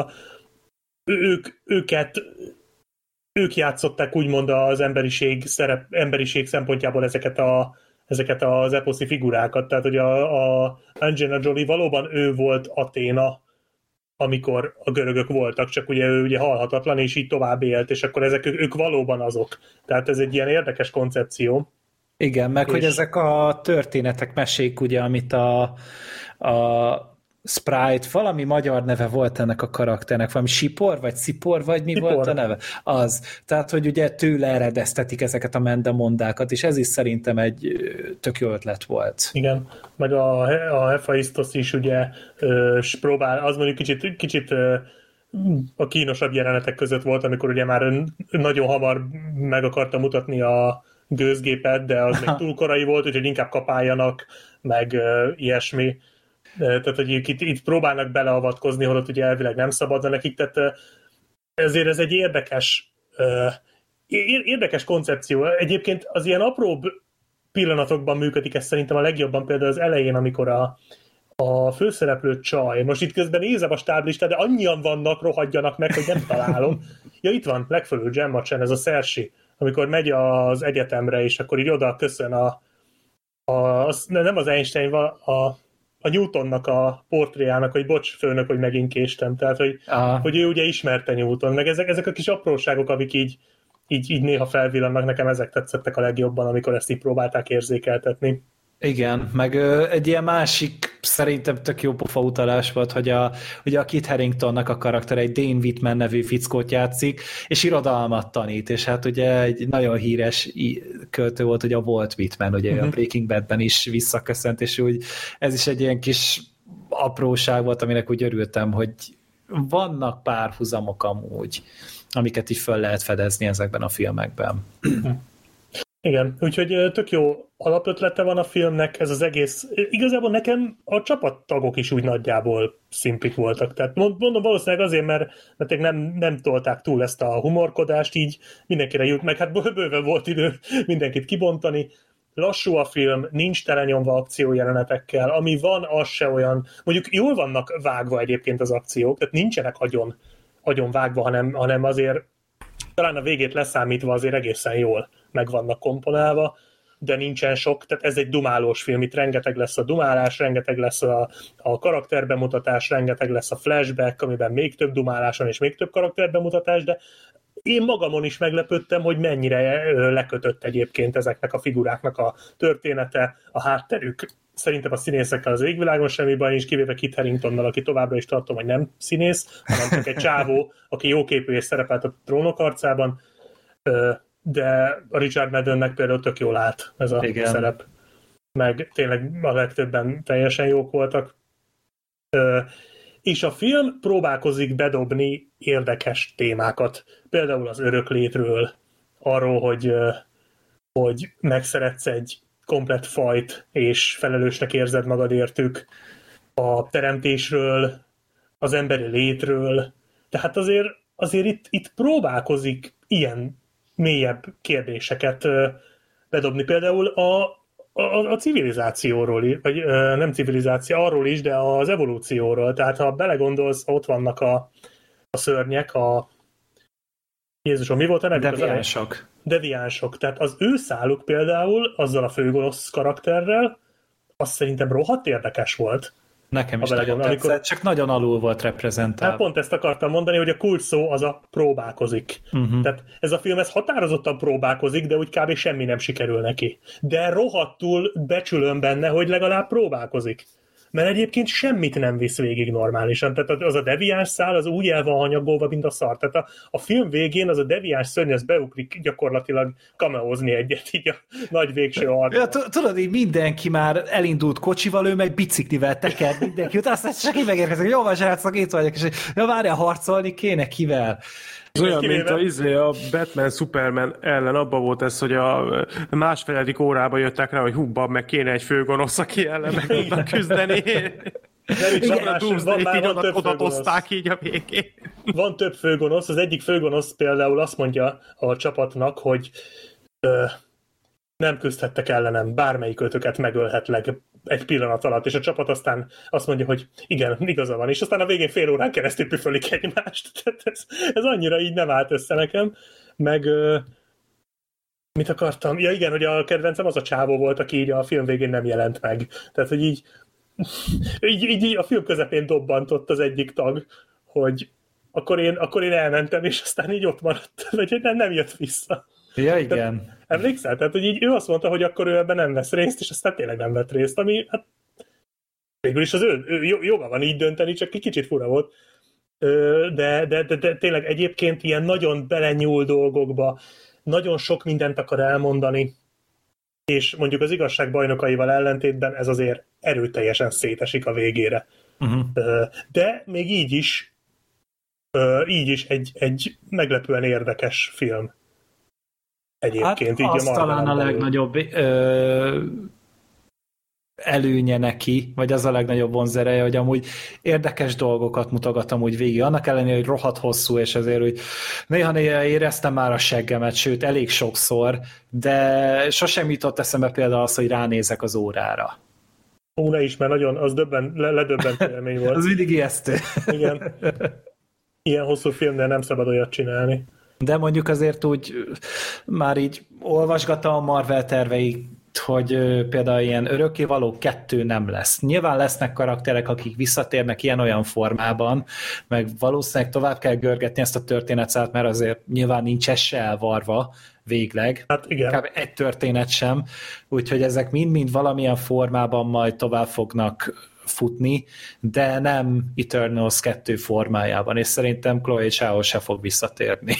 S3: ők játszották úgymond az emberiség szempontjából ezeket az eposzi figurákat. Tehát, hogy a Angelina Jolie valóban ő volt Athéna, amikor a görögök voltak, csak ugye ő ugye halhatatlan, és így tovább élt, és akkor ők valóban azok. Tehát ez egy ilyen érdekes koncepció.
S4: Igen, meg hogy ezek a történetek, mesék, ugye, amit a Sprite, valami magyar neve volt ennek a karakternek, valami Sipor, vagy Szipor, vagy mi
S3: Szipor.
S4: volt a neve? Az. Tehát, hogy ugye tőle eredeztetik ezeket a mendemondákat, és ez is szerintem egy tök jó ötlet volt.
S3: Igen, meg a Hephaistos is ugye próbál, az mondjuk kicsit a kínosabb jelenetek között volt, amikor ugye már nagyon hamar meg akarta mutatni a gőzgépet, de az még túl korai volt, úgyhogy inkább kapáljanak, meg ilyesmi. Tehát, hogy itt próbálnak beleavatkozni, holott ugye elvileg nem szabadna nekik, tehát ezért ez egy érdekes koncepció. Egyébként az ilyen apróbb pillanatokban működik ez szerintem a legjobban, például az elején, amikor a főszereplő csaj. Most itt közben nézem a stáblistát, de annyian vannak, rohadjanak meg, hogy nem találom. Ja, itt van, legfölül Gemma Chan, ez a Cersei, amikor megy az egyetemre, és akkor így oda köszön nem az Einstein, a Newtonnak a portréjának, hogy bocs, főnök, hogy megint késtem. Tehát, hogy ő ugye ismerte Newton, meg ezek a kis apróságok, amik így néha felvillannak, nekem ezek tetszettek a legjobban, amikor ezt így próbálták érzékeltetni.
S4: Igen, meg egy ilyen másik, szerintem tök jó pofa utalás volt, hogy ugye a Kit Haringtonnak a karakter egy Dane Whitman nevű fickót játszik, és irodalmat tanít, és hát ugye egy nagyon híres költő volt, ugye a Walt Whitman, ugye a Breaking Badben is visszaköszönt, és úgy ez is egy ilyen kis apróság volt, aminek úgy örültem, hogy vannak párhuzamok amúgy, amiket is föl lehet fedezni ezekben a filmekben.
S3: Igen, úgyhogy tök jó alapötlete van a filmnek, ez az egész. Igazából nekem a csapattagok is úgy nagyjából szimpik voltak. Tehát mondom valószínűleg azért, mert nem tolták túl ezt a humorkodást, így mindenkire jut, meg hát bőven volt idő mindenkit kibontani. Lassú a film, nincs telenyomva akciójelenetekkel, ami van, az se olyan. Mondjuk jól vannak vágva egyébként az akciók, tehát nincsenek agyon vágva, hanem azért talán a végét leszámítva azért egészen jól meg vannak komponálva, de nincsen sok, tehát ez egy dumálós film, itt rengeteg lesz a dumálás, rengeteg lesz a karakterbemutatás, rengeteg lesz a flashback, amiben még több dumálás van és még több karakterbemutatás, de én magamon is meglepődtem, hogy mennyire lekötött egyébként ezeknek a figuráknak a története, a hátterük. Szerintem a színészekkel az égvilágon semmi baj nincs, kivéve Kit Haringtonnal, aki továbbra is tartom, hogy nem színész, hanem csak egy csávó, aki jóképű és szerepelt a Trónok harcában, de a Richard Maddennek például tök jól állt ez a szerep. Meg tényleg a legtöbben teljesen jók voltak. És a film próbálkozik bedobni érdekes témákat. Például az öröklétről, arról, hogy megszeretsz egy komplett fajt, és felelősnek érzed magad értük, a teremtésről, az emberi létről. Tehát azért itt próbálkozik ilyen mélyebb kérdéseket bedobni. Például a civilizációról, vagy nem civilizáció, arról is, de az evolúcióról. Tehát ha belegondolsz, ott vannak a szörnyek, Jézusom, mi volt a nevük?
S4: Deviánsok.
S3: Deviánsok. Tehát az ő száluk például, azzal a főgonosz karakterrel, az szerintem rohadt érdekes volt.
S4: Nekem is nagyon tetszett, csak nagyon alul volt reprezentálva.
S3: Hát pont ezt akartam mondani, hogy a kulcs szó az a próbálkozik. Tehát ez a film határozottan próbálkozik, de úgy kb. Semmi nem sikerül neki. De rohadtul becsülöm benne, hogy legalább próbálkozik. Mert egyébként semmit nem visz végig normálisan. Tehát az a deviáns szál az úgy el van hanyagolva, mint a szar. Tehát a film végén az a deviáns szörny, az beugrik gyakorlatilag kameózni egyet így a nagy végső arcban.
S4: Ja, tudod, így mindenki már elindult kocsival, ő meg biciklivel teker mindenki. Aztán csak így megérkezik, jó van, srácok, itt vagyok, és ja, várjál, harcolni kéne kivel.
S1: Ez olyan, mint a Batman Superman ellen abban volt ez, hogy a másfeledik órába jöttek rá, hogy húbban meg kéne egy főgonosz, aki ellen meg tudnak küzdeni. Odatozták így a végén.
S3: Van több főgonosz, az egyik főgonosz például azt mondja a csapatnak, hogy nem küzdhettek ellenem, bármelyik ötöket megölhetlek egy pillanat alatt, és a csapat aztán azt mondja, hogy igen, igaza van, és aztán a végén fél órán keresztül püfölik egymást. Tehát ez annyira így nem állt össze nekem. Meg mit akartam? Ja igen, hogy a kedvencem az a csávó volt, aki így a film végén nem jelent meg. Tehát, hogy így a film közepén dobbantott az egyik tag, hogy akkor én elmentem, és aztán így ott maradt, vagy nem jött vissza.
S4: Ja, igen.
S3: Tehát, emlékszel? Tehát, hogy így ő azt mondta, hogy akkor ő ebben nem vesz részt, és aztán tényleg nem vett részt, ami hát Végül is az ő joga van így dönteni, csak kicsit fura volt. De tényleg egyébként ilyen nagyon belenyúl dolgokba, nagyon sok mindent akar elmondani, és mondjuk az igazság bajnokaival ellentétben ez azért erőteljesen szétesik a végére. De még így is egy meglepően érdekes film. Egyébként
S4: hát
S3: így
S4: az talán a legnagyobb előnye neki, vagy az a legnagyobb vonzereje, hogy amúgy érdekes dolgokat mutogat amúgy végig. Annak ellenére, hogy rohadt hosszú, és ezért úgy néha éreztem már a seggemet, sőt, elég sokszor, de sosem jutott eszembe például az, hogy ránézek az órára.
S3: Ne is, mert nagyon, az ledöbbentő élmény volt.
S4: Az mindig ijesztő.
S3: Igen. Ilyen hosszú filmnél nem szabad olyat csinálni.
S4: De mondjuk azért úgy már így olvasgattam a Marvel terveik, hogy például ilyen örökkévaló 2 nem lesz. Nyilván lesznek karakterek, akik visszatérnek ilyen-olyan formában, meg valószínűleg tovább kell görgetni ezt a történetszát, mert azért nyilván nincs ez se elvarva végleg.
S3: Hát igen.
S4: Inkább egy történet sem, úgyhogy ezek mind-mind valamilyen formában majd tovább fognak futni, de nem Eternals 2 formájában, és szerintem Chloe Zhao se fog visszatérni.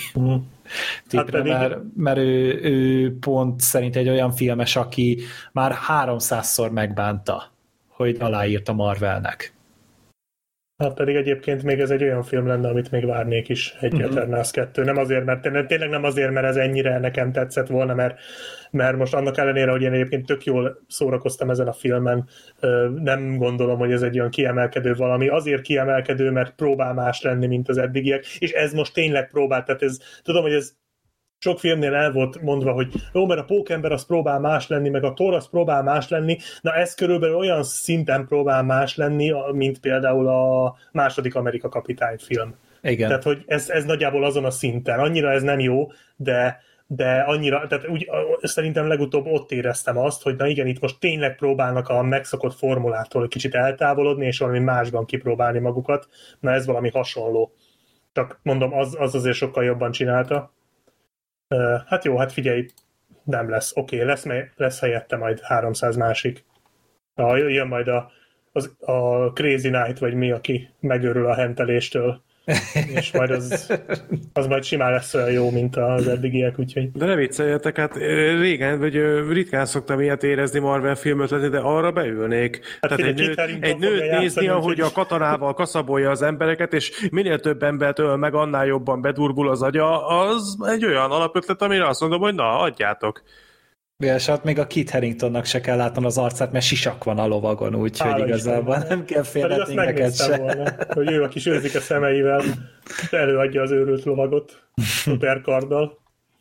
S4: Tipre, mert ő pont szerint egy olyan filmes, aki már 300-szor megbánta, hogy aláírt a Marvelnek.
S3: Hát pedig egyébként még ez egy olyan film lenne, amit még várnék is, egy Eternals 2. Nem azért, mert tényleg nem azért, mert ez ennyire nekem tetszett volna, mert most annak ellenére, hogy én egyébként tök jól szórakoztam ezen a filmen, nem gondolom, hogy ez egy olyan kiemelkedő valami. Azért kiemelkedő, mert próbál más lenni, mint az eddigiek, és ez most tényleg próbál, tehát tudom, hogy ez sok filmnél el volt mondva, hogy jó, mert a Pókember az próbál más lenni, meg a Thor az próbál más lenni, na ez körülbelül olyan szinten próbál más lenni, mint például a második Amerika kapitány film.
S4: Igen.
S3: Tehát, hogy ez nagyjából azon a szinten. Annyira ez nem jó, de annyira, tehát úgy szerintem legutóbb ott éreztem azt, hogy na igen, itt most tényleg próbálnak a megszokott formulától egy kicsit eltávolodni, és valami másban kipróbálni magukat. Na ez valami hasonló. Csak mondom, az azért sokkal jobban csinálta. Hát jó, hát figyelj, nem lesz. Oké, lesz helyette majd 300 másik. Jön majd a Crazy Night, vagy mi, aki megőrül a henteléstől. És majd az majd simán lesz olyan jó, mint az eddigiek, úgyhogy...
S1: De ne vicceljetek, hát régen, vagy ritkán szoktam ilyet érezni Marvel filmötletni, de arra beülnék.
S3: Hát
S1: tehát egy nőt nézni, ahogy a katanával kaszabolja az embereket, és minél több embert öl meg, annál jobban bedurvul az agya, az egy olyan alapötlet, amire azt mondom, hogy na, adjátok.
S4: És hát még a Kit Haringtonnak se kell látnom az arcát, mert sisak van a lovagon, úgyhogy igazából nem kell félretni neked se.
S3: Volna, hogy ő a kis őzik a szemeivel előadja az őrült lovagot szuperkarddal.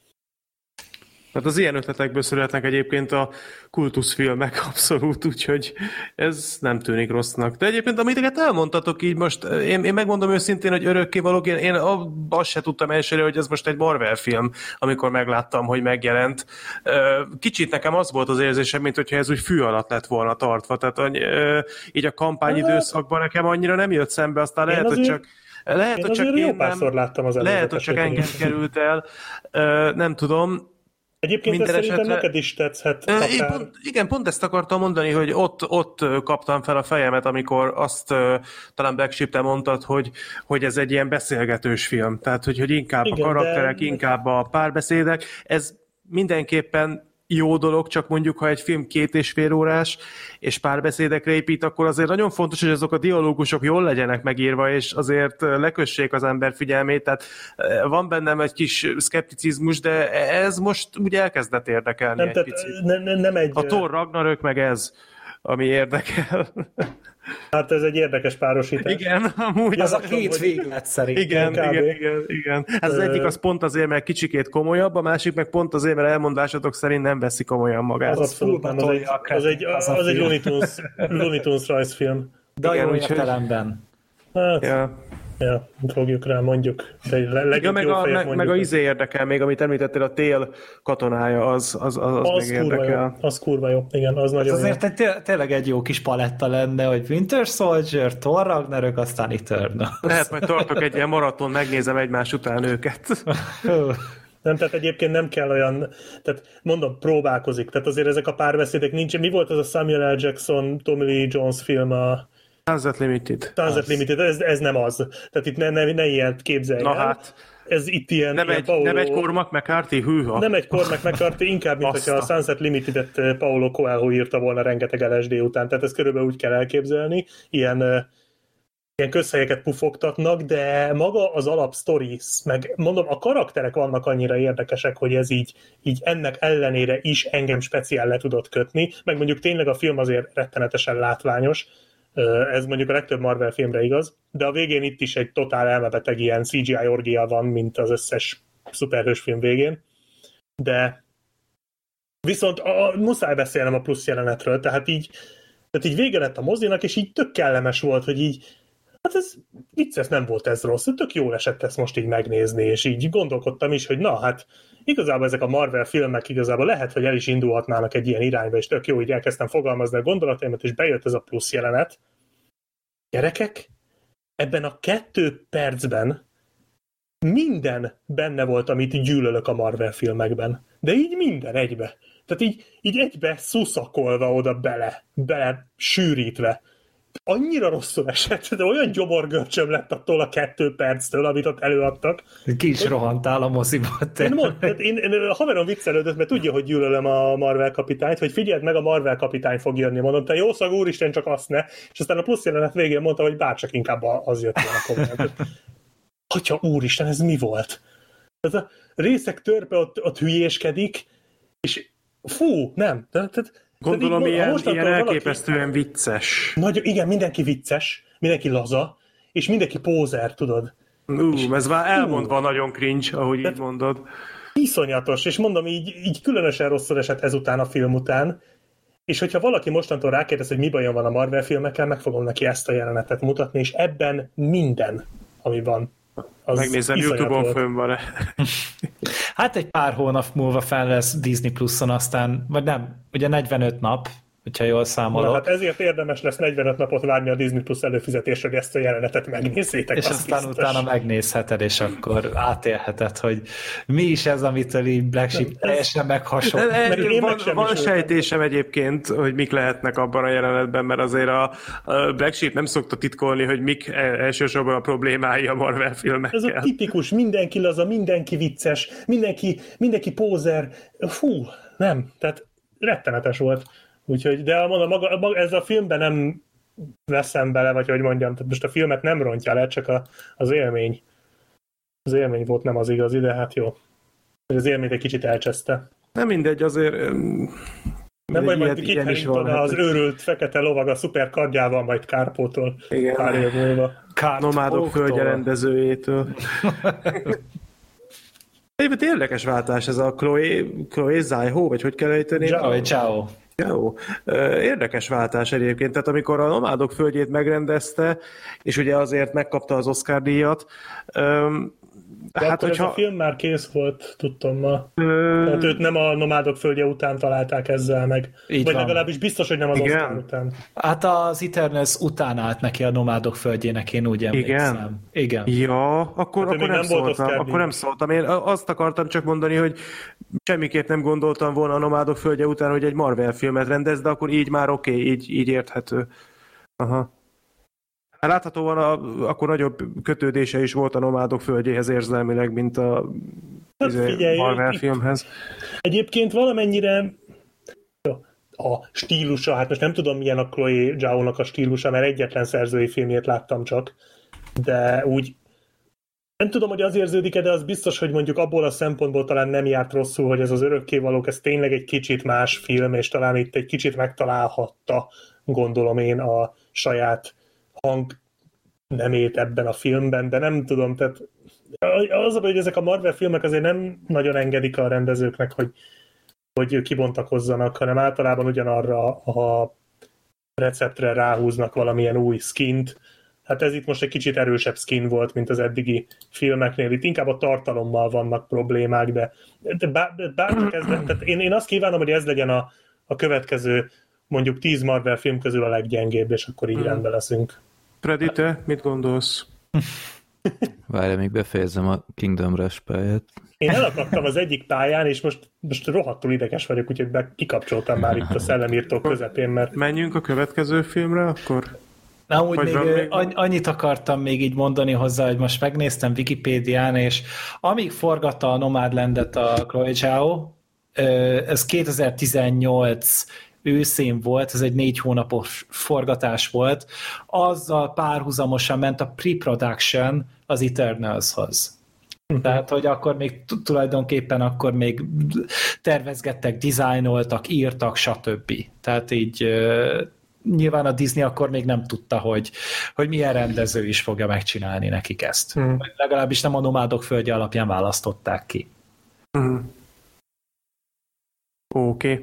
S1: Hát az ilyen ötletekből születnek egyébként a kultuszfilmek abszolút, úgyhogy ez nem tűnik rossznak. De egyébként, amit elmondtatok így most, én megmondom őszintén, hogy örökkévalók, én azt se tudtam elsőre, hogy ez most egy Marvel film, amikor megláttam, hogy megjelent. Kicsit nekem az volt az érzésem, mint hogyha ez úgy fű alatt lett volna tartva. Tehát így a kampányidőszakban nekem annyira nem jött szembe, aztán lehet, hogy csak
S3: jó párszor láttam az előzetet.
S1: Lehet, hogy csak engem került el, nem tudom.
S3: Egyébként ez szerintem neked is tetszhet.
S1: Pont ezt akartam mondani, hogy ott kaptam fel a fejemet, amikor azt talán Black Sheep-te mondtad, hogy ez egy ilyen beszélgetős film. Tehát, hogy inkább igen, a karakterek, inkább a párbeszédek. Ez mindenképpen jó dolog, csak mondjuk, ha egy film 2,5 órás, és párbeszédekre épít, akkor azért nagyon fontos, hogy azok a dialógusok jól legyenek megírva, és azért lekössék az ember figyelmét, tehát van bennem egy kis szkepticizmus, de ez most úgy elkezdett érdekelni egy picit.
S3: Nem egy...
S1: A Thor Ragnarök meg ez, ami érdekel.
S3: Hát ez egy érdekes párosítás.
S1: Igen, amúgy.
S4: Az a két véglet szerintem.
S1: Igen. Hát az egyik az pont azért, mert kicsikét komolyabb, a másik meg pont azért, mert elmondásotok szerint nem veszi komolyan magát.
S3: Az abszolút nem, az egy Looney Tunes rajzfilm.
S4: De jó értelemben.
S3: Hát, ja, fogjuk rá, mondjuk.
S1: Meg a izé érdekel még, amit említettél, a tél katonája, az még érdekel.
S3: Az kurva jó, igen, az nagyon jó.
S4: Azért tényleg egy jó kis paletta lenne, hogy Winter Soldier, Thor Ragnarök, aztán Eternals.
S1: Lehet, majd tartok egy ilyen maraton, megnézem egymás után őket.
S3: Nem, tehát egyébként nem kell olyan, tehát mondom, próbálkozik, tehát azért ezek a párbeszédek nincs. Mi volt az a Samuel L. Jackson, Tommy Lee Jones film,
S1: Sunset Limited.
S3: Sunset Limited, ez nem az. Tehát itt ne ilyet képzelj
S1: Na
S3: el.
S1: hát.
S3: Ez itt ilyen,
S1: Nem egy Cormac McCarthy, hűha.
S3: Nem egy Cormac McCarthy, inkább, mint hogyha a Sunset Limited-et Paulo Coelho írta volna rengeteg LSD után. Tehát ezt körülbelül úgy kell elképzelni. Ilyen közhelyeket pufogtatnak, de maga az alapsztori, meg mondom, a karakterek vannak annyira érdekesek, hogy ez így ennek ellenére is engem speciál le tudott kötni, meg mondjuk tényleg a film azért rettenetesen látványos, ez mondjuk a legtöbb Marvel filmre igaz, de a végén itt is egy totál elmebeteg ilyen CGI orgia van, mint az összes szuperhős film végén, de viszont muszáj beszélnem a plusz jelenetről, tehát így vége lett a mozinak, és így tök kellemes volt, hogy így hát ez vicces, nem volt ez rossz, tök jól esett ezt most így megnézni, és így gondolkodtam is, hogy na hát igazából ezek a Marvel filmek igazából lehet, hogy el is indulhatnának egy ilyen irányba, és tök jó, így elkezdtem fogalmazni a gondolataimat, és bejött ez a plusz jelenet. Gyerekek, ebben a 2 percben minden benne volt, amit gyűlölök a Marvel filmekben. De így minden egybe. Tehát így egybe szuszakolva oda bele sűrítve. Annyira rosszul esett, de olyan gyomorgörcsöm lett attól a 2 perctől, amit ott előadtak.
S4: Ki is rohantál a moziba.
S3: Én haverom viccelődött, mert tudja, hogy gyűlölöm a Marvel kapitányt, hogy figyeld meg, a Marvel kapitány fog jönni. Mondom, te jó szag, úristen, csak azt ne. És aztán a plusz jelenet végén mondta, hogy bárcsak inkább az jött volna komolyan. Atya, úristen, ez mi volt? Tehát a részek törpe ott hülyéskedik, és fú, nem.
S1: Gondolom, ilyen elképesztően vicces.
S3: Igen, mindenki vicces, mindenki laza, és mindenki pózer, tudod.
S1: Ez már elmondva nagyon cringe, ahogy így mondod.
S3: Iszonyatos, és mondom, így különösen rosszul esett ezután a film után, és hogyha valaki mostantól rákérdez, hogy mi bajom van a Marvel filmekkel, meg fogom neki ezt a jelenetet mutatni, és ebben minden, ami van.
S1: Megnézem, YouTube-on fönn van.
S4: Hát egy pár hónap múlva fel lesz Disney Pluson, aztán, vagy nem, ugye 45 nap, hogyha jól számolok.
S3: Na, hát ezért érdemes lesz 45 napot várni a Disney Plus előfizetésre, hogy ezt a jelenetet megnézzétek.
S4: És aztán biztos. Utána megnézheted, és akkor átélheted, hogy mi is ez, amitől így Black Sheep teljesen meghasonlít.
S1: Van sejtésem egyébként, hogy mik lehetnek abban a jelenetben, mert azért a Black Sheep nem szokta titkolni, hogy mik elsősorban a problémái a Marvel filmekkel.
S3: Ez a tipikus, mindenki laza, mindenki vicces, mindenki pózer. Fú, nem, tehát rettenetes volt. Úgyhogy, de mondom, ez a filmben nem veszem bele, vagy hogy mondjam, tehát most a filmet nem rontja le, csak az élmény. Az élmény volt nem az igazi, de hát jó. Az élményt egy kicsit elcseszte.
S1: Nem mindegy, azért...
S3: Nem vagy majd kikerinted az őrült fekete lovag a szuper kardjával, majd Kárpótól.
S1: Igen.
S3: Pár év múlva.
S1: Nomádok földje rendezőjétől. Egyébként érdekes váltás ez a Chloe Zhao, vagy hogy kell ejteni?
S4: Ciao.
S1: Jó. Érdekes váltás egyébként, tehát amikor a Nomádok földjét megrendezte, és ugye azért megkapta az Oscar díjat,
S3: de hát, hogyha... ez a film már kész volt, tudtam ma. Tehát őt nem a Nomádok földje után találták ezzel meg. Így vagy van. Legalábbis biztos, hogy nem az Oscar után.
S4: Hát az Eternals után állt neki a Nomádok földjének, én úgy emlékszem. Igen.
S1: Ja, akkor nem szóltam. Én azt akartam csak mondani, hogy semmiképp nem gondoltam volna a Nomádok földje után, hogy egy Marvel filmet rendez, de akkor így már oké, így érthető. Aha. Láthatóan akkor nagyobb kötődése is volt a Nomádok földjéhez érzelmileg, mint a Marvel filmhez.
S3: Egyébként valamennyire a stílusa, hát most nem tudom milyen a Chloe Zhao-nak a stílusa, mert egyetlen szerzői filmjét láttam csak, de úgy nem tudom, hogy az érződik-e, de az biztos, hogy mondjuk abból a szempontból talán nem járt rosszul, hogy ez az Örökkévalók, ez tényleg egy kicsit más film, és talán itt egy kicsit megtalálhatta, gondolom én, a saját hang nemét ebben a filmben, de nem tudom, tehát az, hogy ezek a Marvel filmek azért nem nagyon engedik a rendezőknek, hogy kibontakozzanak, hanem általában ugyanarra a receptre ráhúznak valamilyen új skint. Hát ez itt most egy kicsit erősebb skin volt, mint az eddigi filmeknél. Itt inkább a tartalommal vannak problémák, de bárcsak ez, tehát én azt kívánom, hogy ez legyen a következő mondjuk 10 Marvel film közül a leggyengébb, és akkor így rendben leszünk.
S1: Freddy, te mit gondolsz?
S2: Várj, még befejezem a Kingdom Rush pályát.
S3: Én elakadtam az egyik pályán, és most rohadtul ideges vagyok, úgyhogy kikapcsoltam már itt a szellemírtók közepén, mert...
S1: Menjünk a következő filmre, akkor?
S4: Na, úgy
S1: Vagy van
S4: még
S1: még?
S4: annyit akartam még így mondani hozzá, hogy most megnéztem Wikipédián, és amíg forgatta a Nomadlandet a Chloe Zhao, ez 2018 őszén volt, ez egy 4 hónapos forgatás volt, azzal párhuzamosan ment a pre-production az Eternals-hoz. Tehát, hogy akkor még tulajdonképpen akkor még tervezgettek, dizájnoltak, írtak, stb. Tehát így nyilván a Disney akkor még nem tudta, hogy milyen rendező is fogja megcsinálni nekik ezt. Vagy legalábbis nem a Nomádok földje alapján választották ki.
S1: Oké.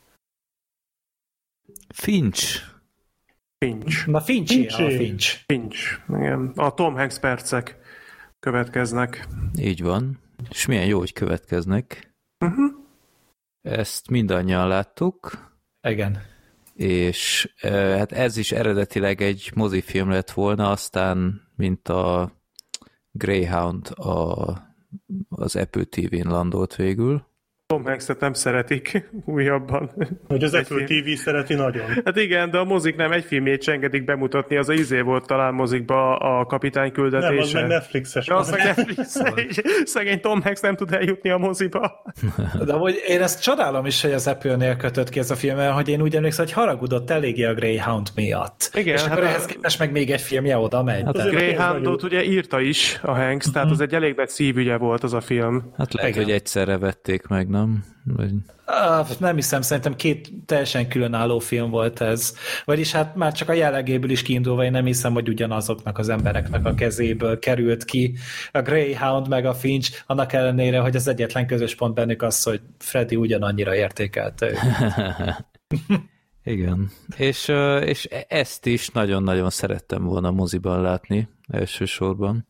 S2: Finch.
S4: Na Finch.
S1: Finch. Igen. A Tom Hanks percek következnek.
S2: Így van. És milyen jó, hogy következnek. Ezt mindannyian láttuk.
S4: Igen.
S2: És hát ez is eredetileg egy mozifilm lett volna, aztán mint a Greyhound az Apple TV-n landolt végül.
S1: Tom Hanks-et nem szeretik újabban.
S3: Hogy az Apple TV szereti nagyon.
S1: Hát igen, de a mozik nem egy filmjét sem engedik bemutatni, az a izé volt talán mozikba a kapitány küldetése.
S3: Nem, az meg Netflixes.
S1: Ja, az meg Netflix. Szegény Tom Hanks nem tud eljutni a moziba.
S4: De hogy én ezt csodálom is, hogy az Apple-nél kötött ki ez a film, hogy én úgy emlékszem, hogy haragudott eléggé a Greyhound miatt.
S1: Igen,
S4: és
S1: hát
S4: akkor ehhez képest meg még egy filmje oda megy.
S2: Hát
S1: a Greyhoundot ugye írta is a Hanks, tehát az egy elég nagy szívügye volt az a film.
S2: Hát lehet,
S4: Igen.
S2: hogy egyszerre vették meg, nem? Vagy...
S4: Nem hiszem, szerintem 2 teljesen különálló film volt ez. Vagyis hát már csak a jellegéből is kiindulva, én nem hiszem, hogy ugyanazoknak az embereknek a kezéből került ki a Greyhound meg a Finch, annak ellenére, hogy az egyetlen közös pont bennük az, hogy Freddy ugyanannyira értékelte őket.
S2: Igen. És ezt is nagyon-nagyon szerettem volna moziban látni elsősorban.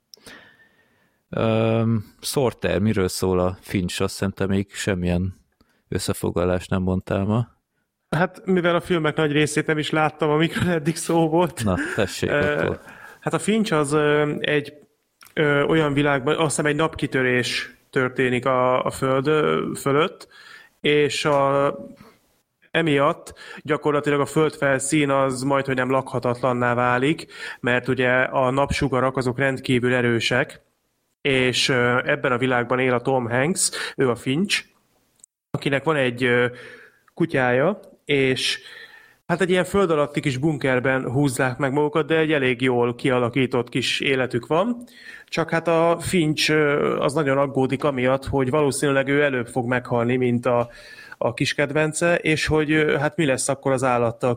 S2: Sorter, miről szól a Finch? Azt szerintem még semmilyen összefoglalást nem mondtál ma.
S1: Hát mivel a filmek nagy részét nem is láttam, amikről eddig szó volt.
S2: Na, tessék akkor.
S1: Hát a Finch az egy olyan világban, azt hiszem egy napkitörés történik a föld fölött, és emiatt gyakorlatilag a földfelszín az majdhogy nem lakhatatlanná válik, mert ugye a napsugarak azok rendkívül erősek, és ebben a világban él a Tom Hanks, ő a Finch, akinek van egy kutyája, és hát egy ilyen föld alatti kis bunkerben húzzák meg magukat, de egy elég jól kialakított kis életük van. Csak hát a Finch az nagyon aggódik amiatt, hogy valószínűleg ő előbb fog meghalni, mint a kis kedvence, és hogy hát mi lesz akkor az állattal,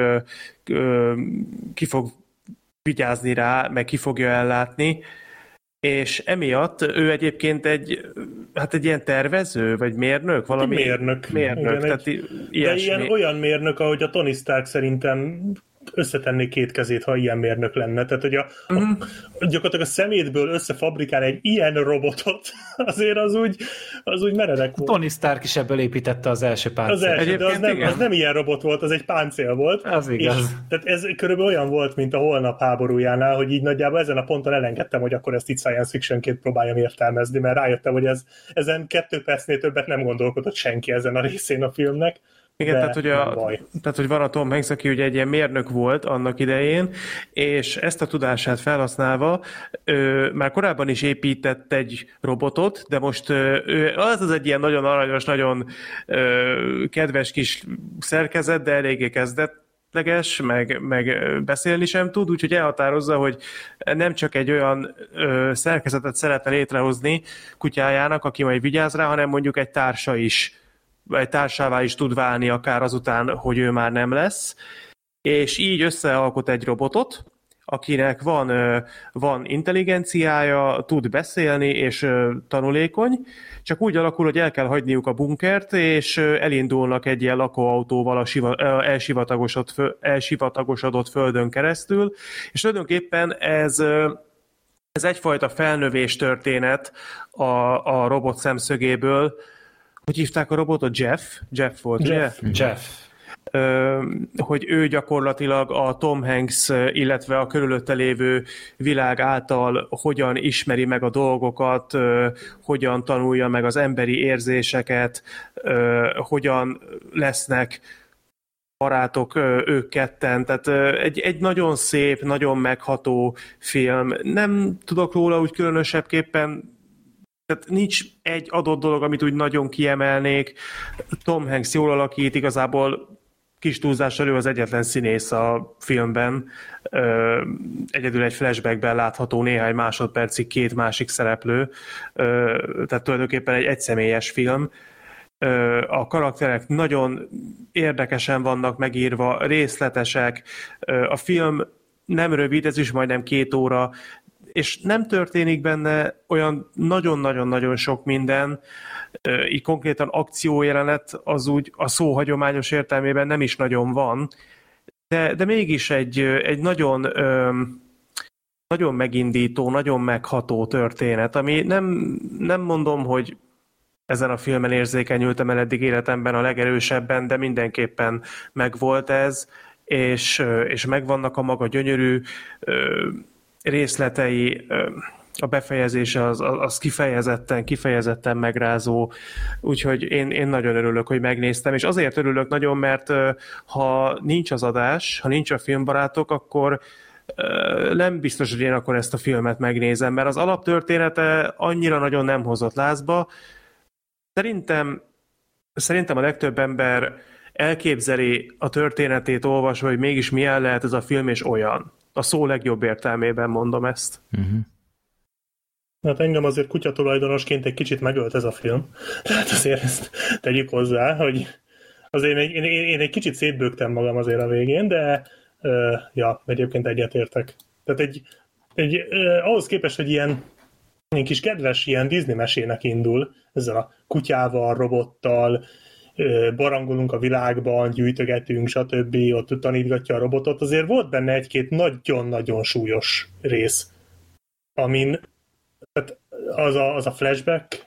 S1: ki fog vigyázni rá, meg ki fogja ellátni. És emiatt ő egyébként egy ilyen tervező, vagy mérnök? Valami
S3: Mérnök.
S1: Igen, tehát
S3: de olyan mérnök, ahogy a Tony Stark szerintem összetenné 2 kezét, ha ilyen mérnök lenne. Tehát, hogy gyakorlatilag a szemétből összefabrikál egy ilyen robotot, azért az úgy meredek volt.
S4: Tony Stark is ebből építette az első páncélt.
S3: Az első, de az nem ilyen robot volt, az egy páncél volt.
S4: Az igaz.
S3: És, tehát ez körülbelül olyan volt, mint a Holnap háborújánál, hogy így nagyjából ezen a ponton elengedtem, hogy akkor ezt itt science fictionként próbáljam értelmezni, mert rájöttem, hogy ezen 2 percnél többet nem gondolkodott senki ezen a részén a filmnek.
S1: Igen, tehát hogy van a Tom Hanks, aki ugye egy ilyen mérnök volt annak idején, és ezt a tudását felhasználva már korábban is épített egy robotot, de most az egy ilyen nagyon aranyos, nagyon kedves kis szerkezet, de eléggé kezdetleges, meg beszélni sem tud, úgyhogy elhatározza, hogy nem csak egy olyan szerkezetet szeretne létrehozni kutyájának, aki majd vigyáz rá, hanem mondjuk egy társa is, egy társává is tud válni akár azután, hogy ő már nem lesz, és így összealkot egy robotot, akinek van intelligenciája, tud beszélni, és tanulékony, csak úgy alakul, hogy el kell hagyniuk a bunkert, és elindulnak egy ilyen lakóautóval a elsivatagosodott földön keresztül, és tulajdonképpen ez egyfajta felnövés történet a robot szemszögéből. Hogy hívták a robotot? Jeff volt,
S4: Jeff.
S1: Hogy ő gyakorlatilag a Tom Hanks, illetve a körülötte lévő világ által hogyan ismeri meg a dolgokat, hogyan tanulja meg az emberi érzéseket, hogyan lesznek barátok ők ketten, tehát egy nagyon szép, nagyon megható film. Nem tudok róla úgy különösebbképpen, tehát nincs egy adott dolog, amit úgy nagyon kiemelnék. Tom Hanks jól alakít, igazából kis túlzással ő az egyetlen színész a filmben. Egyedül egy flashbackben látható néhány másodpercig két másik szereplő. Tehát tulajdonképpen egy egyszemélyes film. A karakterek nagyon érdekesen vannak megírva, részletesek. A film nem rövid, ez is majdnem 2 óra, és nem történik benne olyan nagyon-nagyon-nagyon sok minden, így konkrétan akciójelenet az úgy a szó hagyományos értelmében nem is nagyon van, de mégis egy nagyon, nagyon megindító, nagyon megható történet, ami nem mondom, hogy ezen a filmen érzékenyültem el eddig életemben a legerősebben, de mindenképpen megvolt ez, és megvannak a maga gyönyörű részletei, a befejezése az kifejezetten megrázó, úgyhogy én nagyon örülök, hogy megnéztem, és azért örülök nagyon, mert ha nincs az adás, ha nincs a Filmbarátok, akkor nem biztos, hogy én akkor ezt a filmet megnézem, mert az alaptörténete annyira nagyon nem hozott lázba. Szerintem a legtöbb ember elképzeli a történetét olvasva, hogy mégis milyen lehet ez a film, és olyan. A szó legjobb értelmében mondom ezt. Uh-huh.
S3: Hát engem azért kutyatulajdonosként egy kicsit megölt ez a film. Tehát azért ezt tegyük hozzá, hogy azért én egy kicsit szétbőgtem magam azért a végén, de egyébként egyetértek. Tehát ahhoz képest, hogy ilyen kis kedves ilyen Disney mesének indul, ezzel a kutyával, robottal, barangolunk a világban, gyűjtögetünk, stb. Ott tanítgatja a robotot, azért volt benne egy-két nagyon-nagyon súlyos rész, amin az a flashback,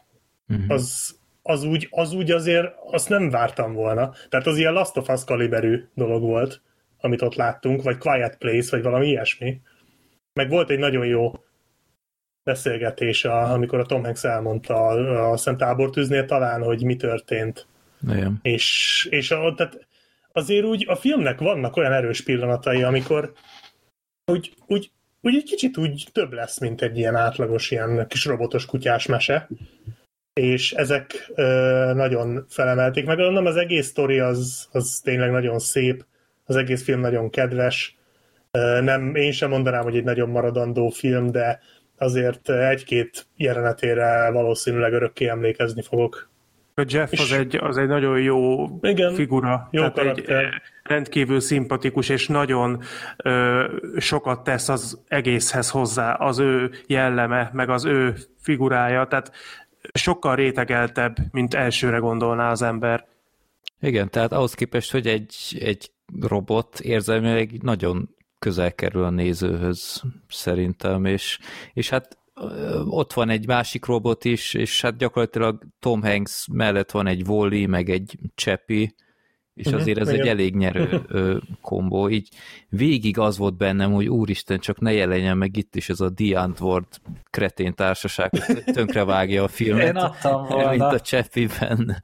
S3: az úgy azért azt nem vártam volna. Tehát az ilyen Last of Us kaliberű dolog volt, amit ott láttunk, vagy Quiet Place, vagy valami ilyesmi. Meg volt egy nagyon jó beszélgetés, amikor a Tom Hanks elmondta a Szent Tábortűznél talán, hogy mi történt.
S2: Igen.
S3: És tehát azért úgy a filmnek vannak olyan erős pillanatai, amikor úgy egy kicsit úgy több lesz, mint egy ilyen átlagos, ilyen kis robotos kutyás mese. És ezek nagyon felemelték meg. Nem, az egész sztori az tényleg nagyon szép, az egész film nagyon kedves. Én sem mondanám, hogy egy nagyon maradandó film, de azért egy-két jelenetére valószínűleg örökké emlékezni fogok.
S1: A Jeff az egy nagyon jó figura.
S3: Jó karakter.
S1: Egy rendkívül szimpatikus, és nagyon sokat tesz az egészhez hozzá, az ő jelleme, meg az ő figurája, tehát sokkal rétegeltebb, mint elsőre gondolná az ember.
S2: Igen, tehát ahhoz képest, hogy egy robot érzelmileg nagyon közel kerül a nézőhöz szerintem, és hát ott van egy másik robot is, és hát gyakorlatilag Tom Hanks mellett van egy Wall-E, meg egy Chappie, és azért ez egy elég nyerő kombó. Így végig az volt bennem, hogy úristen, csak ne jelenjen meg itt is ez a The Antwoord kretén társaság, tönkre vágja a filmet.
S4: Én adtam volna.
S2: Mint a Chappie-ben.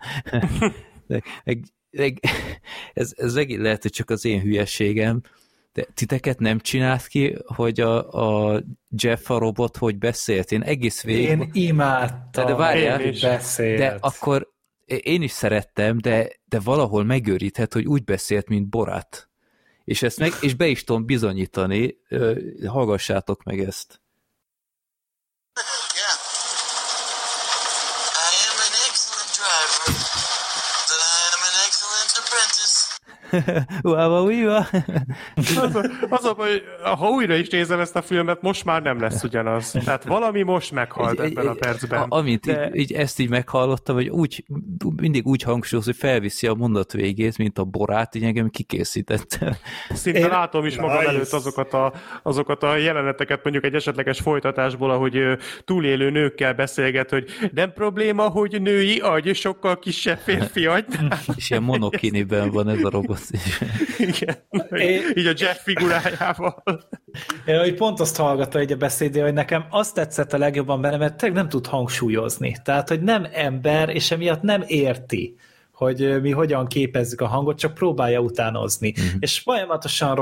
S2: Ez lehet, hogy csak az én hülyeségem, de titeket nem csinált ki, hogy a Jeff a robot hogy beszélt? Én egész végig...
S4: Én imádtam,
S2: de várjál,
S4: hogy beszélt.
S2: De akkor én is szerettem, de valahol megőríthet, hogy úgy beszélt, mint Borat. És be is tudom bizonyítani, hallgassátok meg ezt.
S6: Yeah. I am an excellent driver, but I am an excellent apprentice.
S1: Az, hogy ha újra is nézem ezt a filmet, most már nem lesz ugyanaz. Tehát valami most meghalt ebben a percben.
S2: Amint így ezt így meghallottam, hogy mindig úgy hangsúlyoz, hogy felviszi a mondat végét, mint a Borát, így engem kikészítette.
S1: Szinte látom is magam előtt azokat a jeleneteket, mondjuk egy esetleges folytatásból, ahogy túlélő nőkkel beszélget, hogy nem probléma, hogy női agy, sokkal kisebb férfi agy.
S2: És ilyen monokiniben van ez a robot.
S1: Igen. Így a Jeff figurájával.
S4: Én hogy pont azt hallgatta egy a beszédé, hogy nekem azt tetszett a legjobban benne, mert tényleg nem tud hangsúlyozni. Tehát, hogy nem ember, és emiatt nem érti, hogy mi hogyan képezzük a hangot, csak próbálja utánozni. És folyamatosan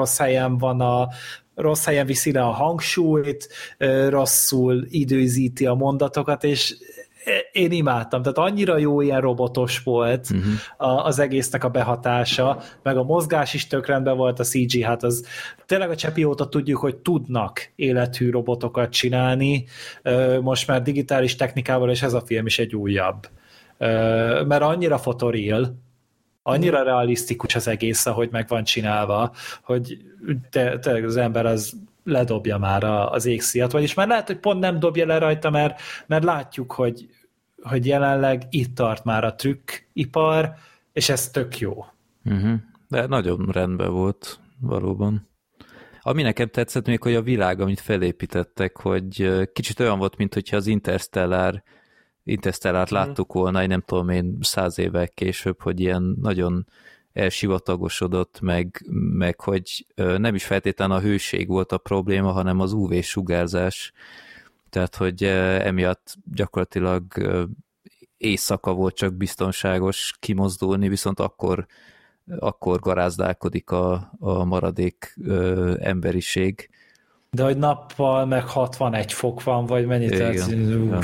S4: rossz helyen viszi le a hangsúlyt, rosszul időzíti a mondatokat, és én imádtam, tehát annyira jó ilyen robotos volt az egésznek a behatása, meg a mozgás is tök rendben volt, a CG, hát az tényleg a csepi óta tudjuk, hogy tudnak élethű robotokat csinálni, most már digitális technikával, és ez a film is egy újabb. Mert annyira fotoreal, annyira realisztikus az egész, ahogy meg van csinálva, hogy tényleg az ember az ledobja már az égszíjat, vagyis már lehet, hogy pont nem dobja le rajta, mert látjuk, hogy jelenleg itt tart már a trükkipar, és ez tök jó.
S2: De nagyon rendben volt, valóban. Ami nekem tetszett még, hogy a világ, amit felépítettek, hogy kicsit olyan volt, mint hogyha az Interstellárt láttuk volna, nem tudom én 100 évvel később, hogy ilyen nagyon elsivatagosodott, meg hogy nem is feltétlenül a hőség volt a probléma, hanem az UV-sugárzás. Tehát, hogy emiatt gyakorlatilag éjszaka volt csak biztonságos kimozdulni, viszont akkor garázdálkodik a maradék emberiség.
S4: De hogy nappal meg 61 fok van, vagy mennyit?
S2: Igen.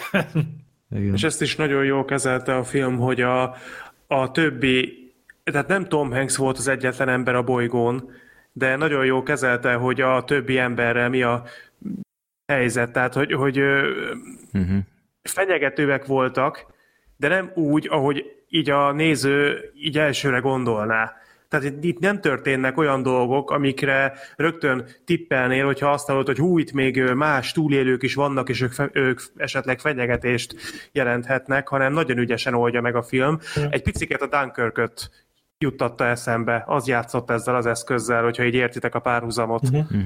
S1: És ezt is nagyon jól kezelte a film, hogy a többi, tehát nem Tom Hanks volt az egyetlen ember a bolygón, de nagyon jól kezelte, hogy a többi emberrel mi a helyzet, tehát hogy fenyegetőek voltak, de nem úgy, ahogy így a néző így elsőre gondolná. Tehát itt nem történnek olyan dolgok, amikre rögtön tippelnél, hogyha azt hallod, hogy hú, itt még más túlélők is vannak, és ők esetleg fenyegetést jelenthetnek, hanem nagyon ügyesen oldja meg a film. Egy piciket a Dunkirköt juttatta eszembe, az játszott ezzel az eszközzel, hogyha így értitek a párhuzamot.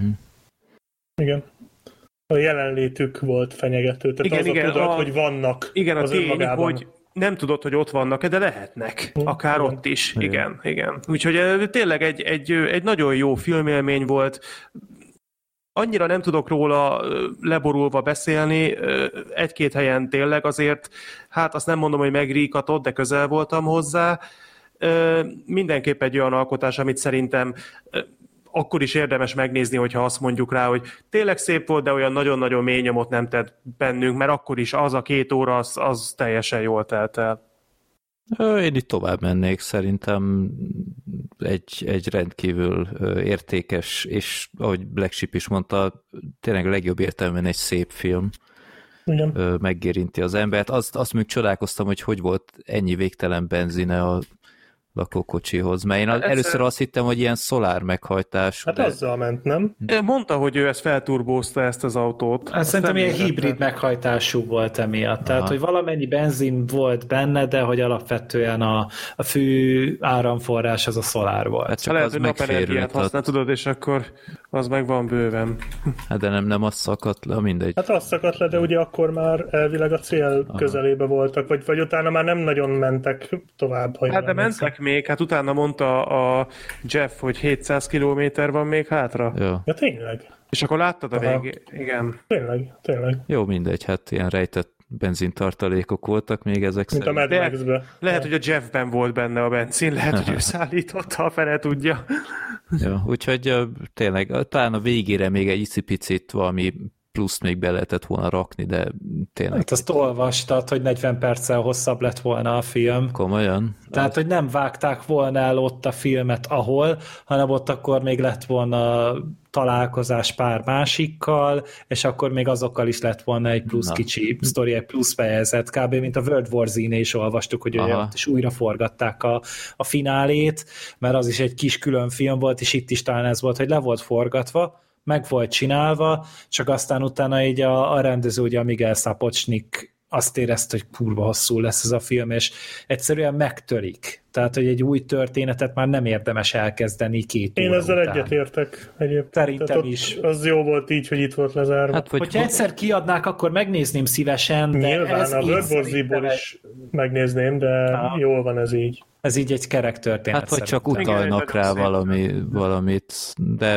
S3: Igen. A jelenlétük volt fenyegető, tehát igen, tudat, hogy vannak.
S1: Igen, a tény, hogy nem tudod, hogy ott vannak-e, de lehetnek. Akár igen. Ott is. Igen. Úgyhogy tényleg egy nagyon jó filmélmény volt. Annyira nem tudok róla leborulva beszélni, egy-két helyen tényleg azért, hát azt nem mondom, hogy megríkatott, de közel voltam hozzá. Mindenképp egy olyan alkotás, amit szerintem akkor is érdemes megnézni, hogyha azt mondjuk rá, hogy tényleg szép volt, de olyan nagyon-nagyon mély nyomot nem tett bennünk, mert akkor is az a 2 óra, az teljesen jól telt el.
S2: Én itt tovább mennék, szerintem egy rendkívül értékes, és ahogy Black Sheep is mondta, tényleg a legjobb értelemben egy szép film. Igen. Megérinti az embert. Azt még csodálkoztam, hogy volt ennyi végtelen benzine a lakókocsihoz, mert én először azt hittem, hogy ilyen szolár meghajtás.
S3: Hát azzal ment, nem?
S1: Mondta, hogy ő ezt felturbózta, ezt az autót.
S4: Hát szerintem ilyen hibrid meghajtású volt emiatt. Tehát, hogy valamennyi benzin volt benne, de hogy alapvetően a fő áramforrás az a szolár volt.
S1: Hát csak lehet, hogy napenergiát használ, tudod, és akkor az meg van bőven.
S2: Hát de nem azt szakadt le, mindegy.
S3: Hát azt szakadt le, de ugye akkor már elvileg a cél közelébe voltak, vagy utána már nem nagyon mentek tovább.
S1: Hát de mentek még, hát utána mondta a Jeff, hogy 700 kilométer van még hátra.
S3: Ja, tényleg.
S1: És akkor láttad a végén? Igen.
S3: Tényleg.
S2: Jó, mindegy, hát ilyen rejtett benzintartalékok voltak még ezek
S3: mint szerint. A Mad Max-be.
S1: Lehet, hogy a Jeffben volt benne a benzin, lehet, hogy ő szállította, a fene tudja.
S2: Jó, úgyhogy tényleg talán a végére még egy icipicit valami pluszt még be lehetett volna rakni, de tényleg...
S4: Hát azt olvastad, hogy 40 perccel hosszabb lett volna a film.
S2: Komolyan?
S4: Tehát, hogy nem vágták volna el ott a filmet hanem ott akkor még lett volna találkozás pár másikkal, és akkor még azokkal is lett volna egy plusz kicsi sztori, egy plusz fejezet, kb. Mint a World War Z-nél is olvastuk, hogy ott is újra forgatták a finálét, mert az is egy kis külön film volt, és itt is talán ez volt, hogy le volt forgatva, meg volt csinálva, csak aztán utána így a rendező, ugye a Miguel Sapochnik azt érezte, hogy kurva hosszú lesz ez a film, és egyszerűen megtörik. Tehát, hogy egy új történetet már nem érdemes elkezdeni 2 óra
S3: Én ezzel
S4: után.
S3: egyetértek egyébként.
S4: Szerintem is.
S3: Az jó volt így, hogy itt volt lezárva.
S4: Hát, hogyha egyszer kiadnák, akkor megnézném szívesen, de
S3: nyilván,
S4: ez
S3: a World War Z-ból is megnézném, de jól van ez így.
S4: Ez így egy kerek történet.
S2: Hát, vagy csak utalnak rá valamit, de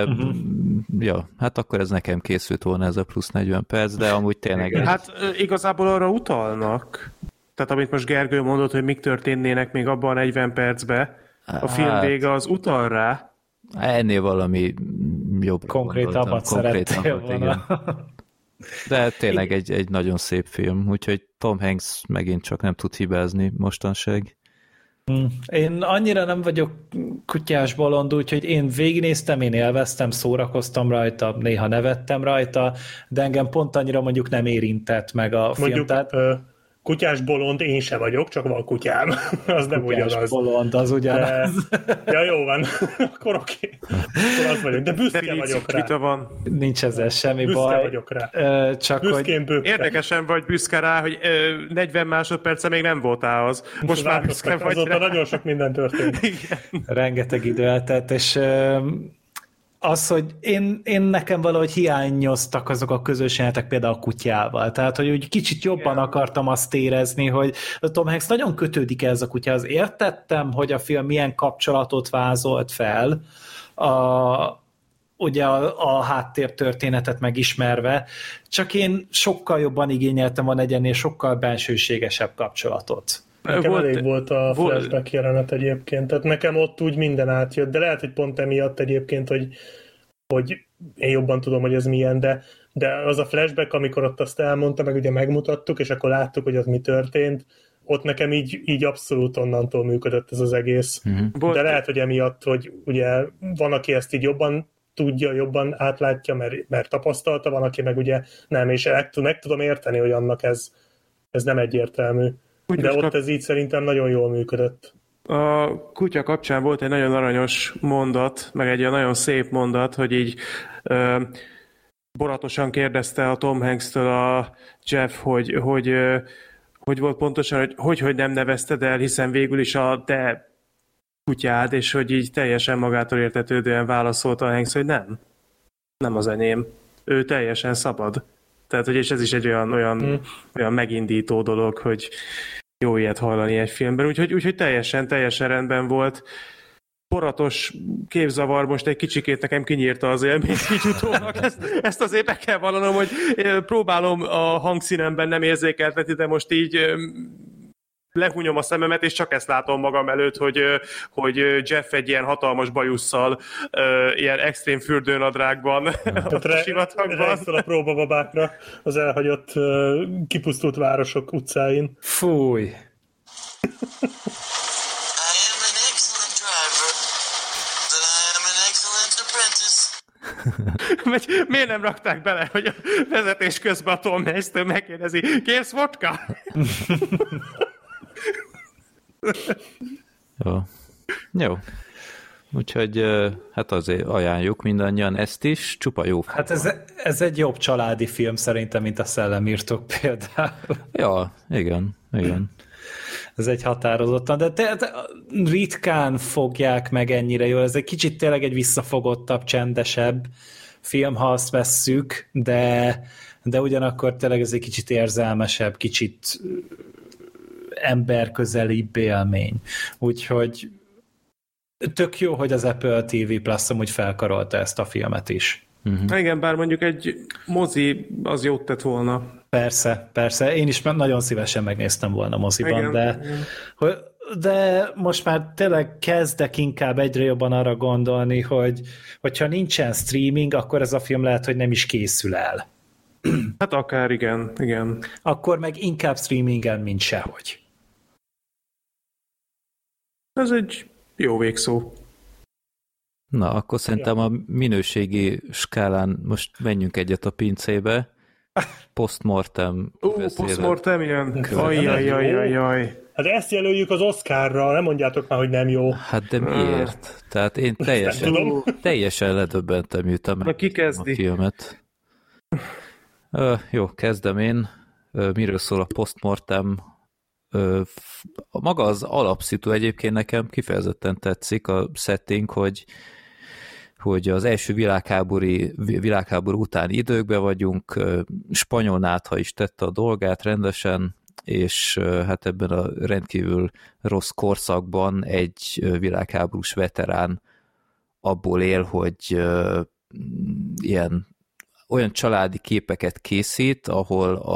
S2: ja, hát akkor ez nekem készült volna ez a plusz 40 perc, de amúgy tényleg...
S1: Hát igazából arra utalnak. Tehát amit most Gergő mondott, hogy mik történnének még abban a 40 percben, a film vége az utal rá.
S2: Ennél valami jobb.
S4: Konkrétabbat szerettél volna.
S2: De tényleg egy nagyon szép film, úgyhogy Tom Hanks megint csak nem tud hibázni mostanság.
S4: Én annyira nem vagyok kutyás bolond, úgyhogy én végignéztem, én élveztem, szórakoztam rajta, néha nevettem rajta, de engem pont annyira mondjuk nem érintett meg a film.
S3: Mondjuk kutyás bolond én se vagyok, csak van kutyám. Az nem
S4: kutyás
S3: ugyanaz.
S4: bolond, az ugyanaz.
S3: Ja, jó van. Akkor oké. Akkor az vagyok. De büszke vagyok rá.
S1: Van.
S4: Nincs ezzel semmi
S3: Büszke
S4: baj.
S3: vagyok rá.
S4: Csak
S3: Büszkén bőkre.
S1: Érdekesen vagy büszke rá, hogy 40 másodperce még nem voltál az. Most már büszke vagy
S3: azóta
S1: rá.
S3: nagyon sok minden történt.
S4: rengeteg idő eltelt, és az, hogy én nekem valahogy hiányoztak azok a közös jelenetek például a kutyával. Tehát, hogy úgy kicsit jobban akartam azt érezni, hogy Tom Hanks nagyon kötődik ez a kutyához. Értettem, hogy a film milyen kapcsolatot vázolt fel, ugye a háttértörténetet megismerve, csak én sokkal jobban igényeltem van egy ennél sokkal bensőségesebb kapcsolatot.
S3: Nekem elég volt a flashback jelenet egyébként, tehát nekem ott úgy minden átjött, de lehet, hogy pont emiatt egyébként, hogy én jobban tudom, hogy ez milyen, de az a flashback, amikor ott azt elmondta, meg ugye megmutattuk, és akkor láttuk, hogy az mi történt, ott nekem így abszolút onnantól működött ez az egész. Mm-hmm. De lehet, hogy emiatt, hogy ugye van, aki ezt így jobban tudja, jobban átlátja, mert tapasztalta, van, aki meg ugye nem, és meg tudom érteni, hogy annak ez nem egyértelmű. De ott ez így szerintem nagyon jól működött.
S1: A kutya kapcsán volt egy nagyon aranyos mondat, meg egy nagyon szép mondat, hogy így boratosan kérdezte a Tom Hanks-től a Jeff, hogy volt pontosan, hogy nem nevezted el, hiszen végül is a te kutyád, és hogy így teljesen magától értetődően válaszolta a Hanks, hogy nem az enyém. Ő teljesen szabad. Tehát, hogy és ez is egy olyan megindító dolog, hogy jó ilyet hallani egy filmben. Úgyhogy teljesen rendben volt. Boratos képzavar most egy kicsikét nekem kinyírta az élményt így utólag. Ezt azért be kell vallanom, hogy próbálom a hangszínemben nem érzékeltetni, de most így lehúnyom a szememet, és csak ezt látom magam előtt, hogy Jeff egy ilyen hatalmas bajusszal, ilyen extrém fürdőnadrágban, a sivatagban.
S3: Rekszol a próbababákra az elhagyott, kipusztult városok utcáin.
S4: Fúj!
S6: I am an excellent driver, but I am an excellent apprentice.
S1: Miért nem rakták bele, hogy a vezetés közben a Tom Hanks-től megkérdezi, kérsz vodka?
S2: Jó. Úgyhogy hát azért ajánljuk mindannyian ezt is, csupa jó.
S4: Hát ez egy jobb családi film szerintem, mint a Szellemírtók például.
S2: Ja, igen.
S4: Ez egy határozottan, de ritkán fogják meg ennyire jól. Ez egy kicsit tényleg egy visszafogottabb, csendesebb film, ha azt vesszük, de ugyanakkor tényleg ez egy kicsit érzelmesebb, kicsit emberközelibb élmény. Úgyhogy tök jó, hogy az Apple TV Plus amúgy felkarolta ezt a filmet is.
S1: Uh-huh. Igen, bár mondjuk egy mozi az jót tett volna.
S4: Persze. Én is nagyon szívesen megnéztem volna moziban,
S1: igen.
S4: De most már tényleg kezdek inkább egyre jobban arra gondolni, hogyha nincsen streaming, akkor ez a film lehet, hogy nem is készül el.
S1: Hát akár igen.
S4: Akkor meg inkább streamingen, mint sehogy.
S1: Ez egy jó végszó.
S2: Na, akkor szerintem a minőségi skálán most menjünk egyet a pincébe. Postmortem.
S1: Postmortem ilyen? Ajjaj.
S3: Hát ezt jelöljük az Oscarra, nem mondjátok már, hogy nem jó.
S2: Hát de miért? Tehát én teljesen ledöbbentem, miután megnéztem a filmet. Jó, kezdem én. Miről szól a Postmortem? Maga az alapszitu egyébként nekem kifejezetten tetszik, a setting, hogy az első világháború utáni időkben vagyunk, spanyol nátha is tette a dolgát rendesen, és hát ebben a rendkívül rossz korszakban egy világháborús veterán abból él, hogy olyan családi képeket készít, ahol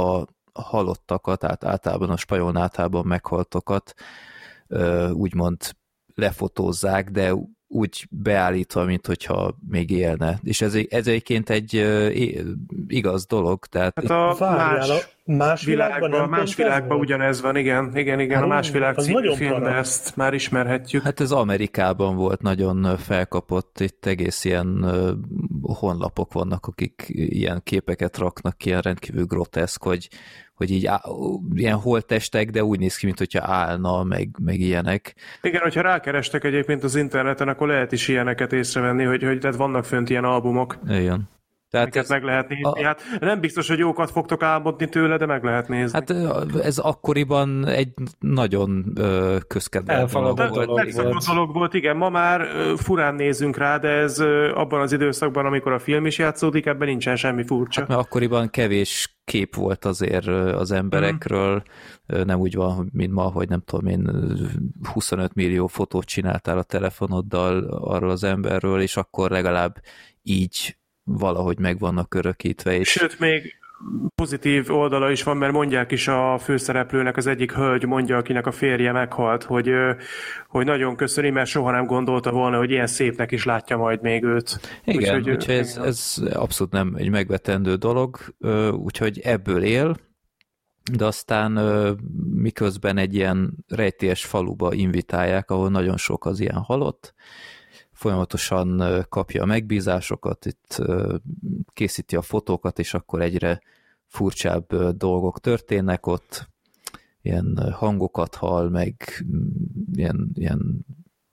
S2: halottakat, tehát általában a spajolnátában meghaltokat úgymond lefotózzák, de úgy beállítva, mint hogyha még élne. És ez egyébként egy igaz dolog. Tehát
S1: Hát a
S3: más világban
S1: más világban ugyanez van, igen,
S3: Hát
S1: a Más világ című filmben
S3: para.
S1: ezt már ismerhetjük.
S2: Hát ez Amerikában volt nagyon felkapott, itt egész ilyen honlapok vannak, akik ilyen képeket raknak ki, ilyen rendkívül groteszk, hogy így ilyen holttestek, de úgy néz ki, mint hogyha állna, meg ilyenek.
S1: Igen, hogyha rákerestek egyébként az interneten, akkor lehet is ilyeneket észrevenni, hogy tehát vannak fönt ilyen albumok.
S2: Igen. Tehát
S1: meg lehet nézni. Hát nem biztos, hogy jókat fogtok álmodni tőle, de meg lehet nézni.
S2: Hát ez akkoriban egy nagyon közkedvelt
S1: dolog volt, igen. Ma már furán nézünk rá, de ez abban az időszakban, amikor a film is játszódik, ebben nincsen semmi furcsa.
S2: Hát, mert akkoriban kevés kép volt azért az emberekről, nem úgy van, mint ma, hogy nem tudom én 25 millió fotót csináltál a telefonoddal arról az emberről, és akkor legalább így valahogy meg vannak örökítve. És...
S1: Sőt, még pozitív oldala is van, mert mondják is a főszereplőnek, az egyik hölgy mondja, akinek a férje meghalt, hogy nagyon köszöni, mert soha nem gondolta volna, hogy ilyen szépnek is látja majd még őt.
S2: Igen, úgyhogy ez abszolút nem egy megvetendő dolog, úgyhogy ebből él, de aztán miközben egy ilyen rejtélyes faluba invitálják, ahol nagyon sok az ilyen halott, folyamatosan kapja a megbízásokat, itt készíti a fotókat, és akkor egyre furcsább dolgok történnek ott, ilyen hangokat hall, meg ilyen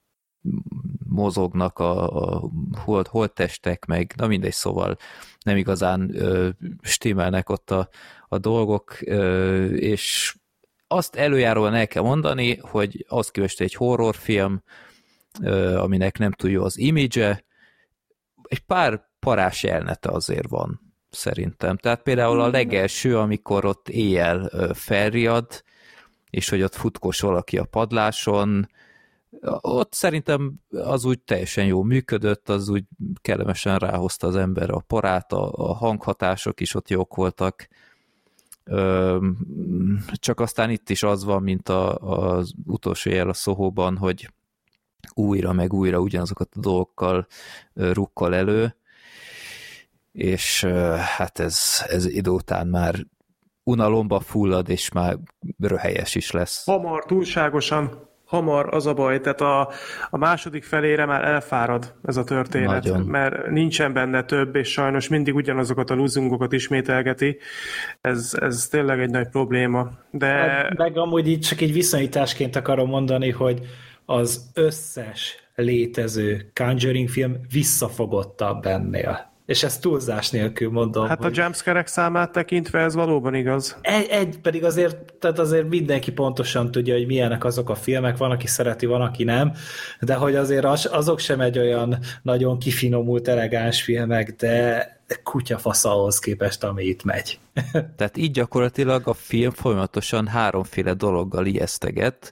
S2: mozognak a holttestek, meg na mindegy, szóval nem igazán stimmelnek ott a dolgok, és azt előjáróan el kell mondani, hogy az képest egy horrorfilm, aminek nem túl jó az image-e, egy pár parás jelnete azért van, szerintem. Tehát például a legelső, amikor ott éjjel felriad, és hogy ott futkos valaki a padláson, ott szerintem az úgy teljesen jó működött, az úgy kellemesen ráhozta az ember a parát, a hanghatások is ott jók voltak, csak aztán itt is az van, mint az utolsó jel a Soho-ban, hogy újra meg újra ugyanazokat a dolgokkal rukkol elő, és hát ez idő után már unalomba fullad, és már röhelyes is lesz.
S1: Túlságosan hamar az a baj, tehát a második felére már elfárad ez a történet,
S2: nagyon.
S1: Mert nincsen benne több, és sajnos mindig ugyanazokat a lúzungokat ismételgeti. Ez tényleg egy nagy probléma. De...
S4: Meg amúgy így csak egy viszonyításként akarom mondani, hogy az összes létező Conjuring film visszafogottabb ennél. És ezt túlzás nélkül mondom.
S1: Hát a jumpscare-ek számát tekintve ez valóban igaz.
S4: Pedig azért mindenki pontosan tudja, hogy milyenek azok a filmek, van, aki szereti, van, aki nem, de hogy azért azok sem egy olyan nagyon kifinomult, elegáns filmek, de kutyafasz ahhoz képest, ami itt megy.
S2: Tehát így gyakorlatilag a film folyamatosan háromféle dologgal ijeszteget.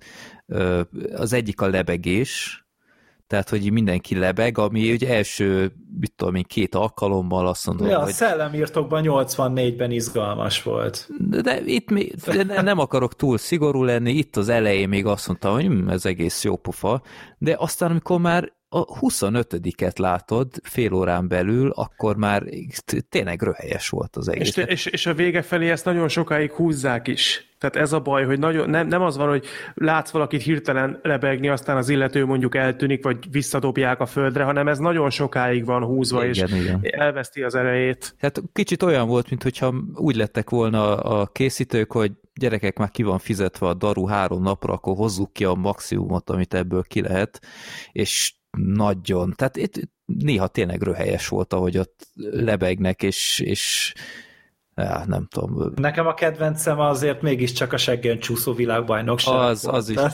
S2: Az egyik a lebegés, tehát, hogy mindenki lebeg, ami ugye első, mit tudom én, 2 alkalommal azt mondom,
S4: hogy...
S2: a
S4: Szellemírtokban 84-ben izgalmas volt.
S2: De itt nem akarok túl szigorú lenni, itt az elején még azt mondtam, hogy ez egész jó pofa, de aztán, amikor már a 25-et látod fél órán belül, akkor már tényleg röhelyes volt az egész.
S1: És a vége felé ezt nagyon sokáig húzzák is. Tehát ez a baj, hogy nagyon, nem az van, hogy látsz valakit hirtelen lebegni, aztán az illető mondjuk eltűnik, vagy visszadobják a földre, hanem ez nagyon sokáig van húzva, igen, és igen. Elveszti az erejét.
S2: Tehát kicsit olyan volt, mintha úgy lettek volna a készítők, hogy gyerekek, már ki van fizetve a daru 3 napra, akkor hozzuk ki a maximumot, amit ebből ki lehet, és nagyon, tehát itt néha tényleg röhelyes volt, ahogy ott lebegnek, és nem tudom.
S4: Nekem a kedvencem azért mégiscsak a seggen csúszó világbajnokság.
S2: Az is.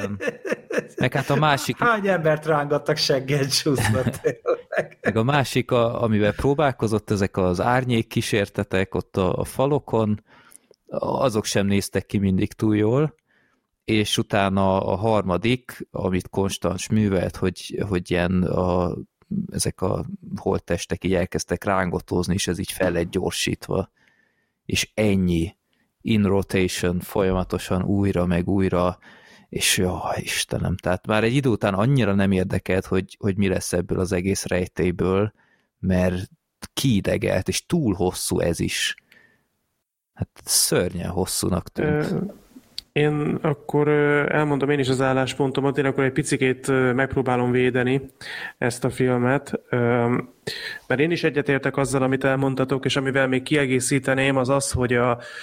S2: Meg hát a másik...
S4: Hány embert rángattak seggen csúszva tényleg?
S2: Meg a másik, amivel próbálkozott, ezek az árnyék kísértetek ott a falokon, azok sem néztek ki mindig túl jól, és utána a harmadik, amit Konstans művelt, hogy ilyen ezek a holttestek így elkezdtek rángotózni, és ez így fel lett gyorsítva. És ennyi. in rotation folyamatosan újra meg újra, és jó, Istenem, tehát már egy idő után annyira nem érdekelt, hogy mi lesz ebből az egész rejtélyből, mert kiidegelt, és túl hosszú ez is. Hát szörnyen hosszúnak tűnt.
S1: Én akkor elmondom én is az álláspontomat, én akkor egy picikét megpróbálom védeni ezt a filmet, mert én is egyetértek azzal, amit elmondtatok, és amivel még kiegészíteném, az az, hogy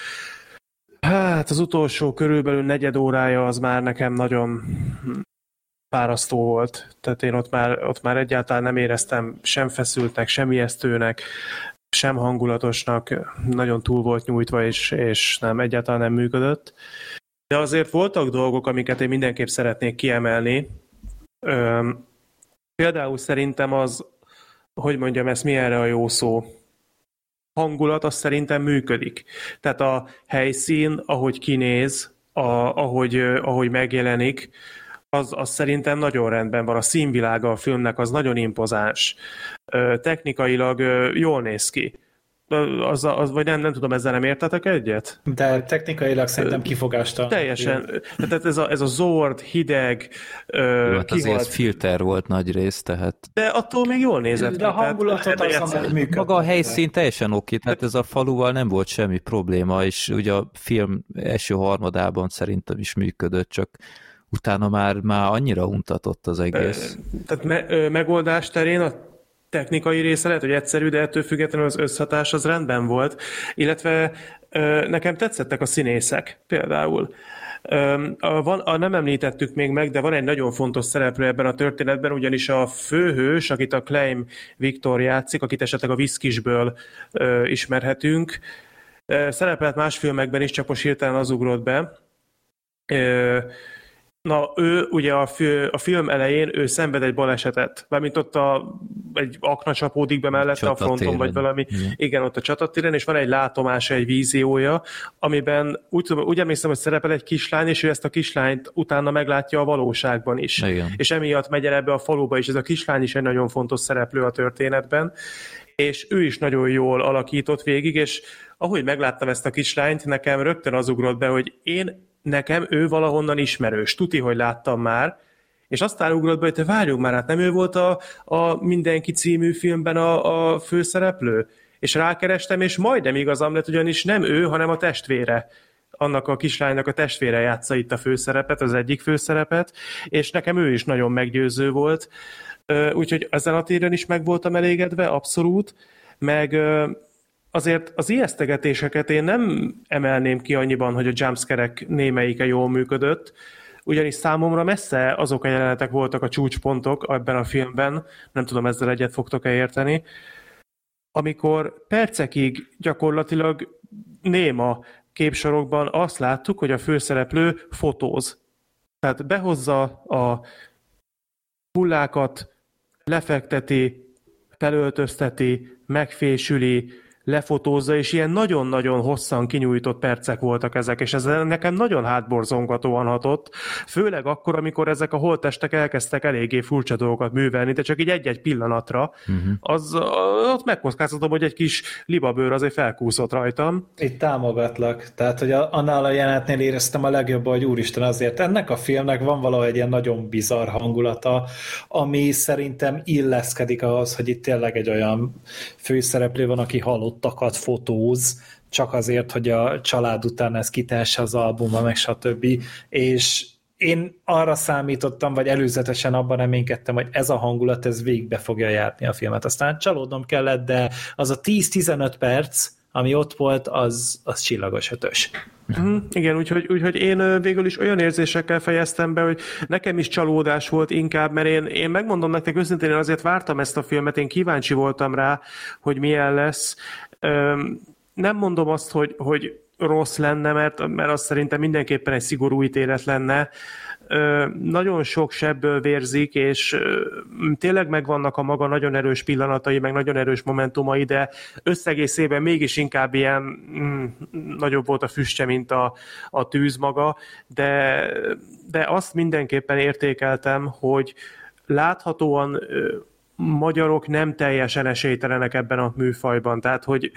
S1: az utolsó körülbelül negyed órája az már nekem nagyon fárasztó volt. Tehát én ott már egyáltalán nem éreztem sem feszültnek, sem ijesztőnek, sem hangulatosnak, nagyon túl volt nyújtva, és egyáltalán nem működött. De azért voltak dolgok, amiket én mindenképp szeretnék kiemelni. Például szerintem az, hogy mondjam, ez mi erre a jó szó? Hangulat, az szerintem működik. Tehát a helyszín, ahogy kinéz, ahogy megjelenik, az szerintem nagyon rendben van. A színvilága a filmnek az nagyon impozáns. Technikailag jól néz ki. Vagy nem tudom, ezzel nem értetek egyet?
S4: De technikailag szerintem kifogástalan.
S1: Teljesen. Tehát ez a zord, hideg,
S2: hát azért ez filter volt nagy rész, tehát...
S1: De attól még jól nézett.
S4: De a hangulatot az működik.
S2: Maga a helyszín teljesen oké, tehát ez a faluval nem volt semmi probléma, és ugye a film első harmadában szerintem is működött, csak utána már annyira untatott az egész.
S1: Tehát megoldás terén a technikai része lehet, hogy egyszerű, de ettől függetlenül az összhatás az rendben volt, illetve nekem tetszettek a színészek például. Nem említettük még meg, de van egy nagyon fontos szereplő ebben a történetben, ugyanis a főhős, akit a Claim Victor játszik, akit esetleg a Viszkisből ismerhetünk, szerepelt más filmekben is, csak most hirtelen az ugrott be. Na, ő ugye a film elején ő szenved egy balesetet, mármint ott egy akna csapódik be mellette a fronton, vagy valami. Igen, ott a csatatéren, és van egy látomása, egy víziója, amiben úgy emlékszem, hogy szerepel egy kislány, és ő ezt a kislányt utána meglátja a valóságban is. Igen. És emiatt megy el ebbe a faluba is. Ez a kislány is egy nagyon fontos szereplő a történetben, és ő is nagyon jól alakított végig, és ahogy megláttam ezt a kislányt, nekem rögtön az ugrott be, hogy nekem ő valahonnan ismerős. Tuti, hogy láttam már, és aztán ugrott be, hogy te várjunk már, hát nem ő volt a Mindenki című filmben a főszereplő? És rákerestem, és majdnem igazam lett, ugyanis nem ő, hanem a testvére. Annak a kislánynak a testvére játsza itt a főszerepet, az egyik főszerepet, és nekem ő is nagyon meggyőző volt. Úgyhogy ezen a téren is meg voltam elégedve, abszolút, meg azért az ijesztegetéseket én nem emelném ki annyiban, hogy a jumpscare-ek némelyike jól működött, ugyanis számomra messze azok a jelenetek voltak a csúcspontok ebben a filmben, nem tudom, ezzel egyet fogtok-e érteni, amikor percekig gyakorlatilag néma képsorokban azt láttuk, hogy a főszereplő fotóz. Tehát behozza a hullákat, lefekteti, felöltözteti, megfésüli, lefotózza, és ilyen nagyon-nagyon hosszan kinyújtott percek voltak ezek, és ez nekem nagyon hátborzongatóan hatott, főleg akkor, amikor ezek a holttestek elkezdtek eléggé furcsa dolgokat művelni, de csak így egy-egy pillanatra, ott megkockáztatom, hogy egy kis libabőr azért felkúszott rajtam.
S4: Itt támogatlak, tehát, hogy annál a jelenetnél éreztem a legjobb, hogy úristen, azért ennek a filmnek van valahogy egy ilyen nagyon bizarr hangulata, ami szerintem illeszkedik ahhoz, hogy itt tényleg egy olyan főszereplő van, aki halottakat fotóz, csak azért, hogy a család után ez kitehesse az albumba, meg stb. És én arra számítottam, vagy előzetesen abban reménykedtem, hogy ez a hangulat, ez végbe fogja járni a filmet. Aztán csalódnom kellett, de az a 10-15 perc, ami ott volt, az csillagos ötös.
S1: Igen, úgyhogy én végül is olyan érzésekkel fejeztem be, hogy nekem is csalódás volt inkább, mert én megmondom nektek őszintén, én azért vártam ezt a filmet, én kíváncsi voltam rá, hogy milyen lesz. Nem mondom azt, hogy rossz lenne, mert az szerintem mindenképpen egy szigorú ítélet lenne. Nagyon sok sebből vérzik, és tényleg megvannak a maga nagyon erős pillanatai, meg nagyon erős momentumai, de összegészében mégis inkább ilyen nagyobb volt a füstje, mint a tűz maga, de azt mindenképpen értékeltem, hogy láthatóan magyarok nem teljesen esélytelenek ebben a műfajban, tehát hogy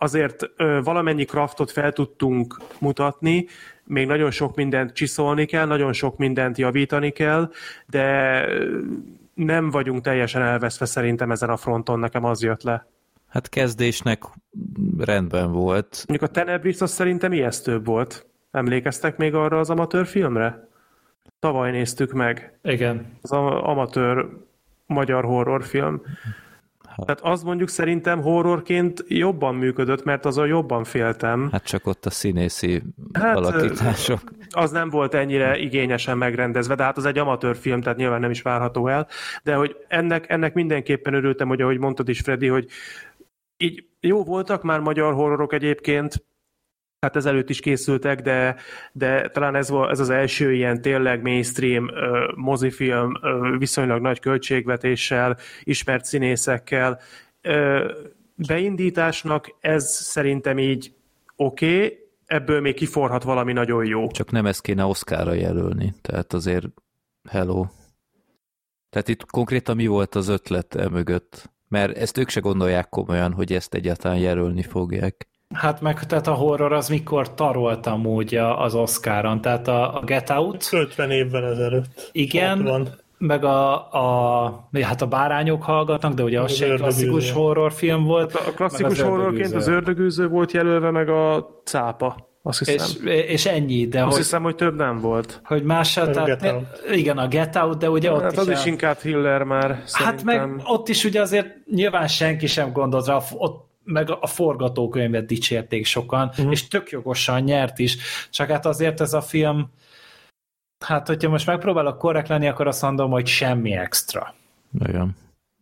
S1: azért valamennyi craftot fel tudtunk mutatni, még nagyon sok mindent csiszolni kell, nagyon sok mindent javítani kell, de nem vagyunk teljesen elveszve szerintem ezen a fronton, nekem az jött le.
S2: Hát kezdésnek rendben volt.
S1: Mondjuk a Tenebris az szerintem ijesztőbb volt. Emlékeztek még arra az amatőr filmre? Tavaly néztük meg.
S4: Igen.
S1: Az amatőr magyar horrorfilm. Tehát az mondjuk szerintem horrorként jobban működött, mert azon jobban féltem.
S2: Hát csak ott a színészi alakítások.
S1: Az nem volt ennyire igényesen megrendezve, de hát az egy amatőr film, tehát nyilván nem is várható el. De hogy ennek mindenképpen örültem, hogy ahogy mondtad is, Freddy, hogy így jó voltak már magyar horrorok egyébként, hát ezelőtt is készültek, de talán ez az első ilyen tényleg mainstream mozifilm, viszonylag nagy költségvetéssel, ismert színészekkel. Beindításnak ez szerintem így oké, ebből még kiforhat valami nagyon jó.
S2: Csak nem ezt kéne Oscarra jelölni, tehát azért hello. Tehát itt konkrétan mi volt az ötlet emögött? Mert ezt ők se gondolják komolyan, hogy ezt egyáltalán jelölni fogják.
S4: Hát meg tehát a horror az mikor tarolt amúgy az Oscaron, tehát a Get Out.
S3: 50 évvel ezelőtt.
S4: Igen,
S3: 60.
S4: meg hát a Bárányok hallgatnak, de ugye az se klasszikus horrorfilm volt.
S1: A klasszikus horrorként az Ördögűző volt jelölve, meg a Cápa. Azt hiszem.
S4: És ennyi, de
S1: azt hiszem, hogy több nem volt.
S4: Hogy más, tehát, igen, a Get Out, de ugye ott
S1: hát
S4: is...
S1: az is inkább thriller már, szerintem.
S4: Hát meg ott is ugye azért nyilván senki sem gondolt rá, ott meg a forgatókönyvet dicsérték sokan, és tök jogosan nyert is, csak hát azért ez a film, hát hogyha most megpróbálok korrekt lenni, akkor azt mondom, hogy semmi extra.
S2: Igen.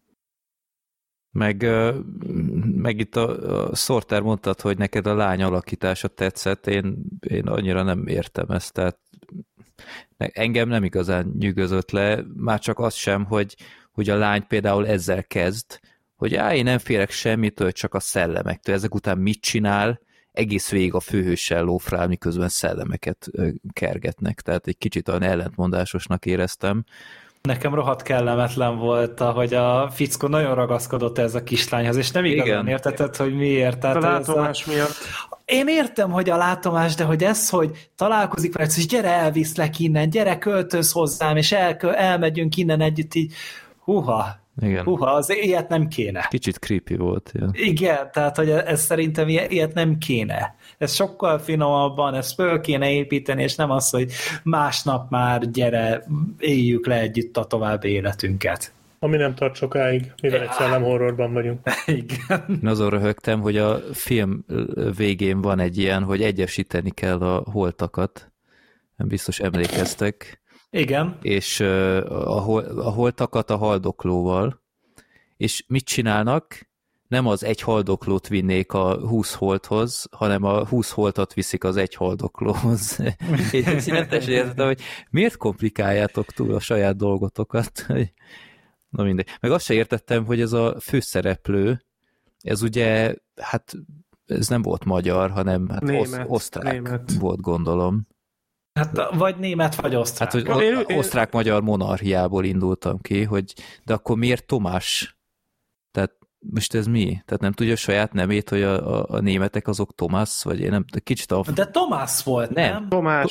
S2: Meg itt a Sorter mondtad, hogy neked a lány alakítása tetszett, én annyira nem értem ezt, tehát engem nem igazán nyűgözött le, már csak az sem, hogy a lány például ezzel kezd, hogy én nem félek semmitől, csak a szellemektől. Ezek után mit csinál? Egész végig a főhőssel lófrál, miközben szellemeket kergetnek. Tehát egy kicsit olyan ellentmondásosnak éreztem.
S4: Nekem rohadt kellemetlen volt, hogy a fickó nagyon ragaszkodott ez a kislányhoz, és nem igazán értetett, hogy miért. Tehát
S1: a látomás miatt.
S4: Én értem, hogy a látomás, de hogy ez, hogy találkozik veled, hogy gyere, elviszlek innen, gyere, költöz hozzám, és elmegyünk innen együtt, így
S2: Igen.
S4: Az ilyet nem kéne.
S2: Kicsit creepy volt. Ja.
S4: Igen, tehát hogy ez szerintem ilyet nem kéne. Ez sokkal finomabban, ezt föl kéne építeni, és nem az, hogy másnap már gyere, éljük le együtt a további életünket.
S3: Ami nem tart sokáig, mivel egy szellemhorrorban vagyunk.
S4: Igen.
S2: Én azon röhögtem, hogy a film végén van egy ilyen, hogy egyesíteni kell a holtakat. Nem biztos emlékeztek.
S4: Igen.
S2: És a holtakat a haldoklóval, és mit csinálnak? Nem az egy haldoklót vinnék a 20 holthoz, hanem a 20 holtat viszik az egy haldoklóhoz. Én nem teljesen értettem, hogy miért komplikáljátok túl a saját dolgotokat? Na mindegy. Meg azt se értettem, hogy ez a főszereplő, ez ugye, hát ez nem volt magyar, hanem hát osztrák volt, gondolom.
S4: Hát vagy német, vagy osztrák.
S2: Hát, hogy osztrák-magyar monarchiából indultam ki, de akkor miért Tomás? Tehát most ez mi? Tehát nem tudja a saját nemét, hogy a németek azok Tomás, vagy én nem, kicsit
S4: De Tomás volt, nem?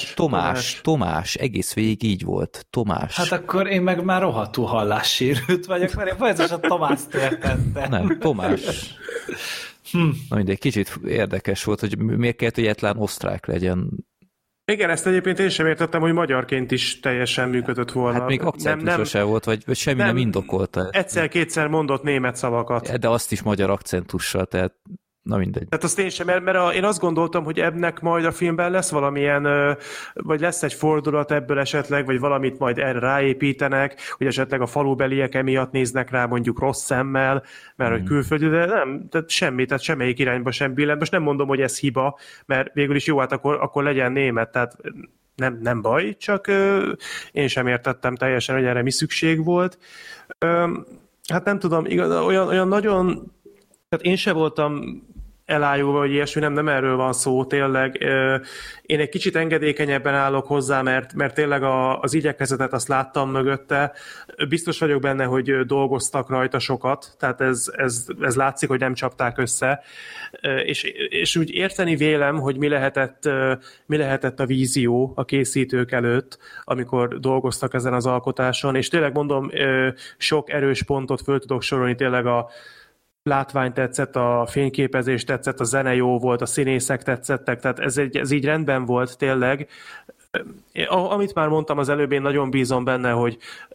S2: Tomás, egész végig így volt, Tomás.
S4: Hát akkor én meg már rohadtul hallássérült vagyok, mert én folyamatosan Tomást értettem.
S2: Nem, Tomás. Na mindegy, kicsit érdekes volt, hogy miért kellett, hogy egyetlen osztrák legyen.
S1: Igen, ezt egyébként én sem értettem, hogy magyarként is teljesen működött volna.
S2: Hát még akcentusa se volt, vagy semmi nem indokolta.
S1: Egyszer-kétszer mondott német szavakat.
S2: De azt is magyar akcentussal, tehát na mindegy.
S1: Tehát azt én sem, mert én azt gondoltam, hogy ennek majd a filmben lesz valamilyen, vagy lesz egy fordulat ebből esetleg, vagy valamit majd erre ráépítenek, hogy esetleg a falubeliek emiatt néznek rá mondjuk rossz szemmel, mert hogy külföldi, de nem, tehát semmelyik irányba sem billent. Most nem mondom, hogy ez hiba, mert végül is jó, hát akkor legyen német, tehát nem baj, csak én sem értettem teljesen, hogy erre mi szükség volt. Hát nem tudom, igaz, olyan nagyon, tehát én sem voltam elájulva, vagy ilyesmi, nem erről van szó, tényleg. Én egy kicsit engedékenyebben állok hozzá, mert tényleg az igyekezetet azt láttam mögötte. Biztos vagyok benne, hogy dolgoztak rajta sokat, tehát ez látszik, hogy nem csapták össze. És úgy érteni vélem, hogy mi lehetett a vízió a készítők előtt, amikor dolgoztak ezen az alkotáson, és tényleg mondom, sok erős pontot föl tudok sorolni, tényleg a látvány tetszett, a fényképezés tetszett, a zene jó volt, a színészek tetszettek, tehát ez így rendben volt tényleg. Amit már mondtam az előbb, én nagyon bízom benne, hogy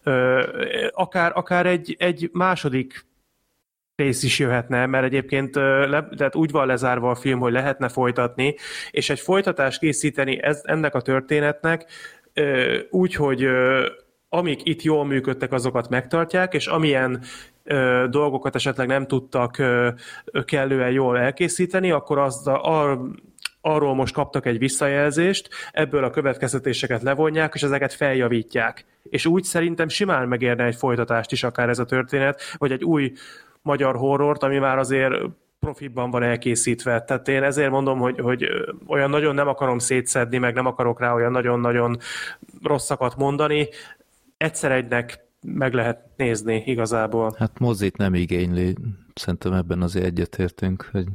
S1: akár egy második rész is jöhetne, mert egyébként tehát úgy van lezárva a film, hogy lehetne folytatni, és egy folytatást készíteni ennek a történetnek úgy, hogy amik itt jól működtek, azokat megtartják, és amilyen dolgokat esetleg nem tudtak kellően jól elkészíteni, akkor arról most kaptak egy visszajelzést, ebből a következtetéseket levonják, és ezeket feljavítják. És úgy szerintem simán megérne egy folytatást is akár ez a történet, vagy egy új magyar horrort, ami már azért profibban van elkészítve. Tehát én ezért mondom, hogy olyan nagyon nem akarom szétszedni, meg nem akarok rá olyan nagyon-nagyon rosszakat mondani. Egyszer egynek meg lehet nézni igazából.
S2: Hát mozit nem igényli, szerintem ebben azért egyetértünk, hogy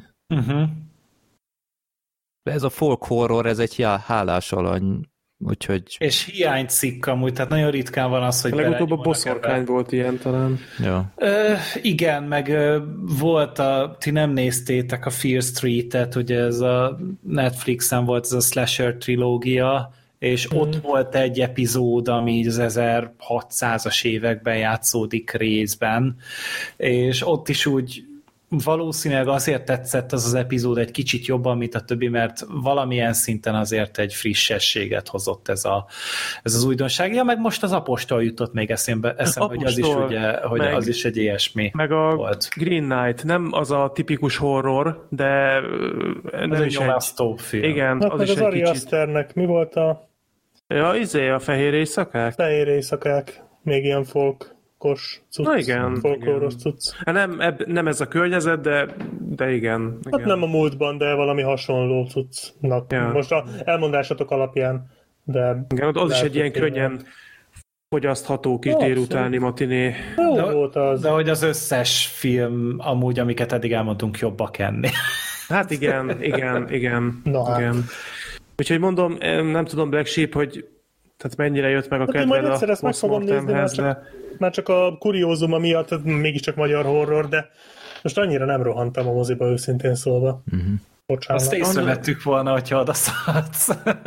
S2: de ez a folk horror, ez egy hálás alany, úgyhogy... És
S4: hiánycikk amúgy, tehát nagyon ritkán van az, hogy
S1: legutóbb a boszorkány volt ilyen talán.
S2: Ja.
S4: Igen, meg volt ti nem néztétek a Fear Street-et, ugye ez a Netflixen volt ez a slasher trilógia, és ott volt egy epizód, ami az 1600-as években játszódik részben, és ott is úgy valószínűleg azért tetszett az epizód egy kicsit jobban, mint a többi, mert valamilyen szinten azért egy frissességet hozott ez az újdonság. Ja, meg most az Apostol jutott még eszembe, hogy az is ugye, hogy az is egy ilyesmi
S1: meg a
S4: volt.
S1: Green Knight, nem az a tipikus horror, de
S4: nem is egy film.
S1: Igen,
S3: hát
S1: az
S3: meg
S1: is
S3: az
S1: egy
S3: Ari
S1: kicsit.
S3: Asternek mi volt a...
S1: Ja, a fehér éjszakák?
S3: Fehér éjszakák, még ilyen folkos cucc.
S1: Na igen.
S3: Folklóros cucc.
S1: Hát nem ez a környezet, de igen.
S3: Hát nem a múltban, de valami hasonló cuccnak.
S1: Ja.
S3: Most a elmondásatok alapján, de...
S1: Igen, az is egy ilyen könnyen fogyasztható kis délutáni matiné.
S3: Jó volt az.
S4: De hogy az összes film amúgy, amiket eddig elmondtunk, jobbak enni.
S1: Hát igen.
S3: Na hát.
S1: Igen. Úgyhogy mondom, nem tudom Black Sheep, hogy tehát mennyire jött meg a
S3: Hát én
S1: kedved
S3: majd egyszer
S1: a
S3: ezt meg fogom nézni, már csak a kuriózuma miatt, mégiscsak magyar horror, de most annyira nem rohantam a moziba, őszintén szólva. Bocsánat.
S4: Azt észrevettük volna, hogyha odaszadsz.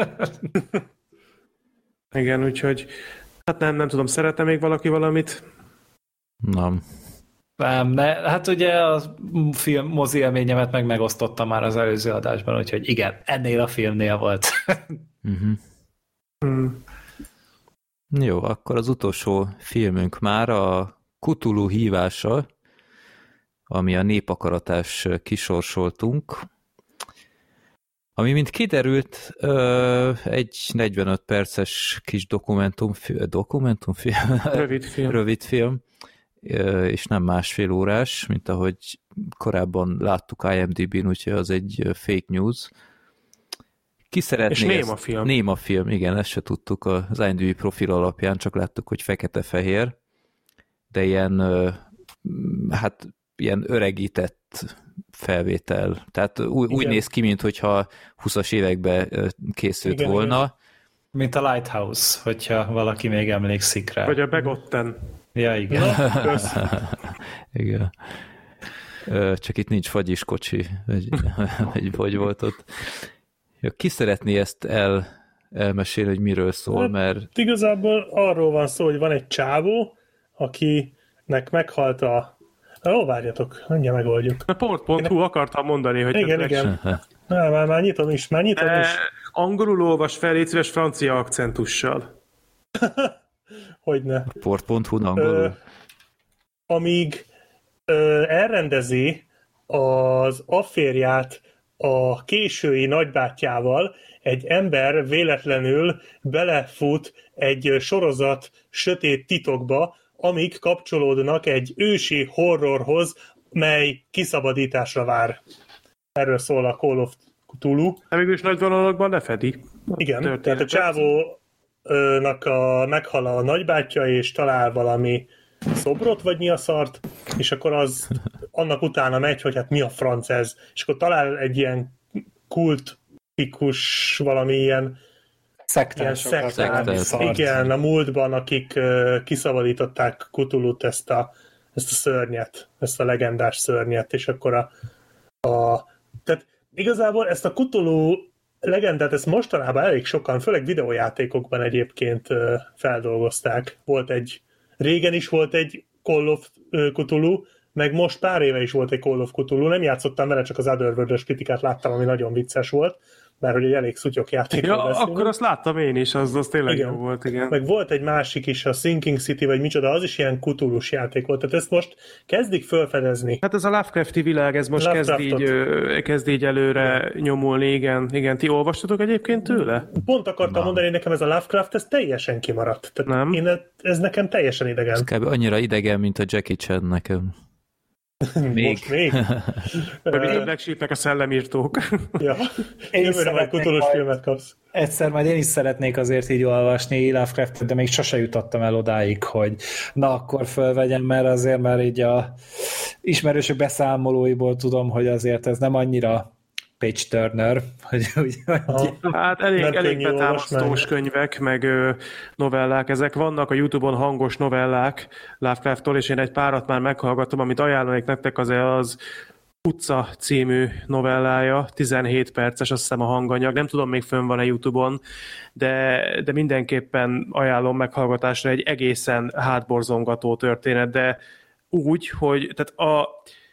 S1: Igen, úgyhogy hát nem tudom, szeretne még valaki valamit?
S2: Nem.
S4: Nem, hát ugye a film mozi élményemet megosztottam már az előző adásban, úgyhogy igen, ennél a filmnél volt.
S2: Jó, akkor az utolsó filmünk már a Cthulhu hívása, ami a népakaratás kisorsoltunk, ami, mint kiderült, egy 45 perces kis dokumentumfilm? Rövid film, és nem másfél órás, mint ahogy korábban láttuk IMDb-n, úgyhogy az egy fake news. Ki szeretné
S1: és néma film.
S2: Néma film, igen, ezt se tudtuk az IMDb profil alapján, csak láttuk, hogy fekete-fehér, de ilyen öregített felvétel. Tehát úgy néz ki, mintha 20-as években készült volna. Igen.
S4: Mint a Lighthouse, hogyha valaki még emlékszik rá.
S1: Vagy a Begotten.
S4: Ja, igen.
S2: Igen. Csak itt nincs fagyiskocsi, vagy volt ott. Ki szeretné ezt elmesélni, hogy miről szól,
S3: hát,
S2: mert...
S3: Igazából arról van szó, hogy van egy csávó, akinek meghalt a... várjatok, mindjárt megoldjuk.
S1: A port.hu akartam mondani, hogy...
S3: Igen. Már nyitom is.
S1: Angolul olvas fel, légy szíves francia akcentussal.
S3: Hogyne.
S2: Port.hu angolul.
S3: Amíg elrendezi az afférját a késői nagybátyjával, egy ember véletlenül belefut egy sorozat sötét titokba, amik kapcsolódnak egy ősi horrorhoz, mely kiszabadításra vár. Erről szól a Call of Cthulhu.
S1: De mégis nagy vonalakban lefedi.
S3: Igen, tehát a csávónak meghal a nagybátyja, és talál valami szobrot, vagy mi a szart, és akkor az annak utána megy, hogy hát mi a franc ez, és akkor talál egy ilyen kultikus valami ilyen szektát. Igen, a múltban, akik kiszabadították Cthulhut, ezt a szörnyet, ezt a legendás szörnyet, és akkor tehát igazából ezt a Cthulhu legendát, ezt mostanában elég sokan, főleg videójátékokban egyébként feldolgozták. Régen is volt egy Call of Cthulhu, meg most pár éve is volt egy Call of Cthulhu, nem játszottam vele, csak az Otherworld-ös kritikát láttam, ami nagyon vicces volt, mert hogy egy elég szutyok játékról beszélünk.
S1: Akkor azt láttam én is, az tényleg jó volt, igen.
S3: Meg volt egy másik is, a Sinking City, vagy micsoda, az is ilyen Cthulhus játék volt, tehát ezt most kezdik felfedezni.
S1: Hát ez a Lovecrafti világ, ez most kezd így előre nyomulni, igen. Ti olvastatok egyébként tőle?
S3: Pont akartam mondani, nekem ez a Lovecraft, ez teljesen kimaradt. Tehát
S1: nem?
S3: Ez nekem teljesen idegen.
S2: Ez kb. Annyira idegen, mint a Jackie Chan nekem.
S3: Most még?
S1: Mint a Black Sheepnek a szellemírtók.
S3: Ja, jövőre majd Cthulhus filmet kapsz.
S4: Egyszer majd én is szeretnék azért így olvasni Lovecraftet, de még sose jutottam el odáig, hogy na akkor fölvegyem, mert így a ismerősök beszámolóiból tudom, hogy azért ez nem annyira page turner, hogy
S1: hát elég betámasztós könyvek, meg novellák ezek vannak, a YouTube-on hangos novellák Lovecrafttól, és én egy párat már meghallgattam, amit ajánlanék nektek, az Utca című novellája, 17 perces, azt hiszem a hanganyag, nem tudom, még fönn van-e YouTube-on, de mindenképpen ajánlom meghallgatásra, egy egészen hátborzongató történet, de úgy, hogy tehát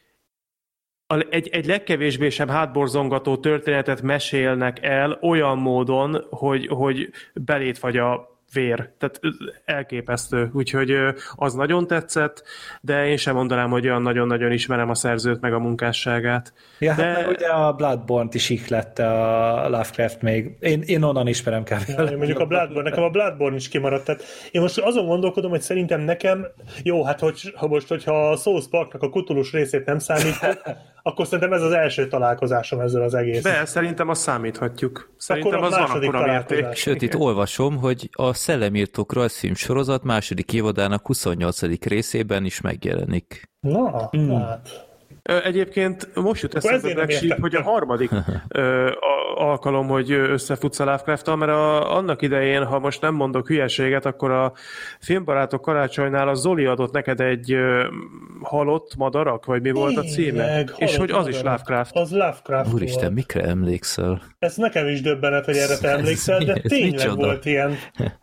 S1: egy legkevésbé sem hátborzongató történetet mesélnek el olyan módon, hogy belét fagy a vér. Tehát elképesztő. Úgyhogy az nagyon tetszett, de én sem mondanám, hogy olyan nagyon-nagyon ismerem a szerzőt meg a munkásságát.
S4: Ja,
S1: de...
S4: hát ugye a Bloodborne-t is ihlette a Lovecraft még. Én onnan ismerem kb.
S3: Ja, mondjuk nekem a Bloodborne is kimaradt. Tehát én most azon gondolkodom, hogy szerintem nekem, jó, hát hogyha a South Parknak a Cthulhus részét nem számítjuk, akkor szerintem ez az első találkozásom ezzel az egész.
S1: De szerintem azt számíthatjuk. Szerintem az van akkor a mérték.
S2: Sőt, itt olvasom, hogy a Szellemírtók rajzfilm sorozat második évadának 28. részében is megjelenik.
S3: Na, hát...
S1: Egyébként most jut eszembe Black Sheep, hogy a harmadik alkalom, hogy összefutsz a Lovecraft-tal, mert annak idején, ha most nem mondok hülyeséget, akkor a Filmbarátok karácsonynál a Zoli adott neked egy halott madarak, vagy mi volt a címe? És hogy az is Lovecraft.
S3: Az Lovecraft
S2: Úristen,
S3: volt.
S2: mikre emlékszel?
S3: Ez nekem is döbbenet, hogy erre te emlékszel, de tényleg volt ilyen.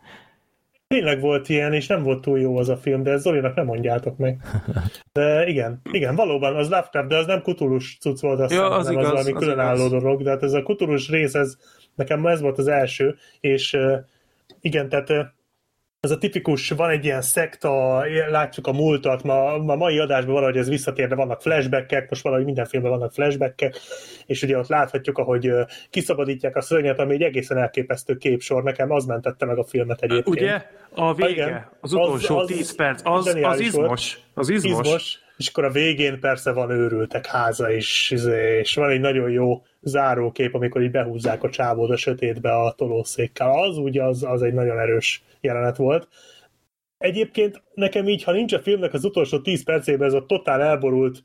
S3: Tényleg volt ilyen, és nem volt túl jó az a film, de Zolinak nem mondjátok meg. De igen, valóban az Lovecraft, de az nem Cthulhus cucc volt, azt
S1: ja, az
S3: nem,
S1: igaz,
S3: az valami különálló dolog, de hát ez a Cthulhus rész, nekem ez volt az első, és igen, tehát ez a tipikus, van egy ilyen szekta, látjuk a múltat, ma mai adásban valahogy ez visszatér, de vannak flashbackek, most valahogy minden filmben vannak flashbackek, és ugye ott láthatjuk, ahogy kiszabadítják a szörnyet, ami egy egészen elképesztő képsor, nekem az mentette meg a filmet egyébként.
S1: Ugye? A vége, az utolsó 10 perc, az izmos. Az izmos.
S3: És akkor a végén persze van őrültek háza is, és van egy nagyon jó zárókép, amikor így behúzzák a csávót a sötétbe a tolószékkel. Az egy nagyon erős jelenet volt. Egyébként nekem így, ha nincs a filmnek az utolsó 10 percében ez a totál elborult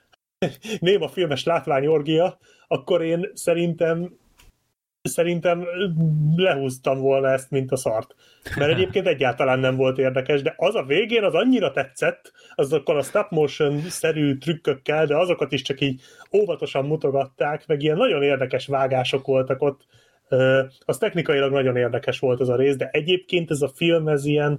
S3: néma filmes látványorgia, akkor én szerintem lehúztam volna ezt, mint a szart. Mert egyébként egyáltalán nem volt érdekes, de az a végén az annyira tetszett, azokkal a stop motion-szerű trükkökkel, de azokat is csak így óvatosan mutogatták, meg ilyen nagyon érdekes vágások voltak ott. Az technikailag nagyon érdekes volt az a rész, de egyébként ez a film, ez ilyen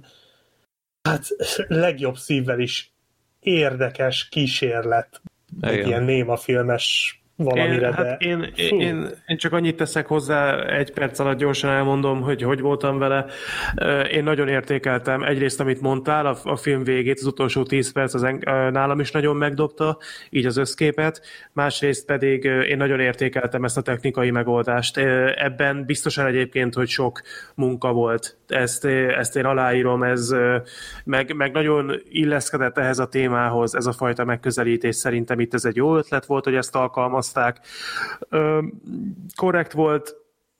S3: legjobb szívvel is érdekes kísérlet. Egy ilyen néma filmes valamire,
S1: én csak annyit teszek hozzá, egy perc alatt gyorsan elmondom, hogy voltam vele. Én nagyon értékeltem egyrészt, amit mondtál, a film végét, az utolsó 10 perc az nálam is nagyon megdobta, így az összképet, másrészt pedig én nagyon értékeltem ezt a technikai megoldást. Ebben biztosan egyébként, hogy sok munka volt. Ezt én aláírom, meg nagyon illeszkedett ehhez a témához, ez a fajta megközelítés. Szerintem itt ez egy jó ötlet volt, hogy ezt alkalmazták, hozták. Korrekt volt,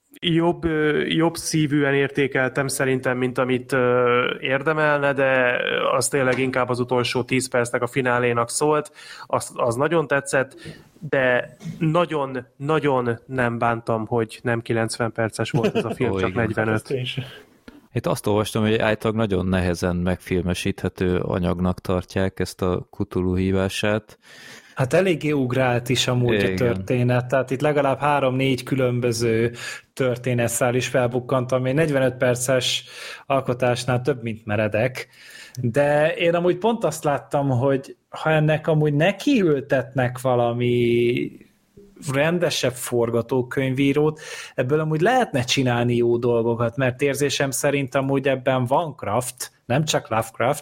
S1: jobb szívűen értékeltem szerintem, mint amit érdemelne, de az tényleg inkább az utolsó 10 percnek a finálénak szólt. Az nagyon tetszett, de nagyon nem bántam, hogy nem 90 perces volt ez a film, csak 45.
S2: Itt azt olvastam, hogy általában nagyon nehezen megfilmesíthető anyagnak tartják ezt a Cthulhu hívását.
S4: Hát eléggé ugrált is amúgy a történet, tehát itt legalább 3-4 különböző történetszál is felbukkant, ami 45 perces alkotásnál több, mint meredek, de én amúgy pont azt láttam, hogy ha ennek amúgy nekiültetnek valami rendesebb forgatókönyvírót, ebből amúgy lehetne csinálni jó dolgokat, mert érzésem szerint amúgy ebben van Craft, nem csak Lovecraft,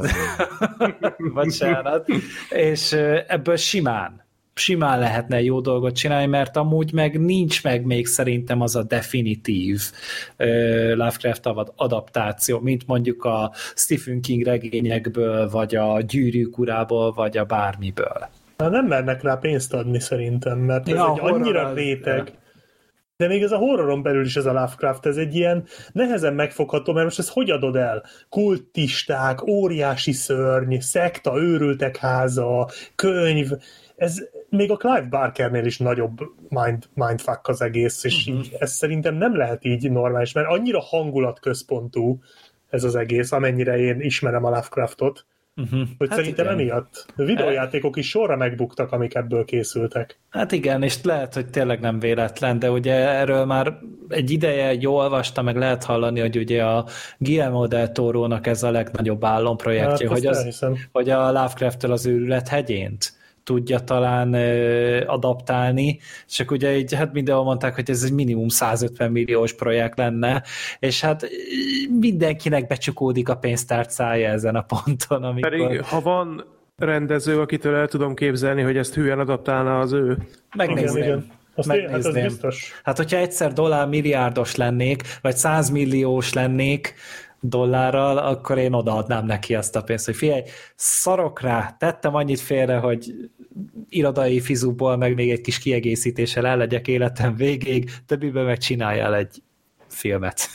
S4: bocsánat, és ebből simán lehetne jó dolgot csinálni, mert amúgy meg nincs meg még szerintem az a definitív Lovecraft adaptáció, mint mondjuk a Stephen King regényekből, vagy a Gyűrűk urából, vagy a bármiből.
S3: Nem mernek rá pénzt adni szerintem, mert ez egy annyira réteg. De még ez a horroron belül is ez a Lovecraft, ez egy ilyen nehezen megfogható, mert most ezt hogy adod el? Kultisták, óriási szörny, szekta, őrültek háza, könyv, ez még a Clive Barkernél is nagyobb mindfuck az egész, és így, ez szerintem nem lehet így normális, mert annyira hangulatközpontú ez az egész, amennyire én ismerem a Lovecraftot, hogy hát szerintem igen. Emiatt a videójátékok is sorra megbuktak, amik ebből készültek.
S4: Hát igen, és lehet, hogy tényleg nem véletlen, de ugye erről már egy ideje jól olvastam, meg lehet hallani, hogy ugye a Guillermo del Torónak ez a legnagyobb álomprojektje, hát hogy a Lovecraft-től az Őrület hegyént tudja talán adaptálni, csak ugye így hát mindenhol mondták, hogy ez egy minimum 150 milliós projekt lenne, és hát mindenkinek becsukódik a pénztárcája ezen a ponton. Amikor...
S1: Pedig ha van rendező, akitől el tudom képzelni, hogy ezt hülyen adaptálna az ő.
S4: Megnézném.
S3: Igen. Hát az biztos.
S4: Hát hogyha egyszer $milliárdos lennék, vagy 100 milliós lennék dollárral, akkor én odaadnám neki azt a pénzt, hogy figyelj, szarok rá, tettem annyit félre, hogy irodai fizúból, meg még egy kis kiegészítéssel el legyek életem végéig, többiben meg csináljál egy filmet.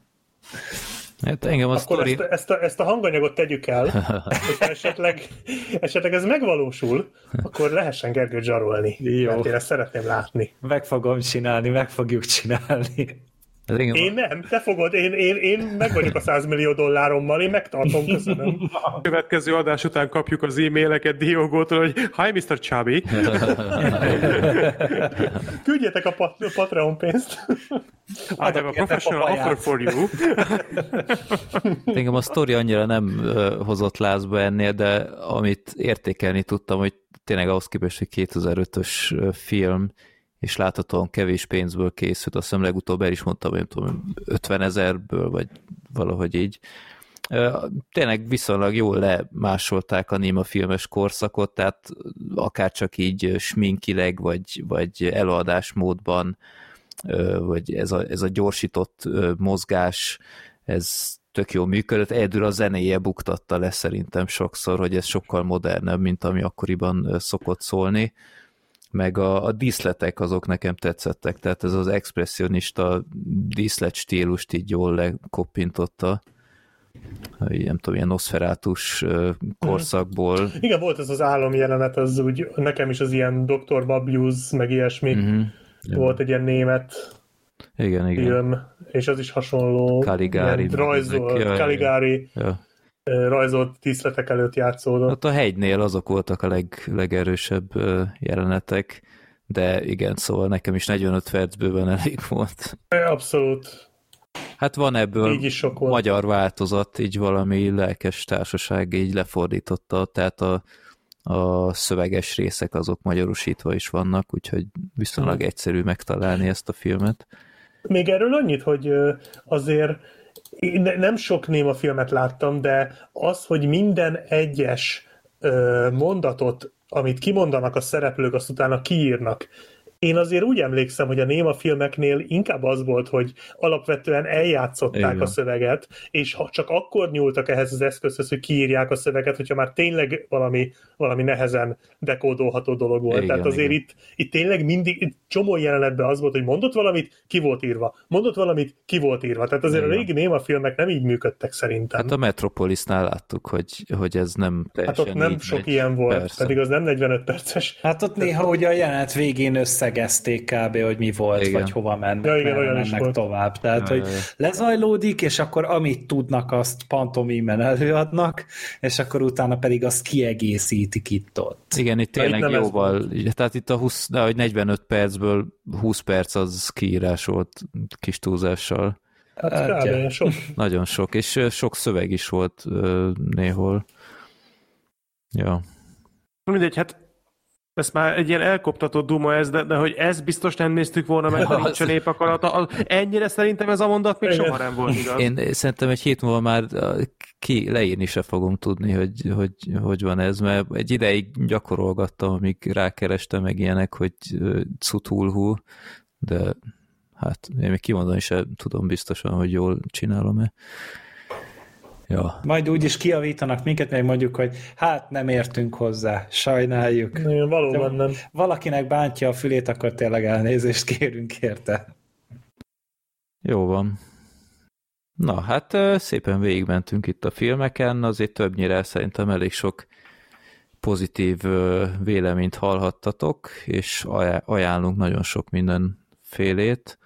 S2: Hát engem a
S3: akkor
S2: sztori...
S3: ezt a hanganyagot tegyük el, hogyha esetleg ez megvalósul, akkor lehessen Gergőt zsarolni. Jó. Mert én ezt szeretném látni.
S4: Meg fogjuk csinálni.
S3: Én nem, te fogod, én meg vagyok a $100 millió, én megtartom, köszönöm.
S1: A következő adás után kapjuk az e-maileket Diogótól, hogy Hi, Mr. Chubby.
S3: Küldjetek a Patreon pénzt.
S1: I have a professional offer for you.
S2: Engem a sztori annyira nem hozott lázba ennél, de amit értékelni tudtam, hogy tényleg ahhoz képest, hogy 2005-ös film, és láthatóan kevés pénzből készült, azt hiszem legutóbb el is mondtam, hogy 50 000-ből, vagy valahogy így. Tényleg viszonylag jól lemásolták a Néma filmes korszakot, tehát akár csak így sminkileg, vagy előadásmódban, vagy ez a gyorsított mozgás, ez tök jól működött. Egyedül a zenéje buktatta le szerintem sokszor, hogy ez sokkal modernebb, mint ami akkoriban szokott szólni. Meg a díszletek azok nekem tetszettek, tehát ez az expressionista díszlet stílust így jól lekoppintotta, nem tudom, ilyen Nosferátus korszakból.
S3: Igen, volt ez az álomjelenet, az úgy, nekem is az ilyen Dr. Babius, meg ilyesmi, volt egy ilyen német film, és az is hasonló.
S2: Caligari.
S3: Caligari. Ja. Rajzolt díszletek előtt játszódott.
S2: Ott a hegynél azok voltak a legerősebb jelenetek, de igen, szóval nekem is 45 percből elég volt.
S3: Abszolút.
S2: Hát van ebből magyar változat, így valami lelkes társaság így lefordította, tehát a szöveges részek azok magyarosítva is vannak, úgyhogy viszonylag egyszerű megtalálni ezt a filmet.
S3: Még erről annyit, hogy azért nem sok néma filmet láttam, de az, hogy minden egyes mondatot, amit kimondanak a szereplők, azt utána kiírnak, Én azért úgy emlékszem, hogy a néma filmeknél inkább az volt, hogy alapvetően eljátszották
S2: Igen.
S3: a szöveget, és ha csak akkor nyúltak ehhez az eszközhöz, hogy kiírják a szöveget, hogyha már tényleg valami nehezen dekódolható dolog volt.
S2: Igen,
S3: Tehát azért
S2: igen.
S3: itt tényleg mindig csomó jelenetben az volt, hogy mondott valamit, ki volt írva. Mondott valamit, ki volt írva. Tehát azért
S2: Igen.
S3: a régi néma filmek nem így működtek szerintem.
S2: Hát a Metropolisnál láttuk, hogy ez nem
S3: Hát
S2: teljesen
S3: ott nem
S2: így
S3: sok
S2: megy.
S3: ilyen volt,
S2: Persze.
S3: pedig az nem 45 perces.
S4: Hát ott néha ugye a jelenet végén összegezték kb., hogy mi volt,
S2: Igen.
S4: vagy hova mennek,
S3: Ja, igen,
S4: merre
S3: olyan is
S4: mennek
S3: volt.
S4: tovább. Tehát,
S2: Ja,
S4: hogy
S2: ja, ja.
S4: lezajlódik, és akkor amit tudnak, azt pantomimen előadnak, és akkor utána pedig azt kiegészítik itt-ott.
S2: Igen, itt
S3: Na, itt
S2: tényleg
S3: nem ez
S2: jóval, tehát itt a 45 percből 20 perc az kiírás volt kis túlzással.
S3: Hát kb. Sok.
S2: Nagyon sok, és sok szöveg is volt néhol. Ja.
S1: Mindegy, hát ez már egy ilyen elkoptatott duma ez, de hogy ez biztos nem néztük volna meg, ha nincs a nép akarata. Ennyire szerintem ez a mondat még
S3: Igen.
S1: soha nem volt igaz.
S2: Én szerintem egy hét múlva már leírni se fogom tudni, hogy van ez, mert egy ideig gyakorolgattam, amíg rákerestem meg ilyenek, hogy Cthulhu, de hát én még kimondani se tudom biztosan, hogy jól csinálom-e. Ja.
S4: Majd úgyis kiavítanak minket, meg mondjuk, hogy hát nem értünk hozzá, sajnáljuk.
S3: Igen, valóban nem.
S4: Valakinek bántja a fülét, akkor tényleg elnézést kérünk érte.
S2: Jó van. Na, hát szépen végigmentünk itt a filmeken, azért többnyire szerintem elég sok pozitív véleményt hallhattatok, és ajánlunk nagyon sok mindenfélét.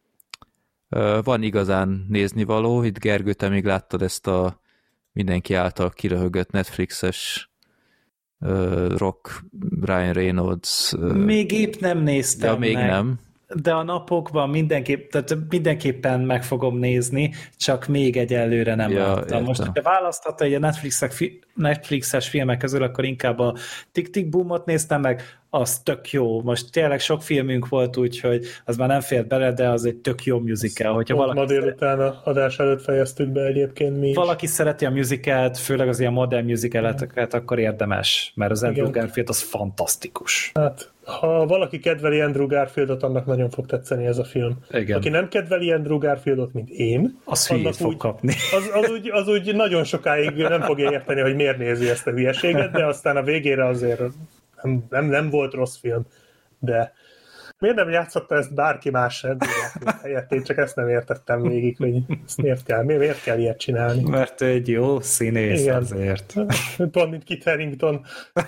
S2: Van igazán néznivaló, itt Gergő, te még láttad ezt a mindenki által kiröhögött Netflixes Rock, Ryan Reynolds.
S4: Még épp nem néztem
S2: Ja, még
S4: meg.
S2: nem.
S4: De a napokban mindenképpen meg fogom nézni, csak még egyelőre nem
S2: Ja,
S4: láttam. Most,
S2: értem.
S4: ha választhatta egy a Netflixes filmek közül, akkor inkább a Tick Tick Boomot néztem meg, az tök jó. Most tényleg sok filmünk volt, úgyhogy az már nem fér bele, de az egy tök jó musical. Hogyha
S3: Ma délután a adás előtt fejeztük be egyébként mi is.
S4: valaki szereti a musicalt, főleg az ilyen modern musicaleket, akkor érdemes, mert az Andrew
S3: Igen.
S4: Garfield az fantasztikus.
S3: Hát, ha valaki kedveli Andrew Garfieldot, annak nagyon fog tetszeni ez a film.
S4: Igen.
S3: Aki nem kedveli Andrew Garfieldot, mint én,
S4: Az
S3: annak
S4: hülyét fog kapni.
S3: az úgy nagyon sokáig nem fogja érteni, hogy miért nézi ezt a hülyeséget, de aztán a végére azért nem volt rossz film. De miért nem játszotta ezt bárki más Andrew Garfield helyett? Én csak ezt nem értettem végig, hogy ezt miért kell ilyet csinálni.
S4: Mert ő egy jó színész
S3: Igen.
S4: azért.
S3: Pont, mint Kit Harington.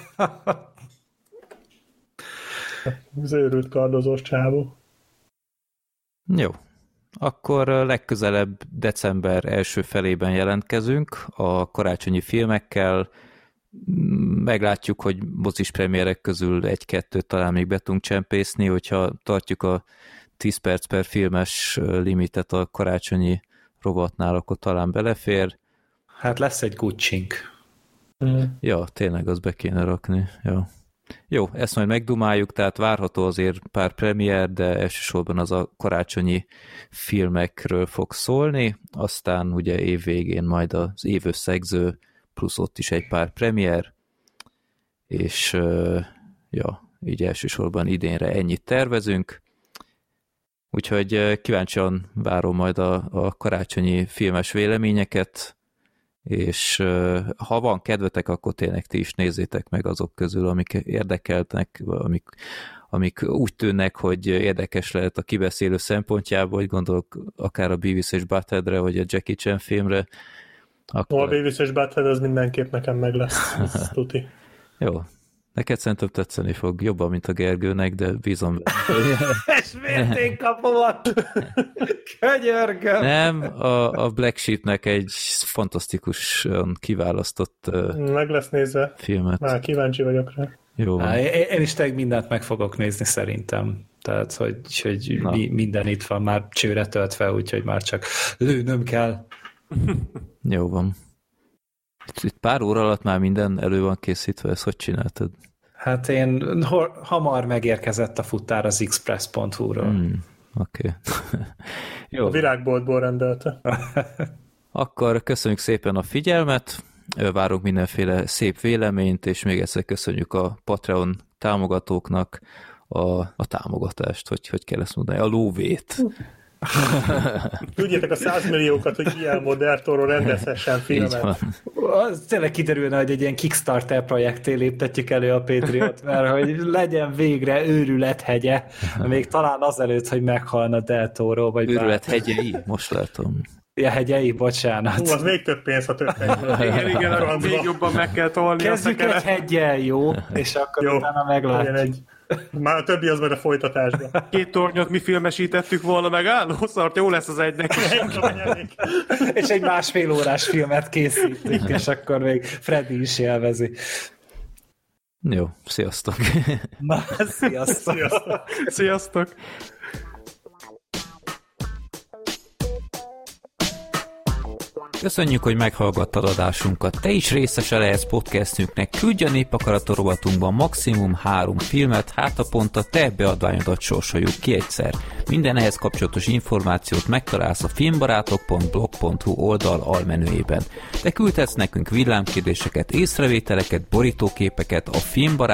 S3: Az őrült kardozós csávó.
S2: Jó. Akkor legközelebb december első felében jelentkezünk a karácsonyi filmekkel. Meglátjuk, hogy mozis premierek közül egy-kettőt talán még be tudunk csempészni, hogyha tartjuk a 10 perc per filmes limitet a karácsonyi rovatnál, akkor talán belefér.
S4: Hát lesz egy Gucci-nk.
S2: Ja, tényleg azt be kéne rakni. Ja. Jó, ezt majd megdumáljuk, tehát várható azért pár premier, de elsősorban az a karácsonyi filmekről fog szólni, aztán ugye év végén majd az évösszegző, plusz ott is egy pár premier, és ja, így elsősorban idénre ennyit tervezünk. Úgyhogy kíváncsian várom majd a karácsonyi filmes véleményeket, és ha van kedvetek, akkor tényleg ti is nézzétek meg azok közül, amik érdekeltek, amik úgy tűnnek, hogy érdekes lehet a kibeszélő szempontjából, hogy gondolok akár a Beavis és Buttheadre, vagy a Jackie Chan filmre. Akkor...
S3: A Beavis és Butthead az mindenképp nekem meg lesz. Ez tuti.
S2: Jó. Neked szerintem tetszeni fog. Jobban, mint a Gergőnek, de bízom.
S4: És miért kapomat? Könyörgöm!
S2: Nem, a Black Sheepnek egy fantasztikusan kiválasztott
S3: Meg lesz nézve.
S2: filmet.
S3: Már kíváncsi vagyok rá.
S2: Jó van.
S4: Én is tényleg mindent meg fogok nézni szerintem. Tehát, hogy minden itt van már csőre töltve, úgyhogy már csak lőnöm kell.
S2: Jó van. Itt pár óra alatt már minden elő van készítve, ezt hogy csináltad?
S4: Hát én hamar megérkezett a futár az express.hu-ról.
S2: Oké. Jó.
S3: A virágboltból rendelte.
S2: Akkor köszönjük szépen a figyelmet, várunk mindenféle szép véleményt, és még egyszer köszönjük a Patreon támogatóknak a támogatást, hogy kell ezt mondani, a lóvét.
S3: Tudjátok a 100 milliókat, hogy Guillermo del Toro rendezhessen filmet.
S4: Az tényleg kiderülne, hogy egy ilyen Kickstarter projekté léptetjük elő a Patreon-t, mert hogy legyen végre őrülethegye, még talán azelőtt, hogy meghalna del Toro, vagy
S2: őrülethegyei? Most látom.
S4: Ja, hegyei, bocsánat.
S3: Az még több pénz, ha több hegy.
S1: Igen, még jobban meg kell tolni.
S4: Kezdjük egy heggyel, jó? És akkor
S3: jó,
S4: utána meglátjuk.
S3: Már a többi az majd a folytatásban.
S1: 2 tornyot mi filmesítettük volna meg, szart, jó lesz az egynek.
S4: És egy 1,5 órás filmet készítünk, és akkor még Freddy is élvezi.
S2: Jó, sziasztok.
S4: Na, sziasztok.
S1: Sziasztok.
S2: Köszönjük, hogy meghallgattad adásunkat. Te is részese lehetsz podcastünknek. Küldj a Népakarat rovatunkban maximum 3 filmet, hát a pont a te beadványodat sorsoljuk ki egyszer. Minden ehhez kapcsolatos információt megtalálsz a filmbarátok.blog.hu oldal almenüjében. Te küldhetsz nekünk villámkérdéseket, észrevételeket, borítóképeket a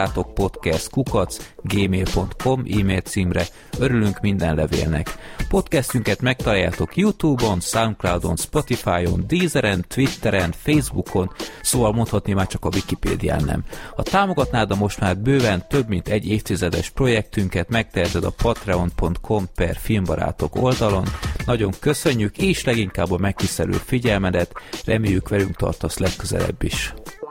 S2: filmbarátok.podcast@gmail.com e-mail címre. Örülünk minden levélnek. Podcastünket megtaláljátok YouTube-on, Soundcloud-on, Spotify-on, Deezeren, Twitteren, Facebookon, szóval mondhatni már csak a Wikipédián nem. Ha támogatnád a most már bőven több mint egy évtizedes projektünket, megteheted a patreon.com/filmbarátok oldalon. Nagyon köszönjük, és leginkább a megtisztelő figyelmedet, reméljük velünk tartasz legközelebb is.